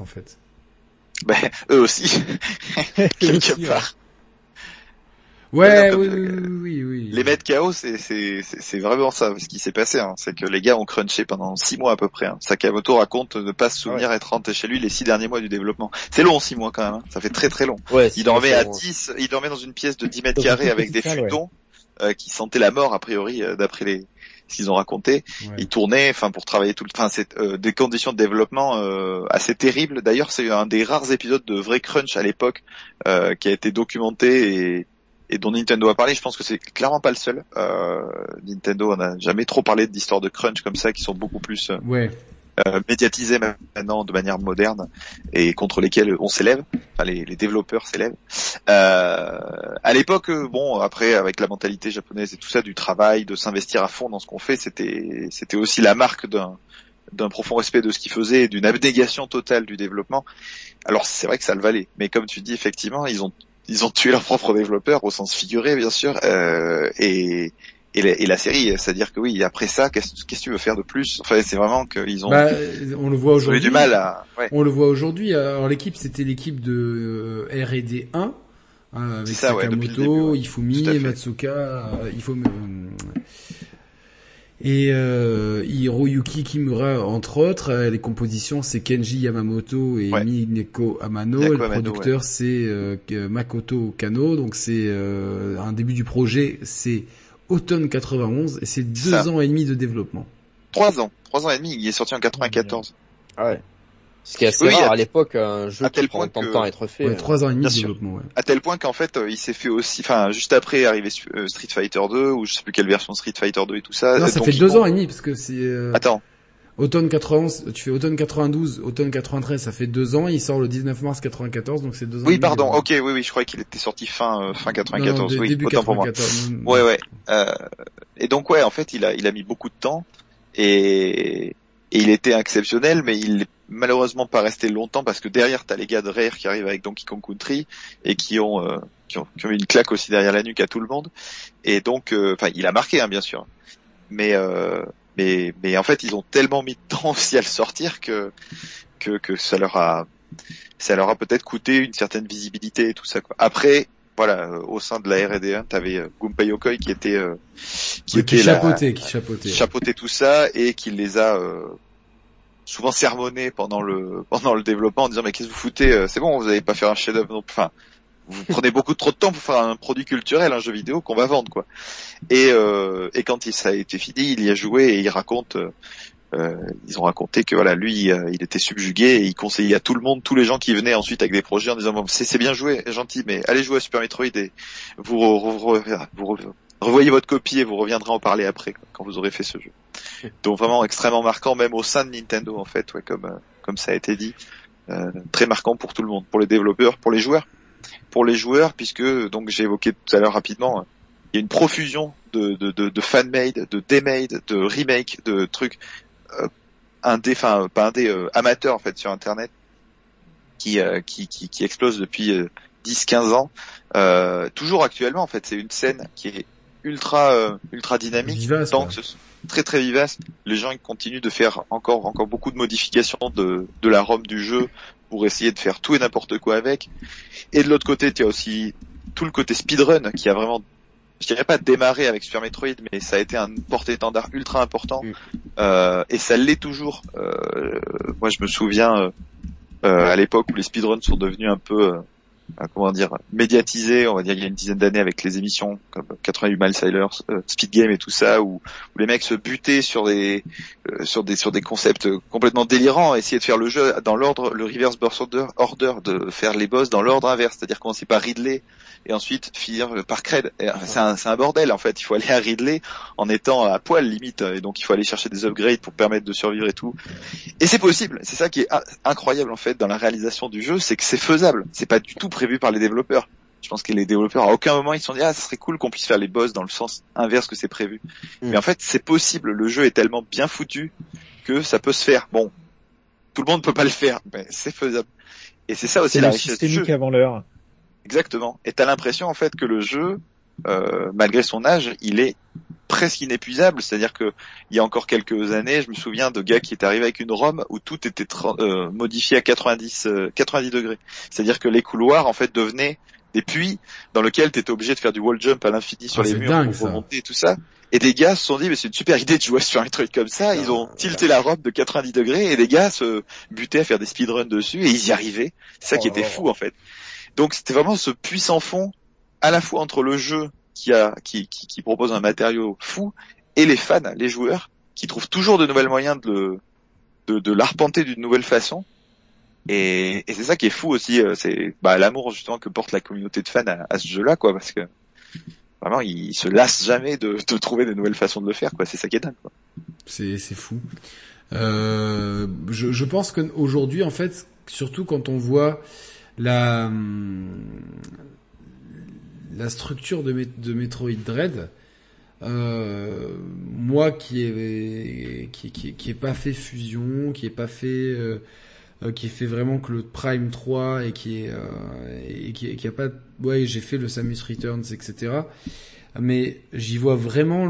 Eux aussi. Quelque part. Ouais, oui. Les mettre KO, c'est vraiment ça, ce qui s'est passé, hein. C'est que les gars ont crunché pendant 6 mois à peu près, hein. Sakamoto raconte ne pas se souvenir être rentré chez lui les 6 derniers mois du développement. C'est long, 6 mois quand même, hein. Ça fait très très long. Ouais, il dormait à 10, il dormait dans une pièce de 10 mètres carrés avec des futons. Qui sentaient la mort a priori d'après ce qu'ils ont raconté. Ouais. Ils tournaient, pour travailler c'est des conditions de développement assez terribles. D'ailleurs, c'est un des rares épisodes de vrai crunch à l'époque qui a été documenté et dont Nintendo a parlé. Je pense que c'est clairement pas le seul. Nintendo en a jamais trop parlé d'histoires de crunch comme ça qui sont beaucoup plus médiatisées maintenant de manière moderne et contre lesquelles on s'élève, les développeurs s'élèvent. À l'époque, après avec la mentalité japonaise et tout ça, du travail, de s'investir à fond dans ce qu'on fait, c'était aussi la marque d'un profond respect de ce qu'ils faisaient et d'une abnégation totale du développement. Alors c'est vrai que ça le valait, mais comme tu dis, effectivement, ils ont tué leurs propres développeurs au sens figuré, bien sûr, et la série, c'est-à-dire que oui, après ça, qu'est-ce que tu veux faire de plus? Enfin, c'est vraiment qu'ils ont, on le voit aujourd'hui. Du mal à, On le voit aujourd'hui. Alors l'équipe, c'était l'équipe de R&D 1, avec Sakamoto, Ifumi, Matsuka, et Hiroyuki Kimura entre autres. Les compositions, c'est Kenji Yamamoto et Mineko Amano. Et le producteur, c'est Makoto Kano. Donc c'est un début du projet, c'est automne 91 et c'est 2 ans et demi de développement. 3 ans et demi, il est sorti en 94. Ah ouais. Ce qui est assez rare à l'époque, un jeu qui prend tant de temps à être fait. Ouais, 3 ans et demi de développement, À tel point qu'en fait, il s'est fait aussi, juste après arrivé Street Fighter 2, ou je sais plus quelle version Street Fighter 2 et tout ça. Non, ça fait 2 ans et demi, parce que c'est, Attends. Automne 91, tu fais automne 92, automne 93, ça fait 2 ans, il sort le 19 mars 94, donc c'est 2 ans. Oui, pardon, ok, oui, je croyais qu'il était sorti fin 94, oui, début autant 94. Pour moi. Ouais. Et donc en fait, il a mis beaucoup de temps, et il était exceptionnel, mais il est malheureusement pas resté longtemps parce que derrière t'as les gars de Rare qui arrivent avec Donkey Kong Country et qui ont mis une claque aussi derrière la nuque à tout le monde. Et donc, il a marqué, hein, bien sûr, mais en fait ils ont tellement mis de temps aussi à le sortir que ça leur a peut-être coûté une certaine visibilité et tout ça, quoi. Après, voilà, au sein de la R&D 1, t'avais Gunpei Yokoi qui chapeautait tout ça et qui les a souvent sermonnés pendant le développement en disant mais qu'est-ce que vous foutez, c'est bon, vous n'allez pas faire un chef-d'œuvre, enfin vous prenez beaucoup trop de temps pour faire un produit culturel, un jeu vidéo qu'on va vendre, quoi. Et quand ça a été fini, il y a joué et il raconte. Ils ont raconté que voilà, lui, il était subjugué et il conseillait à tout le monde, tous les gens qui venaient ensuite avec des projets en disant bon, c'est bien joué, gentil, mais allez jouer à Super Metroid et vous revoyez votre copie et vous reviendrez en parler après, quoi, quand vous aurez fait ce jeu. Donc vraiment extrêmement marquant, même au sein de Nintendo en fait, comme ça a été dit. très marquant pour tout le monde, pour les développeurs, pour les joueurs. Pour les joueurs, puisque donc j'ai évoqué tout à l'heure rapidement, il y a une profusion de fan-made, de day-made, de remake, de trucs amateurs en fait sur Internet qui explose depuis 10-15 ans. Toujours actuellement en fait, c'est une scène qui est ultra dynamique, vivace, très très vivace. Les gens ils continuent de faire encore beaucoup de modifications de la ROM du jeu pour essayer de faire tout et n'importe quoi avec. Et de l'autre côté, tu as aussi tout le côté speedrun qui a vraiment, je dirais pas démarré avec Super Metroid, mais ça a été un porte-étendard ultra important. Et ça l'est toujours. Moi je me souviens à l'époque où les speedruns sont devenus un peu médiatisés, on va dire il y a une dizaine d'années avec les émissions comme 88 Miles Sailors, Speed Game et tout ça, où les mecs se butaient sur des concepts complètement délirants, essayer de faire le jeu dans l'ordre, le reverse burst order, de faire les boss dans l'ordre inverse, c'est-à-dire commencer par Ridley et ensuite finir par Cred. C'est un bordel en fait, il faut aller à Ridley en étant à poil limite, et donc il faut aller chercher des upgrades pour permettre de survivre et tout. Et c'est possible, c'est ça qui est incroyable en fait dans la réalisation du jeu, c'est que c'est faisable, c'est pas du tout prévu par les développeurs. Je pense que les développeurs à aucun moment ils se sont dit ça serait cool qu'on puisse faire les boss dans le sens inverse que c'est prévu. Mais en fait c'est possible, le jeu est tellement bien foutu que ça peut se faire. Bon, tout le monde peut pas le faire, mais c'est faisable. Et c'est ça aussi la richesse du jeu. C'est systémique avant l'heure. Exactement. Et t'as l'impression en fait que le jeu, malgré son âge, il est presque inépuisable. C'est-à-dire que il y a encore quelques années, je me souviens de gars qui étaient arrivés avec une ROM où tout était modifié à 90 degrés. C'est-à-dire que les couloirs en fait devenaient des puits dans lesquels t'étais obligé de faire du wall jump à l'infini sur les murs pour remonter et tout ça. Et des gars se sont dit mais c'est une super idée de jouer sur un truc comme ça. Ils ont tilté la ROM de 90 degrés et des gars se butaient à faire des speedruns dessus et ils y arrivaient. C'est ça qui était fou en fait. Donc c'était vraiment ce puissant fond à la fois entre le jeu qui propose un matériau fou et les fans, les joueurs qui trouvent toujours de nouvelles moyens de l'arpenter d'une nouvelle façon. Et c'est ça qui est fou aussi, c'est l'amour justement que porte la communauté de fans à ce jeu-là, quoi, parce que vraiment ils se lassent jamais de trouver de nouvelles façons de le faire, quoi. C'est ça qui est dingue, quoi. C'est fou. Je pense qu'aujourd'hui en fait, surtout quand on voit la structure de Metroid Dread, moi qui ai pas fait Fusion, qui ai fait vraiment que le Prime 3 et qui a pas, ouais, j'ai fait le Samus Returns, etc. Mais j'y vois vraiment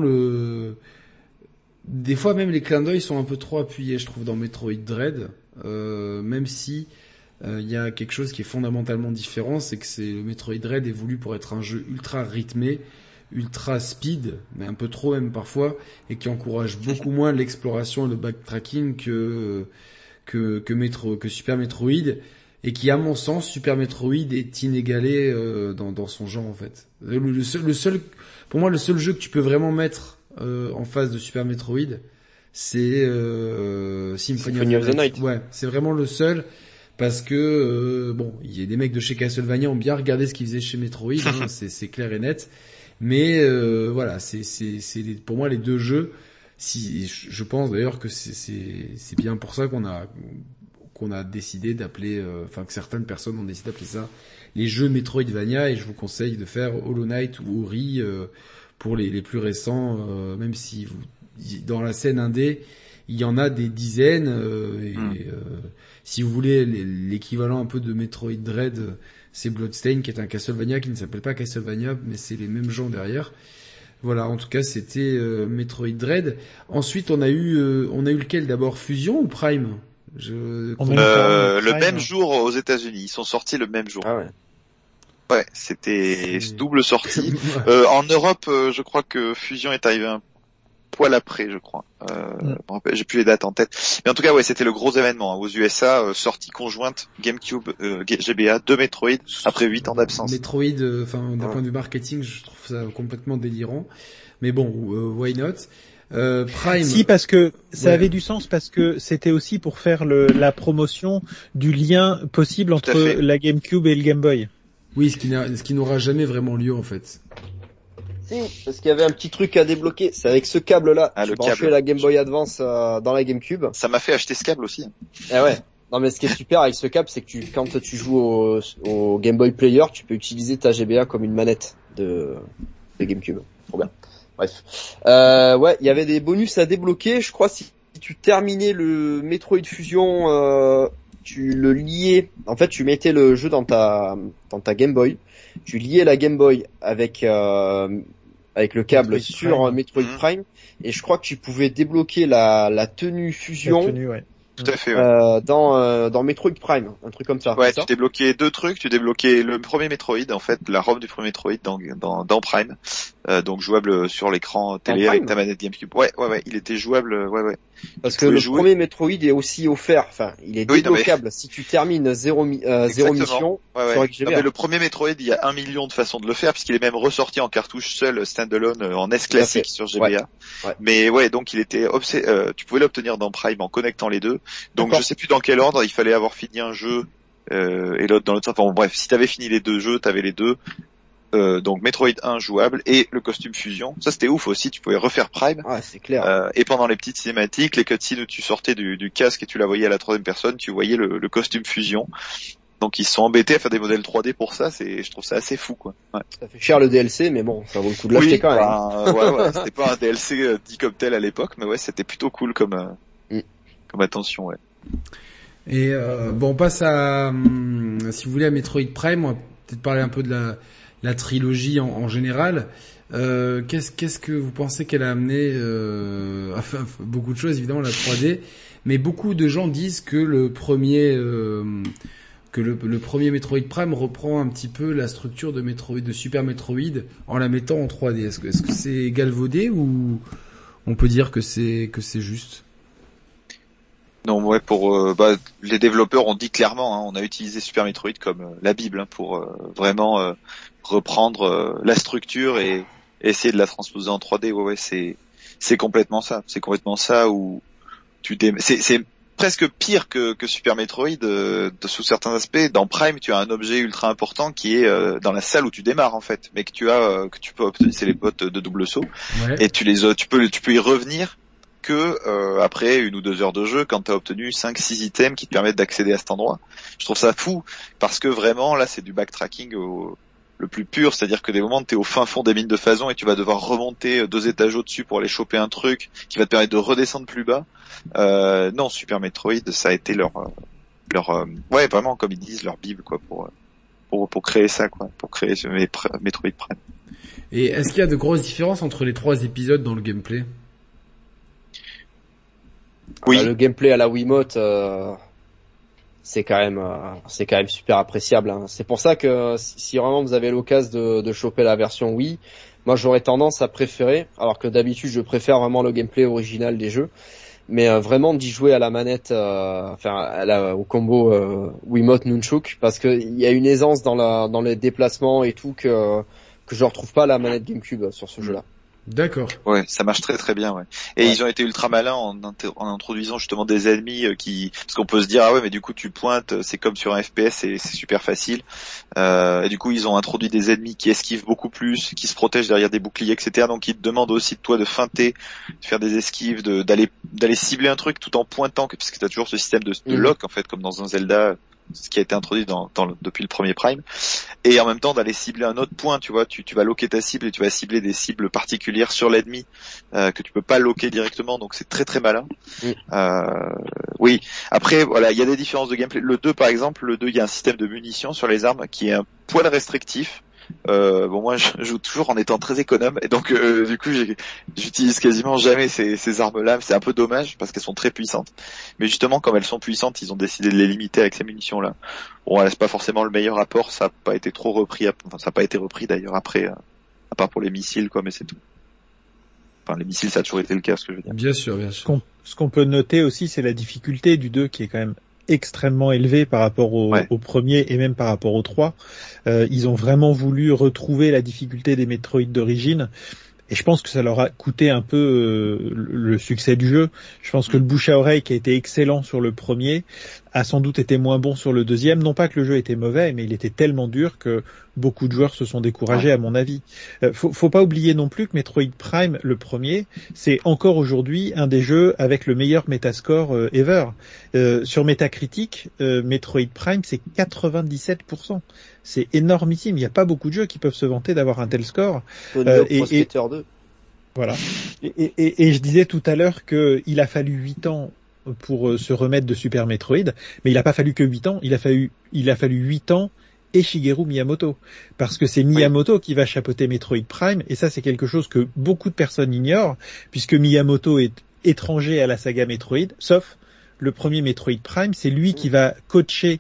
des fois même les clins d'œil sont un peu trop appuyés, je trouve, dans Metroid Dread, même si il y a quelque chose qui est fondamentalement différent, c'est que le Metroid Dread est voulu pour être un jeu ultra rythmé, ultra speed, mais un peu trop même parfois, et qui encourage beaucoup moins l'exploration et le backtracking que Super Metroid, et qui, à mon sens, Super Metroid est inégalé dans son genre en fait. Pour moi, le seul jeu que tu peux vraiment mettre en face de Super Metroid, c'est Symphony of the Night. Ouais, c'est vraiment le seul. Parce que il y a des mecs de chez Castlevania ont bien regardé ce qu'ils faisaient chez Metroid, hein, c'est clair et net. Mais voilà, c'est pour moi les deux jeux. Si je pense d'ailleurs que c'est bien pour ça qu'on a décidé d'appeler, que certaines personnes ont décidé d'appeler ça les jeux Metroidvania, et je vous conseille de faire Hollow Knight ou Ori pour les plus récents, même si dans la scène indé il y en a des dizaines, si vous voulez l'équivalent un peu de Metroid Dread, c'est Bloodstained qui est un Castlevania qui ne s'appelle pas Castlevania, mais c'est les mêmes gens derrière. Voilà, en tout cas c'était Metroid Dread. Ensuite on a eu lequel d'abord, Fusion ou Prime? Le même jour aux États-Unis, ils sont sortis le même jour. Ah ouais. Ouais, c'était double sortie. En Europe, je crois que Fusion est arrivé un poil après, je crois. J'ai plus les dates en tête. Mais en tout cas, ouais, c'était le gros événement. Hein. Aux USA, sortie conjointe GameCube, GBA, de Metroid, après 8 ans d'absence. Metroid, d'un point de vue marketing, je trouve ça complètement délirant. Mais bon, why not? Prime. Si, parce que ça avait du sens, parce que c'était aussi pour faire la promotion du lien possible entre la GameCube et le Game Boy. Oui, ce qui n'aura jamais vraiment lieu, en fait. Si, parce qu'il y avait un petit truc à débloquer. C'est avec ce câble-là. Tu branchais la Game Boy Advance dans la GameCube. Ça m'a fait acheter ce câble aussi. Ah ouais. Non mais ce qui est super avec ce câble, c'est que quand tu joues au Game Boy Player, tu peux utiliser ta GBA comme une manette de GameCube. Trop bien. Bref. Ouais, il y avait des bonus à débloquer. Je crois si tu terminais le Metroid Fusion, tu le liais. En fait, tu mettais le jeu dans ta Game Boy. Tu liais la Game Boy avec le câble Metroid sur Prime. Metroid Prime. Et je crois que tu pouvais débloquer la tenue Fusion. La tenue, ouais. Tout à fait, ouais. Dans Metroid Prime, un truc comme ça. Ouais, c'est ça tu débloquais deux trucs. Tu débloquais le premier Metroid, en fait, la ROM du premier Metroid dans Prime, donc jouable sur l'écran télé avec ta manette GameCube. Ouais, il était jouable, ouais. Parce que le premier Metroid est aussi offert, enfin, il est débloquable si tu termines zéro mission sur GBA. Non, mais le premier Metroid, il y a 1 million de façons de le faire, puisqu'il est même ressorti en cartouche seul, standalone, en NES classique sur GBA. Ouais. Mais ouais, donc il était tu pouvais l'obtenir dans Prime en connectant les deux. Donc je sais plus dans quel ordre, il fallait avoir fini un jeu et l'autre dans l'autre sens. Enfin, bref, si t'avais fini les deux jeux, t'avais les deux. Donc Metroid 1 jouable et le costume Fusion. Ça c'était ouf aussi, tu pouvais refaire Prime. Ouais, c'est clair. Et pendant les petites cinématiques, les cutscenes où tu sortais du casque et tu la voyais à la troisième personne, tu voyais le costume Fusion. Donc ils se sont embêtés à faire des modèles 3D pour ça, je trouve ça assez fou, quoi. Ouais. Ça fait cher le DLC, mais bon, ça vaut le coup de l'acheter quand même. Ouais, c'était pas un DLC dit comme tel à l'époque, mais ouais, c'était plutôt cool comme attention, ouais. Et bon, on passe à, si vous voulez, à Metroid Prime. On va peut-être parler un peu de la trilogie en général. Qu'est-ce que vous pensez qu'elle a amené enfin, beaucoup de choses, évidemment, la 3D, mais beaucoup de gens disent que le premier Metroid Prime reprend un petit peu la structure de Super Metroid en la mettant en 3D. Est-ce que c'est galvaudé ou on peut dire que c'est juste? Non, ouais, pour les développeurs ont dit clairement, on a utilisé Super Metroid comme la Bible pour vraiment reprendre la structure et essayer de la transposer en 3D. Ouais, c'est complètement ça. C'est complètement ça où c'est presque pire que Super Metroid sous certains aspects. Dans Prime, tu as un objet ultra important qui est dans la salle où tu démarres en fait, mais que tu peux obtenir, c'est les bottes de double saut, et tu peux y revenir que après 1 ou 2 heures de jeu, quand tu as obtenu 5-6 items qui te permettent d'accéder à cet endroit. Je trouve ça fou parce que vraiment là c'est du backtracking le plus pur, c'est-à-dire que des moments t'es au fin fond des mines de Phazon et tu vas devoir remonter 2 étages au-dessus pour aller choper un truc qui va te permettre de redescendre plus bas. Non, Super Metroid, ça a été leur ouais, vraiment comme ils disent, leur bible quoi pour créer ça quoi, pour créer ce Metroid Prime. Et est-ce qu'il y a de grosses différences entre les 3 épisodes dans le gameplay? Oui. Le gameplay à la Wiimote, c'est quand même super appréciable. Hein. C'est pour ça que si vraiment vous avez l'occasion de choper la version Wii, moi j'aurais tendance à préférer, alors que d'habitude je préfère vraiment le gameplay original des jeux, mais vraiment d'y jouer à la manette, au combo Wiimote Nunchuk, parce que il y a une aisance dans les déplacements et tout que je retrouve pas à la manette GameCube sur ce jeu-là. D'accord. Ouais, ça marche très très bien, ouais. Et ils ont été ultra malins en introduisant justement des ennemis parce qu'on peut se dire ah ouais mais du coup tu pointes, c'est comme sur un FPS, c'est super facile. Et du coup ils ont introduit des ennemis qui esquivent beaucoup plus, qui se protègent derrière des boucliers, etc. Donc ils te demandent aussi de toi de feinter, de faire des esquives, d'aller cibler un truc tout en pointant, parce que t'as toujours ce système de lock en fait comme dans un Zelda. Ce qui a été introduit depuis le premier Prime, et en même temps d'aller cibler un autre point, tu vois, tu vas loquer ta cible et tu vas cibler des cibles particulières sur l'ennemi que tu peux pas loquer directement, donc c'est très très malin. Oui, après voilà, il y a des différences de gameplay. Le 2 par exemple, il y a un système de munitions sur les armes qui est un poil restrictif. Bon moi je joue toujours en étant très économe et donc du coup j'utilise quasiment jamais ces armes-là. C'est un peu dommage parce qu'elles sont très puissantes, mais justement comme elles sont puissantes ils ont décidé de les limiter avec ces munitions-là. Bon c'est pas forcément le meilleur apport, ça a pas été trop repris, enfin ça a pas été repris d'ailleurs après, à part pour les missiles quoi, mais c'est tout. Enfin les missiles ça a toujours été le cas, ce que je veux dire. Bien sûr. Ce qu'on peut noter aussi c'est la difficulté du 2 qui est quand même extrêmement élevé par rapport au premier et même par rapport au 3. Ils ont vraiment voulu retrouver la difficulté des Metroid d'origine et je pense que ça leur a coûté un peu le succès du jeu. Je pense que le bouche à oreille qui a été excellent sur le premier a sans doute été moins bon sur le deuxième. Non pas que le jeu était mauvais, mais il était tellement dur que beaucoup de joueurs se sont découragés, à mon avis. Faut pas oublier non plus que Metroid Prime, le premier, c'est encore aujourd'hui un des jeux avec le meilleur Metascore ever. Sur Metacritic, Metroid Prime, c'est 97%. C'est énormissime. Il n'y a pas beaucoup de jeux qui peuvent se vanter d'avoir un tel score. Et 2. Voilà. Et je disais tout à l'heure qu'il a fallu 8 ans pour se remettre de Super Metroid, mais il n'a pas fallu que 8 ans, il a fallu 8 ans et Shigeru Miyamoto. Parce que c'est Miyamoto qui va chapeauter Metroid Prime, et ça c'est quelque chose que beaucoup de personnes ignorent, puisque Miyamoto est étranger à la saga Metroid, sauf le premier Metroid Prime, c'est lui qui va coacher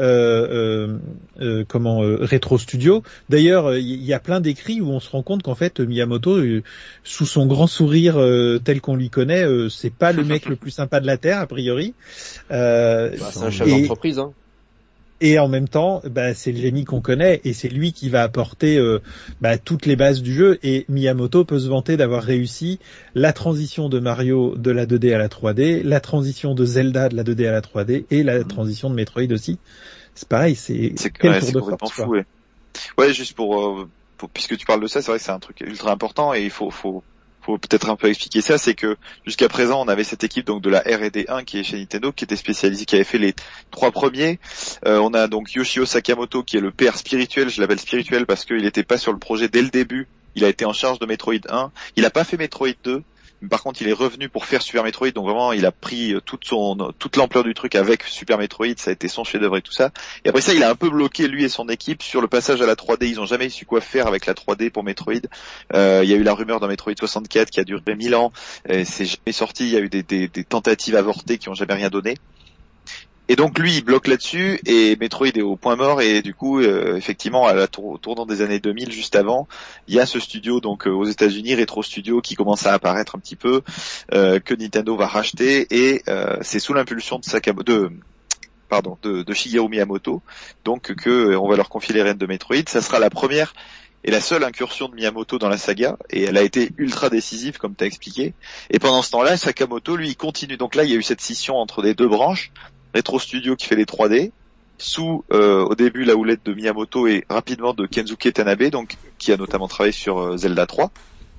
Retro Studio. D'ailleurs, il y a plein d'écrits où on se rend compte qu'en fait Miyamoto, sous son grand sourire tel qu'on lui connaît, c'est pas le mec le plus sympa de la terre a priori. C'est un chef d'entreprise, hein. Et en même temps, c'est le génie qu'on connaît, et c'est lui qui va apporter toutes les bases du jeu. Et Miyamoto peut se vanter d'avoir réussi la transition de Mario de la 2D à la 3D, la transition de Zelda de la 2D à la 3D, et la transition de Metroid aussi. C'est pareil, c'est quel tour de force, fou, ouais, juste pour puisque tu parles de ça, c'est vrai que c'est un truc ultra important, et il faut peut-être un peu expliquer ça, c'est que jusqu'à présent on avait cette équipe donc de la R&D 1 qui est chez Nintendo, qui était spécialisée, qui avait fait les 3 premiers. On a donc Yoshio Sakamoto qui est le père spirituel, je l'appelle spirituel parce qu'il n'était pas sur le projet dès le début, il a été en charge de Metroid 1, il n'a pas fait Metroid 2, mais par contre il est revenu pour faire Super Metroid, donc vraiment il a pris toute l'ampleur du truc avec Super Metroid, ça a été son chef-d'œuvre et tout ça. Et après ça il a un peu bloqué lui et son équipe sur le passage à la 3D, ils ont jamais su quoi faire avec la 3D pour Metroid. Il y a eu la rumeur dans Metroid 64 qui a duré 1000 ans, c'est jamais sorti, il y a eu des tentatives avortées qui ont jamais rien donné. Et donc lui il bloque là-dessus, et Metroid est au point mort, et du coup effectivement à la tournant des années 2000, juste avant, il y a ce studio donc aux États-Unis, Retro Studio, qui commence à apparaître un petit peu, que Nintendo va racheter, et c'est sous l'impulsion de Shigeru Miyamoto, donc que on va leur confier les rênes de Metroid. Ça sera la première et la seule incursion de Miyamoto dans la saga, et elle a été ultra décisive comme tu as expliqué. Et pendant ce temps-là, Sakamoto lui il continue. Donc là il y a eu cette scission entre les deux branches. Retro Studio qui fait les 3D, sous au début la houlette de Miyamoto et rapidement de Kensuke Tanabe, donc qui a notamment travaillé sur Zelda 3.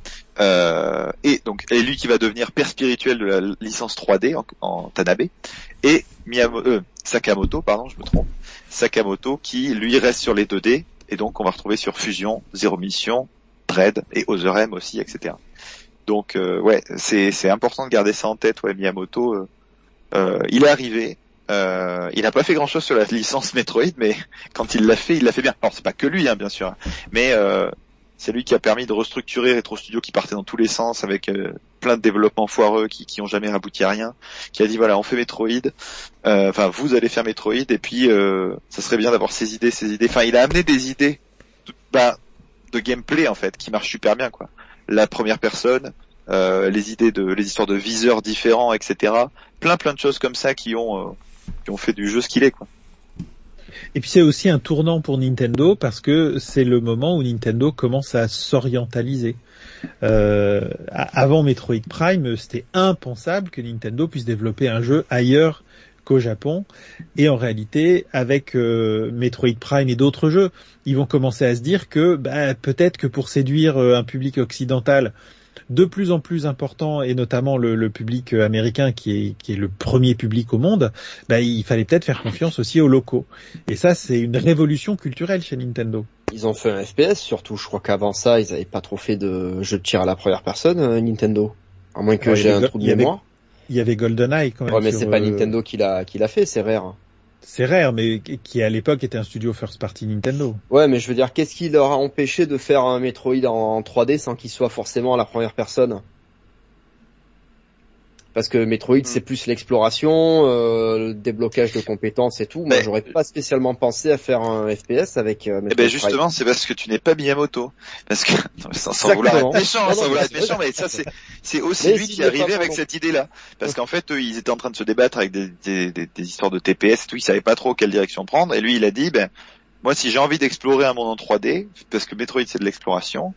Et lui qui va devenir père spirituel de la licence 3D en Tanabe, et Sakamoto, je me trompe, Sakamoto qui lui reste sur les 2D, et donc on va retrouver sur Fusion, Zero Mission, Dread et Other M aussi, etc. Donc c'est important de garder ça en tête. Miyamoto il est arrivé. Il n'a pas fait grand chose sur la licence Metroid, mais quand il l'a fait bien. Alors c'est pas que lui, bien sûr, mais c'est lui qui a permis de restructurer Retro Studio, qui partait dans tous les sens avec plein de développements foireux qui ont jamais abouti à rien, qui a dit voilà on fait Metroid, vous allez faire Metroid, et puis ça serait bien d'avoir ces idées. Enfin il a amené des idées de gameplay en fait qui marchent super bien quoi. La première personne, les histoires de viseurs différents, etc. Plein de choses comme ça qui ont fait du jeu ce qu'il est quoi. Et puis c'est aussi un tournant pour Nintendo, parce que c'est le moment où Nintendo commence à s'orientaliser. Avant Metroid Prime, c'était impensable que Nintendo puisse développer un jeu ailleurs qu'au Japon, et en réalité avec Metroid Prime et d'autres jeux, ils vont commencer à se dire que peut-être que pour séduire un public occidental de plus en plus important, et notamment le public américain qui est le premier public au monde, il fallait peut-être faire confiance aussi aux locaux. Et ça, c'est une révolution culturelle chez Nintendo. Ils ont fait un FPS surtout, je crois qu'avant ça, ils avaient pas trop fait de jeu de tir à la première personne, Nintendo. À moins que j'ai un trou de mémoire. Il y avait GoldenEye quand même. Ouais, mais c'est pas Nintendo qui l'a fait, c'est Rare. C'est Rare, mais qui à l'époque était un studio first party Nintendo. Ouais, mais je veux dire, qu'est-ce qui leur a empêché de faire un Metroid en 3D sans qu'il soit forcément à la première personne? Parce que Metroid, c'est plus l'exploration, le déblocage de compétences et tout. Moi, j'aurais pas spécialement pensé à faire un FPS avec Metroid. Justement, c'est parce que tu n'es pas Miyamoto. Parce que, sans vouloir être méchant, mais ça, c'est aussi lui qui est arrivé avec cette idée-là. Parce qu'en fait, eux, ils étaient en train de se débattre avec des histoires de TPS et tout, ils savaient pas trop quelle direction prendre, et lui, il a dit, moi, si j'ai envie d'explorer un monde en 3D, parce que Metroid, c'est de l'exploration,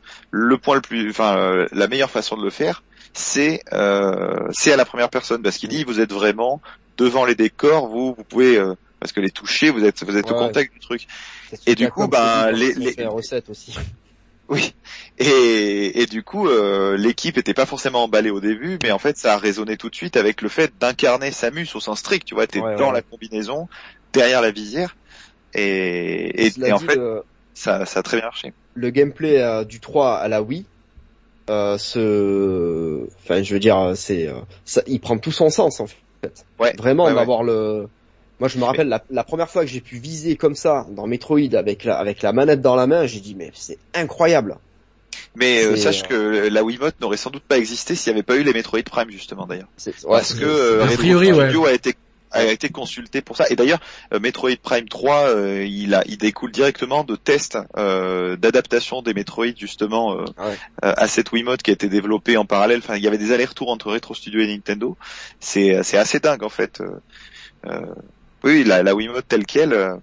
la meilleure façon de le faire, c'est à la première personne, parce qu'il dit vous êtes vraiment devant les décors, vous pouvez parce que les toucher, vous êtes au contact du truc. Et du coup, les recettes aussi. Oui. Et du coup, l'équipe était pas forcément emballée au début, mais en fait, ça a résonné tout de suite avec le fait d'incarner Samus au sens strict. Tu vois, t'es dans la combinaison, derrière la visière, et en fait, ça a très bien marché. Le gameplay du 3 à la Wii, enfin, je veux dire, ça, il prend tout son sens en fait. Vraiment d'avoir le. Moi, je me rappelle la première fois que j'ai pu viser comme ça dans Metroid avec la manette dans la main, j'ai dit mais c'est incroyable. Mais sache que la Wiimote n'aurait sans doute pas existé s'il n'y avait pas eu les Metroid Prime justement d'ailleurs. Parce que Retro Studio a été consulté pour ça. Et d'ailleurs, Metroid Prime 3, il découle directement de tests d'adaptation des Metroid justement à cette Wiimote qui a été développée en parallèle. Enfin, il y avait des allers-retours entre Retro Studio et Nintendo. C'est assez dingue en fait. Oui, la Wiimote telle qu'elle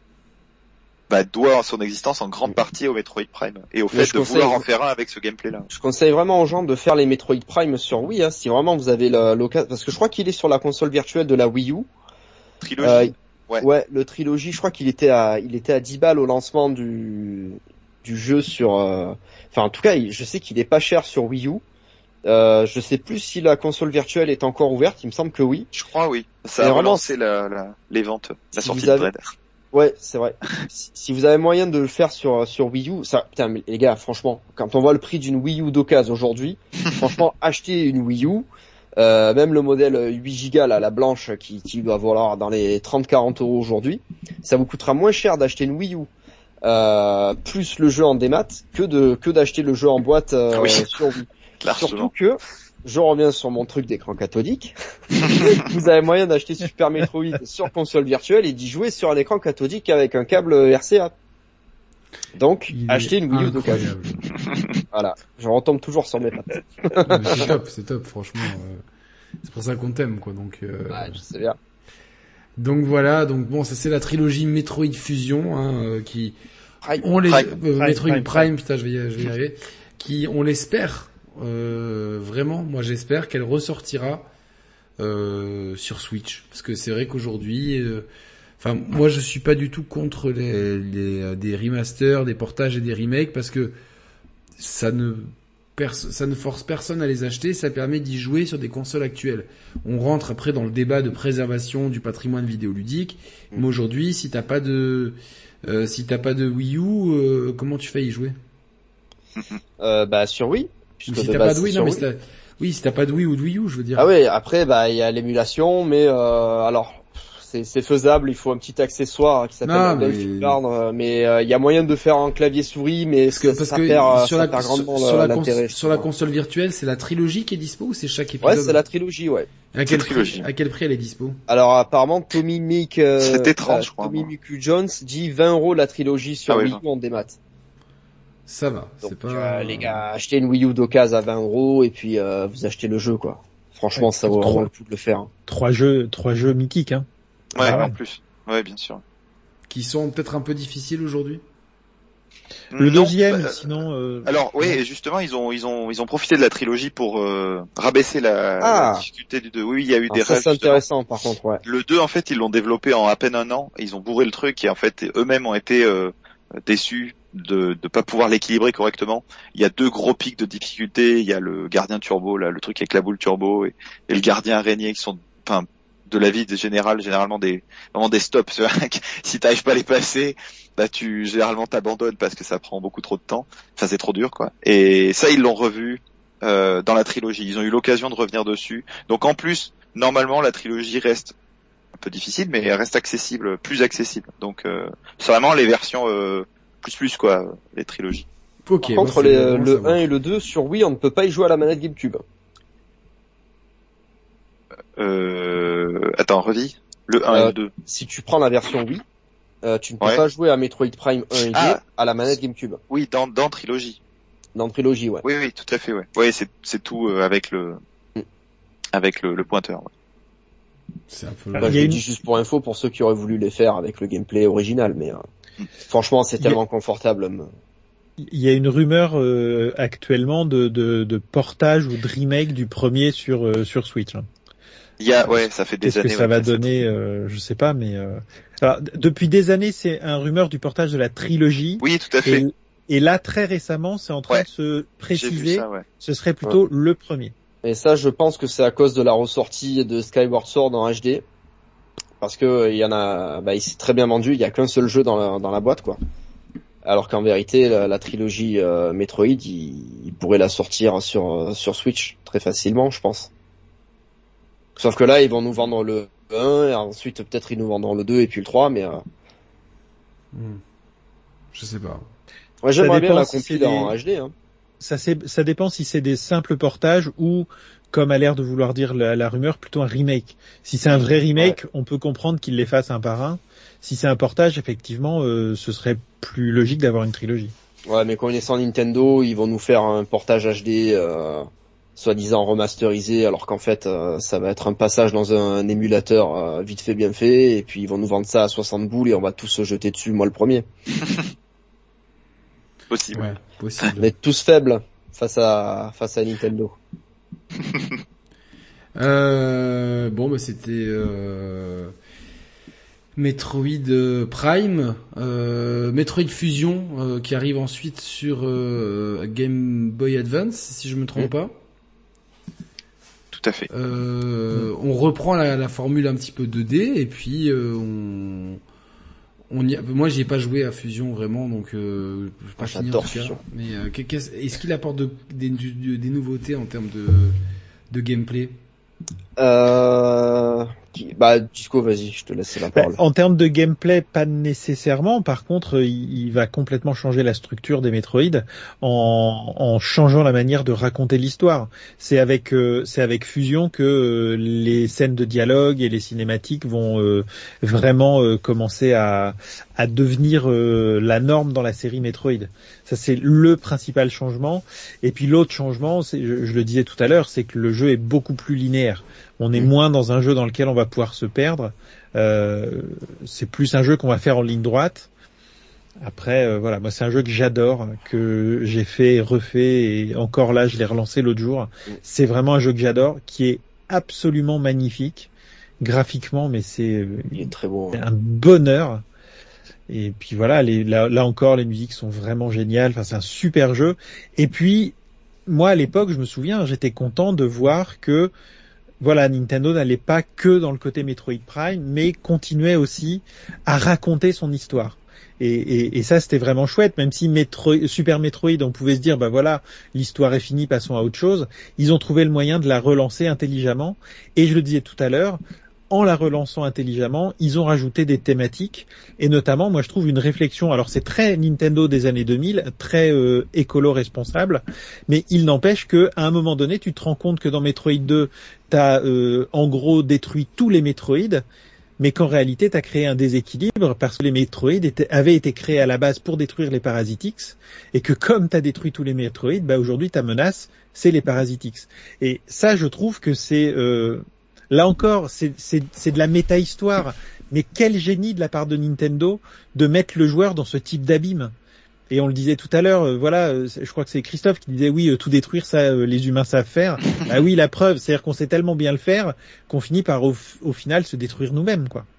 doit son existence en grande partie au Metroid Prime et au fait de vouloir en faire un avec ce gameplay-là. Je conseille vraiment aux gens de faire les Metroid Prime sur Wii, hein, si vraiment vous avez l'occasion, parce que je crois qu'il est sur la console virtuelle de la Wii U. Trilogie. Ouais, le trilogie, je crois qu'il était à 10 balles au lancement du jeu sur, enfin en tout cas, je sais qu'il est pas cher sur Wii U. Je sais plus si la console virtuelle est encore ouverte, il me semble que oui. Je crois oui. Ça a relancé les ventes, la sortie de Dread. Ouais, c'est vrai. Si vous avez moyen de le faire sur Wii U, ça, putain, mais les gars, franchement, quand on voit le prix d'une Wii U d'occasion aujourd'hui, franchement, acheter une Wii U, même le modèle 8 Go là, la blanche, qui doit valoir dans les 30-40 euros aujourd'hui, ça vous coûtera moins cher d'acheter une Wii U, plus le jeu en démat, que d'acheter le jeu en boîte, sur Wii. Surtout que, je reviens sur mon truc d'écran cathodique. Vous avez moyen d'acheter Super Metroid sur console virtuelle et d'y jouer sur un écran cathodique avec un câble RCA. Donc, achetez une Wii U d'occasion. Voilà. Je retombe toujours sur mes pattes. C'est top, franchement. C'est pour ça qu'on t'aime, quoi. Donc, ouais, je sais bien. Donc voilà. Donc bon, ça c'est la trilogie Metroid Fusion, hein, qui Metroid Prime. Putain, je vais y arriver. Qui, on l'espère. Vraiment, moi j'espère qu'elle ressortira sur Switch, parce que c'est vrai qu'aujourd'hui, enfin moi je suis pas du tout contre des remasters, des portages et des remakes, parce que ça ne force personne à les acheter, ça permet d'y jouer sur des consoles actuelles. On rentre après dans le débat de préservation du patrimoine vidéoludique, mais aujourd'hui si t'as pas de Wii U, comment tu fais y jouer? Sur Wii. Si t'as pas de Wii, non mais si t'as pas de Wii ou de Wii U, je veux dire. Ah oui, après il y a l'émulation, mais alors c'est faisable, il faut un petit accessoire qui s'appelle mais il y a moyen de faire un clavier souris, mais parce que ça perd grandement l'intérêt. Sur la console virtuelle, c'est la trilogie qui est dispo ou c'est chaque épisode? Ouais, c'est la trilogie, ouais. À quel prix elle est dispo? Alors apparemment Tommy Mick c'est étrange, je crois. Tommy Mick Jones dit 20 € la trilogie sur Wii U en démat. Ça va, donc, c'est pas... les gars, achetez une Wii U d'occasion à 20 € et puis vous achetez le jeu, quoi. Franchement, ça vaut vraiment le coup de le faire. Hein. 3 jeux mythiques, hein. Ouais, en plus. Ouais, bien sûr. Qui sont peut-être un peu difficiles aujourd'hui. Le deuxième, sinon. Alors oui, et justement, ils ont profité de la trilogie pour rabaisser la difficulté du 2. Oui, il y a eu des rêves. C'est intéressant, par contre, ouais. Le 2, en fait, ils l'ont développé en à peine un an. Ils ont bourré le truc et en fait, eux-mêmes ont été déçus de pas pouvoir l'équilibrer correctement. Il y a 2 gros pics de difficulté. Il y a le gardien turbo, là, le truc avec la boule turbo, et le gardien araignée qui sont, enfin, de la vie généralement des stops. Si t'arrives pas à les passer, tu généralement t'abandonnes parce que ça prend beaucoup trop de temps. Enfin, c'est trop dur, quoi. Et ça, ils l'ont revu dans la trilogie. Ils ont eu l'occasion de revenir dessus. Donc en plus, normalement, la trilogie reste un peu difficile, mais elle reste accessible, plus accessible. Donc c'est vraiment les versions plus quoi, les trilogies. Okay, par contre, le 1 et le 2 sur Wii, on ne peut pas y jouer à la manette GameCube. Attends, redis. Le 1 et le 2. Si tu prends la version Wii, tu ne peux pas jouer à Metroid Prime 1 et 2 à la manette GameCube. Oui, dans trilogie. Dans trilogie, ouais. Oui, tout à fait, ouais. Ouais, c'est tout avec le pointeur. Ouais. C'est un peu... je le dis juste pour info pour ceux qui auraient voulu les faire avec le gameplay original, mais franchement, c'est tellement confortable. Il y a une rumeur actuellement de portage ou de remake du premier sur Switch. Ça fait des années. Qu'est-ce que ça va donner, je sais pas, mais alors, depuis des années, c'est un rumeur du portage de la trilogie. Oui, tout à fait. Et là, très récemment, c'est en train de se préciser. Ce serait plutôt le premier. Et ça, je pense que c'est à cause de la ressortie de Skyward Sword en HD. Parce que il y en a, il s'est très bien vendu, il y a qu'un seul jeu dans la boîte, quoi. Alors qu'en vérité, la trilogie Metroid, il pourrait la sortir sur Switch très facilement, je pense. Sauf que là, ils vont nous vendre le 1, et ensuite peut-être ils nous vendront le 2 et puis le 3, mais je sais pas. Ouais, j'aimerais bien la compiler en HD, hein. Ça dépend si c'est des simples portages ou, comme a l'air de vouloir dire la rumeur, plutôt un remake. Si c'est un vrai remake, on peut comprendre qu'ils les fassent un par un. Si c'est un portage, effectivement, ce serait plus logique d'avoir une trilogie. Ouais, mais connaissant Nintendo, ils vont nous faire un portage HD, soi-disant remasterisé, alors qu'en fait, ça va être un passage dans un émulateur vite fait, bien fait, et puis ils vont nous vendre ça à 60 boules et on va tous se jeter dessus, moi le premier. Possible. Ouais, possible. On est tous faibles face à Nintendo. C'était Metroid Prime, Metroid Fusion qui arrive ensuite sur Game Boy Advance, si je me trompe pas. Tout à fait. On reprend la formule un petit peu 2D et puis moi j'y ai pas joué à Fusion vraiment, donc je vais pas finir en tout cas. Mais est-ce qu'il apporte des nouveautés en termes de gameplay? Disco, vas-y, je te laisse la parole. En termes de gameplay, pas nécessairement. Par contre, il va complètement changer la structure des Metroid en changeant la manière de raconter l'histoire. C'est avec Fusion que les scènes de dialogue et les cinématiques vont vraiment commencer à devenir la norme dans la série Metroid. Ça, c'est le principal changement. Et puis l'autre changement, je le disais tout à l'heure, c'est que le jeu est beaucoup plus linéaire. On est moins dans un jeu dans lequel on va pouvoir se perdre. C'est plus un jeu qu'on va faire en ligne droite. Après, moi c'est un jeu que j'adore, que j'ai fait, refait, et encore là, je l'ai relancé l'autre jour. C'est vraiment un jeu que j'adore, qui est absolument magnifique, graphiquement, mais il est très beau. Un bonheur. Et puis voilà, là encore, les musiques sont vraiment géniales. Enfin, c'est un super jeu. Et puis, moi à l'époque, je me souviens, j'étais content de voir que Nintendo n'allait pas que dans le côté Metroid Prime, mais continuait aussi à raconter son histoire. Et ça, c'était vraiment chouette, même si Super Metroid, on pouvait se dire, l'histoire est finie, passons à autre chose. Ils ont trouvé le moyen de la relancer intelligemment. Et je le disais tout à l'heure, en la relançant intelligemment, ils ont rajouté des thématiques, et notamment, moi je trouve une réflexion, alors c'est très Nintendo des années 2000, très écolo-responsable, mais il n'empêche que à un moment donné, tu te rends compte que dans Metroid 2, t'as en gros détruit tous les Metroid, mais qu'en réalité, t'as créé un déséquilibre parce que les Metroid avaient été créés à la base pour détruire les Parasitix, et que comme t'as détruit tous les Metroid, aujourd'hui ta menace, c'est les Parasitix. Et ça, je trouve que c'est... Là encore, c'est de la méta-histoire, mais quel génie de la part de Nintendo de mettre le joueur dans ce type d'abîme. Et on le disait tout à l'heure, je crois que c'est Christophe qui disait oui, tout détruire ça, les humains savent faire. Bah oui, la preuve, c'est-à-dire qu'on sait tellement bien le faire qu'on finit par au final se détruire nous-mêmes, quoi.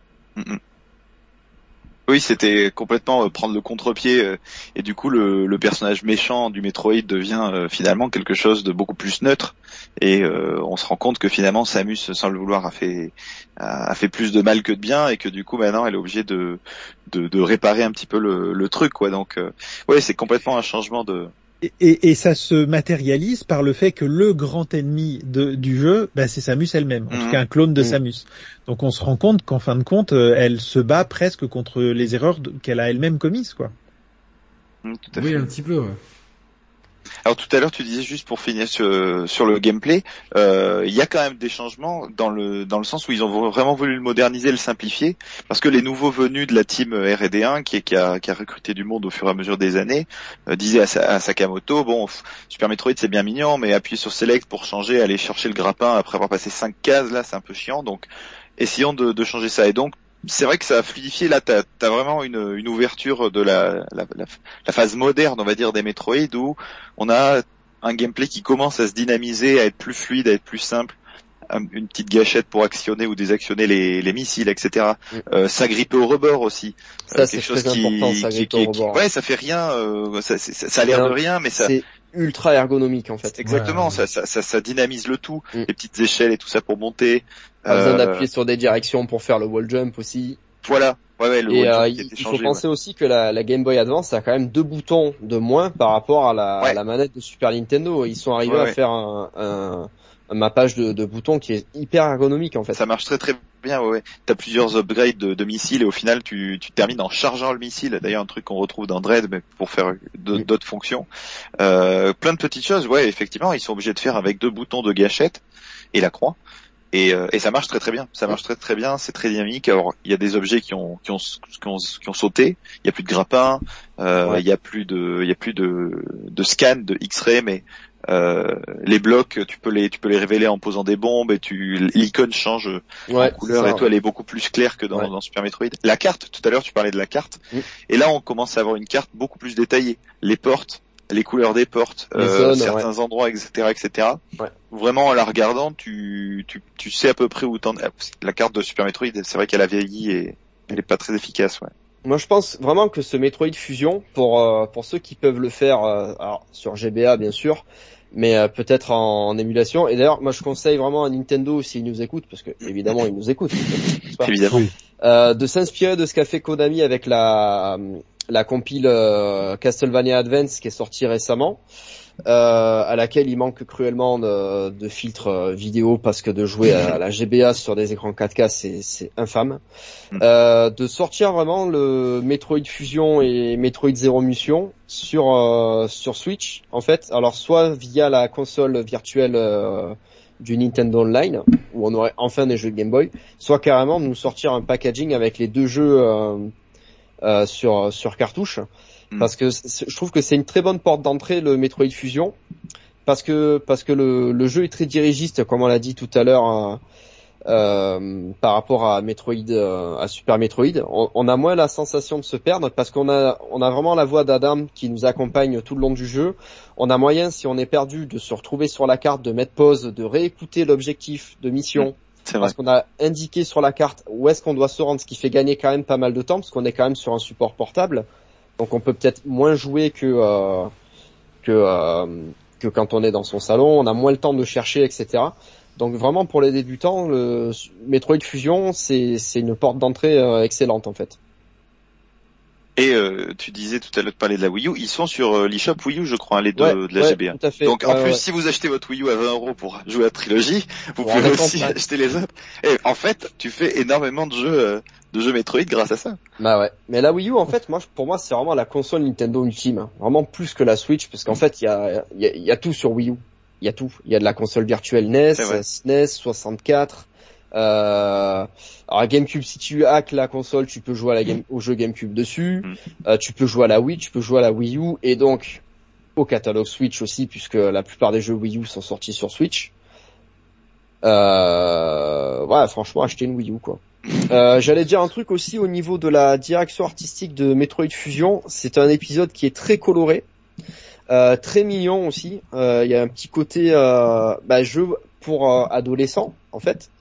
Oui, c'était complètement prendre le contre-pied et du coup le personnage méchant du Metroid devient finalement quelque chose de beaucoup plus neutre et on se rend compte que finalement Samus, sans le vouloir, a fait plus de mal que de bien et que du coup maintenant elle est obligée de réparer un petit peu le truc, quoi. Donc c'est complètement un changement de... Et ça se matérialise par le fait que le grand ennemi du jeu, c'est Samus elle-même, en tout cas un clone de Samus. Donc on se rend compte qu'en fin de compte, elle se bat presque contre les erreurs qu'elle a elle-même commises, quoi. Tout à fait. Oui, un petit peu, ouais. Alors tout à l'heure tu disais, juste pour finir sur le gameplay, il y a quand même des changements dans le sens où ils ont vraiment voulu le moderniser, le simplifier, parce que les nouveaux venus de la team R&D1 qui a recruté du monde au fur et à mesure des années disaient à Sakamoto, Super Metroid c'est bien mignon, mais appuyer sur Select pour changer, aller chercher le grappin après avoir passé 5 cases, là c'est un peu chiant, donc essayons de changer ça. Et donc c'est vrai que ça a fluidifié. Là, t'as vraiment une ouverture de la phase moderne, on va dire, des Metroid, où on a un gameplay qui commence à se dynamiser, à être plus fluide, à être plus simple, une petite gâchette pour actionner ou désactionner les missiles, etc. S'agripper au rebord aussi. Ça, c'est quelque chose très important, s'agripper au rebord. Ouais, ça fait rien, ça a l'air de rien, mais ça... C'est ultra ergonomique, en fait. Exactement, ouais. Ça dynamise le tout. Les petites échelles et tout ça pour monter. Pas besoin d'appuyer sur des directions pour faire le wall jump aussi. Voilà. Ouais, le wall jump il faut penser aussi que la Game Boy Advance a quand même 2 boutons de moins par rapport à la manette de Super Nintendo. Ils sont arrivés à faire un mappage de boutons qui est hyper ergonomique, en fait. Ça marche très très bien, ouais. T'as plusieurs upgrades de missiles et au final tu termines en chargeant le missile. D'ailleurs un truc qu'on retrouve dans Dread, mais pour faire d'autres fonctions. Plein de petites choses, ouais, effectivement, ils sont obligés de faire avec 2 boutons de gâchette et la croix. Et ça marche très très bien. Ça marche très très bien. C'est très dynamique. Alors il y a des objets qui ont sauté. Il y a plus de grappins. Il y a plus de scan de X-ray, mais les blocs tu peux les révéler en posant des bombes et l'icône change en couleur et tout. Elle est beaucoup plus claire que dans Super Metroid. La carte, tout à l'heure tu parlais de la carte. Et là on commence à avoir une carte beaucoup plus détaillée. Les portes, les couleurs des portes, zones, certains endroits, etc. Ouais. Vraiment, en la regardant, tu sais à peu près où t'en es. La carte de Super Metroid, c'est vrai qu'elle a vieilli et elle est pas très efficace, ouais. Moi, je pense vraiment que ce Metroid Fusion, pour ceux qui peuvent le faire, alors sur GBA bien sûr, mais peut-être en émulation. Et d'ailleurs, moi, je conseille vraiment à Nintendo s'ils nous écoutent, parce que évidemment ils nous écoutent, évidemment, de s'inspirer de ce qu'a fait Konami avec la compile Castlevania Advance qui est sortie récemment, à laquelle il manque cruellement de filtres vidéo parce que de jouer à la GBA sur des écrans 4K c'est infâme. De sortir vraiment le Metroid Fusion et Metroid Zero Mission sur Switch en fait. Alors soit via la console virtuelle du Nintendo Online où on aurait enfin des jeux de Game Boy, soit carrément nous sortir un packaging avec les 2 jeux sur cartouche, parce que je trouve que c'est une très bonne porte d'entrée le Metroid Fusion, parce que le jeu est très dirigiste comme on l'a dit tout à l'heure, par rapport à à Super Metroid. On a moins la sensation de se perdre parce qu'on a vraiment la voix d'Adam qui nous accompagne tout le long du jeu. On a moyen, si on est perdu, de se retrouver sur la carte, de mettre pause, de réécouter l'objectif de mission. Parce qu'on a indiqué sur la carte où est-ce qu'on doit se rendre, ce qui fait gagner quand même pas mal de temps, parce qu'on est quand même sur un support portable. Donc on peut peut-être moins jouer que quand on est dans son salon, on a moins le temps de chercher, etc. Donc vraiment pour les débutants, le Metroid Fusion, c'est une porte d'entrée excellente en fait. Et tu disais tout à l'heure de parler de la Wii U, ils sont sur l'eShop Wii U, je crois, les deux de la GBA. Tout à fait. Donc en plus, si vous achetez votre Wii U à 20€ pour jouer à la trilogie, vous pouvez aussi acheter les autres. Et en fait, tu fais énormément de jeux Metroid grâce à ça. Bah ouais. Mais la Wii U, en fait, pour moi, c'est vraiment la console Nintendo ultime. Vraiment plus que la Switch, parce qu'en fait, il y a tout sur Wii U. Il y a tout. Il y a de la console virtuelle NES, SNES, 64. Alors GameCube, si tu hack la console, tu peux jouer au jeu GameCube dessus. Tu peux jouer à la Wii, tu peux jouer à la Wii U et donc au catalogue Switch aussi, puisque la plupart des jeux Wii U sont sortis sur Switch. Franchement, acheter une Wii U quoi. J'allais dire un truc aussi au niveau de la direction artistique de Metroid Fusion. C'est un épisode qui est très coloré, très mignon aussi. Il y a un petit côté jeu pour adolescents en fait.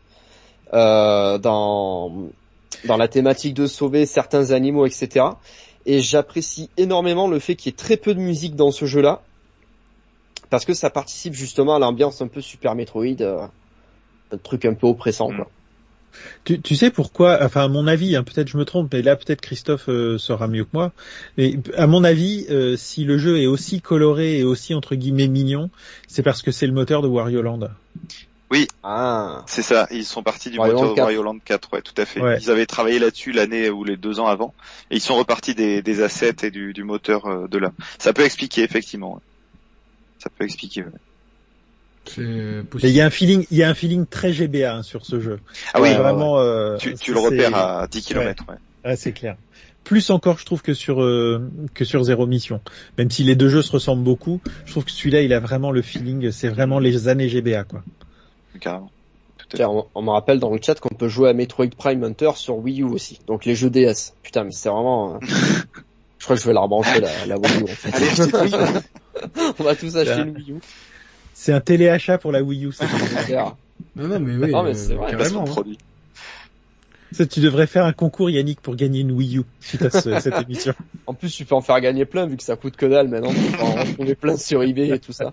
Dans la thématique de sauver certains animaux, etc. Et j'apprécie énormément le fait qu'il y ait très peu de musique dans ce jeu-là, parce que ça participe justement à l'ambiance un peu Super Metroid, un truc un peu oppressant, quoi. Tu sais pourquoi, enfin à mon avis, peut-être je me trompe, mais là peut-être Christophe saura mieux que moi, mais à mon avis, si le jeu est aussi coloré et aussi entre guillemets mignon, c'est parce que c'est le moteur de Wario Land. Oui, c'est ça. Ils sont partis du moteur de Wario Land 4, ouais, tout à fait. Ouais. Ils avaient travaillé là-dessus l'année ou les 2 ans avant, et ils sont repartis des assets et du moteur de là. Ça peut expliquer effectivement. Ouais. Ça peut expliquer. Ouais. C'est possible. Il y a un feeling très GBA sur ce jeu. Ah oui, vraiment. Tu le repères à 10 km. Ouais. Ah, c'est clair. Plus encore, je trouve que sur Zero Mission. Même si les 2 jeux se ressemblent beaucoup, je trouve que celui-là, il a vraiment le feeling. C'est vraiment les années GBA, quoi. Carrément. Tiens, on me rappelle dans le chat qu'on peut jouer à Metroid Prime Hunter sur Wii U aussi. Donc les jeux DS. Putain, mais c'est vraiment... Je crois que je vais la rebrancher la Wii U en fait. Allez, achetez une Wii U. On va tous acheter une Wii U. C'est un téléachat pour la Wii U. C'est Non, mais oui, mais c'est vrai, carrément. Produit. Ça, tu devrais faire un concours, Yannick, pour gagner une Wii U suite à cette émission. En plus, tu peux en faire gagner plein vu que ça coûte que dalle maintenant. Tu peux en trouver plein sur eBay et tout ça.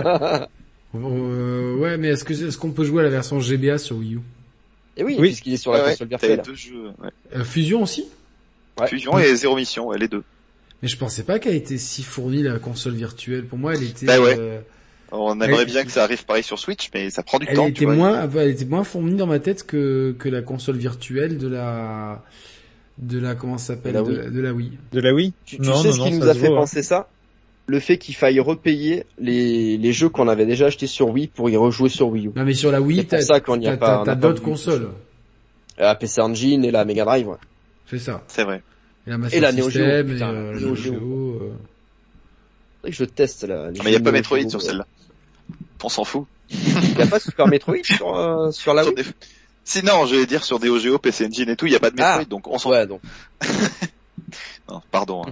Ouais, mais est-ce qu'on peut jouer à la version GBA sur Wii U? Et oui, puisqu'il est sur la console virtuelle. T'as les deux jeux, ouais. Fusion aussi? Ouais. Fusion et Zero Mission, les deux. Mais je pensais pas qu'elle était si fournie la console virtuelle. Pour moi, elle était. On aimerait bien que ça arrive pareil sur Switch, mais ça prend du temps. Elle était moins fournie dans ma tête que la console virtuelle de la comment ça s'appelle, de la Wii. De la Wii? Tu sais ce qui nous a fait penser ça? Le fait qu'il faille repayer les jeux qu'on avait déjà achetés sur Wii pour y rejouer sur Wii U. Non, mais sur la Wii, t'as d'autres consoles. La PC Engine et la Mega Drive, ouais. C'est ça. C'est vrai. Et la Neo Geo, la Neo Geo. C'est vrai que je teste là. Mais il y a pas Metroid sur celle-là. On s'en fout. Il y a pas Super Metroid sur la Wii? Sinon, je vais dire sur Neo Geo, PC Engine et tout, il y a pas de Metroid, donc on s'en fout. Ouais, donc. Non, pardon.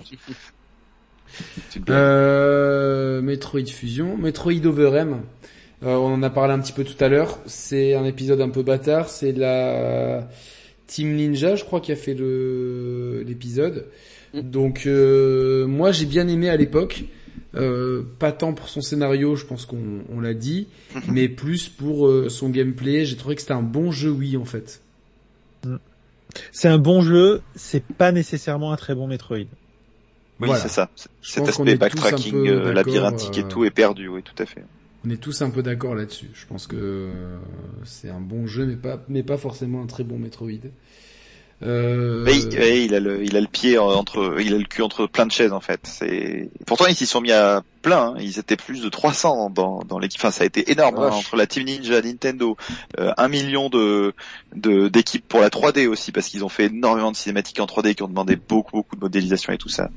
Metroid Fusion, Metroid Other M. On en a parlé un petit peu tout à l'heure. C'est un épisode un peu bâtard. C'est la Team Ninja, je crois, qui a fait l'épisode. Donc moi j'ai bien aimé à l'époque. Pas tant pour son scénario, je pense qu'on l'a dit, mais plus pour son gameplay. J'ai trouvé que c'était un bon jeu, oui, en fait. C'est un bon jeu, c'est pas nécessairement un très bon Metroid. Oui, voilà. C'est ça. Cet aspect backtracking, labyrinthique et tout est perdu, oui, tout à fait. On est tous un peu d'accord là-dessus. Je pense que c'est un bon jeu, mais pas forcément un très bon Metroid. Mais il a le pied il a le cul entre plein de chaises en fait. Pourtant ils s'y sont mis à plein. Ils étaient plus de 300 dans l'équipe. Enfin ça a été énorme entre la Team Ninja, Nintendo, 1 million d'équipes pour la 3D aussi parce qu'ils ont fait énormément de cinématiques en 3D qui ont demandé beaucoup de modélisation et tout ça.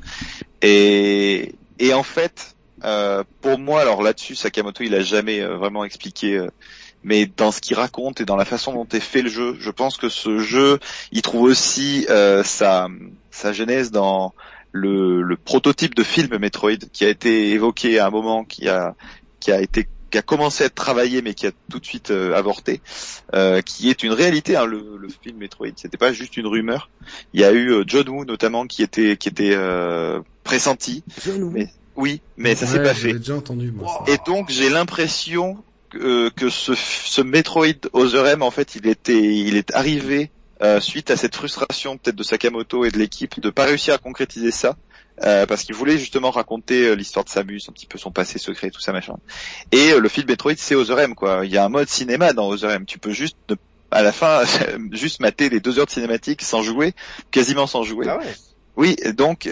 Et en fait pour moi alors là-dessus Sakamoto il a jamais vraiment expliqué. Mais dans ce qu'il raconte et dans la façon dont est fait le jeu, je pense que ce jeu, il trouve aussi sa genèse dans le prototype de film Metroid qui a été évoqué à un moment, qui a commencé à être travaillé mais qui a tout de suite avorté, qui est une réalité le film Metroid. C'était pas juste une rumeur. Il y a eu John Woo notamment qui était pressenti. Mais ça s'est pas fait. Déjà entendu, moi. Et donc j'ai l'impression que ce Metroid Other M en fait il est arrivé suite à cette frustration peut-être de Sakamoto et de l'équipe de pas réussir à concrétiser ça parce qu'il voulait justement raconter l'histoire de Samus, un petit peu son passé secret, tout ça machin. Et le film Metroid c'est Other M quoi. Il y a un mode cinéma dans Other M. Tu peux juste à la fin juste mater les 2 heures de cinématique sans jouer, quasiment sans jouer. Ah ouais. Oui, donc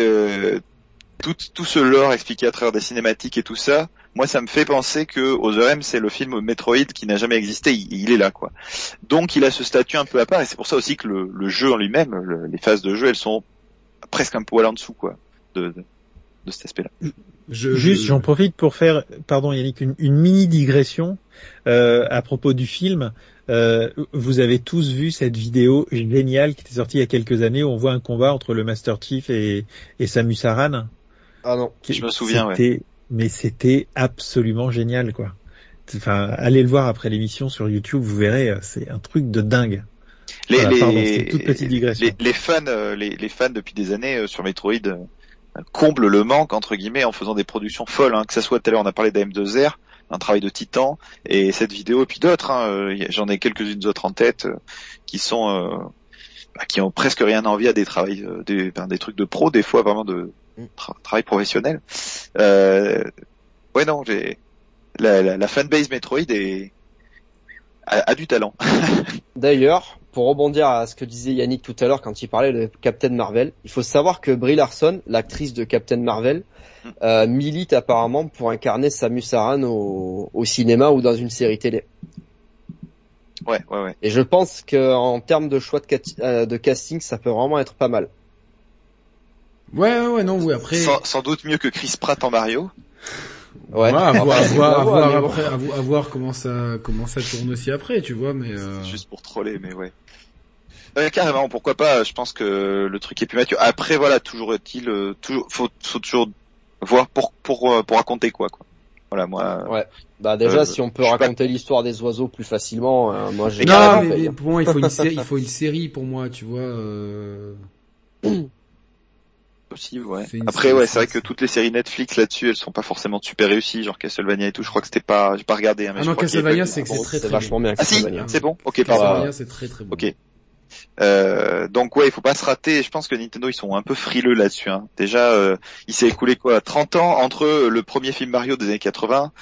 tout ce lore expliqué à travers des cinématiques et tout ça, moi ça me fait penser que Other M c'est le film Metroid qui n'a jamais existé, il est là quoi. Donc il a ce statut un peu à part et c'est pour ça aussi que le jeu en lui-même, les phases de jeu elles sont presque un poil en dessous quoi de cet aspect-là. J'en profite pour faire, pardon Yannick, une mini digression à propos du film. Vous avez tous vu cette vidéo géniale qui était sortie il y a quelques années où on voit un combat entre le Master Chief et Samus Aran. Ah non, je me souviens. Ouais. Mais c'était absolument génial quoi. Enfin, allez le voir après l'émission sur YouTube, vous verrez, c'est un truc de dingue. Pardon, c'est une toute petite digression. Les fans depuis des années sur Metroid comblent le manque entre guillemets en faisant des productions folles. Que ça soit tout à l'heure on a parlé d'AM2R, un travail de titan, et cette vidéo et puis d'autres. J'en ai quelques-unes autres en tête qui sont qui ont presque rien à envier à des travails, des trucs de pro, des fois vraiment de travail professionnel. Ouais non, la fanbase Metroid a du talent. D'ailleurs, pour rebondir à ce que disait Yannick tout à l'heure quand il parlait de Captain Marvel, il faut savoir que Brie Larson, l'actrice de Captain Marvel, milite apparemment pour incarner Samus Aran au cinéma ou dans une série télé. Ouais. Et je pense qu'en termes de choix de casting, ça peut vraiment être pas mal. Ouais, après. Sans doute mieux que Chris Pratt en Mario. Ouais. À voir comment ça tourne aussi après, tu vois, mais juste pour troller, mais ouais. Carrément, pourquoi pas. Je pense que le truc est plus mature. Après, voilà, toujours faut toujours voir pour raconter quoi. Voilà, moi. Ouais. Bah déjà, si on peut raconter l'histoire des oiseaux plus facilement, moi j'ai. Non, mais pour moi, il faut une série pour moi, tu vois. Possible, ouais. Après, ouais, c'est vrai que toutes les séries Netflix là-dessus, elles sont pas forcément super réussies, genre Castlevania et tout. Je crois que c'était pas, j'ai pas regardé. Hein, mais non, Castlevania, c'est très vachement bon. bien. Ah si, c'est bon. Ok, Castlevania, c'est très bon. Ok. Donc ouais, il faut pas se rater. Je pense que Nintendo ils sont un peu frileux là-dessus. Hein. Déjà, il s'est écoulé 30 ans entre le premier film Mario des années 80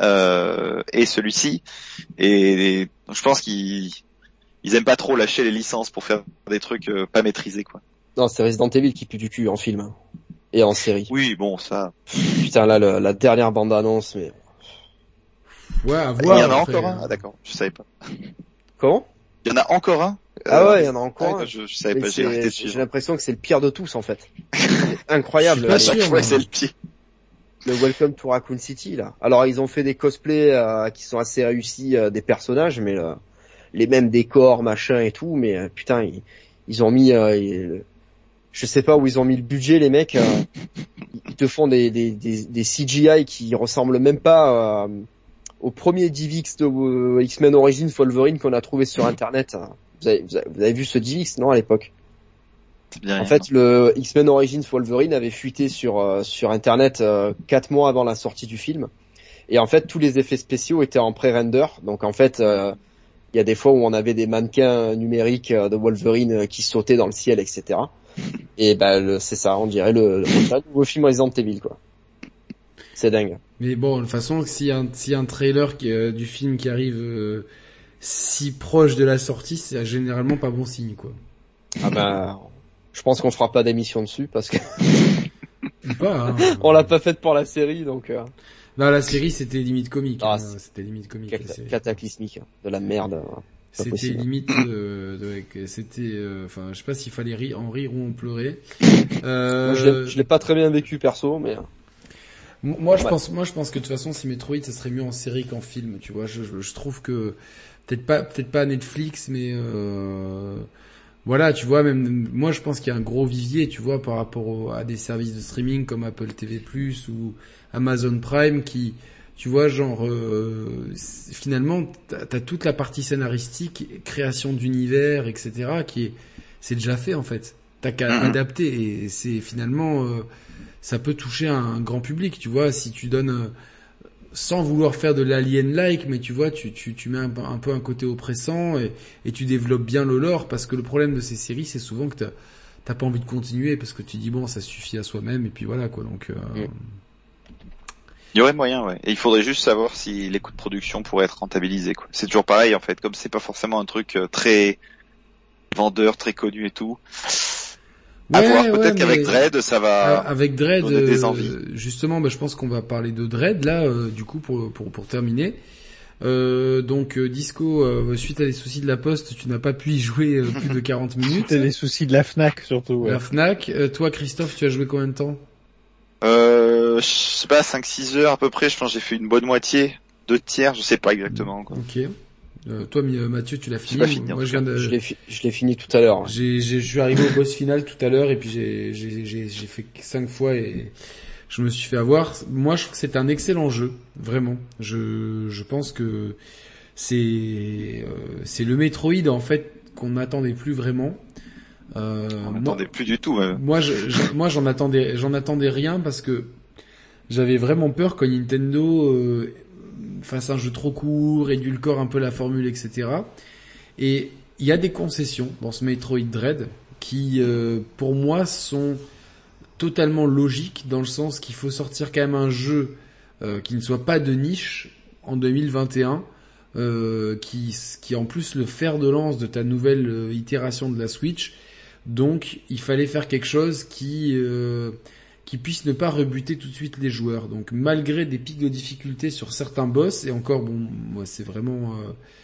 et celui-ci. Et je pense qu'ils aiment pas trop lâcher les licences pour faire des trucs pas maîtrisés, quoi. Non, c'est Resident Evil qui pue du cul en film et en série. Oui, bon, ça. Putain, là, la dernière bande-annonce, mais. Ouais, à voir. Il y en a encore un. Ah d'accord, je savais pas. Comment? Il y en a encore un. Ah ouais, il y en a encore un. Je savais pas. J'ai l'impression que c'est le pire de tous en fait. Incroyable. Je suis pas sûr, c'est le pire. Le Welcome to Raccoon City là. Alors ils ont fait des cosplays qui sont assez réussis des personnages, mais les mêmes décors, machin et tout, mais putain ils ont mis je sais pas où ils ont mis le budget, les mecs. Ils te font des CGI qui ressemblent même pas au premier DivX de X-Men Origins Wolverine qu'on a trouvé sur Internet. Vous avez vu ce DivX, non, à l'époque? En fait, le X-Men Origins Wolverine avait fuité sur Internet 4 mois avant la sortie du film. Et en fait, tous les effets spéciaux étaient en pré-render. Donc en fait, il y a des fois où on avait des mannequins numériques de Wolverine qui sautaient dans le ciel, etc. Et bah c'est ça, on dirait le nouveau film Resident Evil, quoi. C'est dingue. Mais bon, de toute façon, s'il y a un trailer du film qui arrive si proche de la sortie, c'est généralement pas bon signe, quoi. Ah bah, je pense qu'on fera pas d'émission dessus parce que pas, hein. On l'a pas faite pour la série, donc. Non, la série c'était limite comique. Ah, c'était limite comique. Cataclysmique, de la merde. C'était limite, c'était, enfin, je sais pas s'il fallait en rire ou en pleurer. Moi, je l'ai pas très bien vécu perso, mais. Moi, je pense que de toute façon, si Metroid, ça serait mieux en série qu'en film, tu vois. Je trouve que peut-être pas Netflix, mais voilà, tu vois, même moi, je pense qu'il y a un gros vivier, tu vois, par rapport à des services de streaming comme Apple TV+ ou Amazon Prime qui, tu vois, genre finalement, t'as toute la partie scénaristique, création d'univers, etc. c'est déjà fait en fait. T'as qu'à adapter et c'est finalement ça peut toucher un grand public, tu vois, si tu donnes sans vouloir faire de l'alien-like, mais tu vois, tu mets un peu un côté oppressant et tu développes bien le lore, parce que le problème de ces séries, c'est souvent que t'as pas envie de continuer parce que tu dis bon, ça suffit à soi-même et puis voilà quoi. Donc il y aurait moyen, ouais. Et il faudrait juste savoir si les coûts de production pourraient être rentabilisés, quoi. C'est toujours pareil en fait, comme c'est pas forcément un truc très vendeur, très connu et tout. À voir, peut-être qu'avec Dread, ça va avec Dread, donner des envies. Justement, je pense qu'on va parler de Dread là, du coup pour terminer. Donc Disco, suite à des soucis de la poste, tu n'as pas pu y jouer plus de 40 minutes. C'était des soucis de la Fnac surtout. Ouais. La Fnac. Toi, Christophe, tu as joué combien de temps? Je sais pas, 5-6 heures à peu près. Je pense que j'ai fait une bonne moitié, 2/3, je sais pas exactement, quoi. Ok. Toi, Mathieu, tu l'as fini. Pas fini. Moi, je l'ai fini tout à l'heure. Hein. Je suis arrivé au boss final tout à l'heure et puis j'ai fait 5 fois et je me suis fait avoir. Moi, je trouve que c'est un excellent jeu, vraiment. Je pense que c'est le Metroid en fait qu'on n'attendait plus vraiment. On n'attendait plus du tout. Même. Moi, j'en attendais rien parce que j'avais vraiment peur que Nintendo fasse un jeu trop court, édulcore un peu la formule, etc. Et il y a des concessions dans ce Metroid Dread qui, pour moi, sont totalement logiques dans le sens qu'il faut sortir quand même un jeu qui ne soit pas de niche en 2021, qui en plus le fer de lance de ta nouvelle itération de la Switch. Donc, il fallait faire quelque chose qui puisse ne pas rebuter tout de suite les joueurs. Donc, malgré des pics de difficulté sur certains boss, et encore, bon, moi, c'est vraiment,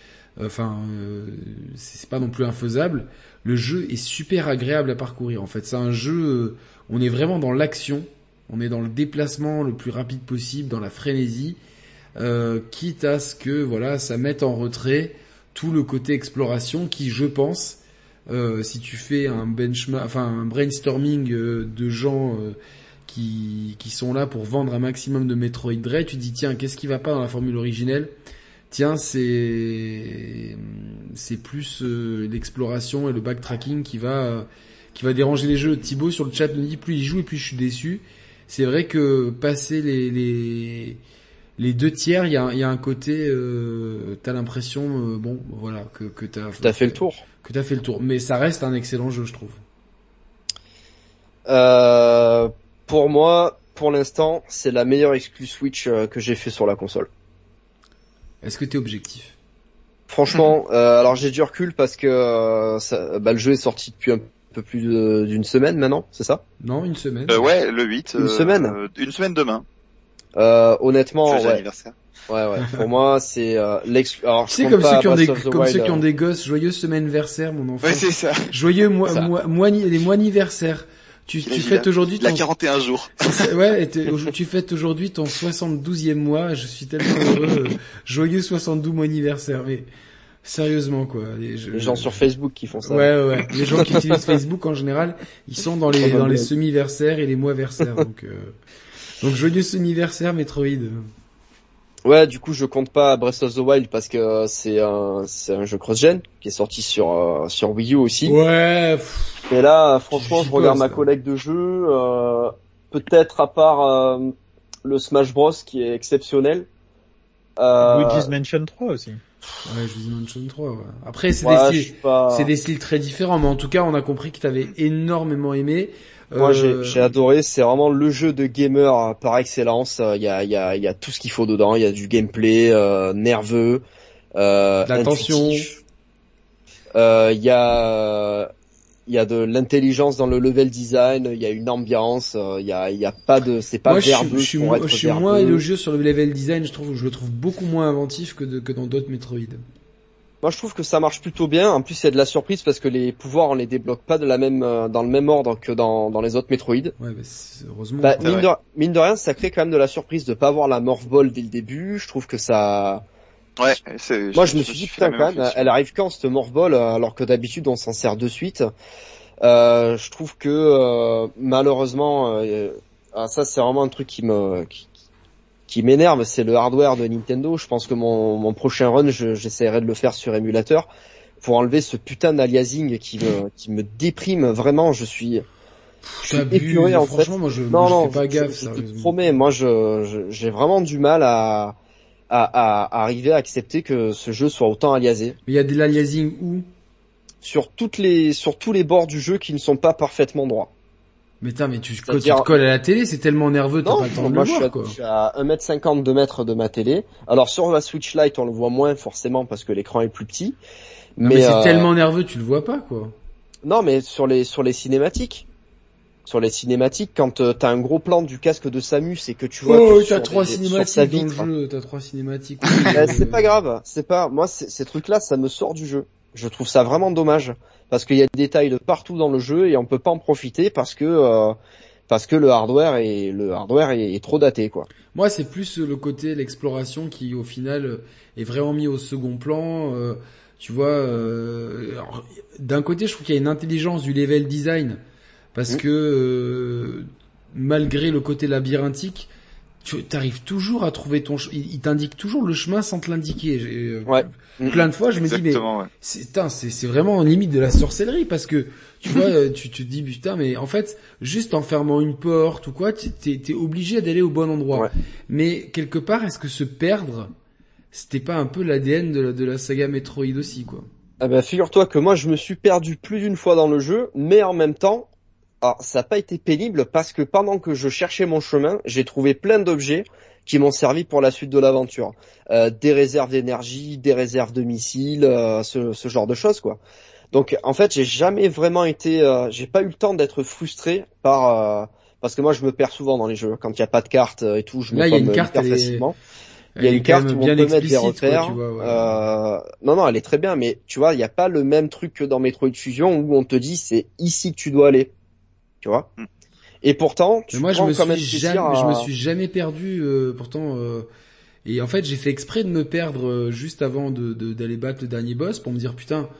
c'est pas non plus infaisable. Le jeu est super agréable à parcourir. En fait, c'est un jeu, on est vraiment dans l'action, on est dans le déplacement le plus rapide possible, dans la frénésie, quitte à ce que, voilà, ça mette en retrait tout le côté exploration qui, je pense, si tu fais un brainstorming de gens qui sont là pour vendre un maximum de Metroid Dread, tu dis tiens, qu'est-ce qui va pas dans la formule originelle? Tiens, c'est plus l'exploration et le backtracking qui va déranger les jeux. Thibaut sur le chat nous dit plus il joue et plus je suis déçu. C'est vrai que passer les 2 tiers, il y a un côté t'as l'impression bon voilà que t'as fait le tour. Que t'as fait le tour, mais ça reste un excellent jeu, je trouve. Pour moi, pour l'instant, c'est la meilleure exclue Switch que j'ai fait sur la console. Est-ce que t'es objectif? Franchement, alors j'ai du recul parce que le jeu est sorti depuis un peu plus d'une semaine maintenant, c'est ça? Non, une semaine. Ouais, le 8. Une semaine. Une semaine demain. Honnêtement, Joyeux ouais. anniversaire. Ouais. Pour moi, c'est l'exclu. Alors, tu sais, comme ceux qui ont des gosses, joyeux semaine anniversaire, mon enfant. Ouais, c'est ça. Joyeux les mois-anniversaires. Tu fêtes aujourd'hui ton... La 41 jours. Ouais, tu fêtes aujourd'hui ton 72e mois, je suis tellement heureux. Joyeux 72 mois anniversaire, mais sérieusement quoi. Les gens sur Facebook qui font ça. Ouais. Les gens qui utilisent Facebook en général, ils sont dans les semi-versaires et les mois-versaires. Donc joyeux anniversaire Metroid. Ouais, du coup, je compte pas Breath of the Wild parce que c'est un jeu cross-gen qui est sorti sur Wii U aussi. Ouais. Et là, franchement, je regarde ma collecte de jeux, peut-être à part le Smash Bros qui est exceptionnel. Luigi's Mansion 3 aussi. Ouais, Luigi's Mansion 3, ouais. Après, c'est des styles très différents, mais en tout cas, on a compris que t'avais énormément aimé. Moi, j'ai adoré. C'est vraiment le jeu de gamer par excellence. Il y a tout ce qu'il faut dedans. Il y a du gameplay nerveux, l'attention. Il y a de l'intelligence dans le level design. Il y a une ambiance. Il y a pas de, c'est pas verbeux. Je suis moins élogieux sur le level design. Je le trouve beaucoup moins inventif que dans d'autres Metroid. Moi, je trouve que ça marche plutôt bien. En plus, il y a de la surprise parce que les pouvoirs, on les débloque pas dans le même ordre que dans les autres Metroid. Ouais, heureusement. Mine de rien, ça crée quand même de la surprise de pas avoir la Morph Ball dès le début. Je trouve que ça... Ouais, moi, je me suis dit, putain, quand même, elle arrive quand, cette Morph Ball, alors que d'habitude, on s'en sert de suite. Je trouve que, malheureusement, ça, c'est vraiment un truc qui m'énerve, c'est le hardware de Nintendo. Je pense que mon prochain run, j'essaierai de le faire sur émulateur pour enlever ce putain d'aliasing qui me déprime vraiment. Je suis épuré en fait. Franchement, moi je fais pas gaffe. Je te promets, moi j'ai vraiment du mal à arriver à accepter que ce jeu soit autant aliasé. Mais il y a de l'aliasing où? Sur tous les bords du jeu qui ne sont pas parfaitement droits. Mais quand tu te colles à la télé, c'est tellement nerveux, t'as pas le temps de le voir, quoi. Je suis à 1m50, 2 mètres de ma télé. Alors, sur la Switch Lite, on le voit moins, forcément, parce que l'écran est plus petit. Mais c'est tellement nerveux, tu le vois pas, quoi. Non, mais sur les cinématiques. Sur les cinématiques, quand t'as un gros plan du casque de Samus et que tu vois... Oh, t'as 3 cinématiques dans le jeu, t'as 3 cinématiques. C'est pas grave, moi, ces trucs-là, ça me sort du jeu. Je trouve ça vraiment dommage. Parce qu'il y a des détails de partout dans le jeu et on peut pas en profiter parce que le hardware est trop daté, quoi. Moi, c'est plus le côté l'exploration qui au final est vraiment mis au second plan. Tu vois, alors, d'un côté, je trouve qu'il y a une intelligence du level design parce que malgré le côté labyrinthique, tu arrives toujours à trouver il t'indique toujours le chemin sans te l'indiquer. Plein de fois, je me dis, mais c'est vraiment limite de la sorcellerie parce que tu vois, tu te dis putain, mais en fait, juste en fermant une porte ou quoi, t'es obligé d'aller au bon endroit. Ouais. Mais quelque part, est-ce que se perdre, c'était pas un peu l'ADN de la saga Metroid aussi, quoi? Ah ben, figure-toi que moi, je me suis perdu plus d'une fois dans le jeu, mais en même temps, alors, ça n'a pas été pénible parce que pendant que je cherchais mon chemin, j'ai trouvé plein d'objets qui m'ont servi pour la suite de l'aventure. Des réserves d'énergie, des réserves de missiles, ce genre de choses, quoi. Donc, en fait, j'ai jamais vraiment j'ai pas eu le temps d'être frustré parce que moi, je me perds souvent dans les jeux. Quand il y a pas de carte et tout, je me perds facilement. Il y a une carte où on peut mettre des repères. Quoi, tu vois, ouais. Non, elle est très bien, mais tu vois, il n'y a pas le même truc que dans Metroid Fusion où on te dit c'est ici que tu dois aller. Tu vois. Et pourtant, je me suis jamais perdu. Pourtant, et en fait, j'ai fait exprès de me perdre juste avant d'aller battre le dernier boss pour me dire putain,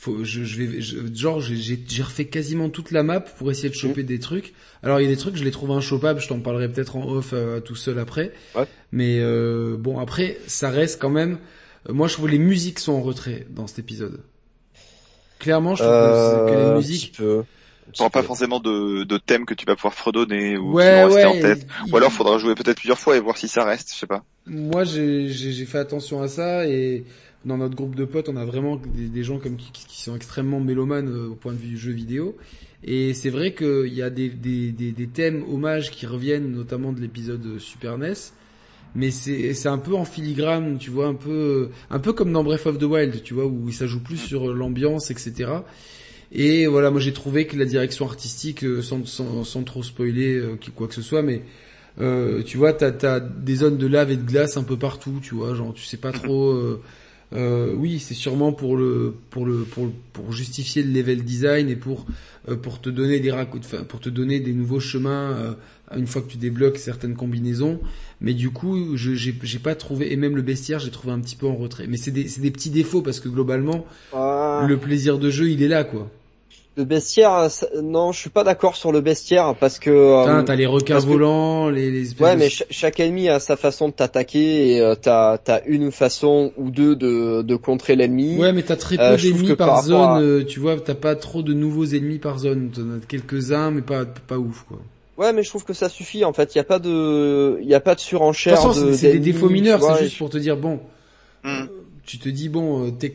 j'ai refait quasiment toute la map pour essayer de choper des trucs. Alors il y a des trucs, je les trouve inchopables, je t'en parlerai peut-être en off tout seul après. Ouais. Mais bon, après, ça reste quand même... moi, je trouve que les musiques sont en retrait dans cet épisode. Clairement, je trouve que les musiques... Tu n'auras pas forcément de thème que tu vas pouvoir fredonner ou ouais, qui vont rester en tête. Ou alors, faudra jouer peut-être plusieurs fois et voir si ça reste, je sais pas. Moi, j'ai fait attention à ça et dans notre groupe de potes, on a vraiment des gens comme qui sont extrêmement mélomanes au point de vue jeux vidéo. Et c'est vrai qu'il y a des thèmes hommages qui reviennent, notamment de l'épisode Super NES. Mais c'est un peu en filigrane, tu vois, un peu comme dans Breath of the Wild, tu vois, où ça joue plus sur l'ambiance, etc. Et voilà, moi j'ai trouvé que la direction artistique, sans trop spoiler quoi que ce soit, mais tu vois, t'as des zones de lave et de glace un peu partout, tu vois, genre tu sais pas trop. Oui, c'est sûrement pour justifier le level design et pour te donner pour te donner des nouveaux chemins une fois que tu débloques certaines combinaisons. Mais du coup, j'ai pas trouvé, et même le bestiaire, j'ai trouvé un petit peu en retrait. Mais c'est des petits défauts parce que globalement, le plaisir de jeu, il est là, quoi. Le bestiaire, non, je suis pas d'accord sur le bestiaire parce que t'as les requins volants, les espèces ouais, mais chaque ennemi a sa façon de t'attaquer et t'as une façon ou deux de contrer l'ennemi. Ouais, mais t'as très peu d'ennemis par zone. Tu vois, t'as pas trop de nouveaux ennemis par zone. T'en as quelques-uns, mais pas ouf, quoi. Ouais, mais je trouve que ça suffit. En fait, il y a pas de surenchère. De toute façon, c'est des défauts mineurs. C'est juste pour te dire bon, tu te dis bon, t'es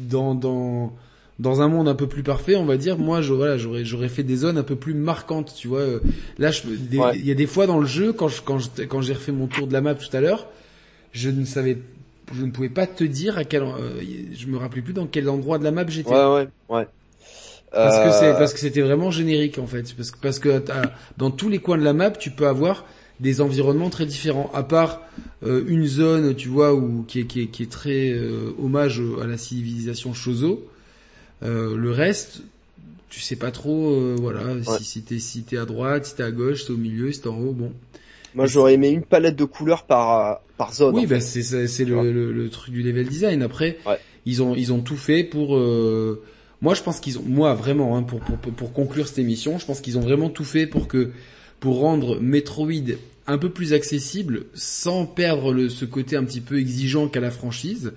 dans un monde un peu plus parfait, on va dire, moi, j'aurais fait des zones un peu plus marquantes, tu vois. Là, il y a des fois dans le jeu, quand j'ai refait mon tour de la map tout à l'heure, je ne pouvais pas te dire je me rappelais plus dans quel endroit de la map j'étais. Ouais. Parce que c'était vraiment générique, en fait. Parce que dans tous les coins de la map, tu peux avoir des environnements très différents. À part, une zone, tu vois, qui est très, hommage à la civilisation Chozo. Le reste, tu sais pas trop, voilà, si t'es à droite, si t'es à gauche, si t'es au milieu, si t'es en haut, bon. Moi, j'aurais aimé une palette de couleurs par zone. Oui, bah c'est le truc du level design. Après, ils ont tout fait pour. Moi, je pense moi vraiment, hein, pour conclure cette émission, je pense qu'ils ont vraiment tout fait pour rendre Metroid un peu plus accessible, sans perdre ce côté un petit peu exigeant qu'a la franchise.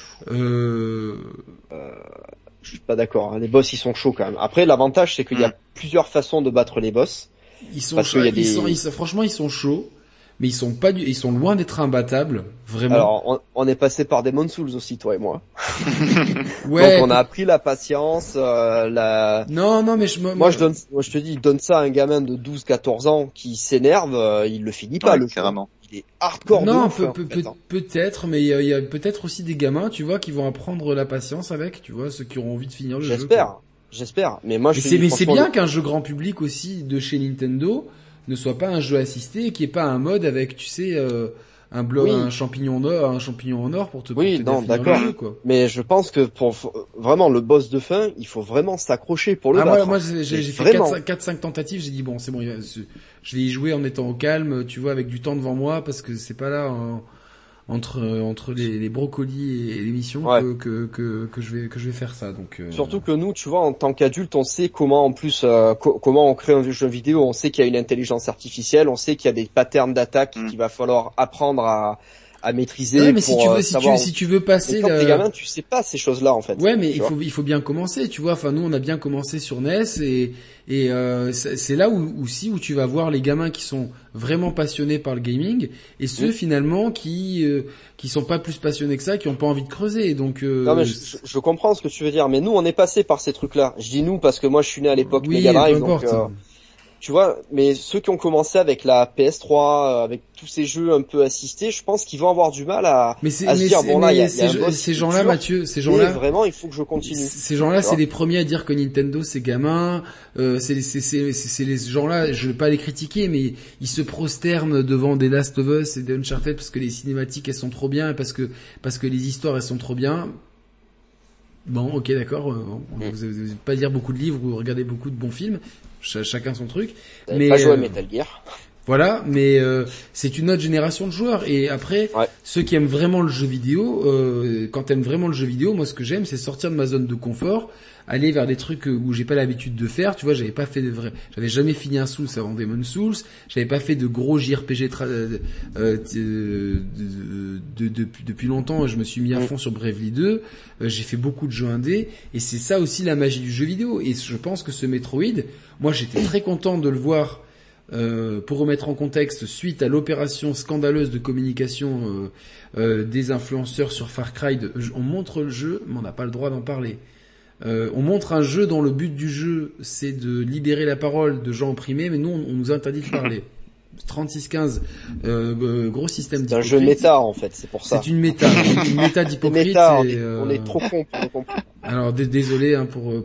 Je suis pas d'accord. Hein. Les boss, ils sont chauds quand même. Après, l'avantage, c'est qu'il y a plusieurs façons de battre les boss. Ils sont chauds. Franchement, ils sont chauds, mais ils sont loin d'être imbattables, vraiment. Alors, on est passé par Demon's Souls aussi, toi et moi. Ouais. Donc, on a appris la patience, Non, mais moi, je te dis, donne ça à un gamin de 12-14 ans qui s'énerve, il le finit pas, le carrément. Il est hardcore. Non, peut-être, mais il y a peut-être aussi des gamins, tu vois, qui vont apprendre la patience avec, tu vois, ceux qui auront envie de finir le jeu. J'espère. Mais moi, c'est bien qu'un jeu grand public aussi de chez Nintendo ne soit pas un jeu assisté et qu'il n'y ait pas un mode avec, tu sais, un champignon en or pour te d'accord. le jeu, quoi. Mais je pense que pour vraiment le boss de fin, il faut vraiment s'accrocher pour le battre. Moi, j'ai fait 4-5 tentatives, j'ai dit bon, c'est bon, je vais y jouer en étant au calme, tu vois, avec du temps devant moi, parce que c'est pas là, entre les brocolis et l'émission que je vais faire ça, donc. Surtout que nous, tu vois, en tant qu'adulte, on sait comment, en plus, comment on crée un jeu vidéo. On sait qu'il y a une intelligence artificielle, on sait qu'il y a des patterns d'attaque qu'il va falloir apprendre à maîtriser. Ouais, mais si tu veux passer. Mais quand t'es gamin, tu sais pas ces choses-là, en fait. Ouais, mais il faut bien commencer, tu vois. Enfin, nous, on a bien commencé sur NES et c'est là où tu vas voir les gamins qui sont vraiment passionnés par le gaming et ceux finalement qui sont pas plus passionnés que ça, qui ont pas envie de creuser. Donc. Non, mais je comprends ce que tu veux dire, mais nous, on est passé par ces trucs-là. Je dis nous parce que moi, je suis né à l'époque Mega Drive, donc. Tu vois, mais ceux qui ont commencé avec la PS3, avec tous ces jeux un peu assistés, je pense qu'ils vont avoir du mal à se dire bon là, il y a un boss ces gens-là, Mathieu, ces gens-là, vraiment, il faut que je continue. Ces gens-là, c'est les premiers à dire que Nintendo c'est gamin. C'est les gens-là, je vais pas les critiquer, mais ils se prosternent devant des Last of Us et des Uncharted parce que les cinématiques elles sont trop bien et parce que les histoires elles sont trop bien. Bon, ok, d'accord. Vous n'allez pas lire beaucoup de livres ou regarder beaucoup de bons films. Chacun son truc. Mais pas joué à Metal Gear. Voilà, mais c'est une autre génération de joueurs. Et après, ceux qui aiment vraiment le jeu vidéo, quand t'aimes vraiment le jeu vidéo, moi ce que j'aime, c'est sortir de ma zone de confort, aller vers des trucs où j'ai pas l'habitude de faire. Tu vois, j'avais jamais fini un Souls avant Demon's Souls, j'avais pas fait de gros JRPG depuis longtemps. Je me suis mis à fond sur Bravely 2. J'ai fait beaucoup de jeux indés, et c'est ça aussi la magie du jeu vidéo. Et je pense que ce Metroid, moi j'étais très content de le voir. Pour remettre en contexte, suite à l'opération scandaleuse de communication des influenceurs sur Far Cry, on montre le jeu, mais on n'a pas le droit d'en parler. On montre un jeu dont le but du jeu, c'est de libérer la parole de gens opprimés, mais nous, on nous interdit de parler. 36-15, gros système d'hypocrite. C'est un jeu méta, en fait, c'est pour ça. C'est une méta d'hypocrite. On est trop cons pour le comprendre. Alors désolé hein, pour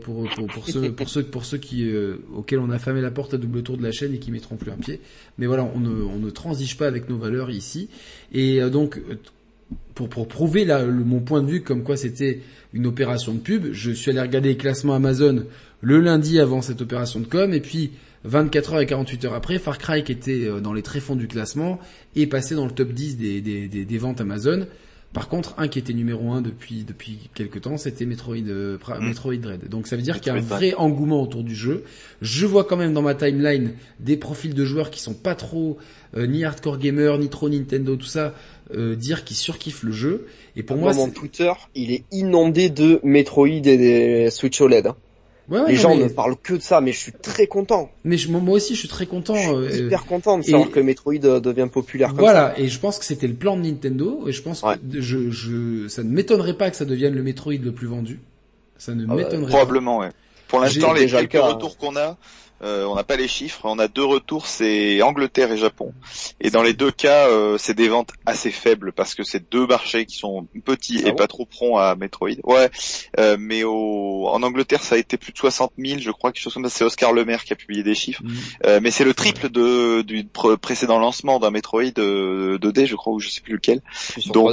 ceux qui auxquels on a fermé la porte à double tour de la chaîne et qui mettront plus un pied. Mais voilà, on ne transige pas avec nos valeurs ici. Et donc pour prouver mon point de vue comme quoi c'était une opération de pub, je suis allé regarder les classements Amazon le lundi avant cette opération de com, et puis 24 heures et 48 heures après, Far Cry, qui était dans les tréfonds du classement, est passé dans le top 10 des ventes Amazon. Par contre, un qui était numéro 1 depuis quelque temps, c'était Metroid Dread. Donc ça veut dire qu'il y a un vrai engouement autour du jeu. Je vois quand même dans ma timeline des profils de joueurs qui sont pas trop ni hardcore gamer, ni trop Nintendo, tout ça, dire qu'ils surkiffent le jeu. Et pour moi, mon Twitter, il est inondé de Metroid et des Switch OLED. Les gens ne parlent que de ça, mais je suis très content. Mais moi aussi, je suis très content. Je suis hyper content de savoir que Metroid devient populaire comme ça. Voilà, et je pense que c'était le plan de Nintendo, et je pense que ça ne m'étonnerait pas que ça devienne le Metroid le plus vendu. Ça ne m'étonnerait pas. Probablement, ouais. Pour l'instant, les quelques retours qu'on a, on n'a pas les chiffres. On a 2 retours, c'est Angleterre et Japon. Et dans les 2 cas, c'est des ventes assez faibles parce que c'est 2 marchés qui sont petits et pas trop prompts à Metroid. Ouais, mais en Angleterre, ça a été plus de 60 000, je crois, quelque chose comme ça. C'est Oscar Lemaire qui a publié des chiffres. Mais c'est le triple du précédent lancement d'un Metroid 2D, je crois, ou je sais plus lequel. Donc,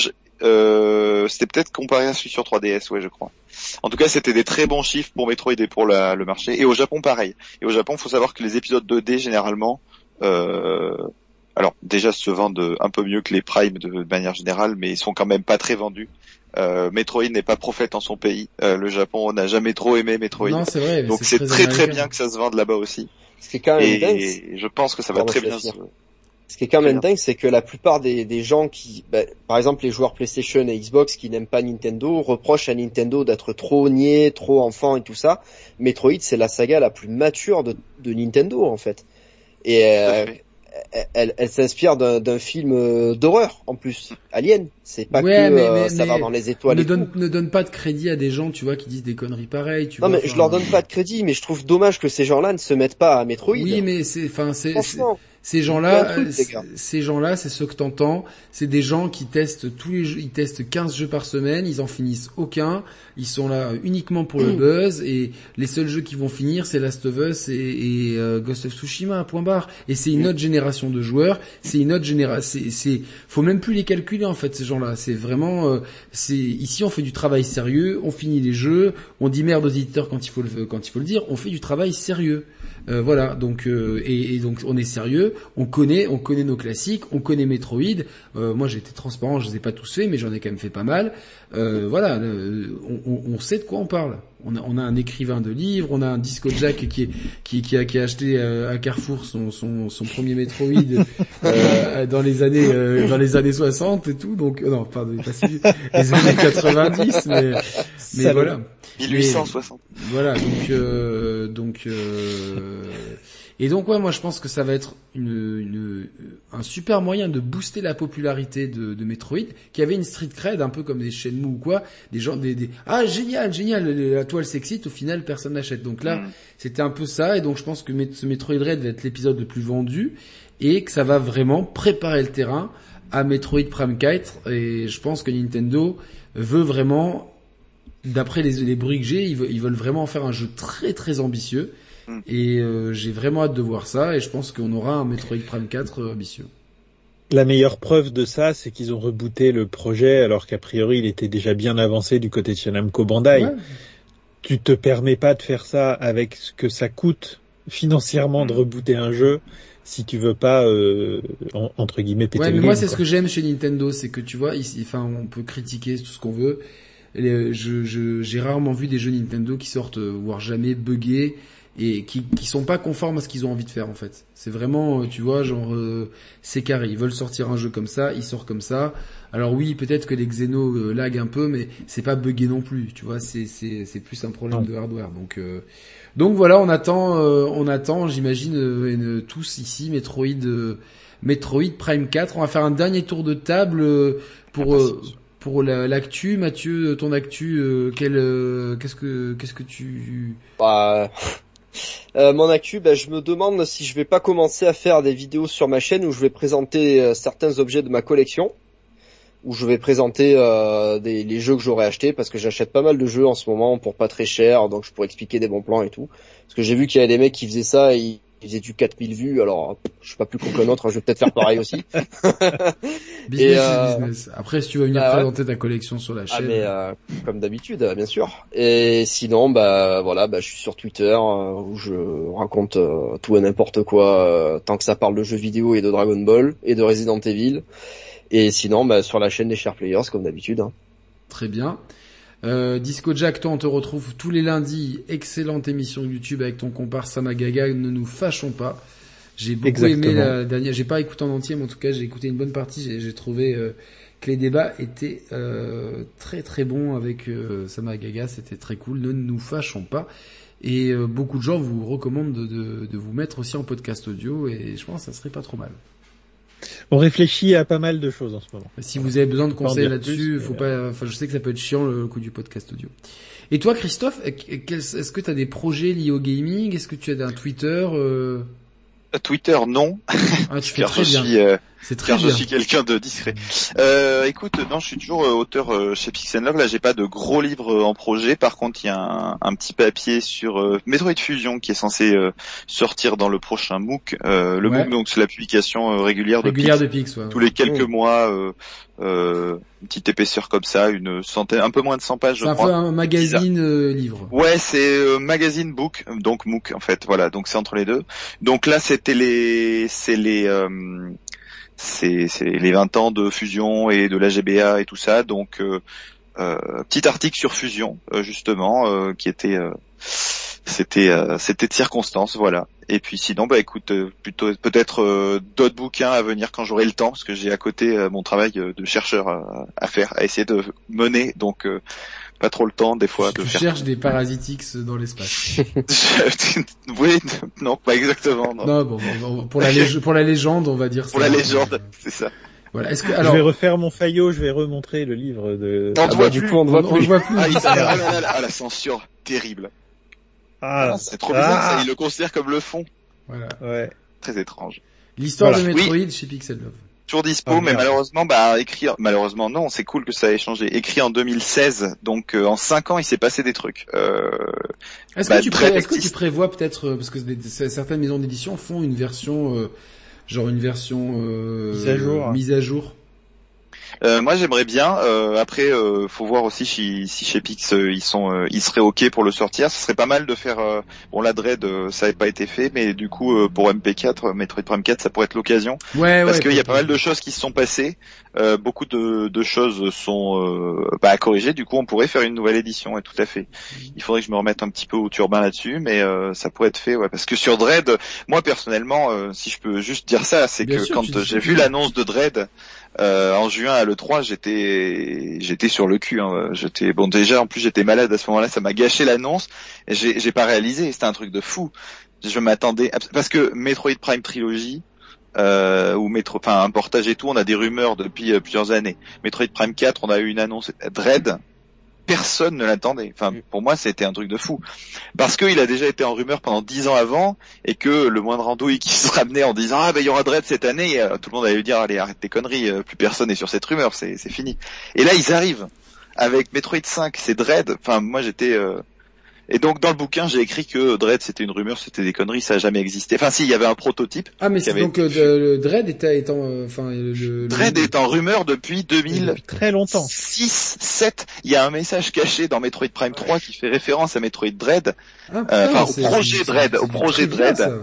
c'était peut-être comparé à celui sur 3DS, ouais, je crois. En tout cas, c'était des très bons chiffres pour Metroid et pour le marché. Et au Japon, pareil. Et au Japon, faut savoir que les épisodes 2D, généralement, alors déjà se vendent un peu mieux que les Prime de manière générale, mais ils sont quand même pas très vendus. Metroid n'est pas prophète en son pays. Le Japon n'a jamais trop aimé Metroid. Non, c'est vrai. Donc c'est très bien que ça se vende là-bas aussi. Ce qui est quand même dingue. Et je pense que ça va très bien Ce qui est quand même dingue, c'est que la plupart des gens qui, par exemple les joueurs PlayStation et Xbox qui n'aiment pas Nintendo, reprochent à Nintendo d'être trop niais, trop enfant et tout ça. Metroid, c'est la saga la plus mature de Nintendo en fait. Et elle s'inspire d'un film d'horreur en plus, Alien. C'est pas ça va dans les étoiles. Ne donne pas de crédit à des gens, tu vois, qui disent des conneries pareilles. Tu vois, mais je leur donne pas de crédit, mais je trouve dommage que ces gens-là ne se mettent pas à Metroid. Oui, mais ces gens-là, c'est ceux que t'entends, c'est des gens qui testent ils testent 15 jeux par semaine, ils en finissent aucun, ils sont là uniquement pour le buzz, et les seuls jeux qui vont finir, c'est Last of Us et Ghost of Tsushima, point barre. Et c'est une autre génération de joueurs, c'est une autre génération, faut même plus les calculer en fait, ces gens-là. C'est vraiment, ici on fait du travail sérieux, on finit les jeux, on dit merde aux éditeurs quand il faut le dire, on fait du travail sérieux. Voilà, donc donc on est sérieux, on connaît nos classiques, on connaît Metroid. Moi j'ai été transparent, je les ai pas tous faits, mais j'en ai quand même fait pas mal. Voilà, on sait de quoi on parle. On a un écrivain de livres, on a un Disco Jack qui a acheté à Carrefour son premier Metroid dans les années 60 et tout. Donc non, pardon, pas si les années 90, mais voilà. 1860. Voilà, et donc ouais, moi je pense que ça va être un super moyen de booster la popularité de Metroid, qui avait une street cred un peu comme des Shenmue ou quoi, des gens ah génial, la toile s'excite, au final personne n'achète. Donc là, c'était un peu ça, et donc je pense que ce Metroid Red va être l'épisode le plus vendu, et que ça va vraiment préparer le terrain à Metroid Prime 4, et je pense que Nintendo veut vraiment, d'après les bruits que j'ai, ils veulent vraiment faire un jeu très très ambitieux. Et j'ai vraiment hâte de voir ça, et je pense qu'on aura un Metroid Prime 4 ambitieux. La meilleure preuve de ça, c'est qu'ils ont rebooté le projet alors qu'a priori il était déjà bien avancé du côté de chez Namco Bandai. Ouais. Tu te permets pas de faire ça avec ce que ça coûte financièrement de rebooter un jeu. si tu veux pas entre guillemets péter ouais, le mais game, moi c'est quoi. ce que j'aime chez Nintendo, c'est que tu vois, ici, enfin, on peut critiquer tout ce qu'on veut. J'ai rarement vu des jeux Nintendo qui sortent, voire jamais buggés et qui sont pas conformes à ce qu'ils ont envie de faire en fait. C'est vraiment, tu vois, genre c'est carré. Ils veulent sortir un jeu comme ça, il sort comme ça. Alors oui, peut-être que les Xeno lag un peu, mais c'est pas buggé non plus. Tu vois, c'est plus un problème de hardware. Donc voilà, on attend, j'imagine tous ici Metroid Prime 4. On va faire un dernier tour de table pour l'actu. Mathieu, ton actu, qu'est-ce que tu... Bah, mon actu, je me demande si je vais pas commencer à faire des vidéos sur ma chaîne où je vais présenter certains objets de ma collection, où je vais présenter les jeux que j'aurais achetés, parce que j'achète pas mal de jeux en ce moment pour pas très cher, donc je pourrais expliquer des bons plans et tout. Parce que j'ai vu qu'il y avait des mecs qui faisaient ça, et ils faisaient du 4000 vues, alors je suis pas plus con qu'un autre, je vais peut-être faire pareil aussi. Business is business. Après, si tu veux venir présenter ta collection sur la chaîne... comme d'habitude, bien sûr. Et sinon, voilà, je suis sur Twitter, où je raconte tout et n'importe quoi, tant que ça parle de jeux vidéo et de Dragon Ball, et de Resident Evil. Et sinon, sur la chaîne des Share Players, comme d'habitude. Hein. Très bien. Disco Jack, toi, on te retrouve tous les lundis. Excellente émission YouTube avec ton comparse Samagaga. Ne nous fâchons pas. J'ai beaucoup aimé la dernière. J'ai pas écouté en entier, mais en tout cas, j'ai écouté une bonne partie. J'ai trouvé que les débats étaient très très bons avec Samagaga. C'était très cool. Ne nous fâchons pas. Et beaucoup de gens vous recommandent de vous mettre aussi en podcast audio. Et je pense que ça serait pas trop mal. On réfléchit à pas mal de choses en ce moment. Si vous avez besoin de conseils là-dessus, faut pas, je sais que ça peut être chiant le coup du podcast audio. Et toi, Christophe, est-ce que tu as des projets liés au gaming? Est-ce que tu as un Twitter Twitter, non. Ah, tu fais très bien. C'est très bien. Je suis quelqu'un de discret. Écoute, non, je suis toujours auteur chez Pixel Love. Là, j'ai pas de gros livres en projet. Par contre, il y a un petit papier sur Metroid Fusion qui est censé sortir dans le prochain MOOC. MOOC, donc, c'est la publication régulière de Pix. Ouais. Tous les quelques mois, une petite épaisseur comme ça, une centaine, un peu moins de 100 pages, je crois. C'est un peu un magazine livre. Ouais, c'est magazine book, donc MOOC en fait. Voilà, donc c'est entre les deux. Donc là, c'était c'est les 20 ans de Fusion et de la GBA et tout ça. Donc petit article sur Fusion justement qui était c'était de circonstance, voilà. Et puis sinon, écoute, plutôt peut-être d'autres bouquins à venir quand j'aurai le temps, parce que j'ai à côté mon travail de chercheur à faire, à essayer de mener, donc pas trop le temps des fois de faire. Tu cherches des parasitix dans l'espace. Oui, non, pas exactement. Non, bon, pour la légende, on va dire ça. Pour la légende, c'est ça. Voilà. Je vais refaire mon faillot, je vais remontrer le livre de... On ne voit plus. Ah, la censure, terrible. Ah, c'est trop bizarre, ça, il le considère comme le fond. Voilà. Ouais. Très étrange. L'histoire de Metroid chez Pixel Love. Toujours dispo, mais malheureusement, malheureusement non, c'est cool que ça ait changé. Écrit en 2016, donc en 5 ans, il s'est passé des trucs. Est-ce que tu prévois peut-être, parce que certaines maisons d'édition font une version, mise à jour. Moi j'aimerais bien. Après, faut voir aussi si chez Pix ils seraient ok pour le sortir. Ce serait pas mal de faire. La Dread, ça n'avait pas été fait, mais du coup pour MP4, Metroid Prime 4, ça pourrait être l'occasion. Parce qu'il y a pas mal de choses qui se sont passées. Beaucoup de choses sont à corriger. Du coup, on pourrait faire une nouvelle édition. Et tout à fait. Il faudrait que je me remette un petit peu au turbin là-dessus, mais ça pourrait être fait. Ouais, parce que sur Dread, moi personnellement, si je peux juste dire ça, c'est que quand j'ai vu l'annonce de Dread. En juin à l'E3, j'étais sur le cul. Hein. Déjà en plus j'étais malade à ce moment-là, ça m'a gâché l'annonce. Et j'ai pas réalisé, c'était un truc de fou. Je m'attendais parce que Metroid Prime Trilogy un portage et tout, on a des rumeurs depuis plusieurs années. Metroid Prime 4, on a eu une annonce Dread. Personne ne l'attendait. Enfin, pour moi, c'était un truc de fou. Parce qu'il a déjà été en rumeur pendant 10 ans avant, et que le moindre andouille qui se ramenait en disant il y aura Dread cette année, tout le monde allait lui dire allez, arrête tes conneries, plus personne n'est sur cette rumeur, c'est fini. Et là, ils arrivent avec Metroid 5, c'est Dread. Enfin, moi, j'étais Et donc dans le bouquin, j'ai écrit que Dread c'était une rumeur, c'était des conneries, ça a jamais existé. Enfin si, il y avait un prototype. Ah mais c'est donc le Dread est Dread est en rumeur depuis 2000 depuis très longtemps. 6, 7, il y a un message caché dans Metroid Prime 3 qui fait référence à Metroid Dread. Au projet Dread.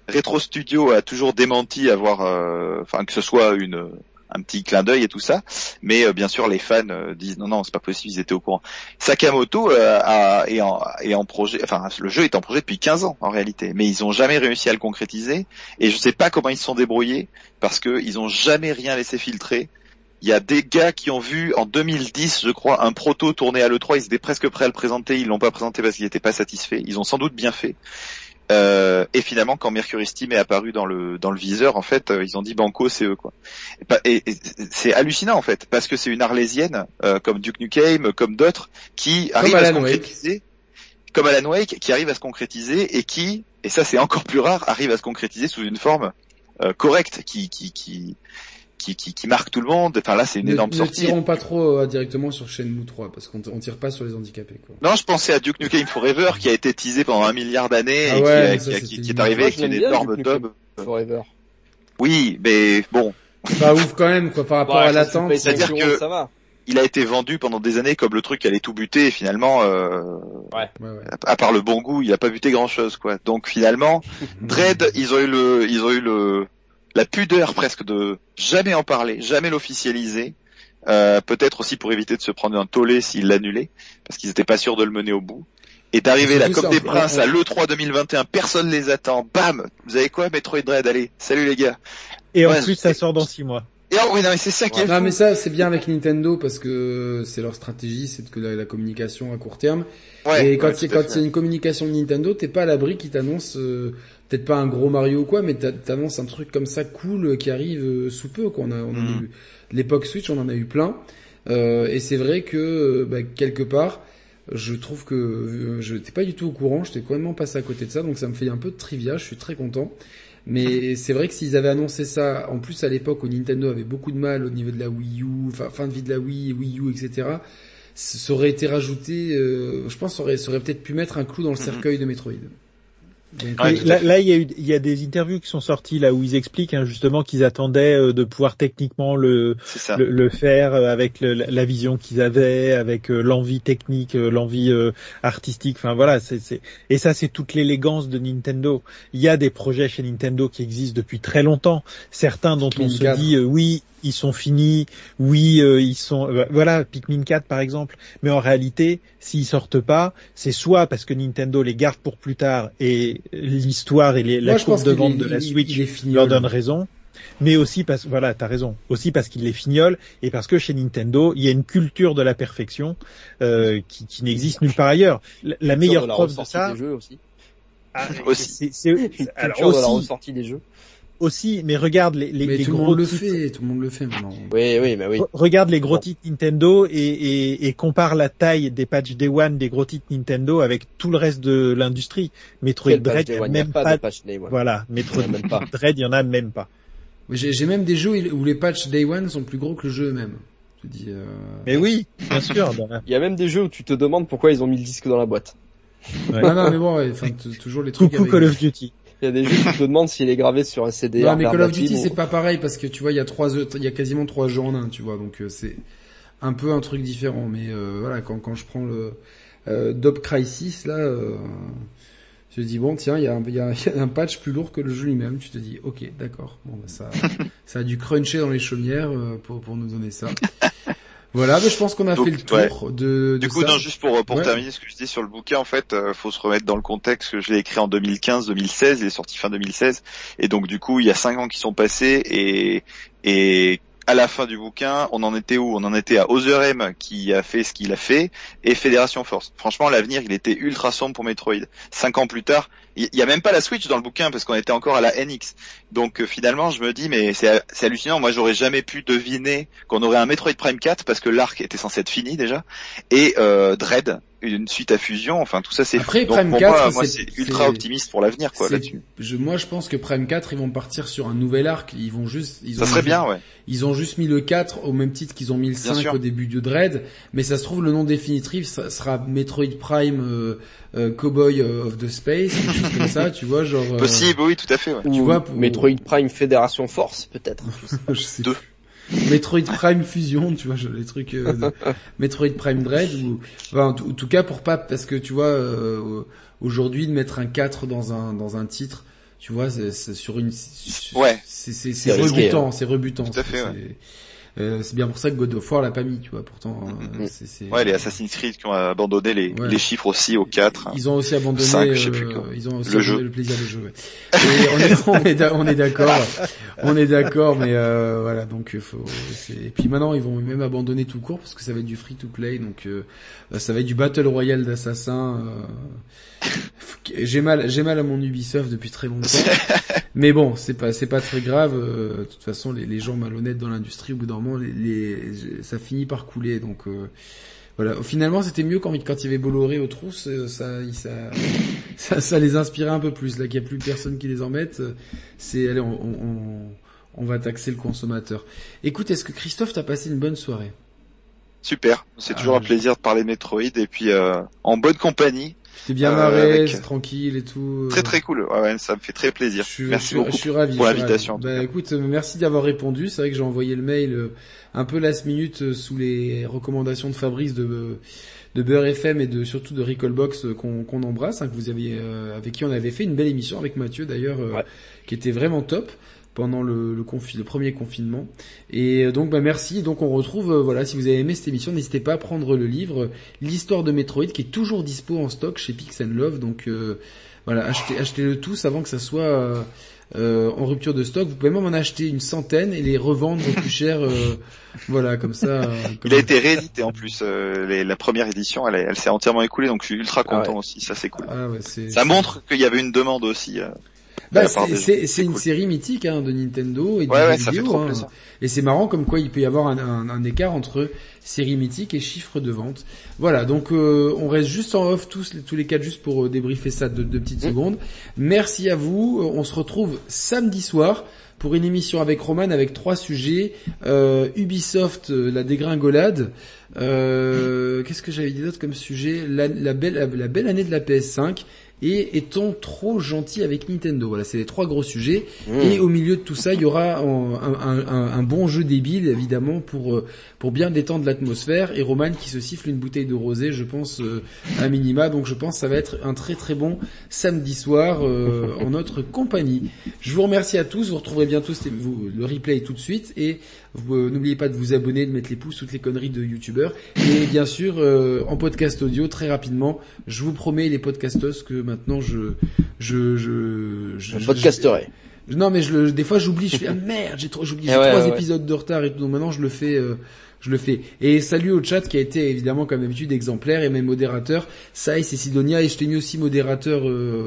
Retro Studio a toujours démenti avoir, que ce soit un petit clin d'œil et tout ça, mais bien sûr les fans disent non c'est pas possible, ils étaient au courant. Sakamoto est en projet, le jeu est en projet depuis 15 ans en réalité, mais ils ont jamais réussi à le concrétiser et je sais pas comment ils se sont débrouillés parce que ils ont jamais rien laissé filtrer. Il y a des gars qui ont vu en 2010, je crois, un proto tourné à l'E3, ils étaient presque prêts à le présenter, ils l'ont pas présenté parce qu'ils étaient pas satisfaits. Ils ont sans doute bien fait. Et finalement, quand Mercury Steam est apparu dans le viseur, en fait, ils ont dit banco, c'est eux quoi. Et c'est hallucinant en fait, parce que c'est une Arlésienne comme Duke Nukem, comme d'autres, qui arrive à se concrétiser, comme Alan Wake, qui arrive à se concrétiser et qui, et ça c'est encore plus rare, arrive à se concrétiser sous une forme correcte, qui marque tout le monde. Enfin là, c'est une énorme sortie. Ne tirons pas trop directement sur Shenmue 3 parce qu'on tire pas sur les handicapés quoi. Non, je pensais à Duke Nukem Forever qui a été teasé pendant 1 milliard d'années qui est arrivé avec une énorme dub. Forever. Oui, mais bon. Pas ouf quand même quoi par rapport à l'attente. C'est-à-dire que ça va. Il a été vendu pendant des années comme le truc qui allait tout buter et finalement à part le bon goût, il a pas buté grand-chose quoi. Donc finalement, Dread, ils ont eu la pudeur presque de jamais en parler, jamais l'officialiser, peut-être aussi pour éviter de se prendre un tollé s'ils l'annulaient, parce qu'ils étaient pas sûrs de le mener au bout. Et d'arriver là comme des princes à l'E3 2021, personne les attend, bam, vous avez quoi Metroid Dread, allez, salut les gars. Et en plus ça sort dans 6 mois. Et oui, non mais c'est ça qui est fou. Non mais ça c'est bien avec Nintendo parce que c'est leur stratégie, c'est que la communication à court terme. Et quand il y a une communication de Nintendo, t'es pas à l'abri qui t'annonce peut-être pas un gros Mario ou quoi, mais t'annonces un truc comme ça cool qui arrive sous peu quoi. On a eu l'époque Switch, on en a eu plein. Et c'est vrai que quelque part, je trouve que je n'étais pas du tout au courant, j'étais complètement passé à côté de ça, donc ça me fait un peu de trivia, je suis très content. Mais c'est vrai que s'ils avaient annoncé ça, en plus à l'époque où Nintendo avait beaucoup de mal au niveau de la Wii U, fin de vie de la Wii U, etc., ça aurait été rajouté, je pense, ça aurait peut-être pu mettre un clou dans le cercueil de Metroid. Donc, là, il y a des interviews qui sont sorties là où ils expliquent justement qu'ils attendaient de pouvoir techniquement le faire avec la vision qu'ils avaient, avec l'envie technique, l'envie artistique. Enfin voilà, et ça c'est toute l'élégance de Nintendo. Il y a des projets chez Nintendo qui existent depuis très longtemps. Certains dont on se dit oui, ils sont finis, oui, ils sont voilà, Pikmin 4 par exemple, mais en réalité, s'ils sortent pas, c'est soit parce que Nintendo les garde pour plus tard et l'histoire et la courbe de vente de la Switch leur donne raison, mais aussi parce voilà, t'as raison, aussi parce qu'ils les fignolent et parce que chez Nintendo, il y a une culture de la perfection qui n'existe nulle part ailleurs. La meilleure preuve de ça, des jeux aussi. Aussi. Alors aussi de la ressortie des jeux. Aussi, mais regarde les tout gros titres. Tout le monde le fait maintenant. Oui, bah oui. Regarde les gros titres Nintendo et compare la taille des patchs Day One des gros titres Nintendo avec tout le reste de l'industrie. Metroid Dread, il y a même pas de patch Day One. Voilà, Metroid Dread, il y en a même pas. J'ai même des jeux où les patchs Day One sont plus gros que le jeu eux-mêmes. Je te dis. Mais oui, bien sûr. Il y a même des jeux où tu te demandes pourquoi ils ont mis le disque dans la boîte. Ouais. Non, mais bon, toujours les trucs. Coucou Call of Duty. Il y a des jeux qui te demandent s'il est gravé sur un CD. Non, mais Call of Duty, c'est pas pareil parce que tu vois, il y a quasiment 3 jeux en un, tu vois, donc c'est un peu un truc différent. Mais voilà, quand je prends le Dope Crisis là, je dis bon, tiens, il y a un patch plus lourd que le jeu lui-même. Tu te dis, ok, d'accord. Bon, ça a dû cruncher dans les chaumières pour nous donner ça. Voilà, mais je pense qu'on a fait le tour de du coup, ça. Non, juste pour terminer ce que je dis sur le bouquin, en fait, faut se remettre dans le contexte que je l'ai écrit en 2015-2016, il est sorti fin 2016, et donc du coup, il y a 5 ans qui sont passés, et à la fin du bouquin, on en était où? On en était à Other M qui a fait ce qu'il a fait, et Fédération Force. Franchement, l'avenir, il était ultra sombre pour Metroid. 5 ans plus tard, il y a même pas la Switch dans le bouquin parce qu'on était encore à la NX. Donc finalement, je me dis mais c'est hallucinant. Moi, j'aurais jamais pu deviner qu'on aurait un Metroid Prime 4 parce que l'arc était censé être fini déjà, et Dread, une suite à fusion. Enfin, tout ça c'est après fou. Prime donc, 4. Moi, c'est ultra optimiste pour l'avenir, quoi, là-dessus. Moi, je pense que Prime 4, ils vont partir sur un nouvel arc. Ça serait bien, ouais. Ils ont juste mis le 4 au même titre qu'ils ont mis le 5 au début de Dread, mais ça se trouve le nom définitif ça sera Metroid Prime Cowboy of the Space, quelque chose comme ça, tu vois, genre possible, oui, tout à fait, ouais. Tu vois, Metroid Prime Fédération Force, peut-être. Je sais pas. Metroid Prime Fusion, tu vois, les trucs Metroid Prime Dread ou en tout cas pour pas parce que tu vois aujourd'hui de mettre un 4 dans un titre, Tu vois, c'est sur une, ouais. C'est rebutant, hein. C'est rebutant. Tout à fait, ouais. C'est bien pour ça que God of War l'a pas mis, tu vois, pourtant, Ouais, les Assassin's Creed qui ont abandonné les chiffres aussi au 4. Ils ont aussi abandonné, 5, je sais plus ils ont aussi le abandonné jeu. le plaisir de jouer. Et on est d'accord, mais voilà, donc et puis maintenant ils vont même abandonner tout court parce que ça va être du free to play, donc ça va être du battle royale d'assassins. J'ai mal à mon Ubisoft depuis très longtemps, mais bon, c'est pas très grave. De toute façon, les gens malhonnêtes dans l'industrie, au bout d'un moment, ça finit par couler, donc. Voilà. Finalement, c'était mieux quand il y avait Bolloré aux trousses, ça les inspirait un peu plus. Là, qu'il n'y a plus personne qui les en mette, allez, on va taxer le consommateur. Écoute, est-ce que Christophe t'as passé une bonne soirée? Super. C'est toujours un plaisir de parler Metroid et puis, en bonne compagnie. J'étais bien marré, c'est tranquille et tout. Très très cool. Ouais, ça me fait très plaisir. Merci beaucoup je suis ravi, pour l'invitation. Bah écoute, merci d'avoir répondu. C'est vrai que j'ai envoyé le mail un peu last minute sous les recommandations de Fabrice de Beurre FM et surtout de Recallbox qu'on embrasse, hein, que vous aviez avec qui on avait fait une belle émission avec Mathieu d'ailleurs, qui était vraiment top pendant le premier confinement. Et donc merci. Donc on retrouve voilà, si vous avez aimé cette émission, n'hésitez pas à prendre le livre L'histoire de Metroid qui est toujours dispo en stock chez Pix & Love. Donc voilà, achetez-le tous avant que ça soit en rupture de stock. Vous pouvez même en acheter une centaine et les revendre plus cher, voilà, comme ça. Il a été réédité en plus. La première édition, elle s'est entièrement écoulée, donc je suis ultra content aussi. Ça c'est cool. Ça montre qu'il y avait une demande aussi. C'est une série mythique hein, de Nintendo et de jeux ça vidéo. fait trop plaisir. Et c'est marrant comme quoi il peut y avoir un écart entre série mythique et chiffre de vente. Voilà, donc on reste juste en off tous les quatre juste pour débriefer ça de petites secondes. Merci à vous. On se retrouve samedi soir pour une émission avec Roman avec 3 sujets. Ubisoft, la dégringolade. Qu'est-ce que j'avais dit d'autre comme sujet? La belle année de la PS5. Et est-on trop gentil avec Nintendo? Voilà, c'est les 3 gros sujets. Et au milieu de tout ça, il y aura un bon jeu débile, évidemment, pour bien détendre l'atmosphère. Et Roman qui se siffle une bouteille de rosé, je pense, à minima. Donc je pense que ça va être un très très bon samedi soir en notre compagnie. Je vous remercie à tous. Vous retrouverez bientôt le replay tout de suite. Et n'oubliez pas de vous abonner, de mettre les pouces, toutes les conneries de youtubeurs. Et bien sûr, en podcast audio, très rapidement, je vous promets les podcastos que maintenant je podcasterai. Non mais des fois j'oublie, je fais merde, j'ai 3 épisodes de retard et tout, donc maintenant je le fais. Et salut au chat qui a été évidemment comme d'habitude exemplaire et mes modérateurs, Saïs et Sidonia, et je t'ai mis aussi modérateur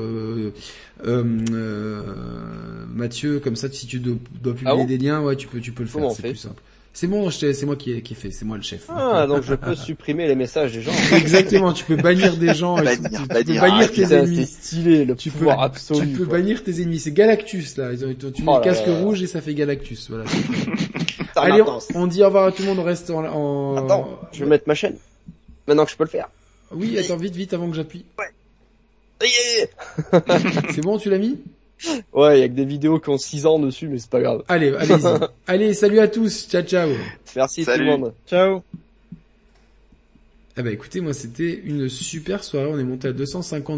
Mathieu, comme ça si tu dois publier des liens, tu peux le faire, c'est plus simple. C'est bon, c'est moi qui ai fait, c'est moi le chef. Ah, donc je peux supprimer les messages des gens. Exactement, tu peux bannir des gens, tu peux bannir tes ennemis. C'est stylé, le pouvoir absolu. Tu peux bannir tes ennemis, c'est Galactus, là. Tu mets le casque rouge et ça fait Galactus, voilà. Allez, on dit au revoir à tout le monde, on reste en... Attends, je vais mettre ma chaîne. Maintenant que je peux le faire. Oui, attends, vite avant que j'appuie. Ouais. C'est bon, tu l'as mis? Ouais, il y a que des vidéos qui ont 6 ans dessus, mais c'est pas grave. Allez-y. Allez, salut à tous. Ciao. Merci salut. Tout le monde. Ciao. Eh ben écoutez, moi c'était une super soirée, on est monté à 250